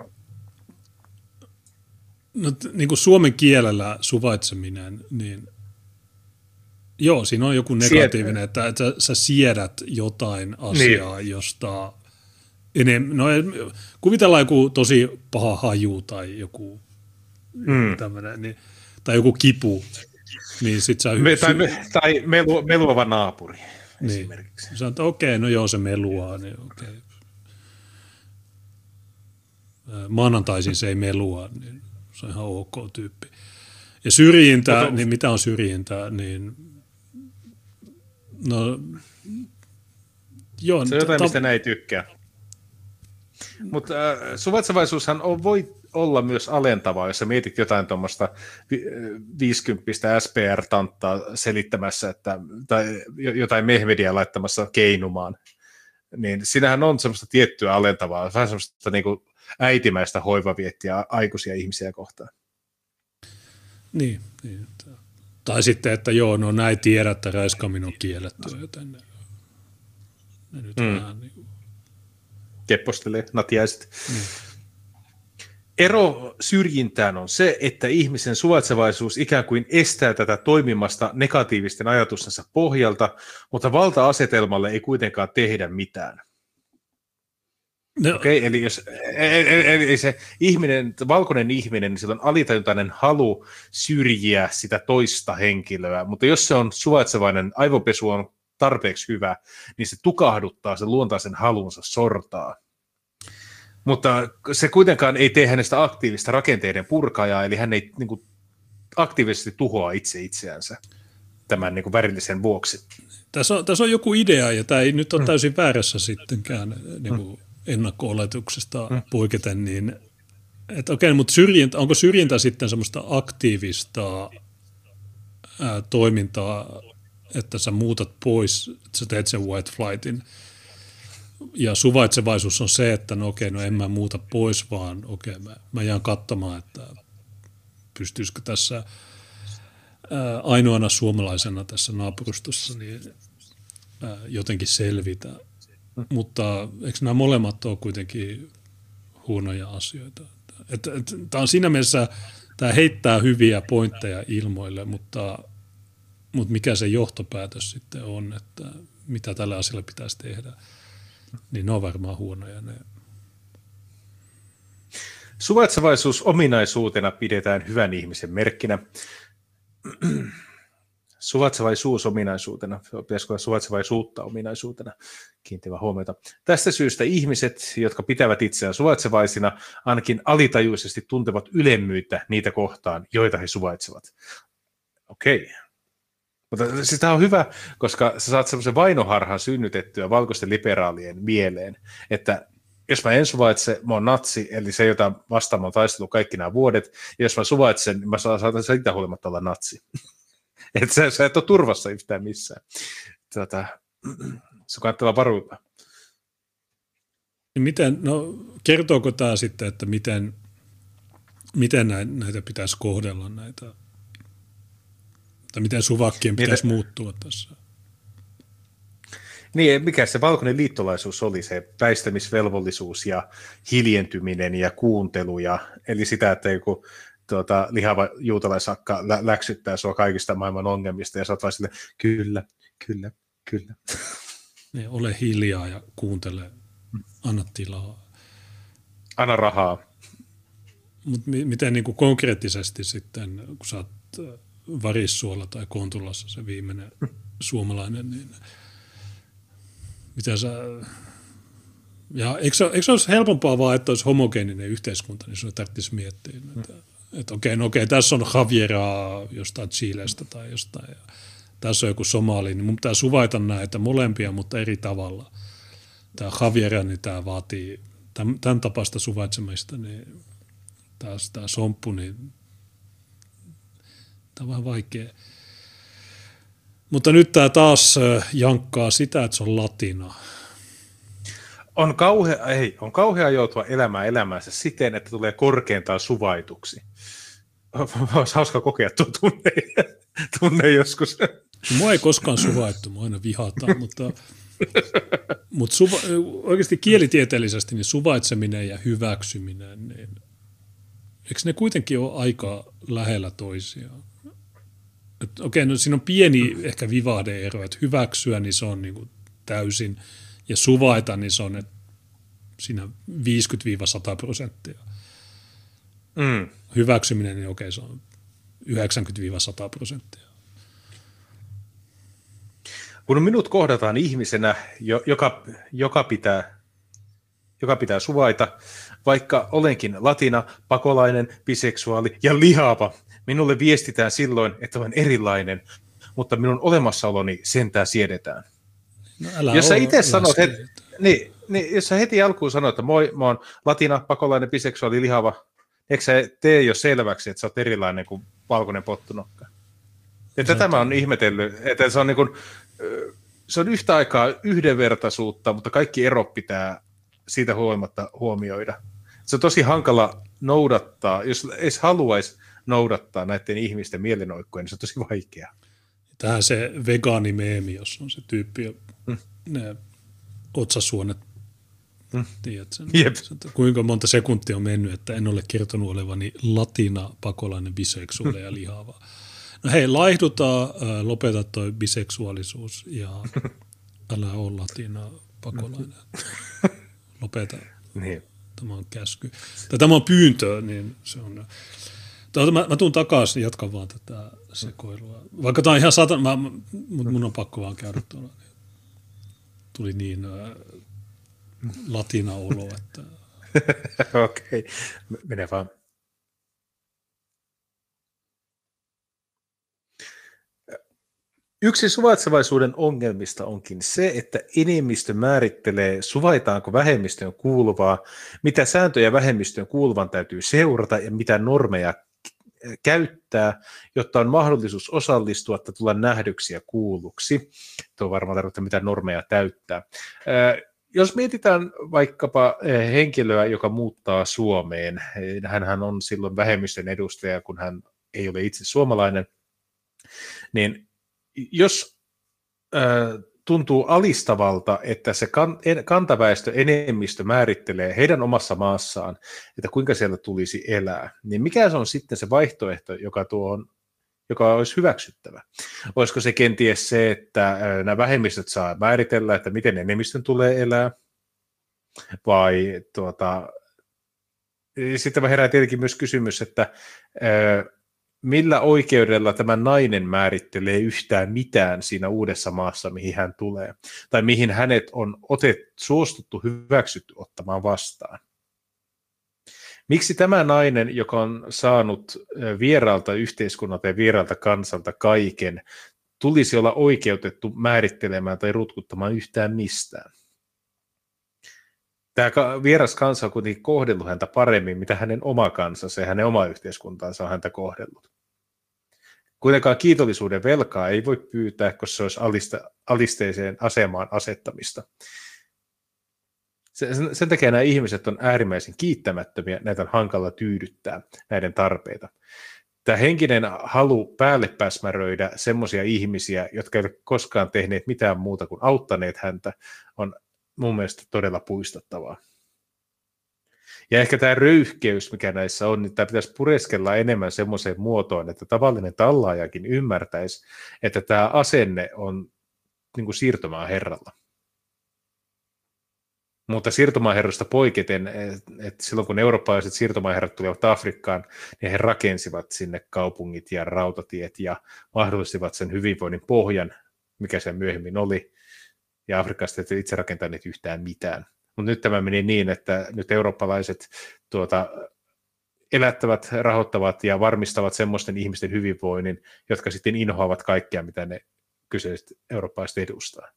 no, niin kuin suomen kielellä suvaitseminen, niin joo, siinä on joku negatiivinen, että, että sä siedät jotain asiaa, niin. josta enemmän, no kuvitellaan joku tosi paha haju tai joku mm. tämmöinen, niin, tai joku kipu, niin sit sä... Me, tai me, tai melu, meluava naapuri. Niin. Esimerkiksi. Sanoit, että okei, okay, no joo, se meluaa, niin okei. Okay. Maanantaisin se ei melua, niin se on ihan ok tyyppi. Ja syrjintä, Oto... niin mitä on syrjintä, niin no Joo, se on jotain, ta- mistä näin ei tykkää. Mutta äh, suvaitsevaisuushan on, voi olla myös alentavaa, jos sä mietit jotain tuommoista viisikymppistä S P R-tanttaa selittämässä, että, tai jotain Mehmediä laittamassa keinumaan, niin siinähän on semmoista tiettyä alentavaa, vähän semmoista niin kuin äitimäistä hoivaviettiä aikuisia ihmisiä kohtaan. Niin, niin. Tai sitten, että joo, no näin tiedä, että raiskaaminen on kiellettyä, joten ne, ne nyt mm. vähän niin kuin... Keppostelee natiaiset. Mm. Ero syrjintään on se, että ihmisen suvaitsevaisuus ikään kuin estää tätä toimimasta negatiivisten ajatustensa pohjalta, mutta valta-asetelmalle ei kuitenkaan tehdä mitään. No. Okei, eli, jos, eli se ihminen, valkoinen ihminen, niin sillä on alitajuntainen halu syrjiä sitä toista henkilöä, mutta jos se on suvaitsevainen, aivopesu on tarpeeksi hyvä, niin se tukahduttaa sen luontaisen halunsa sortaa. Mutta se kuitenkaan ei tee hänestä aktiivista rakenteiden purkajaa, eli hän ei niin kuin, aktiivisesti tuhoa itse itseänsä tämän niin kuin, värillisen vuoksi. Tässä on, tässä on joku idea, ja tämä ei nyt ole täysin väärässä sittenkään niin kuin ennakko-oletuksesta mm. poiketen, niin että okei, mutta syrjintä, onko syrjintä sitten semmoista aktiivista ää, toimintaa, että sä muutat pois, että sä teet sen white flightin, ja suvaitsevaisuus on se, että no okei, no en mä muuta pois, vaan okei, mä, mä jään katsomaan, että pystyisikö tässä ää, ainoana suomalaisena tässä naapurustossa niin ää, jotenkin selvitä. Mm. Mutta eikö nämä molemmat ole kuitenkin huonoja asioita? Tämä on siinä mielessä, tämä heittää hyviä pointteja ilmoille, mutta, mutta mikä se johtopäätös sitten on, että mitä tälle asialle pitäisi tehdä? Niin ne on varmaan huonoja. Ne. Suvaitsevaisuus ominaisuutena pidetään hyvän ihmisen merkkinä. Suvaitsevaisuus ominaisuutena, pitäisikö olla suvaitsevaisuutta ominaisuutena, kiinnittävä huomiota. Tästä syystä ihmiset, jotka pitävät itseään suvaitsevaisina, ainakin alitajuisesti tuntevat ylemmyyttä niitä kohtaan, joita he suvaitsevat. Okei. Okay. Mutta siis tämä on hyvä, koska sä saat semmoisen vainoharhan synnytettyä valkoisten liberaalien mieleen, että jos mä en suvaitse, mä oon natsi, eli se, jota vastaan mä oon taistellut kaikki nämä vuodet, ja jos mä suvaitsen, niin mä saatan siitä huolimatta olla natsi. Että sä, sä et ole turvassa yhtään missään. Tota, se kannattaa varuilla. Miten, no, kertooko tämä sitten, että miten, miten näitä pitäisi kohdella, näitä, tai miten suvakkien pitäisi Mitä? muuttua tässä? Niin, mikä se valkoinen liittolaisuus oli, se väistämisvelvollisuus ja hiljentyminen ja kuuntelu, ja, eli sitä, että joku tuota, lihava juutalaisakka lä- läksyttää sua kaikista maailman ongelmista, ja sä oot vaan silleen, kyllä, kyllä, kyllä. Ne, ole hiljaa ja kuuntele, anna tilaa. Anna rahaa. Mutta mi- miten niin kuin konkreettisesti sitten, kun sä oot Varissuolla tai Kontulassa se viimeinen suomalainen, niin miten sä... Ja eikö se, eikö se olisi helpompaa vaan, että olisi homogeeninen yhteiskunta, niin sun tarvitsisi miettiä, että, että okei, no okei, tässä on Javieraa jostain Chilestä tai jostain, ja tässä on joku somali, niin mun pitää suvaita näitä molempia, mutta eri tavalla. Tämä Javiera, niin tämä vaatii tämän, tämän tapaista suvaitsemista, niin taas tämä somppu, niin tämä on vähän vaikea. Mutta nyt tämä taas jankkaa sitä, että se on latina. On kauhea, ei, on kauhea joutua elämään elämäänsä siten, että tulee korkeintaan suvaituksi. Olisi hauska kokea tuo tunne, tunne joskus. Mua ei koskaan suvaittu, mua aina vihataan, mutta, mutta suva, oikeasti kielitieteellisesti niin suvaitseminen ja hyväksyminen, niin eikö ne kuitenkin ole aika lähellä toisiaan? Että, okei, no siinä on pieni ehkä vivahde-ero, että hyväksyä, niin se on niin kuin täysin, ja suvaita, niin se on että siinä viisikymmentä sata prosenttia. Mm. Hyväksyminen, niin okei, se on yhdeksänkymmentä sata prosenttia. Kun minut kohdataan ihmisenä, joka, joka, pitää, joka pitää suvaita, vaikka olenkin latina, pakolainen, biseksuaali ja lihava, minulle viestitään silloin, että olen erilainen, mutta minun olemassaoloni sentään siedetään. No, älä jos sä oo itse sanot, läski. et, niin, niin, jos sä heti alkuun sanot, että moi, mä oon latina, pakolainen, biseksuaali, lihava, eikö sä tee jo selväksi, että sä oot erilainen kuin valkoinen pottunokka? Ja tätä mä oon ihmetellyt, että se on, niin kuin, se on yhtä aikaa yhdenvertaisuutta, mutta kaikki erot pitää siitä huolimatta huomioida. Se on tosi hankala noudattaa, jos edes haluaisi noudattaa näiden ihmisten mielenoikkoja, niin se on tosi vaikeaa. Tähän se vegaanimeemi, jos on se tyyppi, mm. ne otsasuonet, mm. tiedät sen, Jep. kuinka monta sekuntia on mennyt, että en ole kertonut olevani latina, pakolainen, biseksuaali ja lihava. No hei, laihdutaan, lopeta toi biseksuaalisuus ja älä ole latina, pakolainen. Lopeta. Niin. Tämä on käsky. Tai tämä on pyyntö, niin se on... Tuota, mä, mä tuun takaisin, jatkan vaan tätä sekoilua. Vaikka tämä on ihan satan, mä, mutta mun on pakko vaan käydä tuolla. Tuli niin äh, latina-olo, että... Okei, okay. Mene vaan. Yksi suvaitsevaisuuden ongelmista onkin se, että enemmistö määrittelee, suvaitaanko vähemmistöön kuuluvaa, mitä sääntöjä vähemmistöön kuuluvan täytyy seurata ja mitä normeja käyttää, jotta on mahdollisuus osallistua tai tulla nähdyksi ja kuulluksi. Tuo varmaan tarkoittaa, mitä normeja täyttää. Jos mietitään vaikkapa henkilöä, joka muuttaa Suomeen, hänhän on silloin vähemmistön edustaja, kun hän ei ole itse suomalainen, niin jos äh, tuntuu alistavalta, että se kan, en, kantaväestö enemmistö määrittelee heidän omassa maassaan, että kuinka siellä tulisi elää, niin mikä se on sitten se vaihtoehto, joka, tuohon, joka olisi hyväksyttävä? Olisiko se kenties se, että äh, nämä vähemmistöt saa määritellä, että miten enemmistön tulee elää, vai tuota, sitten herää tietenkin myös kysymys, että äh, millä oikeudella tämä nainen määrittelee yhtään mitään siinä uudessa maassa, mihin hän tulee, tai mihin hänet on otet, suostuttu, hyväksytty ottamaan vastaan. Miksi tämä nainen, joka on saanut vieraalta yhteiskunnalta ja vieraalta kansalta kaiken, tulisi olla oikeutettu määrittelemään tai rutkuttamaan yhtään mistään? Tämä vieras kansa on kuitenkin kohdellut häntä paremmin, mitä hänen oma kansansa ja hänen oma yhteiskuntaansa on häntä kohdellut. Kuitenkaan kiitollisuuden velkaa ei voi pyytää, koska se olisi alista, alisteiseen asemaan asettamista. Sen, sen takia nämä ihmiset on äärimmäisen kiittämättömiä, näitä on hankala tyydyttää, näiden tarpeita. Tämä henkinen halu päälle pääsmäröidä semmoisia ihmisiä, jotka eivät koskaan tehneet mitään muuta kuin auttaneet häntä, on mun mielestä todella puistattavaa. Ja ehkä tämä röyhkeys, mikä näissä on, niin tämä pitäisi pureskella enemmän semmoiseen muotoon, että tavallinen tallaajakin ymmärtäisi, että tämä asenne on niin kuin siirtomaan herralla. Mutta siirtomaaherrosta poiketen, että silloin kun eurooppalaiset siirtomaaherrat tulivat Afrikkaan, niin he rakensivat sinne kaupungit ja rautatiet ja mahdollistivat sen hyvinvoinnin pohjan, mikä se myöhemmin oli. Ja Afrikasta ei itse rakentaneet yhtään mitään. Mutta nyt tämä meni niin, että nyt eurooppalaiset tuota, elättävät, rahoittavat ja varmistavat semmoisten ihmisten hyvinvoinnin, jotka sitten inhoavat kaikkea, mitä ne kyseiset eurooppalaiset edustaa.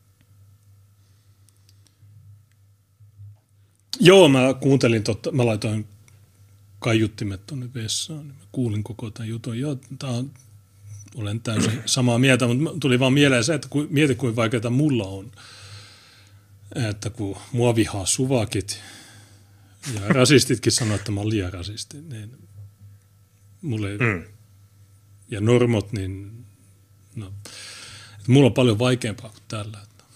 Joo, mä kuuntelin, totta, mä laitoin kaiuttimet tuonne vessaan, niin mä kuulin koko tämän jutun. Joo, tää on, olen täysin samaa mieltä, mutta tuli vaan mieleen se, että kun, mieti kuinka vaikeaa mulla on, että kun mua vihaa suvakit ja rasistitkin sanoo, että mä oon liian rasisti, niin mulle, mm. ja normot, niin no, että mulla on paljon vaikeampaa kuin tällä.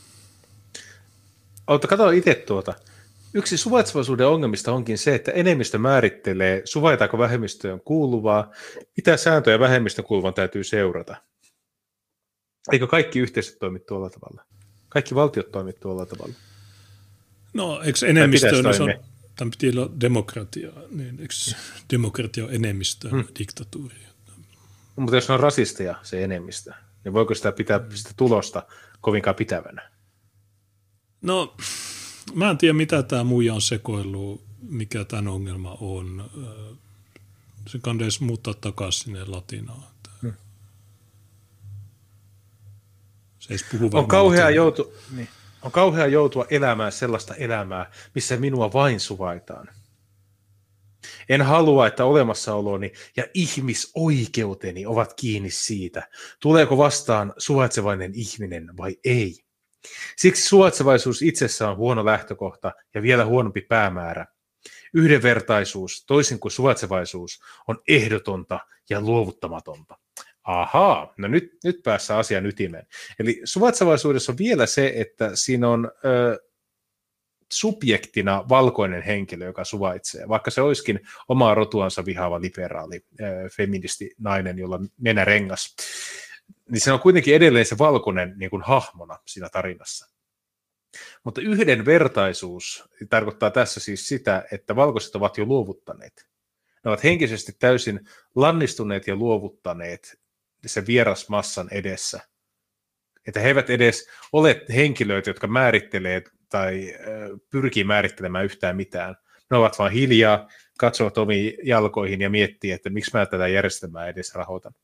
Oota, katso itse tuota. Yksi suvaitsevaisuuden ongelmista onkin se, että enemmistö määrittelee, suvaitaanko vähemmistöön kuuluvaa, mitä sääntöjä vähemmistön kuuluvan täytyy seurata. Eikö kaikki yhteisöt toimi tuolla tavalla? Kaikki valtiot toimi tuolla tavalla? No, eikö enemmistö, no se on, tämän piti olla demokratia, niin eikö demokratia on enemmistö, hmm. diktatuuri? No, mutta jos on rasisteja se enemmistö, niin voiko sitä pitää sitä tulosta kovinkaan pitävänä? No, mä en tiedä, mitä tämä muija on sekoillut, mikä tämän ongelma on. Se kannattaa edes muuttaa takaisin sinne latinaan. Hmm. Se ei puhu on, kauhea joutu, niin, on kauhea joutua elämään sellaista elämää, missä minua vain suvaitaan. En halua, että olemassaoloni ja ihmisoikeuteni ovat kiinni siitä, tuleeko vastaan suvaitsevainen ihminen vai ei. Siksi suvaitsevaisuus itsessään on huono lähtökohta ja vielä huonompi päämäärä. Yhdenvertaisuus, toisin kuin suvaitsevaisuus, on ehdotonta ja luovuttamatonta. Ahaa, no nyt, nyt päässään asian ytimeen. Eli suvaitsevaisuudessa on vielä se, että siinä on ö, subjektina valkoinen henkilö, joka suvaitsee, vaikka se olisikin omaa rotuansa vihaava liberaali ö, feministi nainen, jolla on nenä rengas, niin se on kuitenkin edelleen se valkoinen niin kuin hahmona siinä tarinassa. Mutta yhdenvertaisuus tarkoittaa tässä siis sitä, että valkoiset ovat jo luovuttaneet. Ne ovat henkisesti täysin lannistuneet ja luovuttaneet sen vierasmassan edessä. Että he eivät edes ole henkilöitä, jotka määrittelee tai pyrkii määrittelemään yhtään mitään. Ne ovat vain hiljaa, katsovat omiin jalkoihin ja miettii, että miksi mä tätä järjestelmää edes rahoitan.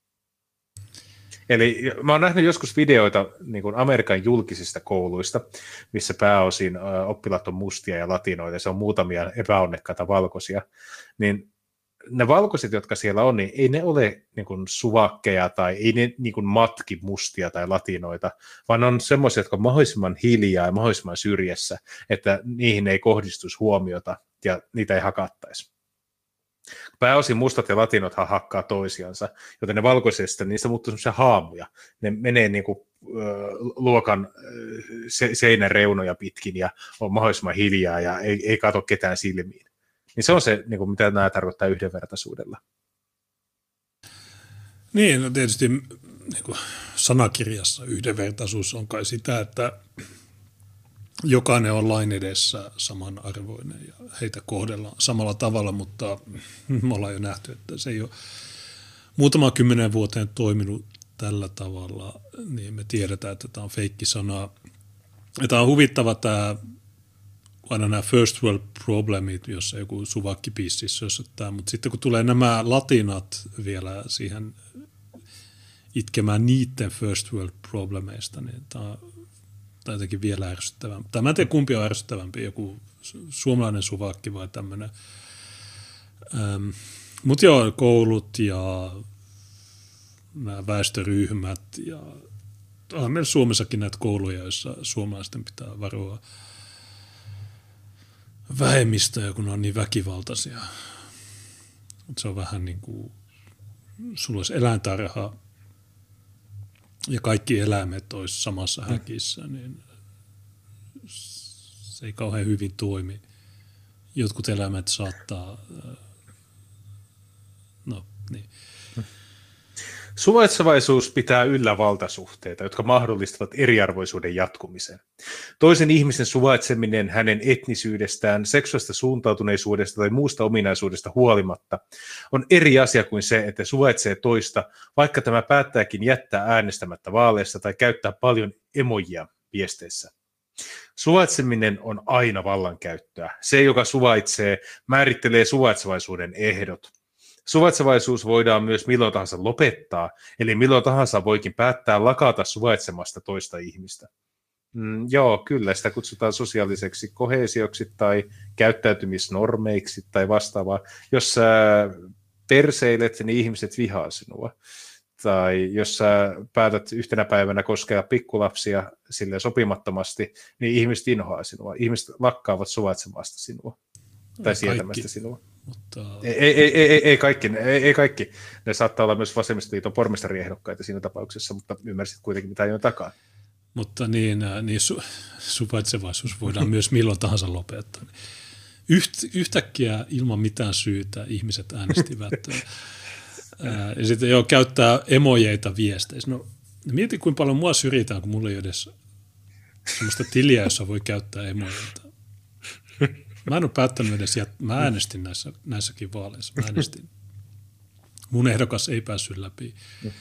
Eli mä oon nähnyt joskus videoita niin kuin Amerikan julkisista kouluista, missä pääosin oppilaat on mustia ja latinoita, se on muutamia epäonnekkaita valkoisia, niin ne valkoiset, jotka siellä on, niin ei ne ole niin kuin suvakkeja tai ei ne niin kuin matki mustia tai latinoita, vaan on semmoisia, jotka on mahdollisimman hiljaa ja mahdollisimman syrjässä, että niihin ei kohdistuisi huomiota ja niitä ei hakattaisi. Pääosin mustat ja latinothan hakkaa toisiansa, joten ne valkoisesta, niistä muuttuu semmoisia haamuja. Ne menee niin kuin, ö, luokan se, seinän reunoja pitkin ja on mahdollisimman hiljaa ja ei, ei katso ketään silmiin. Niin se on se, niin kuin, mitä nämä tarkoittaa yhdenvertaisuudella. Niin, no tietysti niin kuin sanakirjassa yhdenvertaisuus on kai sitä, että jokainen on lain edessä samanarvoinen ja heitä kohdellaan samalla tavalla, mutta me ollaan jo nähty, että se ei ole muutama kymmenen vuoteen toiminut tällä tavalla, niin me tiedetään, että tämä on feikkisana. Ja tämä on huvittava tämä, aina nämä first world problemit, jossa joku suvakkipissi sössöttää, mutta sitten kun tulee nämä latinat vielä siihen itkemään niiden first world problemeista, niin tämä on tai jotenkin vielä ärsyttävämpi. Tai mä en tiedä, kumpi on ärsyttävämpi, joku suomalainen suvakki vai tämmöinen. Ähm, mutta joo, koulut ja nämä väestöryhmät ja on meillä Suomessakin näitä kouluja, joissa suomalaisten pitää varoa vähemmistöjä, kun ne on niin väkivaltaisia. Mut se on vähän niin kuin, sulla olisi eläintarha, ja kaikki eläimet olisi samassa häkissä, niin se ei kauhean hyvin toimi. Jotkut eläimet saattaa, no niin. Suvaitsevaisuus pitää yllä valtasuhteita, jotka mahdollistavat eriarvoisuuden jatkumisen. Toisen ihmisen suvaitseminen hänen etnisyydestään, seksuaalista suuntautuneisuudesta tai muusta ominaisuudesta huolimatta on eri asia kuin se, että suvaitsee toista, vaikka tämä päättääkin jättää äänestämättä vaaleissa tai käyttää paljon emojia viesteissä. Suvaitseminen on aina vallankäyttöä. Se, joka suvaitsee, määrittelee suvaitsevaisuuden ehdot. Suvaitsevaisuus voidaan myös milloin tahansa lopettaa, eli milloin tahansa voikin päättää lakata suvaitsemasta toista ihmistä. Mm, joo, kyllä, sitä kutsutaan sosiaaliseksi koheesioksi tai käyttäytymisnormeiksi tai vastaavaa. Jos sä perseilet, niin ihmiset vihaa sinua. Tai jos sä päätät yhtenä päivänä koskea pikkulapsia silleen sopimattomasti, niin ihmiset inhoaa sinua. Ihmiset lakkaavat suvaitsemasta sinua tai sietämästä sinua. Mutta ei, ei, ei, ei, ei, kaikki, ei, ei kaikki. Ne saattaa olla myös vasemmistoliiton pormestariehdokkaita siinä tapauksessa, mutta ymmärsit kuitenkin mitä on takaa. Mutta niin, niin su, suvaitsevaisuus voidaan myös milloin tahansa lopettaa. Yht, yhtäkkiä ilman mitään syytä ihmiset äänestivät. Ää, ja sitten joo, käyttää emojeita viesteissä. No mieti, kuinka paljon mua syrjitään, kun mulla ei ole edes sellaista tiliä, jossa voi käyttää emojeita. Mä en ole päättänyt edes, jät... mä äänestin näissä, näissäkin vaaleissa. Mä äänestin. Mun ehdokas ei päässyt läpi.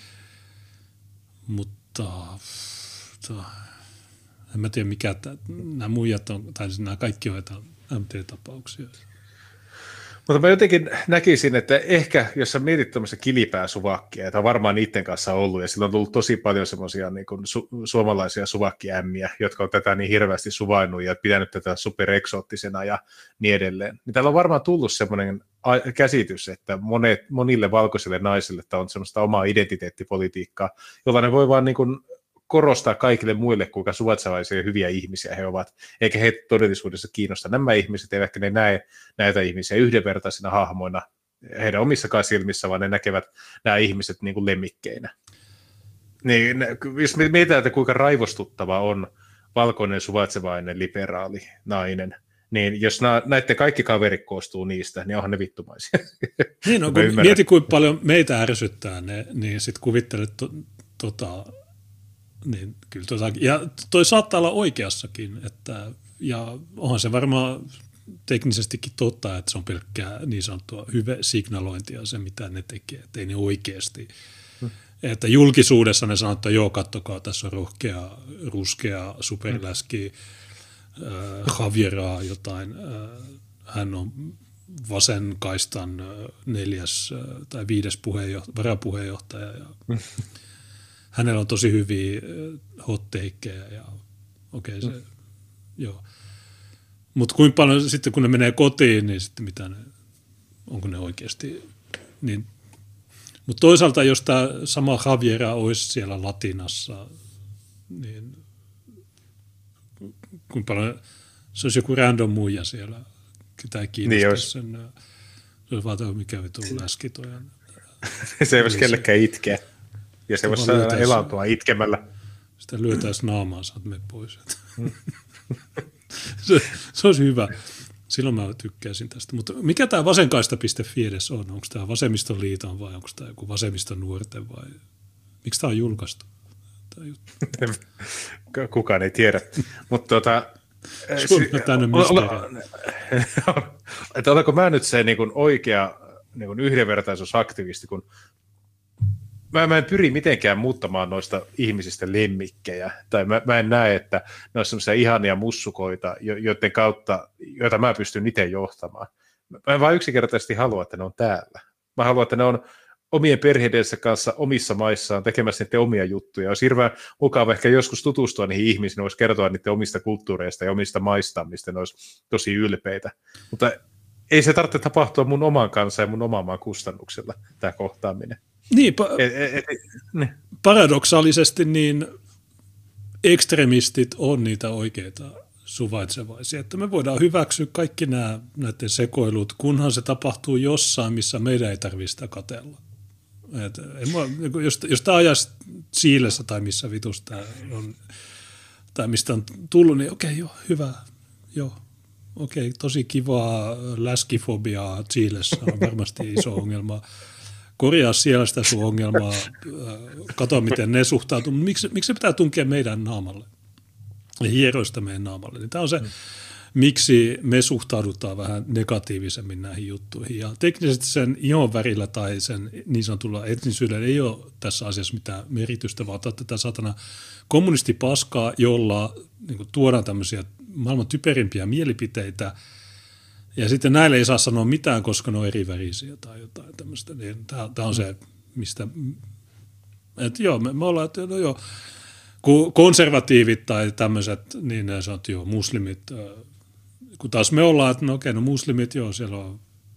Mutta to, en mä tiedä mikä, nämä muijat on, tai nämä kaikki on M T-tapauksia. Mutta mä jotenkin näkisin, että ehkä jos sä mietit tuommoista kilipääsuvakkia, jota on varmaan niiden kanssa ollut, ja sillä on tullut tosi paljon semmoisia niin kuin su- suomalaisia suvakkiämmiä, jotka on tätä niin hirveästi suvainnut ja pitänyt tätä supereksoottisena ja niin edelleen. Niin täällä on varmaan tullut semmoinen a- käsitys, että monet, monille valkoisille naisille tämä on semmoista omaa identiteettipolitiikkaa, jolla ne voi vaan niin kuin korostaa kaikille muille, kuinka suvaitsevaisia ja hyviä ihmisiä he ovat, eikä he todellisuudessa kiinnosta nämä ihmiset, eivätkä ne näe näitä ihmisiä yhdenvertaisina hahmoina heidän omissakaan silmissä, vaan ne näkevät nämä ihmiset niin kuin lemmikkeinä. Niin, jos mietitään, että kuinka raivostuttava on valkoinen, suvaitsevainen, liberaali nainen, niin jos näiden kaikki kaverit koostuu niistä, niin onhan ne vittumaisia. Niin, no, kun mieti, kuinka paljon meitä ärsyttää ne, niin sitten kuvittelet to, tota... Niin, kyllä tuota, ja toi saattaa olla oikeassakin, että, ja onhan se varmaan teknisestikin totta, että se on pelkkää niin sanottua hyve-signalointia se, mitä ne tekee, että ei ne oikeasti. Hmm. Että julkisuudessa ne sanoo, että joo, kattokaa, tässä on rohkea, ruskea, superläski, hmm. äh, Javieraa jotain, äh, hän on vasen kaistan äh, neljäs äh, tai viides puheenjohtaja, varapuheenjohtaja ja hmm. hänellä on tosi hyviä hot-takeja ja okei okay, se, mm. joo. Mutta kuinka paljon sitten kun ne menee kotiin, niin sitten mitä ne, onko ne oikeasti, niin, mutta toisaalta jos tämä sama Javiera olisi siellä Latinassa, niin kuinka paljon, se olisi joku random muija siellä, ketä ei kiinnostaa niin sen, se olisi vaan mikä vitu läski toi. Se ei voisi kellekään itkeä. Ja se voisi elantua itkemällä. Sitä lyötäisiin naamaan, saat mene pois. se, se olisi hyvä. Silloin mä tykkäisin tästä. Mutta mikä tämä vasenkaista piste fi edes on? Onko tämä Vasemmistoliiton vai onko tämä joku Vasemmiston nuorten vai? Miksi tämä on julkaistu? Tämä Kukaan ei tiedä. Mutta tota, Suomi on täynnä mysteeriä. Että olenko mä nyt se niin kuin oikea niin kuin yhdenvertaisuusaktivisti, kun Mä, mä en pyri mitenkään muuttamaan noista ihmisistä lemmikkejä, tai mä, mä en näe, että ne on sellaisia ihania mussukoita, joiden kautta, joita mä pystyn itse johtamaan. Mä en vaan yksinkertaisesti halua, että ne on täällä. Mä haluan, että ne on omien perheidensä kanssa omissa maissaan tekemässä niiden omia juttuja. Olisi hirveän mukava ehkä joskus tutustua niihin ihmisiin, ne voisi kertoa niiden omista kulttuureista ja omista maistaan, mistä ne olisi tosi ylpeitä. Mutta ei se tarvitse tapahtua mun oman kanssa ja mun oman maan kustannuksella, tämä kohtaaminen. Niin, pa- et, et, et, niin. Paradoksaalisesti niin ekstremistit on niitä oikeita suvaitsevaisia, että me voidaan hyväksyä kaikki nämä näiden sekoilut, kunhan se tapahtuu jossain, missä meidän ei tarvitse sitä katsella. Et, en, jos, jos tämä ajaisi Chiilessä tai missä vitus tämä on, tai mistä on tullut, niin okei, joo, hyvä, joo. Okei, tosi kivaa läskifobiaa Chiilessä on varmasti iso ongelma. Korjaa siellä sitä sun ongelmaa, katso miten ne suhtautuu, mutta miksi, miksi se pitää tunkea meidän naamalle ja hieroista meidän naamalle? Niin tämä on se, mm. miksi me suhtaudutaan vähän negatiivisemmin näihin juttuihin. Ja teknisesti sen ihon värillä tai sen niin sanotulla etnisyydellä ei ole tässä asiassa mitään meritystä, vaan ottaa tätä satana kommunistipaskaa, jolla niin kuin, tuodaan tämmöisiä maailman typerimpiä mielipiteitä. Ja sitten näille ei saa sanoa mitään, koska ne on erivärisiä tai jotain tämmöistä. Niin tämä on se, mistä, että joo, me, me ollaan, että no joo, kun konservatiivit tai tämmöiset, niin ne sanoo, että joo, muslimit, kun taas me ollaan, että no okei, no muslimit, joo, siellä on,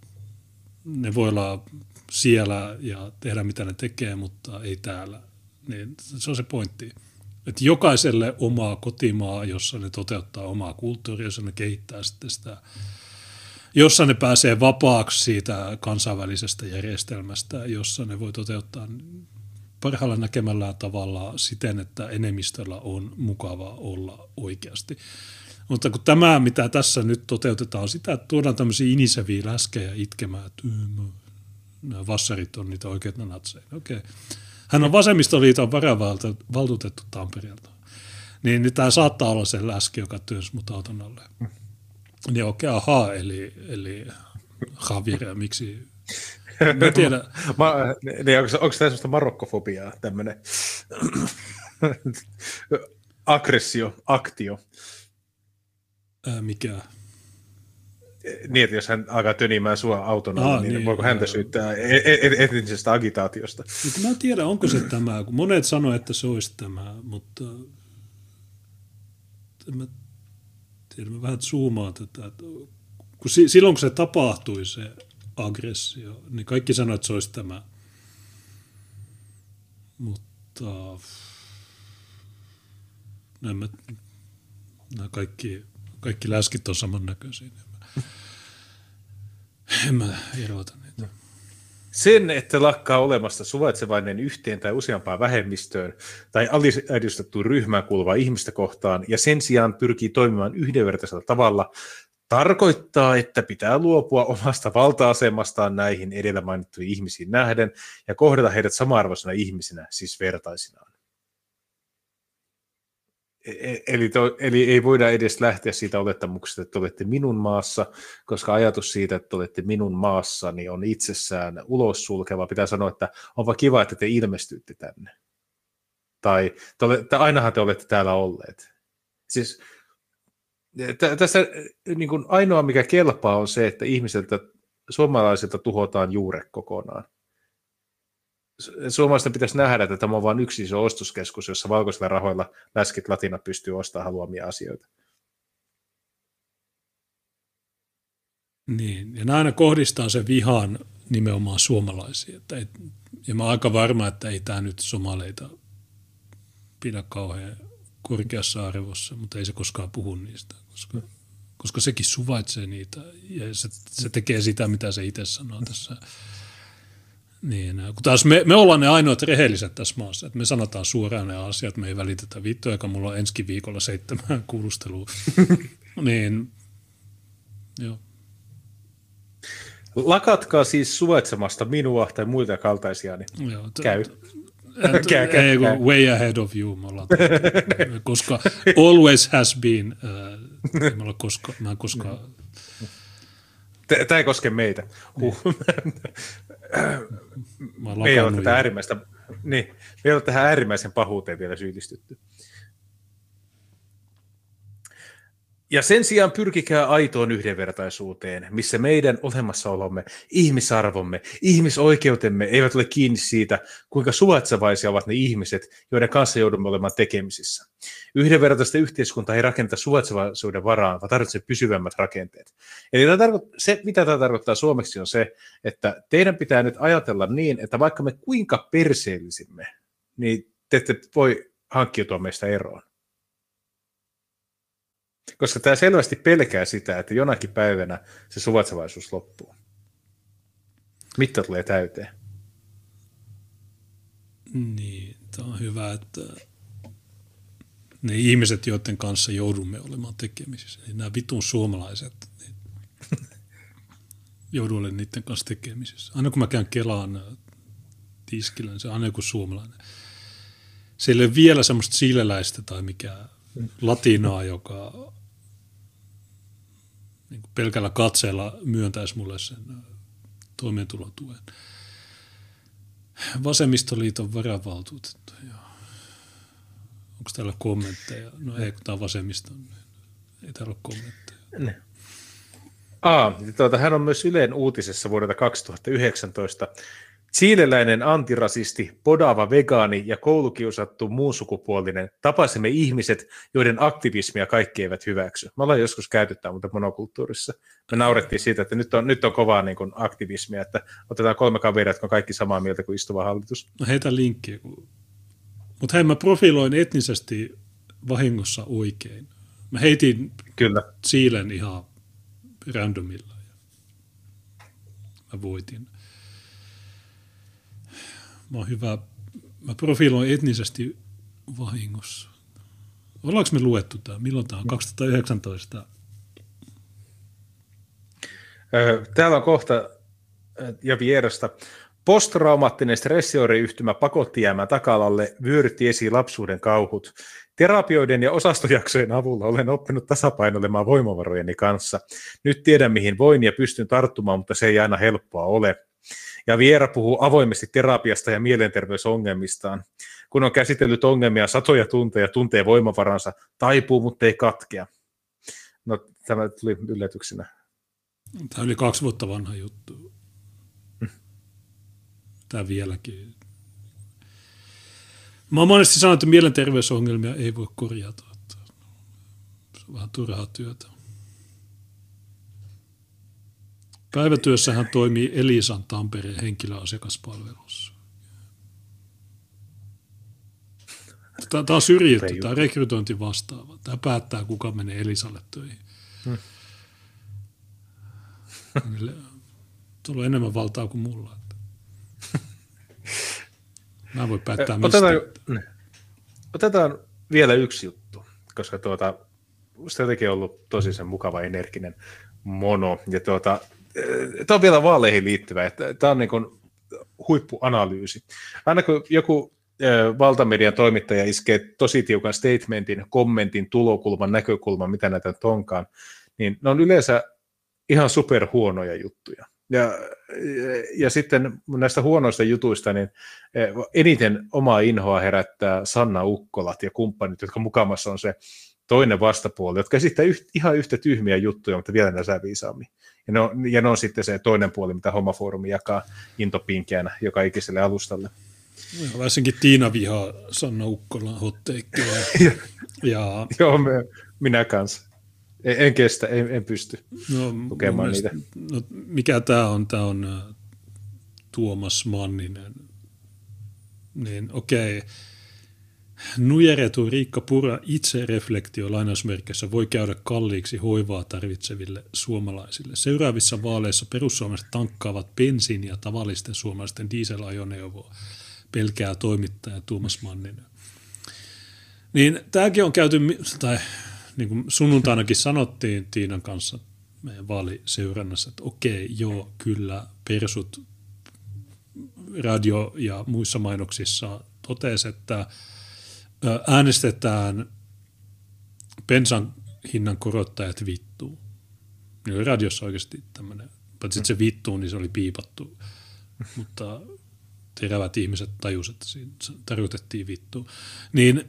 ne voi olla siellä ja tehdä mitä ne tekee, mutta ei täällä. Niin se on se pointti. Että jokaiselle omaa kotimaa, jossa ne toteuttaa omaa kulttuuria, jossa ne kehittää sitten sitä, jossa ne pääsee vapaaksi siitä kansainvälisestä järjestelmästä, jossa ne voi toteuttaa parhaalla näkemällään tavalla siten, että enemmistöllä on mukava olla oikeasti. Mutta kun tämä, mitä tässä nyt toteutetaan, on sitä, että tuodaan tämmöisiä iniseviä läskejä itkemään, että nämä vassarit on niitä oikeita natseja. Okei. Hän on Vasemmistoliiton varavaltuutettu Tampereelta. Niin, niin tämä saattaa olla se läski, joka työnsi mut auton alle. Niin okei, okay, ahaa, eli, eli Javier, miksi? Mä tiedän. Ma, niin onko, onko tämä sellaista marokkofobiaa, tämmöinen aggressio, aktio? Ää, mikä? Niin, että jos hän alkaa tönimään sua auton alla, Ah, niin, niin, voiko häntä joo. syyttää e- e- etnisestä agitaatiosta? Mutta mä en tiedä, onko se tämä, kun monet sanoivat, että se olisi tämä, mutta en mä tiedä, mä vähän zoomaan tätä. Että kun si- silloin kun se tapahtui, se aggressio, niin kaikki sanoivat, että se olisi tämä. Mutta nämä, nämä kaikki, kaikki läskit on samannäköisiä. En mä erota niitä. Sen, että lakkaa olemasta suvaitsevainen yhteen tai useampaan vähemmistöön tai aliedustettuun ryhmään kuuluvaa ihmistä kohtaan ja sen sijaan pyrkii toimimaan yhdenvertaisella tavalla, tarkoittaa, että pitää luopua omasta valta-asemastaan näihin edellä mainittuihin ihmisiin nähden ja kohdata heidät sama-arvoisena ihmisinä, siis vertaisinaan. Eli, to, eli ei voida edes lähteä siitä olettamuksesta, että olette minun maassa, koska ajatus siitä, että olette minun maassani on itsessään ulos sulkeva. Pitää sanoa, että onpa kiva, että te ilmestyitte tänne. Tai te olette, ainahan te olette täällä olleet. Siis, t- tässä niin kuin ainoa, mikä kelpaa, on se, että ihmiseltä, suomalaisilta tuhotaan juure kokonaan. Suomalaisten pitäisi nähdä, että tämä on vain yksi iso ostoskeskus, jossa valkoisilla rahoilla läskit latinat pystyy ostamaan haluamia asioita. Niin, ja nämä aina kohdistaa sen vihan nimenomaan suomalaisiin. Että ei, ja mä oon aika varma, että ei tämä nyt somaleita pidä kauhean korkeassa arvossa, mutta ei se koskaan puhu niistä, koska, koska sekin suvaitsee niitä ja se, se tekee sitä, mitä se itse sanoo tässä. Niin, kun taas me, me ollaan ne ainoat rehelliset tässä maassa, että me sanotaan suoraan ne asiat, me ei välitetä vittua, eikä mulla on ensi viikolla seitsemän kuulustelua. Niin, joo. Lakatkaa siis suvaitsemasta minua tai muita kaltaisiani. Joo, t- käy. T- käy, käy, ei, käy. Way ahead of you, me ollaan, koska always has been, äh, me ollaan koska, mä en koskaan. Tämä ei koske meitä. Huh. Me ei ole tätä äärimmäistä, niin, me ei ole tähän äärimmäisen pahuuteen vielä syyllistytty. Ja sen sijaan pyrkikää aitoon yhdenvertaisuuteen, missä meidän olemassaolomme, ihmisarvomme, ihmisoikeutemme eivät ole kiinni siitä, kuinka suvaitsevaisia ovat ne ihmiset, joiden kanssa joudumme olemaan tekemisissä. Yhdenvertaista yhteiskuntaa ei rakenneta suvaitsevaisuuden varaan, vaan tarvitsee pysyvämmät rakenteet. Eli tämä tarko- se, mitä tämä tarkoittaa suomeksi, on se, että teidän pitää nyt ajatella niin, että vaikka me kuinka perseellisimme, niin te ette voi hankkiutua meistä eroon. Koska tämä selvästi pelkää sitä, että jonakin päivänä se suvaitsevaisuus loppuu. Mitta tulee täyteen. Niin, tämä on hyvä, että ne ihmiset, joiden kanssa joudumme olemaan tekemisissä, niin nämä vitun suomalaiset, niin joudun olemaan niiden kanssa tekemisissä. Aina kun mä käyn Kelaan tiskillä, niin se on aina joku suomalainen. Siellä ei ole vielä semmoista siileläistä tai mikä latinaa, joka niin kuin pelkällä katseella myöntäisi mulle sen toimeentulotuen. Vasemmistoliiton varavaltuutettu, joo. Onko täällä kommentteja? No ei, kun tämä on vasemmisto, niin ei täällä ole kommentteja. Ne. Aa, tuota, hän on myös Ylen uutisessa vuodelta kaksituhattayhdeksäntoista. Chileläinen antirasisti, podaava vegaani ja koulukiusattu muunsukupuolinen. Tapasimme ihmiset, joiden aktivismia kaikki eivät hyväksy. Me ollaan joskus käytetään, mutta monokulttuurissa. Me naurettiin siitä, että nyt on, nyt on kovaa niin kuin aktivismia, että otetaan kolme kaveria, jotka on kaikki samaa mieltä kuin istuva hallitus. No heitä linkkiä. Kun... Mutta hei, mä profiloin etnisesti vahingossa oikein. Mä heitin Kyllä. Chilen ihan randomilla. Mä voitin. Mä oon hyvä. Mä profiloin etnisesti vahingossa. Ollaanko me luettu tämä? Milloin tämä on? kaksituhattayhdeksäntoista. Täällä on kohta ja vierasta. Posttraumaattinen stressioireyhtymä pakotti jäämään taka-alalle, vyörytti esiin lapsuuden kauhut. Terapioiden ja osastojaksojen avulla olen oppinut tasapainoilemaan voimavarojeni kanssa. Nyt tiedän, mihin voin ja pystyn tarttumaan, mutta se ei aina helppoa ole. Ja Viera puhuu avoimesti terapiasta ja mielenterveysongelmistaan. Kun on käsitellyt ongelmia satoja tunteja, tuntee voimavaransa, taipuu, mutta ei katkea. No, tämä tuli yllätyksenä. Tämä on yli kaksi vuotta vanha juttu. Tämä vieläkin. Mä oon monesti sanonut, että mielenterveysongelmia ei voi korjata. Se on vähän turhaa työtä. Päivätyössä hän toimii Elisan Tampereen henkilöasiakaspalvelussa. Tämä on syrjitty, tämä on rekrytointi vastaava. Tämä päättää, kuka menee Elisalle töihin. Hmm. Tuolla on enemmän valtaa kuin mulla. Mä en voi päättää mistä. Otetaan, otetaan vielä yksi juttu, koska tuota, musta jotenkin on ollut tosi sen mukava, energinen mono. Ja tuota, tämä on vielä vaaleihin liittyvä. Tämä on niin kuin huippuanalyysi. Aina kun joku valtamedian toimittaja iskee tosi tiukan statementin, kommentin, tulokulman, näkökulman, mitä näitä nyt onkaan, niin ne on yleensä ihan superhuonoja juttuja. Ja, ja sitten näistä huonoista jutuista niin eniten omaa inhoa herättää Sanna Ukkolat ja kumppanit, jotka mukamassa on se toinen vastapuoli, jotka esittää yht, ihan yhtä tyhmiä juttuja, mutta vielä näsää viisaammin. Ja ne, on, ja ne on sitten se toinen puoli, mitä Homofoorumi jakaa intopinkeänä joka ikiselle alustalle. Ja varsinkin Tiina vihaa Sanna Ukkolan hotteikkeja. ja... Joo, me, minä kanssa. En, en kestä, en, en pysty no, lukemaan niitä. No, mikä tämä on? Tämä on uh, Tuomas Manninen. Niin okei. Okay. Nujeretu Riikka Pura itsereflektio lainausmerkissä voi käydä kalliiksi hoivaa tarvitseville suomalaisille. Seuraavissa vaaleissa perussuomalaiset tankkaavat bensiiniä tavallisten suomalaisten dieselajoneuvoa. Pelkää toimittaja Tuomas Manninen. Niin tämäkin on käyty, tai niin kuin sunnuntainakin sanottiin Tiinan kanssa meidän vaaliseurannassa, että okei, joo, kyllä, persut radio- ja muissa mainoksissa totesi, että äänestetään bensan hinnan korottajat vittuun. Niin oli radiossa oikeasti tämmöinen, paitsi että se vittuun, niin se oli piipattu, mutta terävät ihmiset tajusivat, että siinä tarjotettiin vittuun. Niin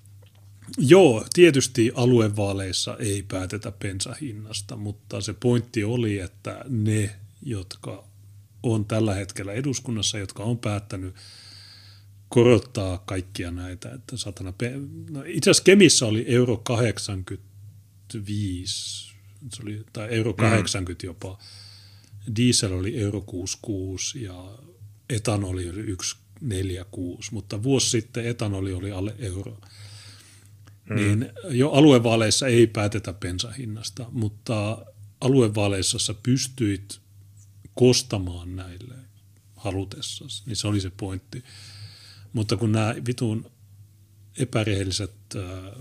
joo, tietysti aluevaaleissa ei päätetä bensahinnasta, mutta se pointti oli, että ne, jotka on tällä hetkellä eduskunnassa, jotka on päättänyt korottaa kaikkia näitä, että satana, no itse asiassa Kemissä oli euro kahdeksankymmentäviisi, se oli, tai euro kahdeksankymmentä jopa, diesel oli euro kuusikymmentäkuusi ja etanoli oli yksi pilkku neljäkymmentäkuusi, mutta vuosi sitten etanoli oli alle euro. Mm. Niin jo aluevaaleissa ei päätetä bensahinnasta, mutta aluevaaleissa sä pystyit kostamaan näille halutessasi, niin se oli se pointti. Mutta kun nämä vitun epärehelliset äh,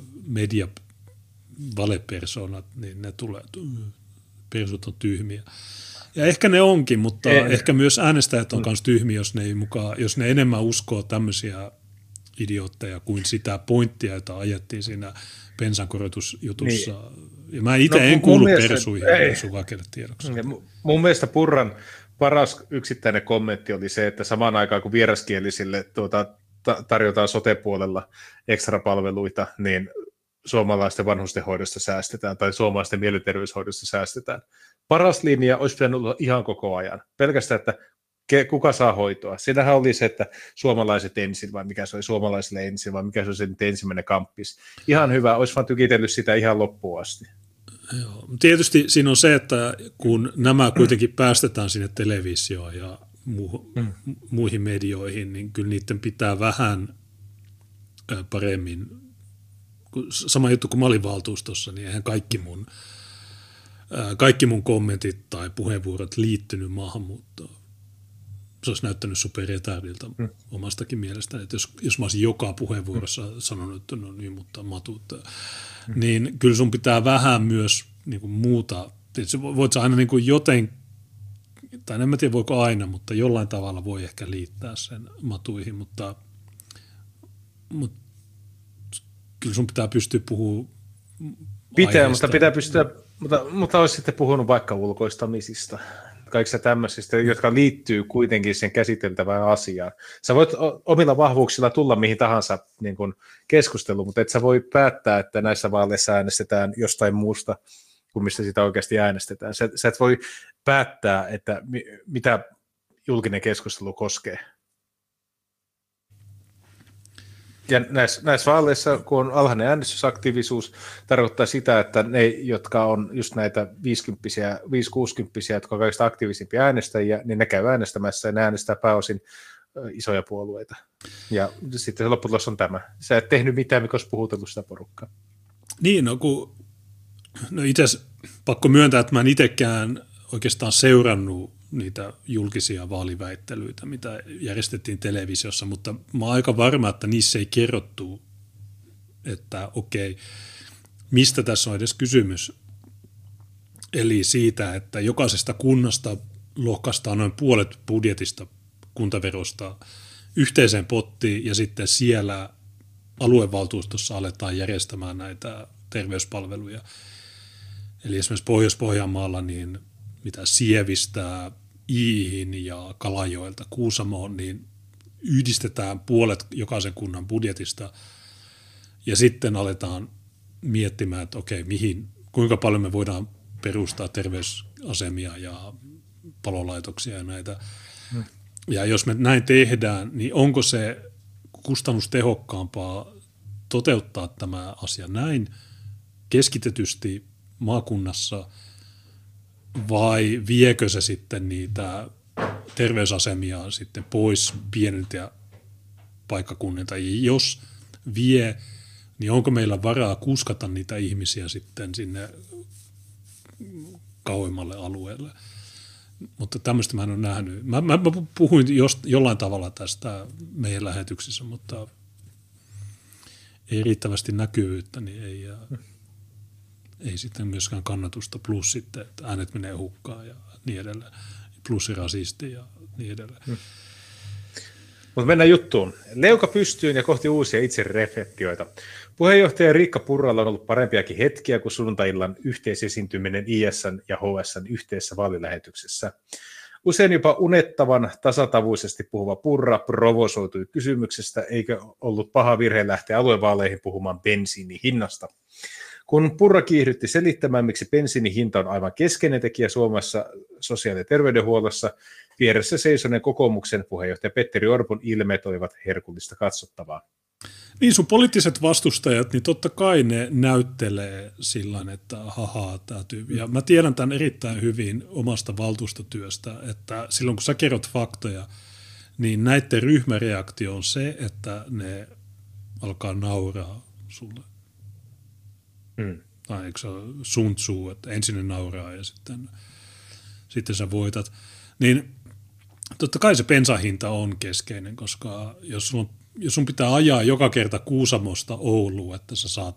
media-valepersonat, niin ne tulee, persut on tyhmiä. Ja ehkä ne onkin, mutta ei. Ehkä myös äänestäjät on myös tyhmiä, jos ne, ei mukaan, jos ne enemmän uskoo tämmöisiä idiootteja kuin sitä pointtia, jota ajettiin siinä bensankorotusjutussa. Niin. Ja mä itse no, en kuulu persuihin, persuun vakeille tiedoksi. Mun mielestä Purran paras yksittäinen kommentti oli se, että samaan aikaan kun vieraskielisille tuota, tarjotaan sote-puolella ekstrapalveluita, niin suomalaisten vanhustenhoidosta säästetään tai suomalaisten mielenterveyshoidosta säästetään. Paras linja olisi pitänyt olla ihan koko ajan. Pelkästään, että kuka saa hoitoa. Siinähän oli se, että suomalaiset ensin, vai mikä se oli suomalaisille ensin, vai mikä se oli se ensimmäinen kamppis. Ihan hyvä, olisi vaan tykitellyt sitä ihan loppuun asti. Joo. Tietysti siinä on se, että kun nämä kuitenkin päästetään sinne televisioon ja mu- mm. muihin medioihin, niin kyllä niiden pitää vähän paremmin, sama juttu kuin mä olin valtuustossa, niin eihän kaikki mun, kaikki mun kommentit tai puheenvuorot liittynyt maahanmuuttoon. Se olisi näyttänyt superretardilta mm. omastakin mielestäni, että jos, jos mä olisin joka puheenvuorossa mm. sanonut, että no niin, mutta matuutta, mm. niin kyllä sun pitää vähän myös niin kuin muuta, voit sä aina niin kuin joten, tai en mä tiedä voiko aina, mutta jollain tavalla voi ehkä liittää sen matuihin, mutta, mutta kyllä sun pitää pystyä puhumaan Pitää, aiheesta. mutta pitää pystyä, mutta, mutta olisi sitten puhunut vaikka ulkoistamisista. Kaikista tämmöisistä, jotka liittyy kuitenkin sen käsiteltävään asiaan. Sä voit omilla vahvuuksilla tulla mihin tahansa niin kuin keskusteluun, mutta et sä voi päättää, että näissä vaaleissa äänestetään jostain muusta kuin mistä sitä oikeasti äänestetään. Sä, sä et voi päättää, että mi, mitä julkinen keskustelu koskee. Ja näissä, näissä vaaleissa, kun on alhainen äänestysaktiivisuus, tarkoittaa sitä, että ne, jotka on just näitä viisikymppisiä, viisi-kuusikymppisiä, jotka on kaikista aktiivisimpia äänestäjiä, niin ne käy äänestämässä ja ne äänestää pääosin isoja puolueita. Ja sitten lopputulos on tämä. Sä et tehnyt mitään, mikä olisi puhutellut sitä porukkaa. Niin, no kun, no itse asiassa pakko myöntää, että mä en itsekään oikeastaan seurannut niitä julkisia vaaliväittelyitä, mitä järjestettiin televisiossa, mutta mä oon aika varma, että niissä ei kerrottu, että okei, mistä tässä on edes kysymys. Eli siitä, että jokaisesta kunnasta lohkaistaan noin puolet budjetista kuntaverosta yhteiseen pottiin ja sitten siellä aluevaltuustossa aletaan järjestämään näitä terveyspalveluja. Eli esimerkiksi Pohjois-Pohjanmaalla niin mitä Sievistä, Iihin ja Kalajoelta Kuusamoon, niin yhdistetään puolet jokaisen kunnan budjetista ja sitten aletaan miettimään, että okei, mihin, kuinka paljon me voidaan perustaa terveysasemia ja palolaitoksia ja näitä. Hmm. Ja jos me näin tehdään, niin onko se kustannustehokkaampaa toteuttaa tämä asia näin keskitetysti maakunnassa vai viekö se sitten niitä terveysasemia sitten pois pieniltä paikkakunnilta? Ja jos vie, niin onko meillä varaa kuskata niitä ihmisiä sitten sinne kauemmalle alueelle? Mutta tämmöistä mä en ole nähnyt. Mä, mä puhuin jost, jollain tavalla tästä meidän lähetyksessä, mutta ei riittävästi näkyvyyttä, niin ei, ei sitten myöskään kannatusta, plus sitten, että äänet menee hukkaan ja niin edelleen, plus rasisti ja niin edelleen. Hmm. Mutta mennään juttuun. Leuka pystyyn ja kohti uusia itsereflektioita. Puheenjohtaja Riikka Purralla on ollut parempiakin hetkiä kuin sunnuntai-illan yhteisesiintyminen I S:n ja H S:n yhteisessä vaalilähetyksessä. Usein jopa unettavan, tasatavuisesti puhuva Purra provosoitui kysymyksestä, eikä ollut paha virhe lähteä aluevaaleihin puhumaan bensiinin hinnasta. Kun Purra kiihdytti selittämään, miksi bensiinin hinta on aivan keskeinen tekijä Suomessa sosiaali- ja terveydenhuollossa, vieressä seisoneen kokoomuksen puheenjohtaja Petteri Orpon ilmeet olivat herkullista katsottavaa. Niin sun poliittiset vastustajat, niin totta kai ne näyttelee sillä että hahaa, tämä tyyppi. Ja mä tiedän tämän erittäin hyvin omasta valtuustotyöstä, että silloin kun sä kerrot faktoja, niin näiden ryhmäreaktio on se, että ne alkaa nauraa sulle. Hmm. Tai eikö se ole Sun Tzu, että ensin ne nauraa ja sitten, sitten sä voitat. Niin totta kai se bensahinta on keskeinen, koska jos sun, jos sun pitää ajaa joka kerta Kuusamosta Ouluun, että sä saat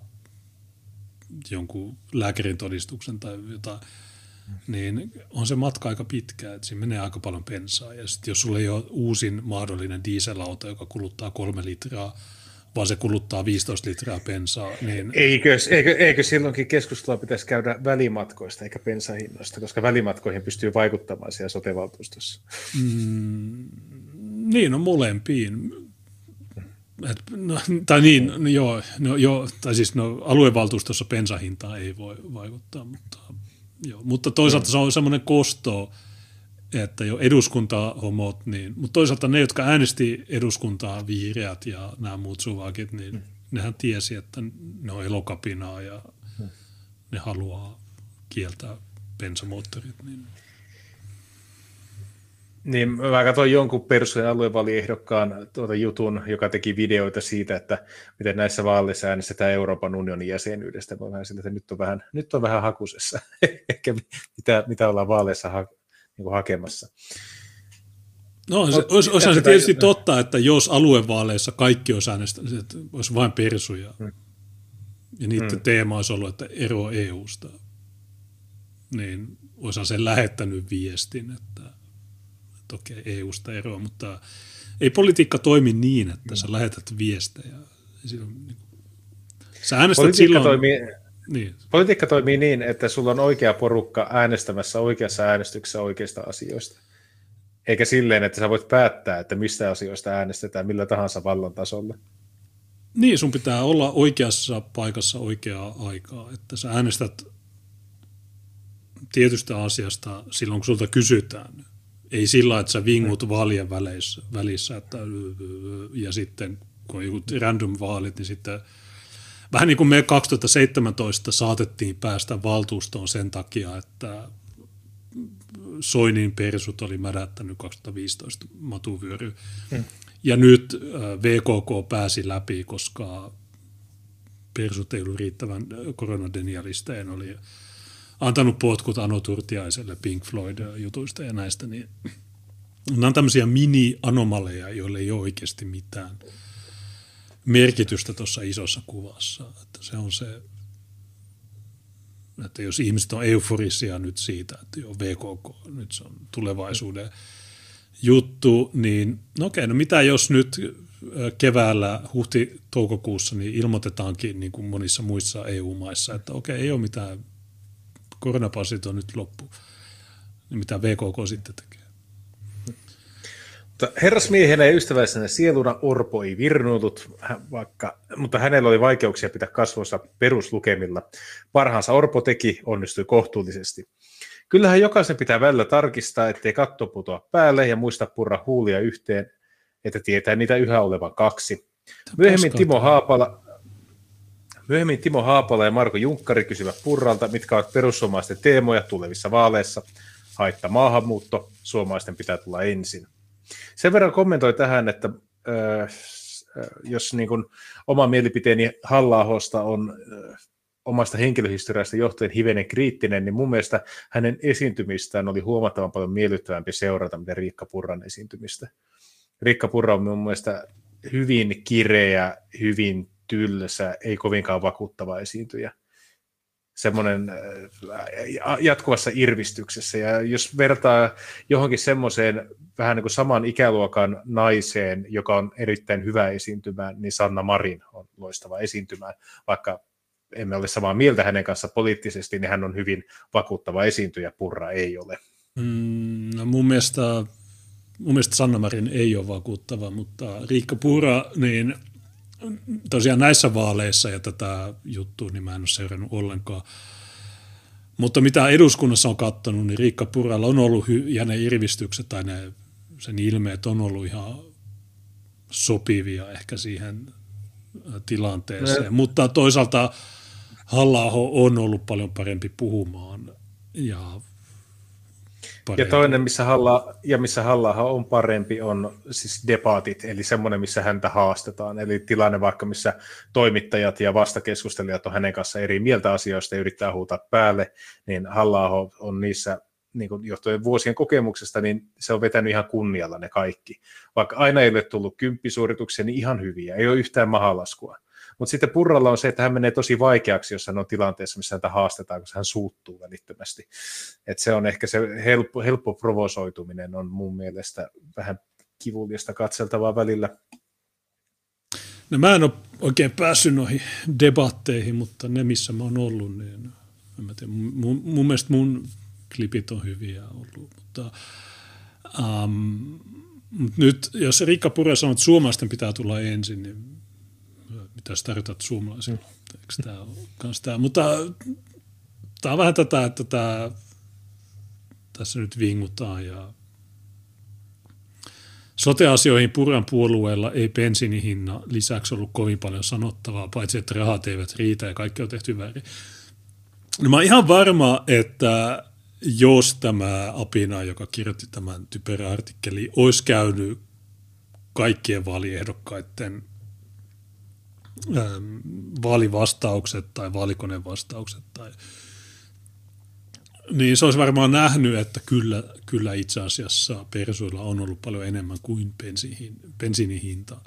jonkun lääkärin todistuksen tai jotain, hmm. niin on se matka aika pitkä, että siinä menee aika paljon bensaa. Ja sitten jos sulla ei ole uusin mahdollinen dieselauto, joka kuluttaa kolme litraa, vaan se kuluttaa viisitoista litraa bensaa. Niin eikö, eikö, eikö silloinkin keskustelua pitäisi käydä välimatkoista eikä bensahinnoista, koska välimatkoihin pystyy vaikuttamaan siellä sote-valtuustossa? Mm, niin, no molempiin. Et, no, tai niin, no, joo, no, joo, tai siis no, aluevaltuustossa bensahintaa ei voi vaikuttaa, mutta, joo, mutta toisaalta mm. se on semmoinen kosto, että jo eduskuntahomot, niin, mutta toisaalta ne, jotka äänesti eduskuntaa, vihreät ja nämä muut suvakit, niin mm. nehän tiesi, että ne on elokapinaa ja mm. ne haluaa kieltää bensamoottorit. Niin, niin mä katsoin jonkun persojen aluevaaliehdokkaan tuota jutun, joka teki videoita siitä, että miten näissä vaaleissa äänestetään Euroopan unionin jäsenyydestä. Mä vähän sillä, että nyt on vähän, nyt on vähän hakusessa, ehkä mitä, mitä ollaan vaaleissa ha- niin hakemassa. No, se, olisi, olisihan se tietysti tai totta, että jos aluevaaleissa kaikki olisi äänestänyt, että olisi vain persuja, hmm. ja niiden hmm. teema olisi ollut, että ero E U:sta, niin olisihan se lähettänyt viestin, että, että okei, E U:sta eroa, mutta ei politiikka toimi niin, että hmm. sä lähetät viestejä. Sä äänestät politiikka silloin toimii, niin. Politiikka toimii niin, että sulla on oikea porukka äänestämässä oikeassa äänestyksessä oikeista asioista. Eikä silleen, että sä voit päättää, että mistä asioista äänestetään millä tahansa vallan tasolla. Niin, sun pitää olla oikeassa paikassa oikeaa aikaa, että sä äänestät tietystä asiasta silloin, kun sulta kysytään. Ei sillä, että sä vingut vaalien välissä, välissä että, ja sitten kun on joku random vaalit, niin sitten vähän niin kuin me kaksituhattaseitsemäntoista saatettiin päästä valtuustoon sen takia, että Soinin persut oli mädättänyt kaksituhattaviisitoista matuvyöry. Hmm. Ja nyt V K K pääsi läpi, koska persut ei ollut riittävän koronadenialisteen, oli antanut potkut Ano Turtiaiselle Pink Floyd-jutuista ja näistä. Niin nämä on tämmöisiä mini-anomaleja, joille ei ole oikeasti mitään merkitystä tuossa isossa kuvassa. Että se on se, että jos ihmiset on euforisia nyt siitä, että jo V K K, nyt se on tulevaisuuden juttu, niin no okei, no mitä jos nyt keväällä huhti-toukokuussa niin ilmoitetaankin niin kuin monissa muissa E U-maissa, että okei, ei ole mitään, koronapassit on nyt loppu, niin mitä V K K sitten tekee? Herrasmiehenä ja ystävällisenä sieluna Orpo ei virnuillut, vaikka, mutta hänellä oli vaikeuksia pitää kasvoissa peruslukemilla. Parhaansa Orpo teki, onnistui kohtuullisesti. Kyllähän jokaisen pitää välillä tarkistaa, ettei katto putoa päälle ja muista purra huulia yhteen, että tietää niitä yhä olevan kaksi. Myöhemmin Timo Haapala, myöhemmin Timo Haapala ja Marko Junkkari kysyvät Purralta, mitkä ovat perussuomalaisten teemoja tulevissa vaaleissa. Haitta maahanmuutto, suomalaisten pitää tulla ensin. Sen verran kommentoi tähän, että äh, jos niin kuin oma mielipiteeni Halla-ahosta on äh, omasta henkilöhistoriasta johtuen hivenen kriittinen, niin mun mielestä hänen esiintymistään oli huomattavan paljon miellyttävämpi seurata, mitä Riikka Purran esiintymistä. Riikka Purra on mun mielestä hyvin kireä, hyvin tylsä, ei kovinkaan vakuuttava esiintyjä. Semmoinen jatkuvassa irvistyksessä. Ja jos vertaa johonkin semmoiseen vähän niin kuin saman ikäluokan naiseen, joka on erittäin hyvä esiintymään, niin Sanna Marin on loistava esiintymään. Vaikka emme ole samaa mieltä hänen kanssa poliittisesti, niin hän on hyvin vakuuttava esiintyjä, Purra ei ole. Mm, no mun mielestä, mun mielestä Sanna Marin ei ole vakuuttava, mutta Riikka Purra, niin tosiaan näissä vaaleissa ja tätä juttua, niin mä en ole seurannut ollenkaan. Mutta mitä eduskunnassa on katsonut, niin Riikka Purralla on ollut, hy- ja ne irvistykset tai ne, sen ilmeet on ollut ihan sopivia ehkä siihen tilanteeseen. Ne. Mutta toisaalta Halla-aho on ollut paljon parempi puhumaan. Ja, ja toinen, missä Halla, ja missä Halla-aho on parempi, on siis debatit, eli semmoinen, missä häntä haastetaan. Eli tilanne vaikka, missä toimittajat ja vastakeskustelijat on hänen kanssa eri mieltä asioista ja yrittää huutaa päälle, niin Halla-aho on niissä, niin kuin johtuen vuosien kokemuksesta, niin se on vetänyt ihan kunnialla ne kaikki. Vaikka aina ei ole tullut kymppisuorituksia, niin ihan hyviä, ei ole yhtään mahalaskua. Mutta sitten Purralla on se, että hän menee tosi vaikeaksi, jos hän on tilanteessa, missä häntä haastetaan, koska hän suuttuu välittömästi. Et se on ehkä se helppo, helppo provosoituminen on mun mielestä vähän kivuliasta katseltavaa välillä. No mä en ole oikein päässyt noihin debatteihin, mutta ne missä mä oon ollut, niin en mä tiedä, mun, mun mielestä mun klipit on hyviä ollut. Mutta um, nyt jos Riikka Purra sanoo, että suomalaisten pitää tulla ensin, niin mitä sä tarkoitat suomalaisilla? Eikö tämä ole kans tämä? Mutta tämä on vähän tätä, että tämä, tässä nyt vingutaan ja sote-asioihin Purran puolueella ei bensiinihinnan lisäksi ollut kovin paljon sanottavaa, paitsi että rahat eivät riitä ja kaikki on tehty väärin. No mä oon ihan varma, että jos tämä apina, joka kirjoitti tämän typerän artikkeli, olisi käynyt kaikkien vaaliehdokkaiden vaalivastaukset tai vaalikoneen vastaukset, tai, niin se olisi varmaan nähnyt, että kyllä, kyllä itse asiassa persuilla on ollut paljon enemmän kuin bensiinihinta.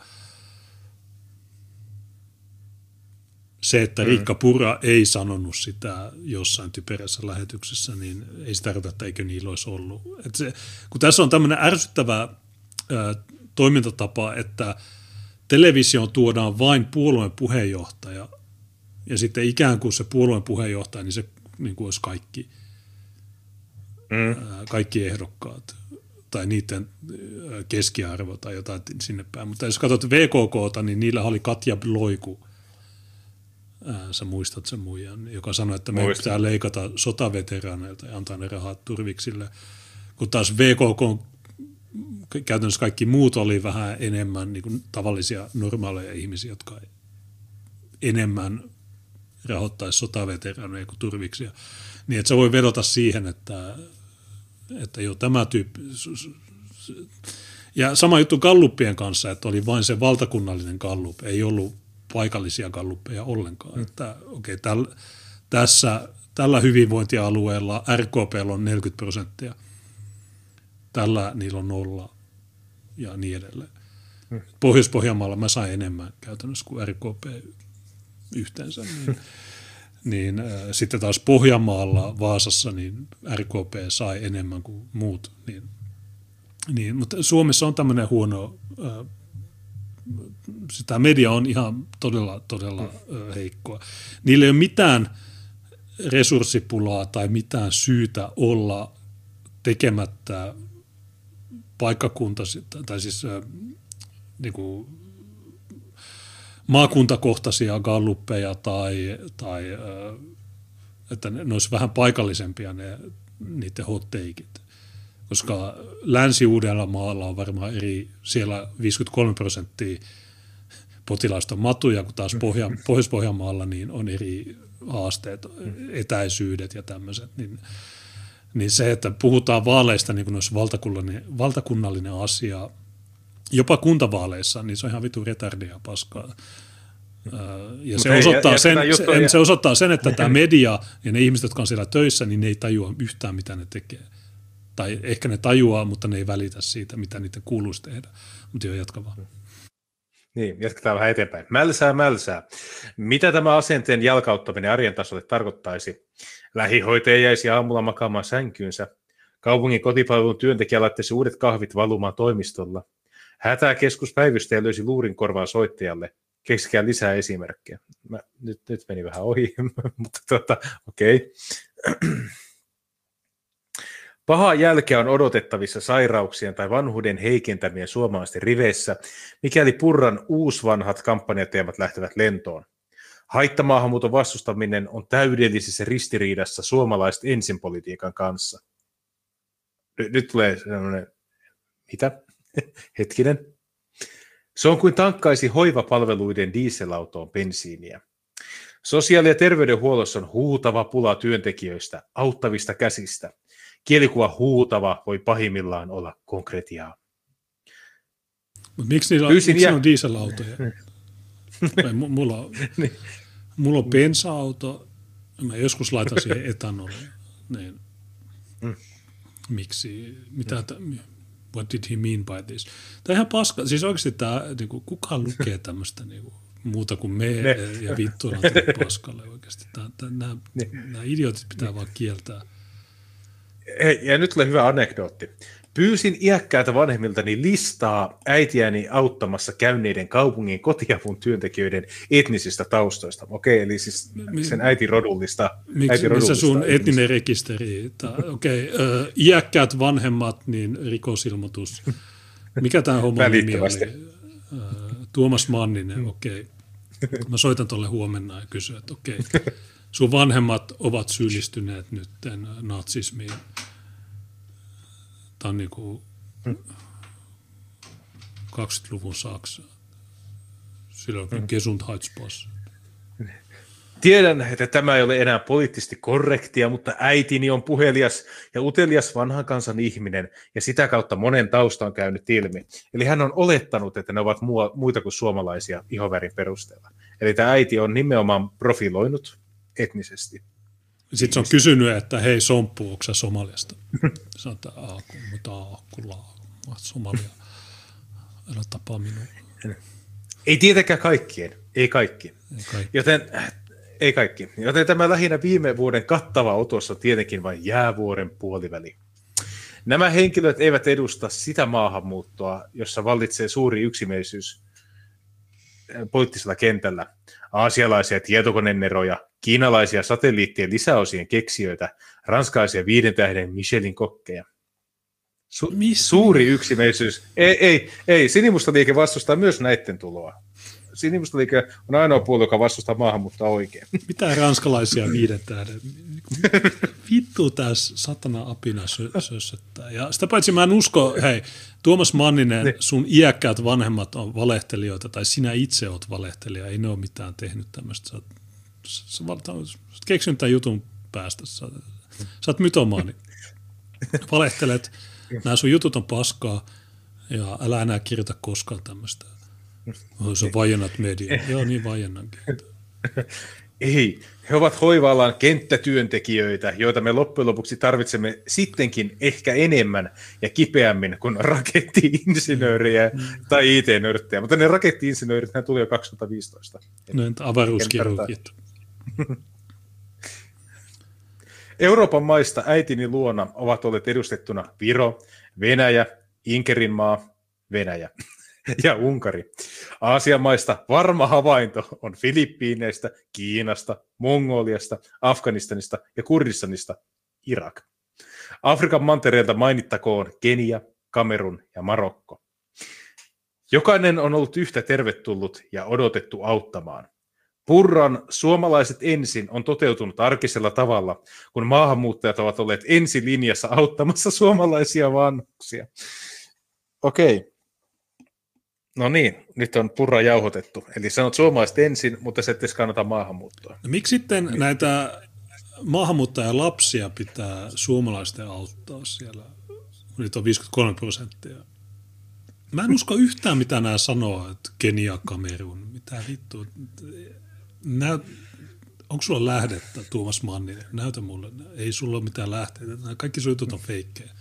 Se, että Riikka Purra ei sanonut sitä jossain typerässä lähetyksessä, niin ei se tarkoita, että eikö niillä olisi ollut. Että se, kun tässä on tämmöinen ärsyttävä ää, toimintatapa, että televisioon tuodaan vain puolueen puheenjohtaja, ja sitten ikään kuin se puolueen puheenjohtaja, niin se niin kuin olisi kaikki, mm. ää, kaikki ehdokkaat, tai niiden keskiarvo tai jotain sinne päin. Mutta jos katsot V K K:ta, niin niillä oli Katja Bloiku ää, sä muistat sen muijan, joka sanoi, että meidän pitää leikata sotaveteraaneilta ja antaa ne rahat turviksille, kun taas V K K käytännössä kaikki muut oli vähän enemmän niin kuin tavallisia normaaleja ihmisiä, jotka enemmän rahoittaisi sotaveteraaneja kuin turviksia. Niin että se voi vedota siihen, että, että jo tämä tyyppi. Ja sama juttu galluppien kanssa, että oli vain se valtakunnallinen gallup, ei ollut paikallisia galluppeja ollenkaan. Mm. Että, okay, täl, tässä, tällä hyvinvointialueella R K P:llä on neljäkymmentä prosenttia, tällä niillä on nolla ja niin edelleen. Mm. Pohjois-Pohjanmaalla mä sain enemmän käytännössä kuin R K P yhteensä. Niin, niin äh, sitten taas Pohjanmaalla, Vaasassa, niin R K P sai enemmän kuin muut. Niin, niin, mutta Suomessa on tämmöinen huono, äh, sitä media on ihan todella, todella äh, heikkoa. Niillä ei ole mitään resurssipulaa tai mitään syytä olla tekemättä paikkakunta, tai siis äh, niin kuin maakuntakohtaisia galluppeja tai, tai äh, että ne, ne olisi vähän paikallisempia ne, niiden hot takeit. Koska Länsi-Uudellamaalla on varmaan eri, siellä viisikymmentäkolme prosenttia potilaista on matuja, kun taas Pohja, Pohjois-Pohjanmaalla niin on eri haasteet, etäisyydet ja tämmöiset. Niin, niin se, että puhutaan vaaleista niin kuin olisi valtakunnallinen, valtakunnallinen asia, jopa kuntavaaleissa, niin se on ihan vitu retardia paskaa. Ja se, hei, osoittaa ja, sen, ja se, ja... se osoittaa sen, että tämä media ja ne ihmiset, jotka on siellä töissä, niin ne ei tajua yhtään, mitä ne tekee. Tai ehkä ne tajuaa, mutta ne ei välitä siitä, mitä niitä kuuluisi tehdä. Mutta joo, jatka vaan. Niin, jatketaan vähän eteenpäin. Mälsää, mälsää. Mitä tämä asenteen jalkauttaminen arjen tasolle tarkoittaisi? Lähihoitaja jäisi aamulla makaamaan sänkyynsä. Kaupungin kotipalvelun työntekijä laittaisi uudet kahvit valumaan toimistolla. Hätäkeskuspäivystäjä löysi luurin korvaa soittajalle. Keksikää lisää esimerkkejä. Mä, nyt, nyt meni vähän ohi, mutta tuota, okei. Okay. Pahaa jälkeä on odotettavissa sairauksien tai vanhuuden heikentämien suomalaisten riveissä, mikäli Purran uusvanhat kampanjateemat lähtevät lentoon. Haittamaahanmuuton vastustaminen on täydellisessä ristiriidassa suomalaisten ensin-politiikan kanssa. Nyt, nyt tulee sellainen, mitä? Hetkinen. Se on kuin tankkaisi hoivapalveluiden dieselautoon bensiiniä. Sosiaali- ja terveydenhuollossa on huutava pula työntekijöistä, auttavista käsistä. Kielikuva huutava voi pahimmillaan olla konkretiaa. Mut miksi niillä miksi jä... on dieselautoja? mulla, on, mulla on bensa-auto, mä joskus laitan siihen etanolia. Niin. Mm. Miksi? Mitä t- what did he mean by this? Tämä on ihan paska. Siis oikeasti tämä, niinku, kukaan lukee tämmöistä niinku, muuta kuin me ne. Ja vittu on paskalle oikeasti. Nämä, nämä idiotit pitää vaan kieltää. Hei, ja nyt tulee hyvä anekdootti. Pyysin iäkkäältä vanhemmiltani listaa äitiäni auttamassa käyneiden kaupungin kotiavun työntekijöiden etnisistä taustoista. Okei, eli siis sen äitirodullista. Miksi, missä sun etninen rekisteri? Okei, okay, iäkkäät vanhemmat, niin rikosilmoitus. Mikä tämä homma nimi oli? Tuomas Manninen, okei. Okay. Mä soitan tuolle huomenna ja kysyn, että okei. Okay. Sun vanhemmat ovat syyllistyneet nyt natsismiin. Tämä on niin kuin kaksikymmentäluvun Saksa. Sillä on mm. Gesundheitspass. Tiedän, että tämä ei ole enää poliittisesti korrektia, mutta äitini on puhelias ja utelias vanhan kansan ihminen, ja sitä kautta monen tausta on käynyt ilmi. Eli hän on olettanut, että ne ovat muita kuin suomalaisia ihovärin perusteella. Eli tämä äiti on nimenomaan profiloinut etnisesti. Sitten se on kysynyt, että hei Somppu, onko sä Somaliasta? Sanoin, että aaku, mutta aakulla, Somalia, älä tapaa minua. Ei tietenkään kaikkien, ei kaikki. Ei kaikki. Joten, ei kaikki. Joten tämä lähinnä viime vuoden kattava otos on tietenkin vain jäävuoren puoliväli. Nämä henkilöt eivät edusta sitä maahanmuuttoa, jossa vallitsee suuri yksimielisyys poliittisella kentällä. Aasialaisia tietokoneneroja, kiinalaisia satelliittien lisäosien keksijöitä, ranskalaisia viiden tähden Michelin kokkeja. Su- suuri yksimielisyys. Ei, ei, ei. Sinimustaliike vastustaa myös näiden tuloa. Sinivustoliike on ainoa puolue, joka vastustaa maahanmuuttoa oikein. Mitä ranskalaisia viiden tähden? Vittu tässä satana apina sössöttää. Ja sitä paitsi mä en usko, hei, Tuomas Manninen, sun iäkkäät vanhemmat on valehtelijoita, tai sinä itse oot valehtelija, ei ne ole mitään tehnyt tämmöistä. Sä, sä, sä, sä keksinyt tämän jutun päästä. Sä, sä oot mytomaani. Valehtelet, nämä sun jutut on paskaa, ja älä enää kirjoita koskaan tämmöistä. Se on vajennat media. Joo, niin vajennankin. Ei, he ovat hoiva-alan kenttätyöntekijöitä, joita me loppujen lopuksi tarvitsemme sittenkin ehkä enemmän ja kipeämmin kuin rakettiinsinööriä mm. tai I T-nörttejä. Mutta ne rakettiinsinöörit tuli jo kaksituhattaviisitoista. No entä avaruuskirurgit? Euroopan maista äitini luona ovat olleet edustettuna Viro, Venäjä, Inkerinmaa, Venäjä ja Unkari. Aasian maista varma havainto on Filippiineistä, Kiinasta, Mongoliasta, Afganistanista ja Kurdistanista Irak. Afrikan mantereelta mainittakoon Kenia, Kamerun ja Marokko. Jokainen on ollut yhtä tervetullut ja odotettu auttamaan. Purran suomalaiset ensin on toteutunut arkisella tavalla, kun maahanmuuttajat ovat olleet ensilinjassa auttamassa suomalaisia vanhuksia. Okei. No niin, nyt on purra jauhotettu. Eli sanot suomalaiset ensin, mutta se ettei kannata maahanmuuttoa. No, miksi sitten näitä maahanmuuttajalapsia pitää suomalaisten auttaa siellä? Niitä on viisikymmentäkolme prosenttia. Mä en usko yhtään, mitä nämä sanoo, että Kenia, Kamerun, mitä vittua. Nä... Onko sulla lähdettä, Tuomas Manninen? Näytä mulle. Ei sulla ole mitään lähteitä. Nämä kaikki sun jutut on feikkejä.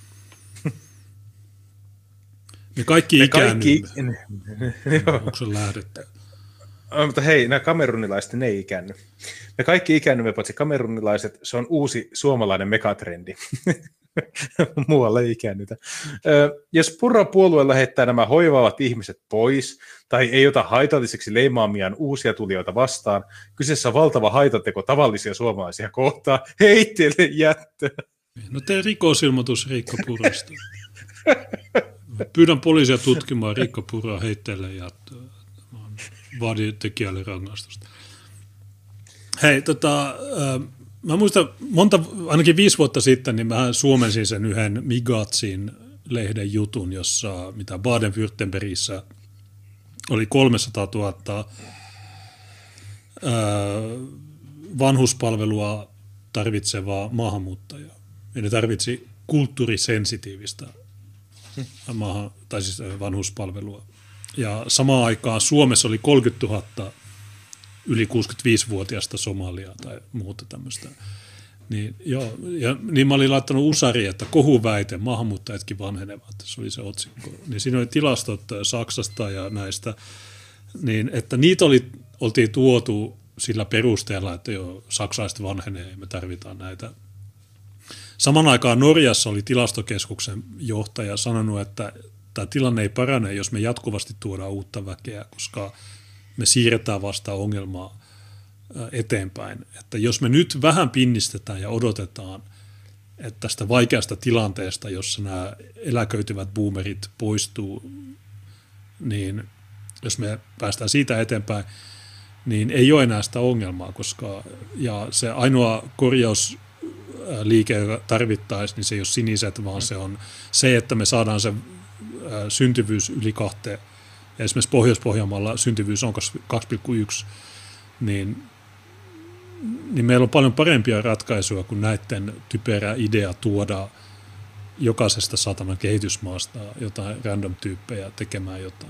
Me kaikki Me ikäännymme. Onko se lähdettä? Mutta hei, nämä kamerunilaiset, ne ei ikäänny. Me kaikki ikäännymme, paitsi kamerunilaiset, se on uusi suomalainen megatrendi. Muualla ei ikäännytä. Jos Purran puolue lähettää nämä hoivaavat ihmiset pois tai ei ota haitalliseksi leimaamiaan uusia tulijoita vastaan, kyseessä on valtava haitateko tavallisia suomalaisia kohtaan. Heitteille jättö. No tee rikosilmoitus Riikka Purrasta. Pyydän poliisia tutkimaan Riikka Purraa heitteille jättöä. Vaadin tekijälle rangaistusta. Hei, tota... Mä muistan, monta, ainakin viisi vuotta sitten, niin mä suomensin sen yhden Migatsin lehden jutun, jossa mitä Baden-Württembergissä oli kolmesataatuhatta ää, vanhuspalvelua tarvitsevaa maahanmuuttajaa. Ja ne tarvitsi kulttuurisensitiivistä maahan, tai siis vanhuspalvelua. Ja samaan aikaan Suomessa oli kolmekymmentätuhatta yli kuusikymmentäviisivuotiaista Somaliaa tai muuta tämmöistä. Niin, joo, ja niin mä olin laittanut usari, että kohuväite, maahanmuuttajatkin vanhenevat, se oli se otsikko. Niin siinä oli tilastot Saksasta ja näistä, niin että niitä oli, oltiin tuotu sillä perusteella, että joo, saksalaiset vanhenee ja me tarvitaan näitä. Saman aikaan Norjassa oli tilastokeskuksen johtaja sanonut, että tämä tilanne ei parane, jos me jatkuvasti tuodaan uutta väkeä, koska me siirretään vasta ongelmaa eteenpäin. Että jos me nyt vähän pinnistetään ja odotetaan, että tästä vaikeasta tilanteesta, jossa nämä eläköityvät boomerit poistuu, niin jos me päästään siitä eteenpäin, niin ei ole enää sitä ongelmaa, koska ja se ainoa korjausliike, joka tarvittaisiin, niin se ei ole siniset, vaan se on se, että me saadaan se syntyvyys yli kahteen. Ja esimerkiksi Pohjois-Pohjanmaalla syntyvyys on kaksi pilkku yksi, niin, niin meillä on paljon parempia ratkaisuja kuin näiden typerä idea tuoda jokaisesta satanan kehitysmaasta jotain random-tyyppejä tekemään jotain.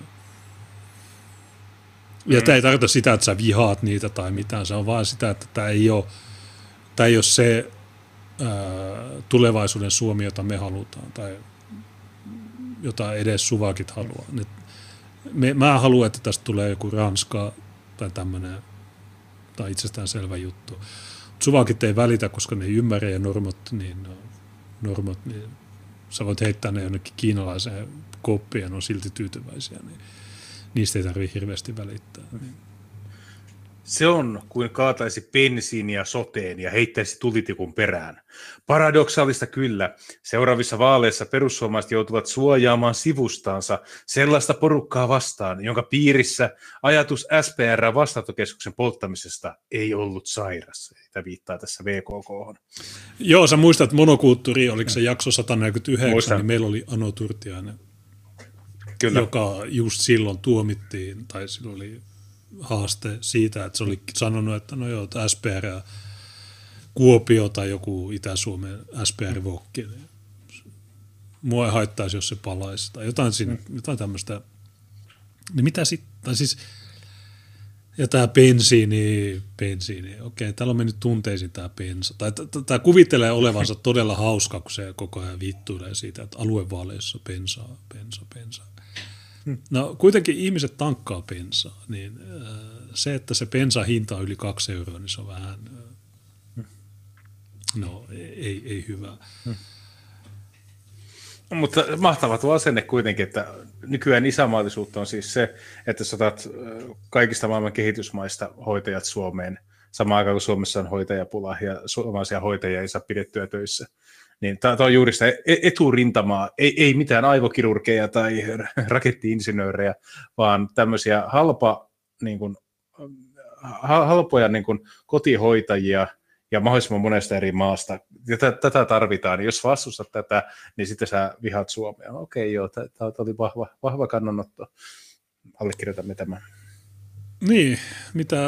Ja mm. tämä ei tarkoita sitä, että sä vihaat niitä tai mitään, se on vaan sitä, että tämä ei ole, tämä ei ole se ää, tulevaisuuden Suomi, jota me halutaan tai jota edes suvakit haluaa. Nyt Me, mä haluan, että tästä tulee joku Ranska tai tämmöinen, tai itsestäänselvä juttu. Suvakit ei välitä, koska ne ei ymmärrä ja normot, niin, normot, niin sä voit heittää ne jonnekin kiinalaiseen koppiin ja ne on silti tyytyväisiä, niin niistä ei tarvitse hirveästi välittää. Niin. Se on kuin kaataisi bensiiniä soteen ja heittäisi tulitikun perään. Paradoksaalista kyllä. Seuraavissa vaaleissa perussuomalaiset joutuvat suojaamaan sivustaansa sellaista porukkaa vastaan, jonka piirissä ajatus S P R-vastaanottokeskuksen polttamisesta ei ollut sairas. Tämä viittaa tässä V K K:hon. Joo, sä muistat monokulttuuri, oliko se jakso sata neljäkymmentäyhdeksän, Muistan. niin meillä oli Ano Turtiainen, Kyllä. joka just silloin tuomittiin, tai silloin oli haaste siitä, että se oli sanonut, että no joo, S P R, Kuopio tai joku Itä-Suomen S P R-vokki, niin mua ei haittaisi, jos se palaisi, tai jotain, siinä, jotain tämmöistä. Niin mitä sitten, tai siis, ja tämä bensiini, bensiini, okei, täällä on mennyt tunteisiin tämä bensa, tai tämä kuvittelee olevansa todella hauska, kun se koko ajan vittuilee siitä, että aluevaaleissa bensaa, bensa, bensa. No kuitenkin ihmiset tankkaa bensaa, niin se, että se bensan hinta on yli kaksi euroa, niin se on vähän, no ei, ei hyvä. Hmm. Mutta mahtava tuo asenne kuitenkin, että nykyään isämaallisuutta on siis se, että sä otat kaikista maailman kehitysmaista hoitajat Suomeen, samaan aikaan kun Suomessa on hoitajapula ja suomalaisia hoitajia ei saa pidettyä töissä. Niin tämä on juuri sitä eturintamaa, ei, ei mitään aivokirurgeja tai rakettiinsinöörejä, vaan tämmöisiä halpa, niin kuin, halpoja niin kuin kotihoitajia ja mahdollisimman monesta eri maasta. Ja t- tätä tarvitaan. Jos vastustat tätä, niin sitten sä vihaat Suomea. Okei, joo, tämä oli vahva, vahva kannanotto. Allekirjoitamme tämän. Niin, mitä...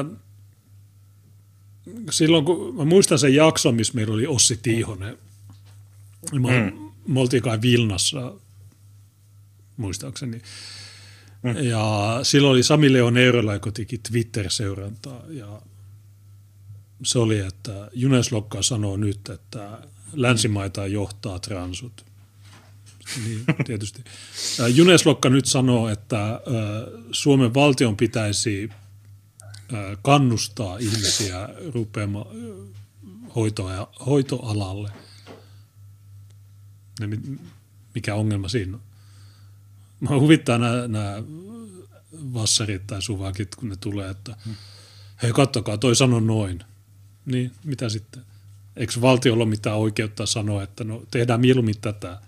Silloin kun mä muistan sen jakson, missä meillä oli Ossi Tiihonen, Me, mm. me oltiin kai Vilnassa, muistaakseni. Mm. Ja silloin oli Sami Leon Eerola, joka teki Twitter-seurantaa. Ja se oli, että Juneslokka sanoo nyt, että länsimaita johtaa transut. Niin, tietysti. Juneslokka nyt sanoo, että Suomen valtion pitäisi kannustaa ihmisiä rupeamaan hoitoa, hoitoalalle. Mikä ongelma siinä on? Mä huvittaa nämä, nämä vassarit tai suvakit, kun ne tulee, että hei kattokaa, toi sano noin. Niin, mitä sitten? Eikö valtiolla ole mitään oikeutta sanoa, että no tehdään mieluummin tätä.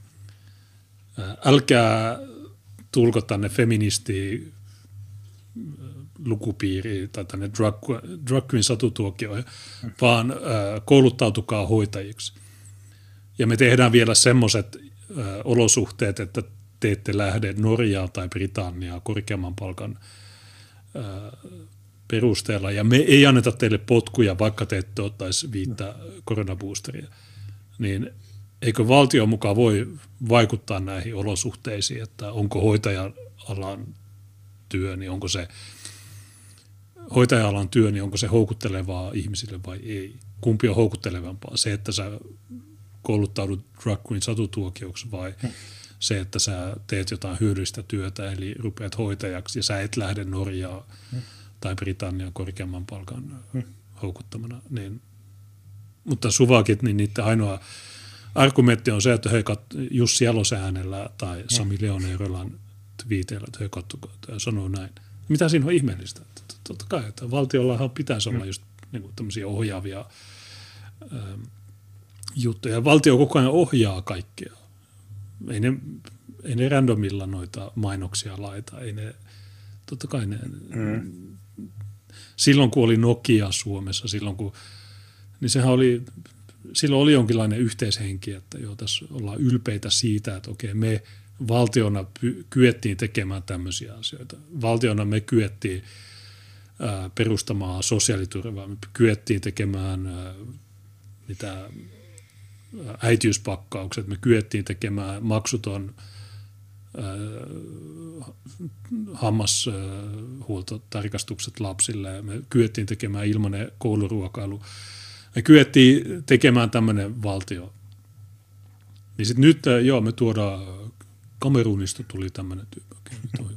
Älkää tulko tänne feministi lukupiiriin tai tänne drug, drug queen satutuokioihin, hmm. vaan äh, kouluttautukaa hoitajiksi. Ja me tehdään vielä semmoiset äh, olosuhteet, että te ette lähde Norjaan tai Britanniaan korkeamman palkan äh, perusteella. Ja me ei anneta teille potkuja, vaikka te ette ottaisi viittä koronaboosteria. Niin eikö valtio mukaan voi vaikuttaa näihin olosuhteisiin, että onko hoitaja-alan työ, niin onko se hoitaja-alan työ, niin onko se houkuttelevaa ihmisille vai ei? Kumpi on houkuttelevampaa? Se, että sä kouluttaudut drag queen satutuokioksi vai hmm. se, että sä teet jotain hyödyllistä työtä, eli rupeat hoitajaksi ja sä et lähde Norjaan hmm. tai Britannian korkeamman palkan hmm. houkuttamana. Niin, mutta suvakit, niin niiden ainoa argumentti on se, että hei, Jussi Jalosen äänellä tai hmm. Sami Leon Eerolan twiiteillä, että hei, katsokaa, ja sanoo näin. Mitä siinä on ihmeellistä? Totta kai, että valtiollahan pitäisi olla just niin kuin tämmöisiä ohjaavia ähm, juttuja. Valtio koko ajan ohjaa kaikkea. Ei ne, ei ne randomilla noita mainoksia laita. Ei ne, totta kai ne, mm. silloin kun oli Nokia Suomessa, silloin kun, niin sehän oli, silloin oli jonkinlainen yhteishenki, että joo, tässä ollaan ylpeitä siitä, että okei, me valtiona py, kyettiin tekemään tämmöisiä asioita. Valtiona me kyettiin ää, perustamaan sosiaaliturvaa, me kyettiin tekemään ää, mitä äitiyspakkaukset, me kyettiin tekemään maksuton äh, hammashuoltotarkastukset lapsille, me kyettiin tekemään ilmainen kouluruokailu, me kyettiin tekemään tämmöinen valtio. Niin sitten nyt, äh, joo, me tuodaan, Kamerunista tuli tämmöinen tyyppi, okei, nyt on hyvä.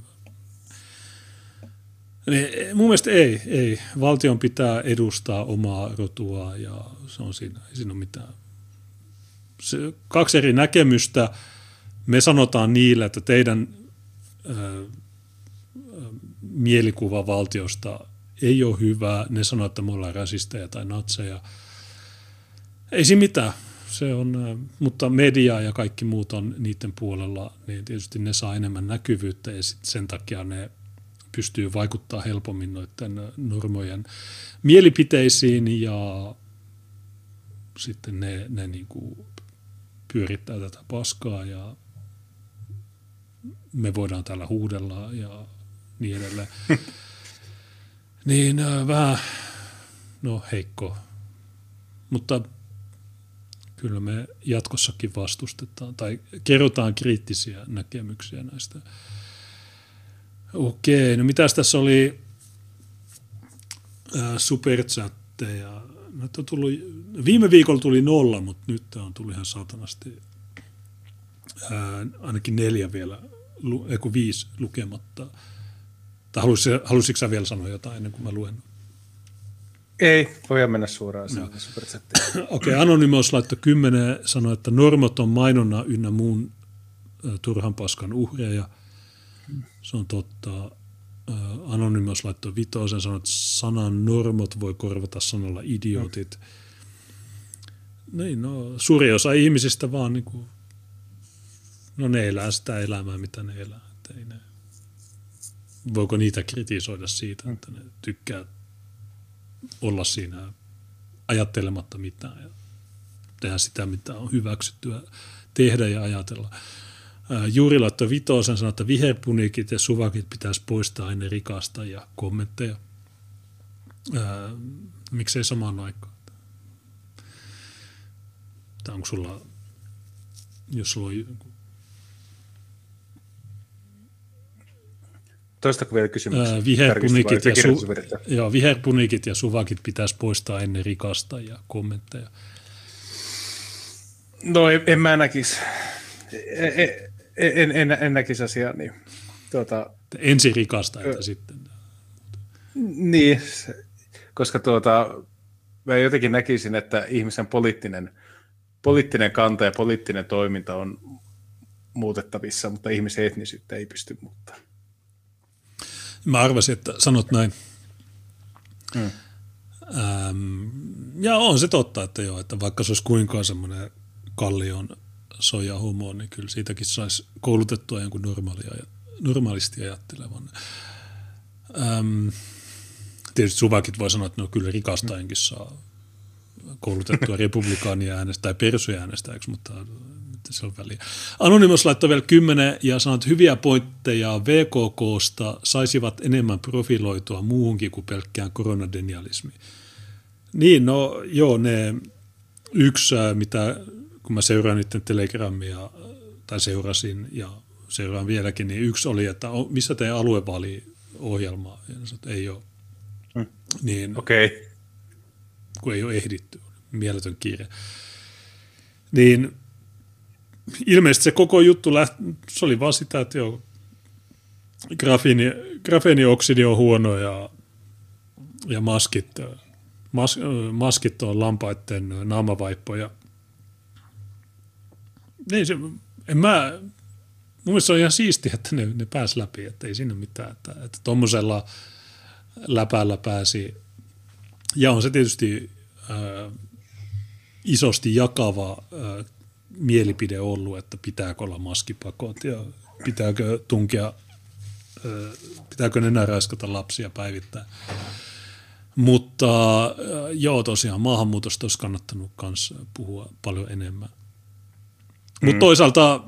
Niin, mun mielestä ei, ei. Valtion pitää edustaa omaa rotua ja se on siinä, ei siinä ole mitään. Se, kaksi eri näkemystä. Me sanotaan niille, että teidän ö, mielikuva valtiosta ei ole hyvä. Ne sanoo, että me ollaan rasisteja tai natseja. Ei siinä mitään. Se on, mutta media ja kaikki muut on niiden puolella, niin tietysti ne saa enemmän näkyvyyttä ja sit sen takia ne pystyy vaikuttaa helpommin noiden normojen mielipiteisiin ja sitten ne, ne niin kuin pyörittää tätä paskaa ja me voidaan täällä huudella ja niin edelleen. Niin vähän, no heikko, mutta kyllä me jatkossakin vastustetaan tai kerrotaan kriittisiä näkemyksiä näistä. Okei, no mitäs tässä oli äh, superchatteja? No, tullut, viime viikolla tuli nolla, mutta nyt on tullut ihan saatanasti äh, ainakin neljä vielä, ei kun viisi lukematta. Tai halusitko, halusitko sä vielä sanoa jotain ennen kuin mä luen? Ei, voidaan mennä suoraan siihen superchattiin. Okei, okay, Anonymous laittoi kymmenen, sanoi, että normot on mainonna ynnä muun äh, turhan paskan uhreja. Se on totta. Äh, Anonymous laittoi vitosen, sanoi, että sanan normot voi korvata sanalla idiotit. Mm. Niin, no, suuri osa ihmisistä vaan, niin kuin, no ne elää sitä elämää, mitä ne elää. Ei ne, voiko niitä kritisoida siitä, että ne tykkää olla siinä ajattelematta mitään ja tehdä sitä, mitä on hyväksyttyä tehdä ja ajatella. Ää, Juuri laittoi vitosen, sanoi, että viherpunikit ja suvakit pitäisi poistaa ennen rikasta ja kommentteja. Ää, miksei samaan aikaan? Tai onko sulla, jos sulla on... Toistako vielä kysymys? Ää, viherpunikit, ja su- joo, viherpunikit ja suvakit pitäisi poistaa ennen rikasta ja kommentteja. No en, en mä näkisi. En, en, en, en näkisi asiaa. Niin. Tuota, ensin rikasta, että ö, sitten. Niin, koska tuota, mä jotenkin näkisin, että ihmisen poliittinen, poliittinen kanta ja poliittinen toiminta on muutettavissa, mutta ihmisen etnisyyttä ei pysty muuttamaan. Mä arvasin, että sanot näin. Mm. Ähm, ja on se totta, että joo, että vaikka se olisi kuinka semmoinen kallion soja homo, niin kyllä siitäkin saisi koulutettua jonkun normaalia, normaalisti ajattelevan. Ähm, tietysti suvakit voi sanoa, että no kyllä rikastajankin saa koulutettua republikaania äänestä tai persuja äänestäjäksi, mutta se on väliä. Anonymous laittoi vielä kymmenen ja sanoi, että hyviä pointteja V K K:sta saisivat enemmän profiloitua muuhunkin kuin pelkkään koronadenialismiin. Niin, no joo, ne yksi, mitä kun mä seuraan niiden telegramia, tai seurasin ja seuraan vieläkin, niin yksi oli, että missä teidän aluevaaliohjelma? Ja sanoi, että ei ole. Hmm. Niin, okay. Kun ei ole ehditty, mieletön kiire. Niin ilmeisesti se koko juttu lähti, se oli vaan sitä, että joo, grafiini, grafeenioksidi on huono ja, ja maskit, mas, maskit on lampaiden naamavaippoja. Niin se, en mä, mun mielestä se on ihan siistiä, että ne, ne pääsi läpi, että ei siinä mitään, että, että tommosella läpällä pääsi, ja on se tietysti äh, isosti jakava äh, mielipide ollut, että pitääkö olla maskipakot ja pitääkö tunkea, pitääkö enää raiskata lapsia päivittäin. Mutta joo, tosiaan maahanmuutosta olisi kannattanut myös puhua paljon enemmän. Mm. Mutta toisaalta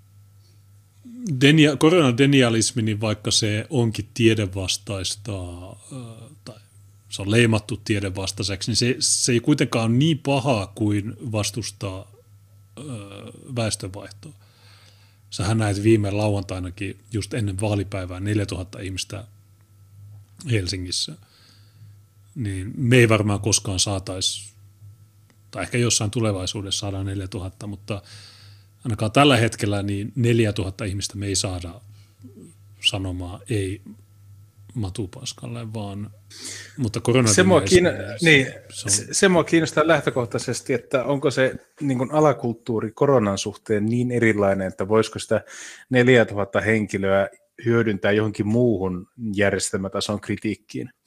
denia, koronadenialismi, niin vaikka se onkin tiedevastaista tai se on leimattu tiedevastaiseksi, niin se, se ei kuitenkaan ole niin paha kuin vastustaa väestönvaihtoa. Sähän näet viime lauantainakin just ennen vaalipäivää neljätuhatta ihmistä Helsingissä. Niin me ei varmaan koskaan saataisi, tai ehkä jossain tulevaisuudessa saadaan neljätuhatta, mutta ainakaan tällä hetkellä niin neljätuhatta ihmistä me ei saada sanomaan ei Matupaskalle, vaan mutta se mua, kiinno, niin, se, se mua kiinnostaa lähtökohtaisesti, että onko se niin kuin alakulttuuri koronan suhteen niin erilainen, että voisiko sitä neljätuhatta henkilöä hyödyntää johonkin muuhun järjestelmätason kritiikkiin.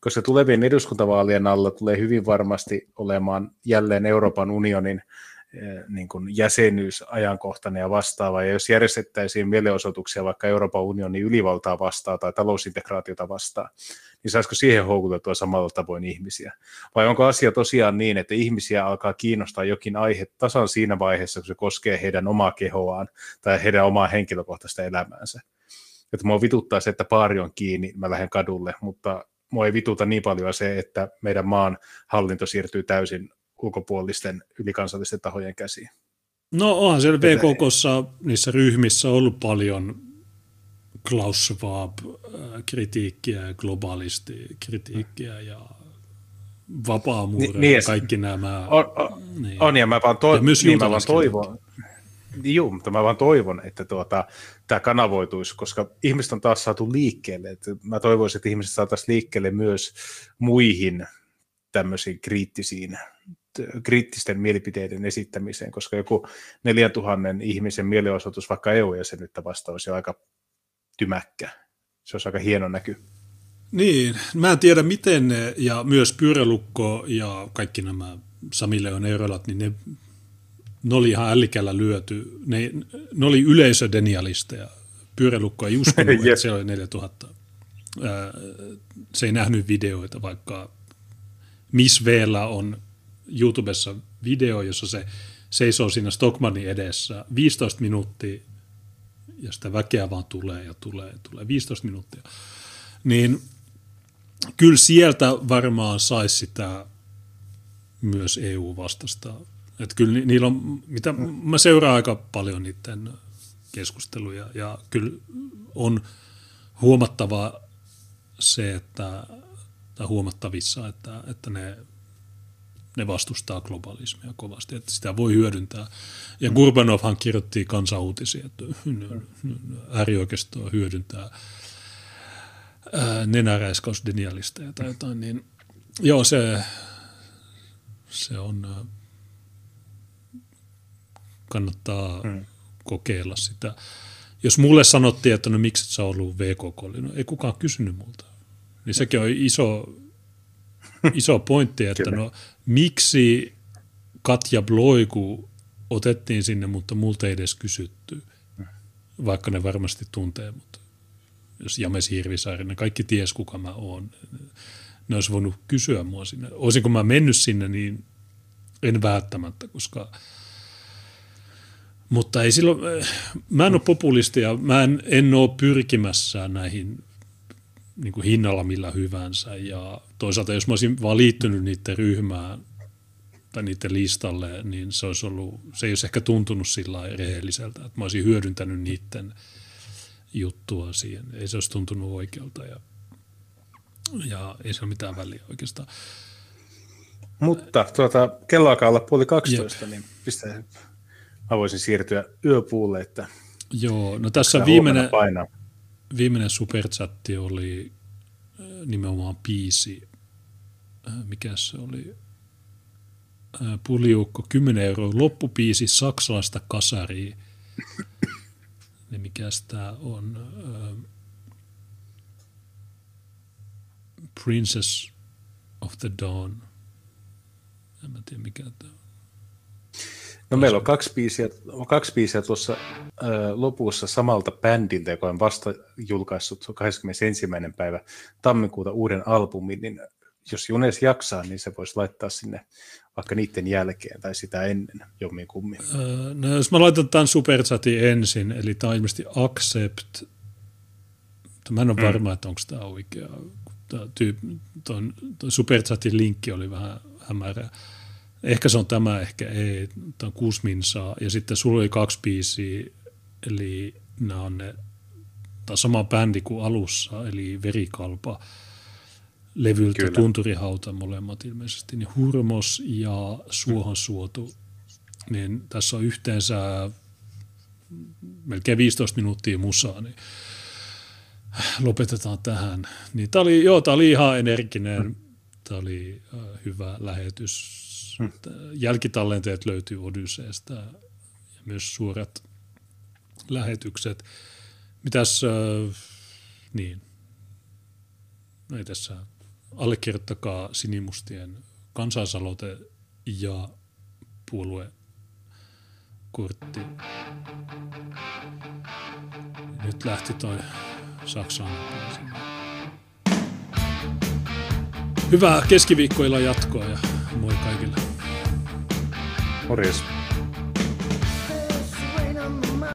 koska tulevien eduskuntavaalien alla tulee hyvin varmasti olemaan jälleen Euroopan unionin niin kuin jäsenyysajankohtainen ja vastaava, ja jos järjestettäisiin mielenosoituksia vaikka Euroopan unionin ylivaltaa vastaan tai talousintegraatiota vastaan, niin saisiko siihen houkuteltua samalla tavoin ihmisiä? Vai onko asia tosiaan niin, että ihmisiä alkaa kiinnostaa jokin aihe tasan siinä vaiheessa, kun se koskee heidän omaa kehoaan tai heidän omaa henkilökohtaista elämäänsä? Että mua vituttaa se, että baari on kiinni, mä lähden kadulle, mutta mua ei vituta niin paljon se, että meidän maan hallinto siirtyy täysin ulkopuolisten ylikansallisten tahojen käsiin. No onhan siellä V K K:ssa niissä ryhmissä ollut paljon Klaus Schwab-kritiikkiä, globaalisti-kritiikkiä ja vapaamuureja niin, ja kaikki nämä. On, on, niin. on ja mä vaan, to- ja myös niin, mä vaan toivon, Joo, mutta mä vaan toivon, että tuota, tämä kanavoituisi, koska ihmiset on taas saatu liikkeelle. Että mä toivoisin, että ihmiset saataisiin liikkeelle myös muihin tämmöisiin kriittisiin, kriittisten mielipiteiden esittämiseen, koska joku neljäntuhannen ihmisen mielenosoitus vaikka E U-jäsenyyttä vastaan olisi aika tymäkkä. Se olisi aika hieno näky. Niin, mä en tiedä miten ne, ja myös Pyörälukko ja kaikki nämä Sami Leon Eerolat, niin ne ne oli ihan ällikällä lyöty. Ne, ne oli yleisödenialisteja. Pyörälukko ei uskonut, että se oli neljätuhatta. Se ei nähnyt videoita, vaikka Miss V:llä on YouTubessa video, jossa se seisoo siinä Stockmannin edessä viisitoista minuuttia, ja sitä väkeä vaan tulee ja tulee ja tulee viisitoista minuuttia. Niin kyllä sieltä varmaan saisi sitä myös E U-vastasta. Että kyllä niillä on, mitä mä seuraan aika paljon niiden keskusteluja, ja kyllä on huomattava se, että, tai huomattavissa, että, että ne, ne vastustaa globalismia kovasti, että sitä voi hyödyntää. Ja Gurbanovhan kirjoitti Kansan-uutisia, että äärioikeistoa hyödyntää nenäräiskausdenialisteja tai jotain, niin joo, se, se on... kannattaa hmm. kokeilla sitä. Jos mulle sanottiin, että no miksi et sä ollut V K K, no ei kukaan kysynyt multa. Niin sekin on iso, iso pointti, että no miksi Katja Bloiku otettiin sinne, mutta multa ei edes kysytty, vaikka ne varmasti tuntee mut. Jos James Hirvisaari, kaikki ties kuka mä oon. Ne olisi voinut kysyä mua sinne. Olisinko mä mennyt sinne, niin en välttämättä, koska mutta ei silloin, mä en ole populisti ja mä en, en ole pyrkimässä näihin niin kuin hinnalla millä hyvänsä. Ja toisaalta jos mä olisin vaan liittynyt niiden ryhmään tai niiden listalle, niin se olisi ollut, se ei olisi ehkä tuntunut sillä lailla rehelliseltä, että mä olisin hyödyntänyt niiden juttua siihen. Ei se olisi tuntunut oikealta ja, ja ei se ole mitään väliä oikeastaan. Mutta tuota, kello alkaa olla puoli kaksitoista, niin pistää... Mä voisin siirtyä yöpuulle, että joo, no tässä viimeinen, viimeinen superchatti oli nimenomaan biisi. Mikä se oli? Puliukko, kymmenen euroa loppubiisi saksalaista kasaria. Niin mikäs tää on? Princess of the Dawn. En mä tiedä mikä tää on. No meillä on kaksi biisiä, kaksi biisiä tuossa ö, lopussa samalta bändiltä, joka on vasta julkaissut kahdeskymmenesensimmäinen päivä tammikuuta uuden albumin, niin jos Junes jaksaa, niin se voisi laittaa sinne vaikka niiden jälkeen tai sitä ennen jommin kummin. Öö, no jos mä laitan tämän superchatin ensin, eli tämä on ilmeisesti Accept. Mä en ole varma, mm. että onko tämä oikea. Tuon superchatin linkki oli vähän hämärä. Ehkä se on tämä, ehkä ei. Tämä on kuusi minsaa. Ja sitten sulla oli kaksi biisiä, eli nämä on ne, tämä on sama bändi kuin alussa, eli Verikalpa levyltä Kyllä. Tunturihauta molemmat ilmeisesti. Niin Hurmos ja Suohon suotu. Niin tässä on yhteensä melkein viisitoista minuuttia musaa, niin lopetetaan tähän. Niin tämä oli, joo, tämä oli ihan energinen. Tämä oli äh, hyvä lähetys. Hmm. Jälkitallenteet löytyy Odysseesta ja myös suorat lähetykset. Mitäs, äh, niin, no ei tässä allekirjoittakaa sinimustien kansalaisaloite ja puoluekortti. Nyt lähti toi Saksan. Hyvää keskiviikkoilla jatkoa ja moi kaikille. Morjes.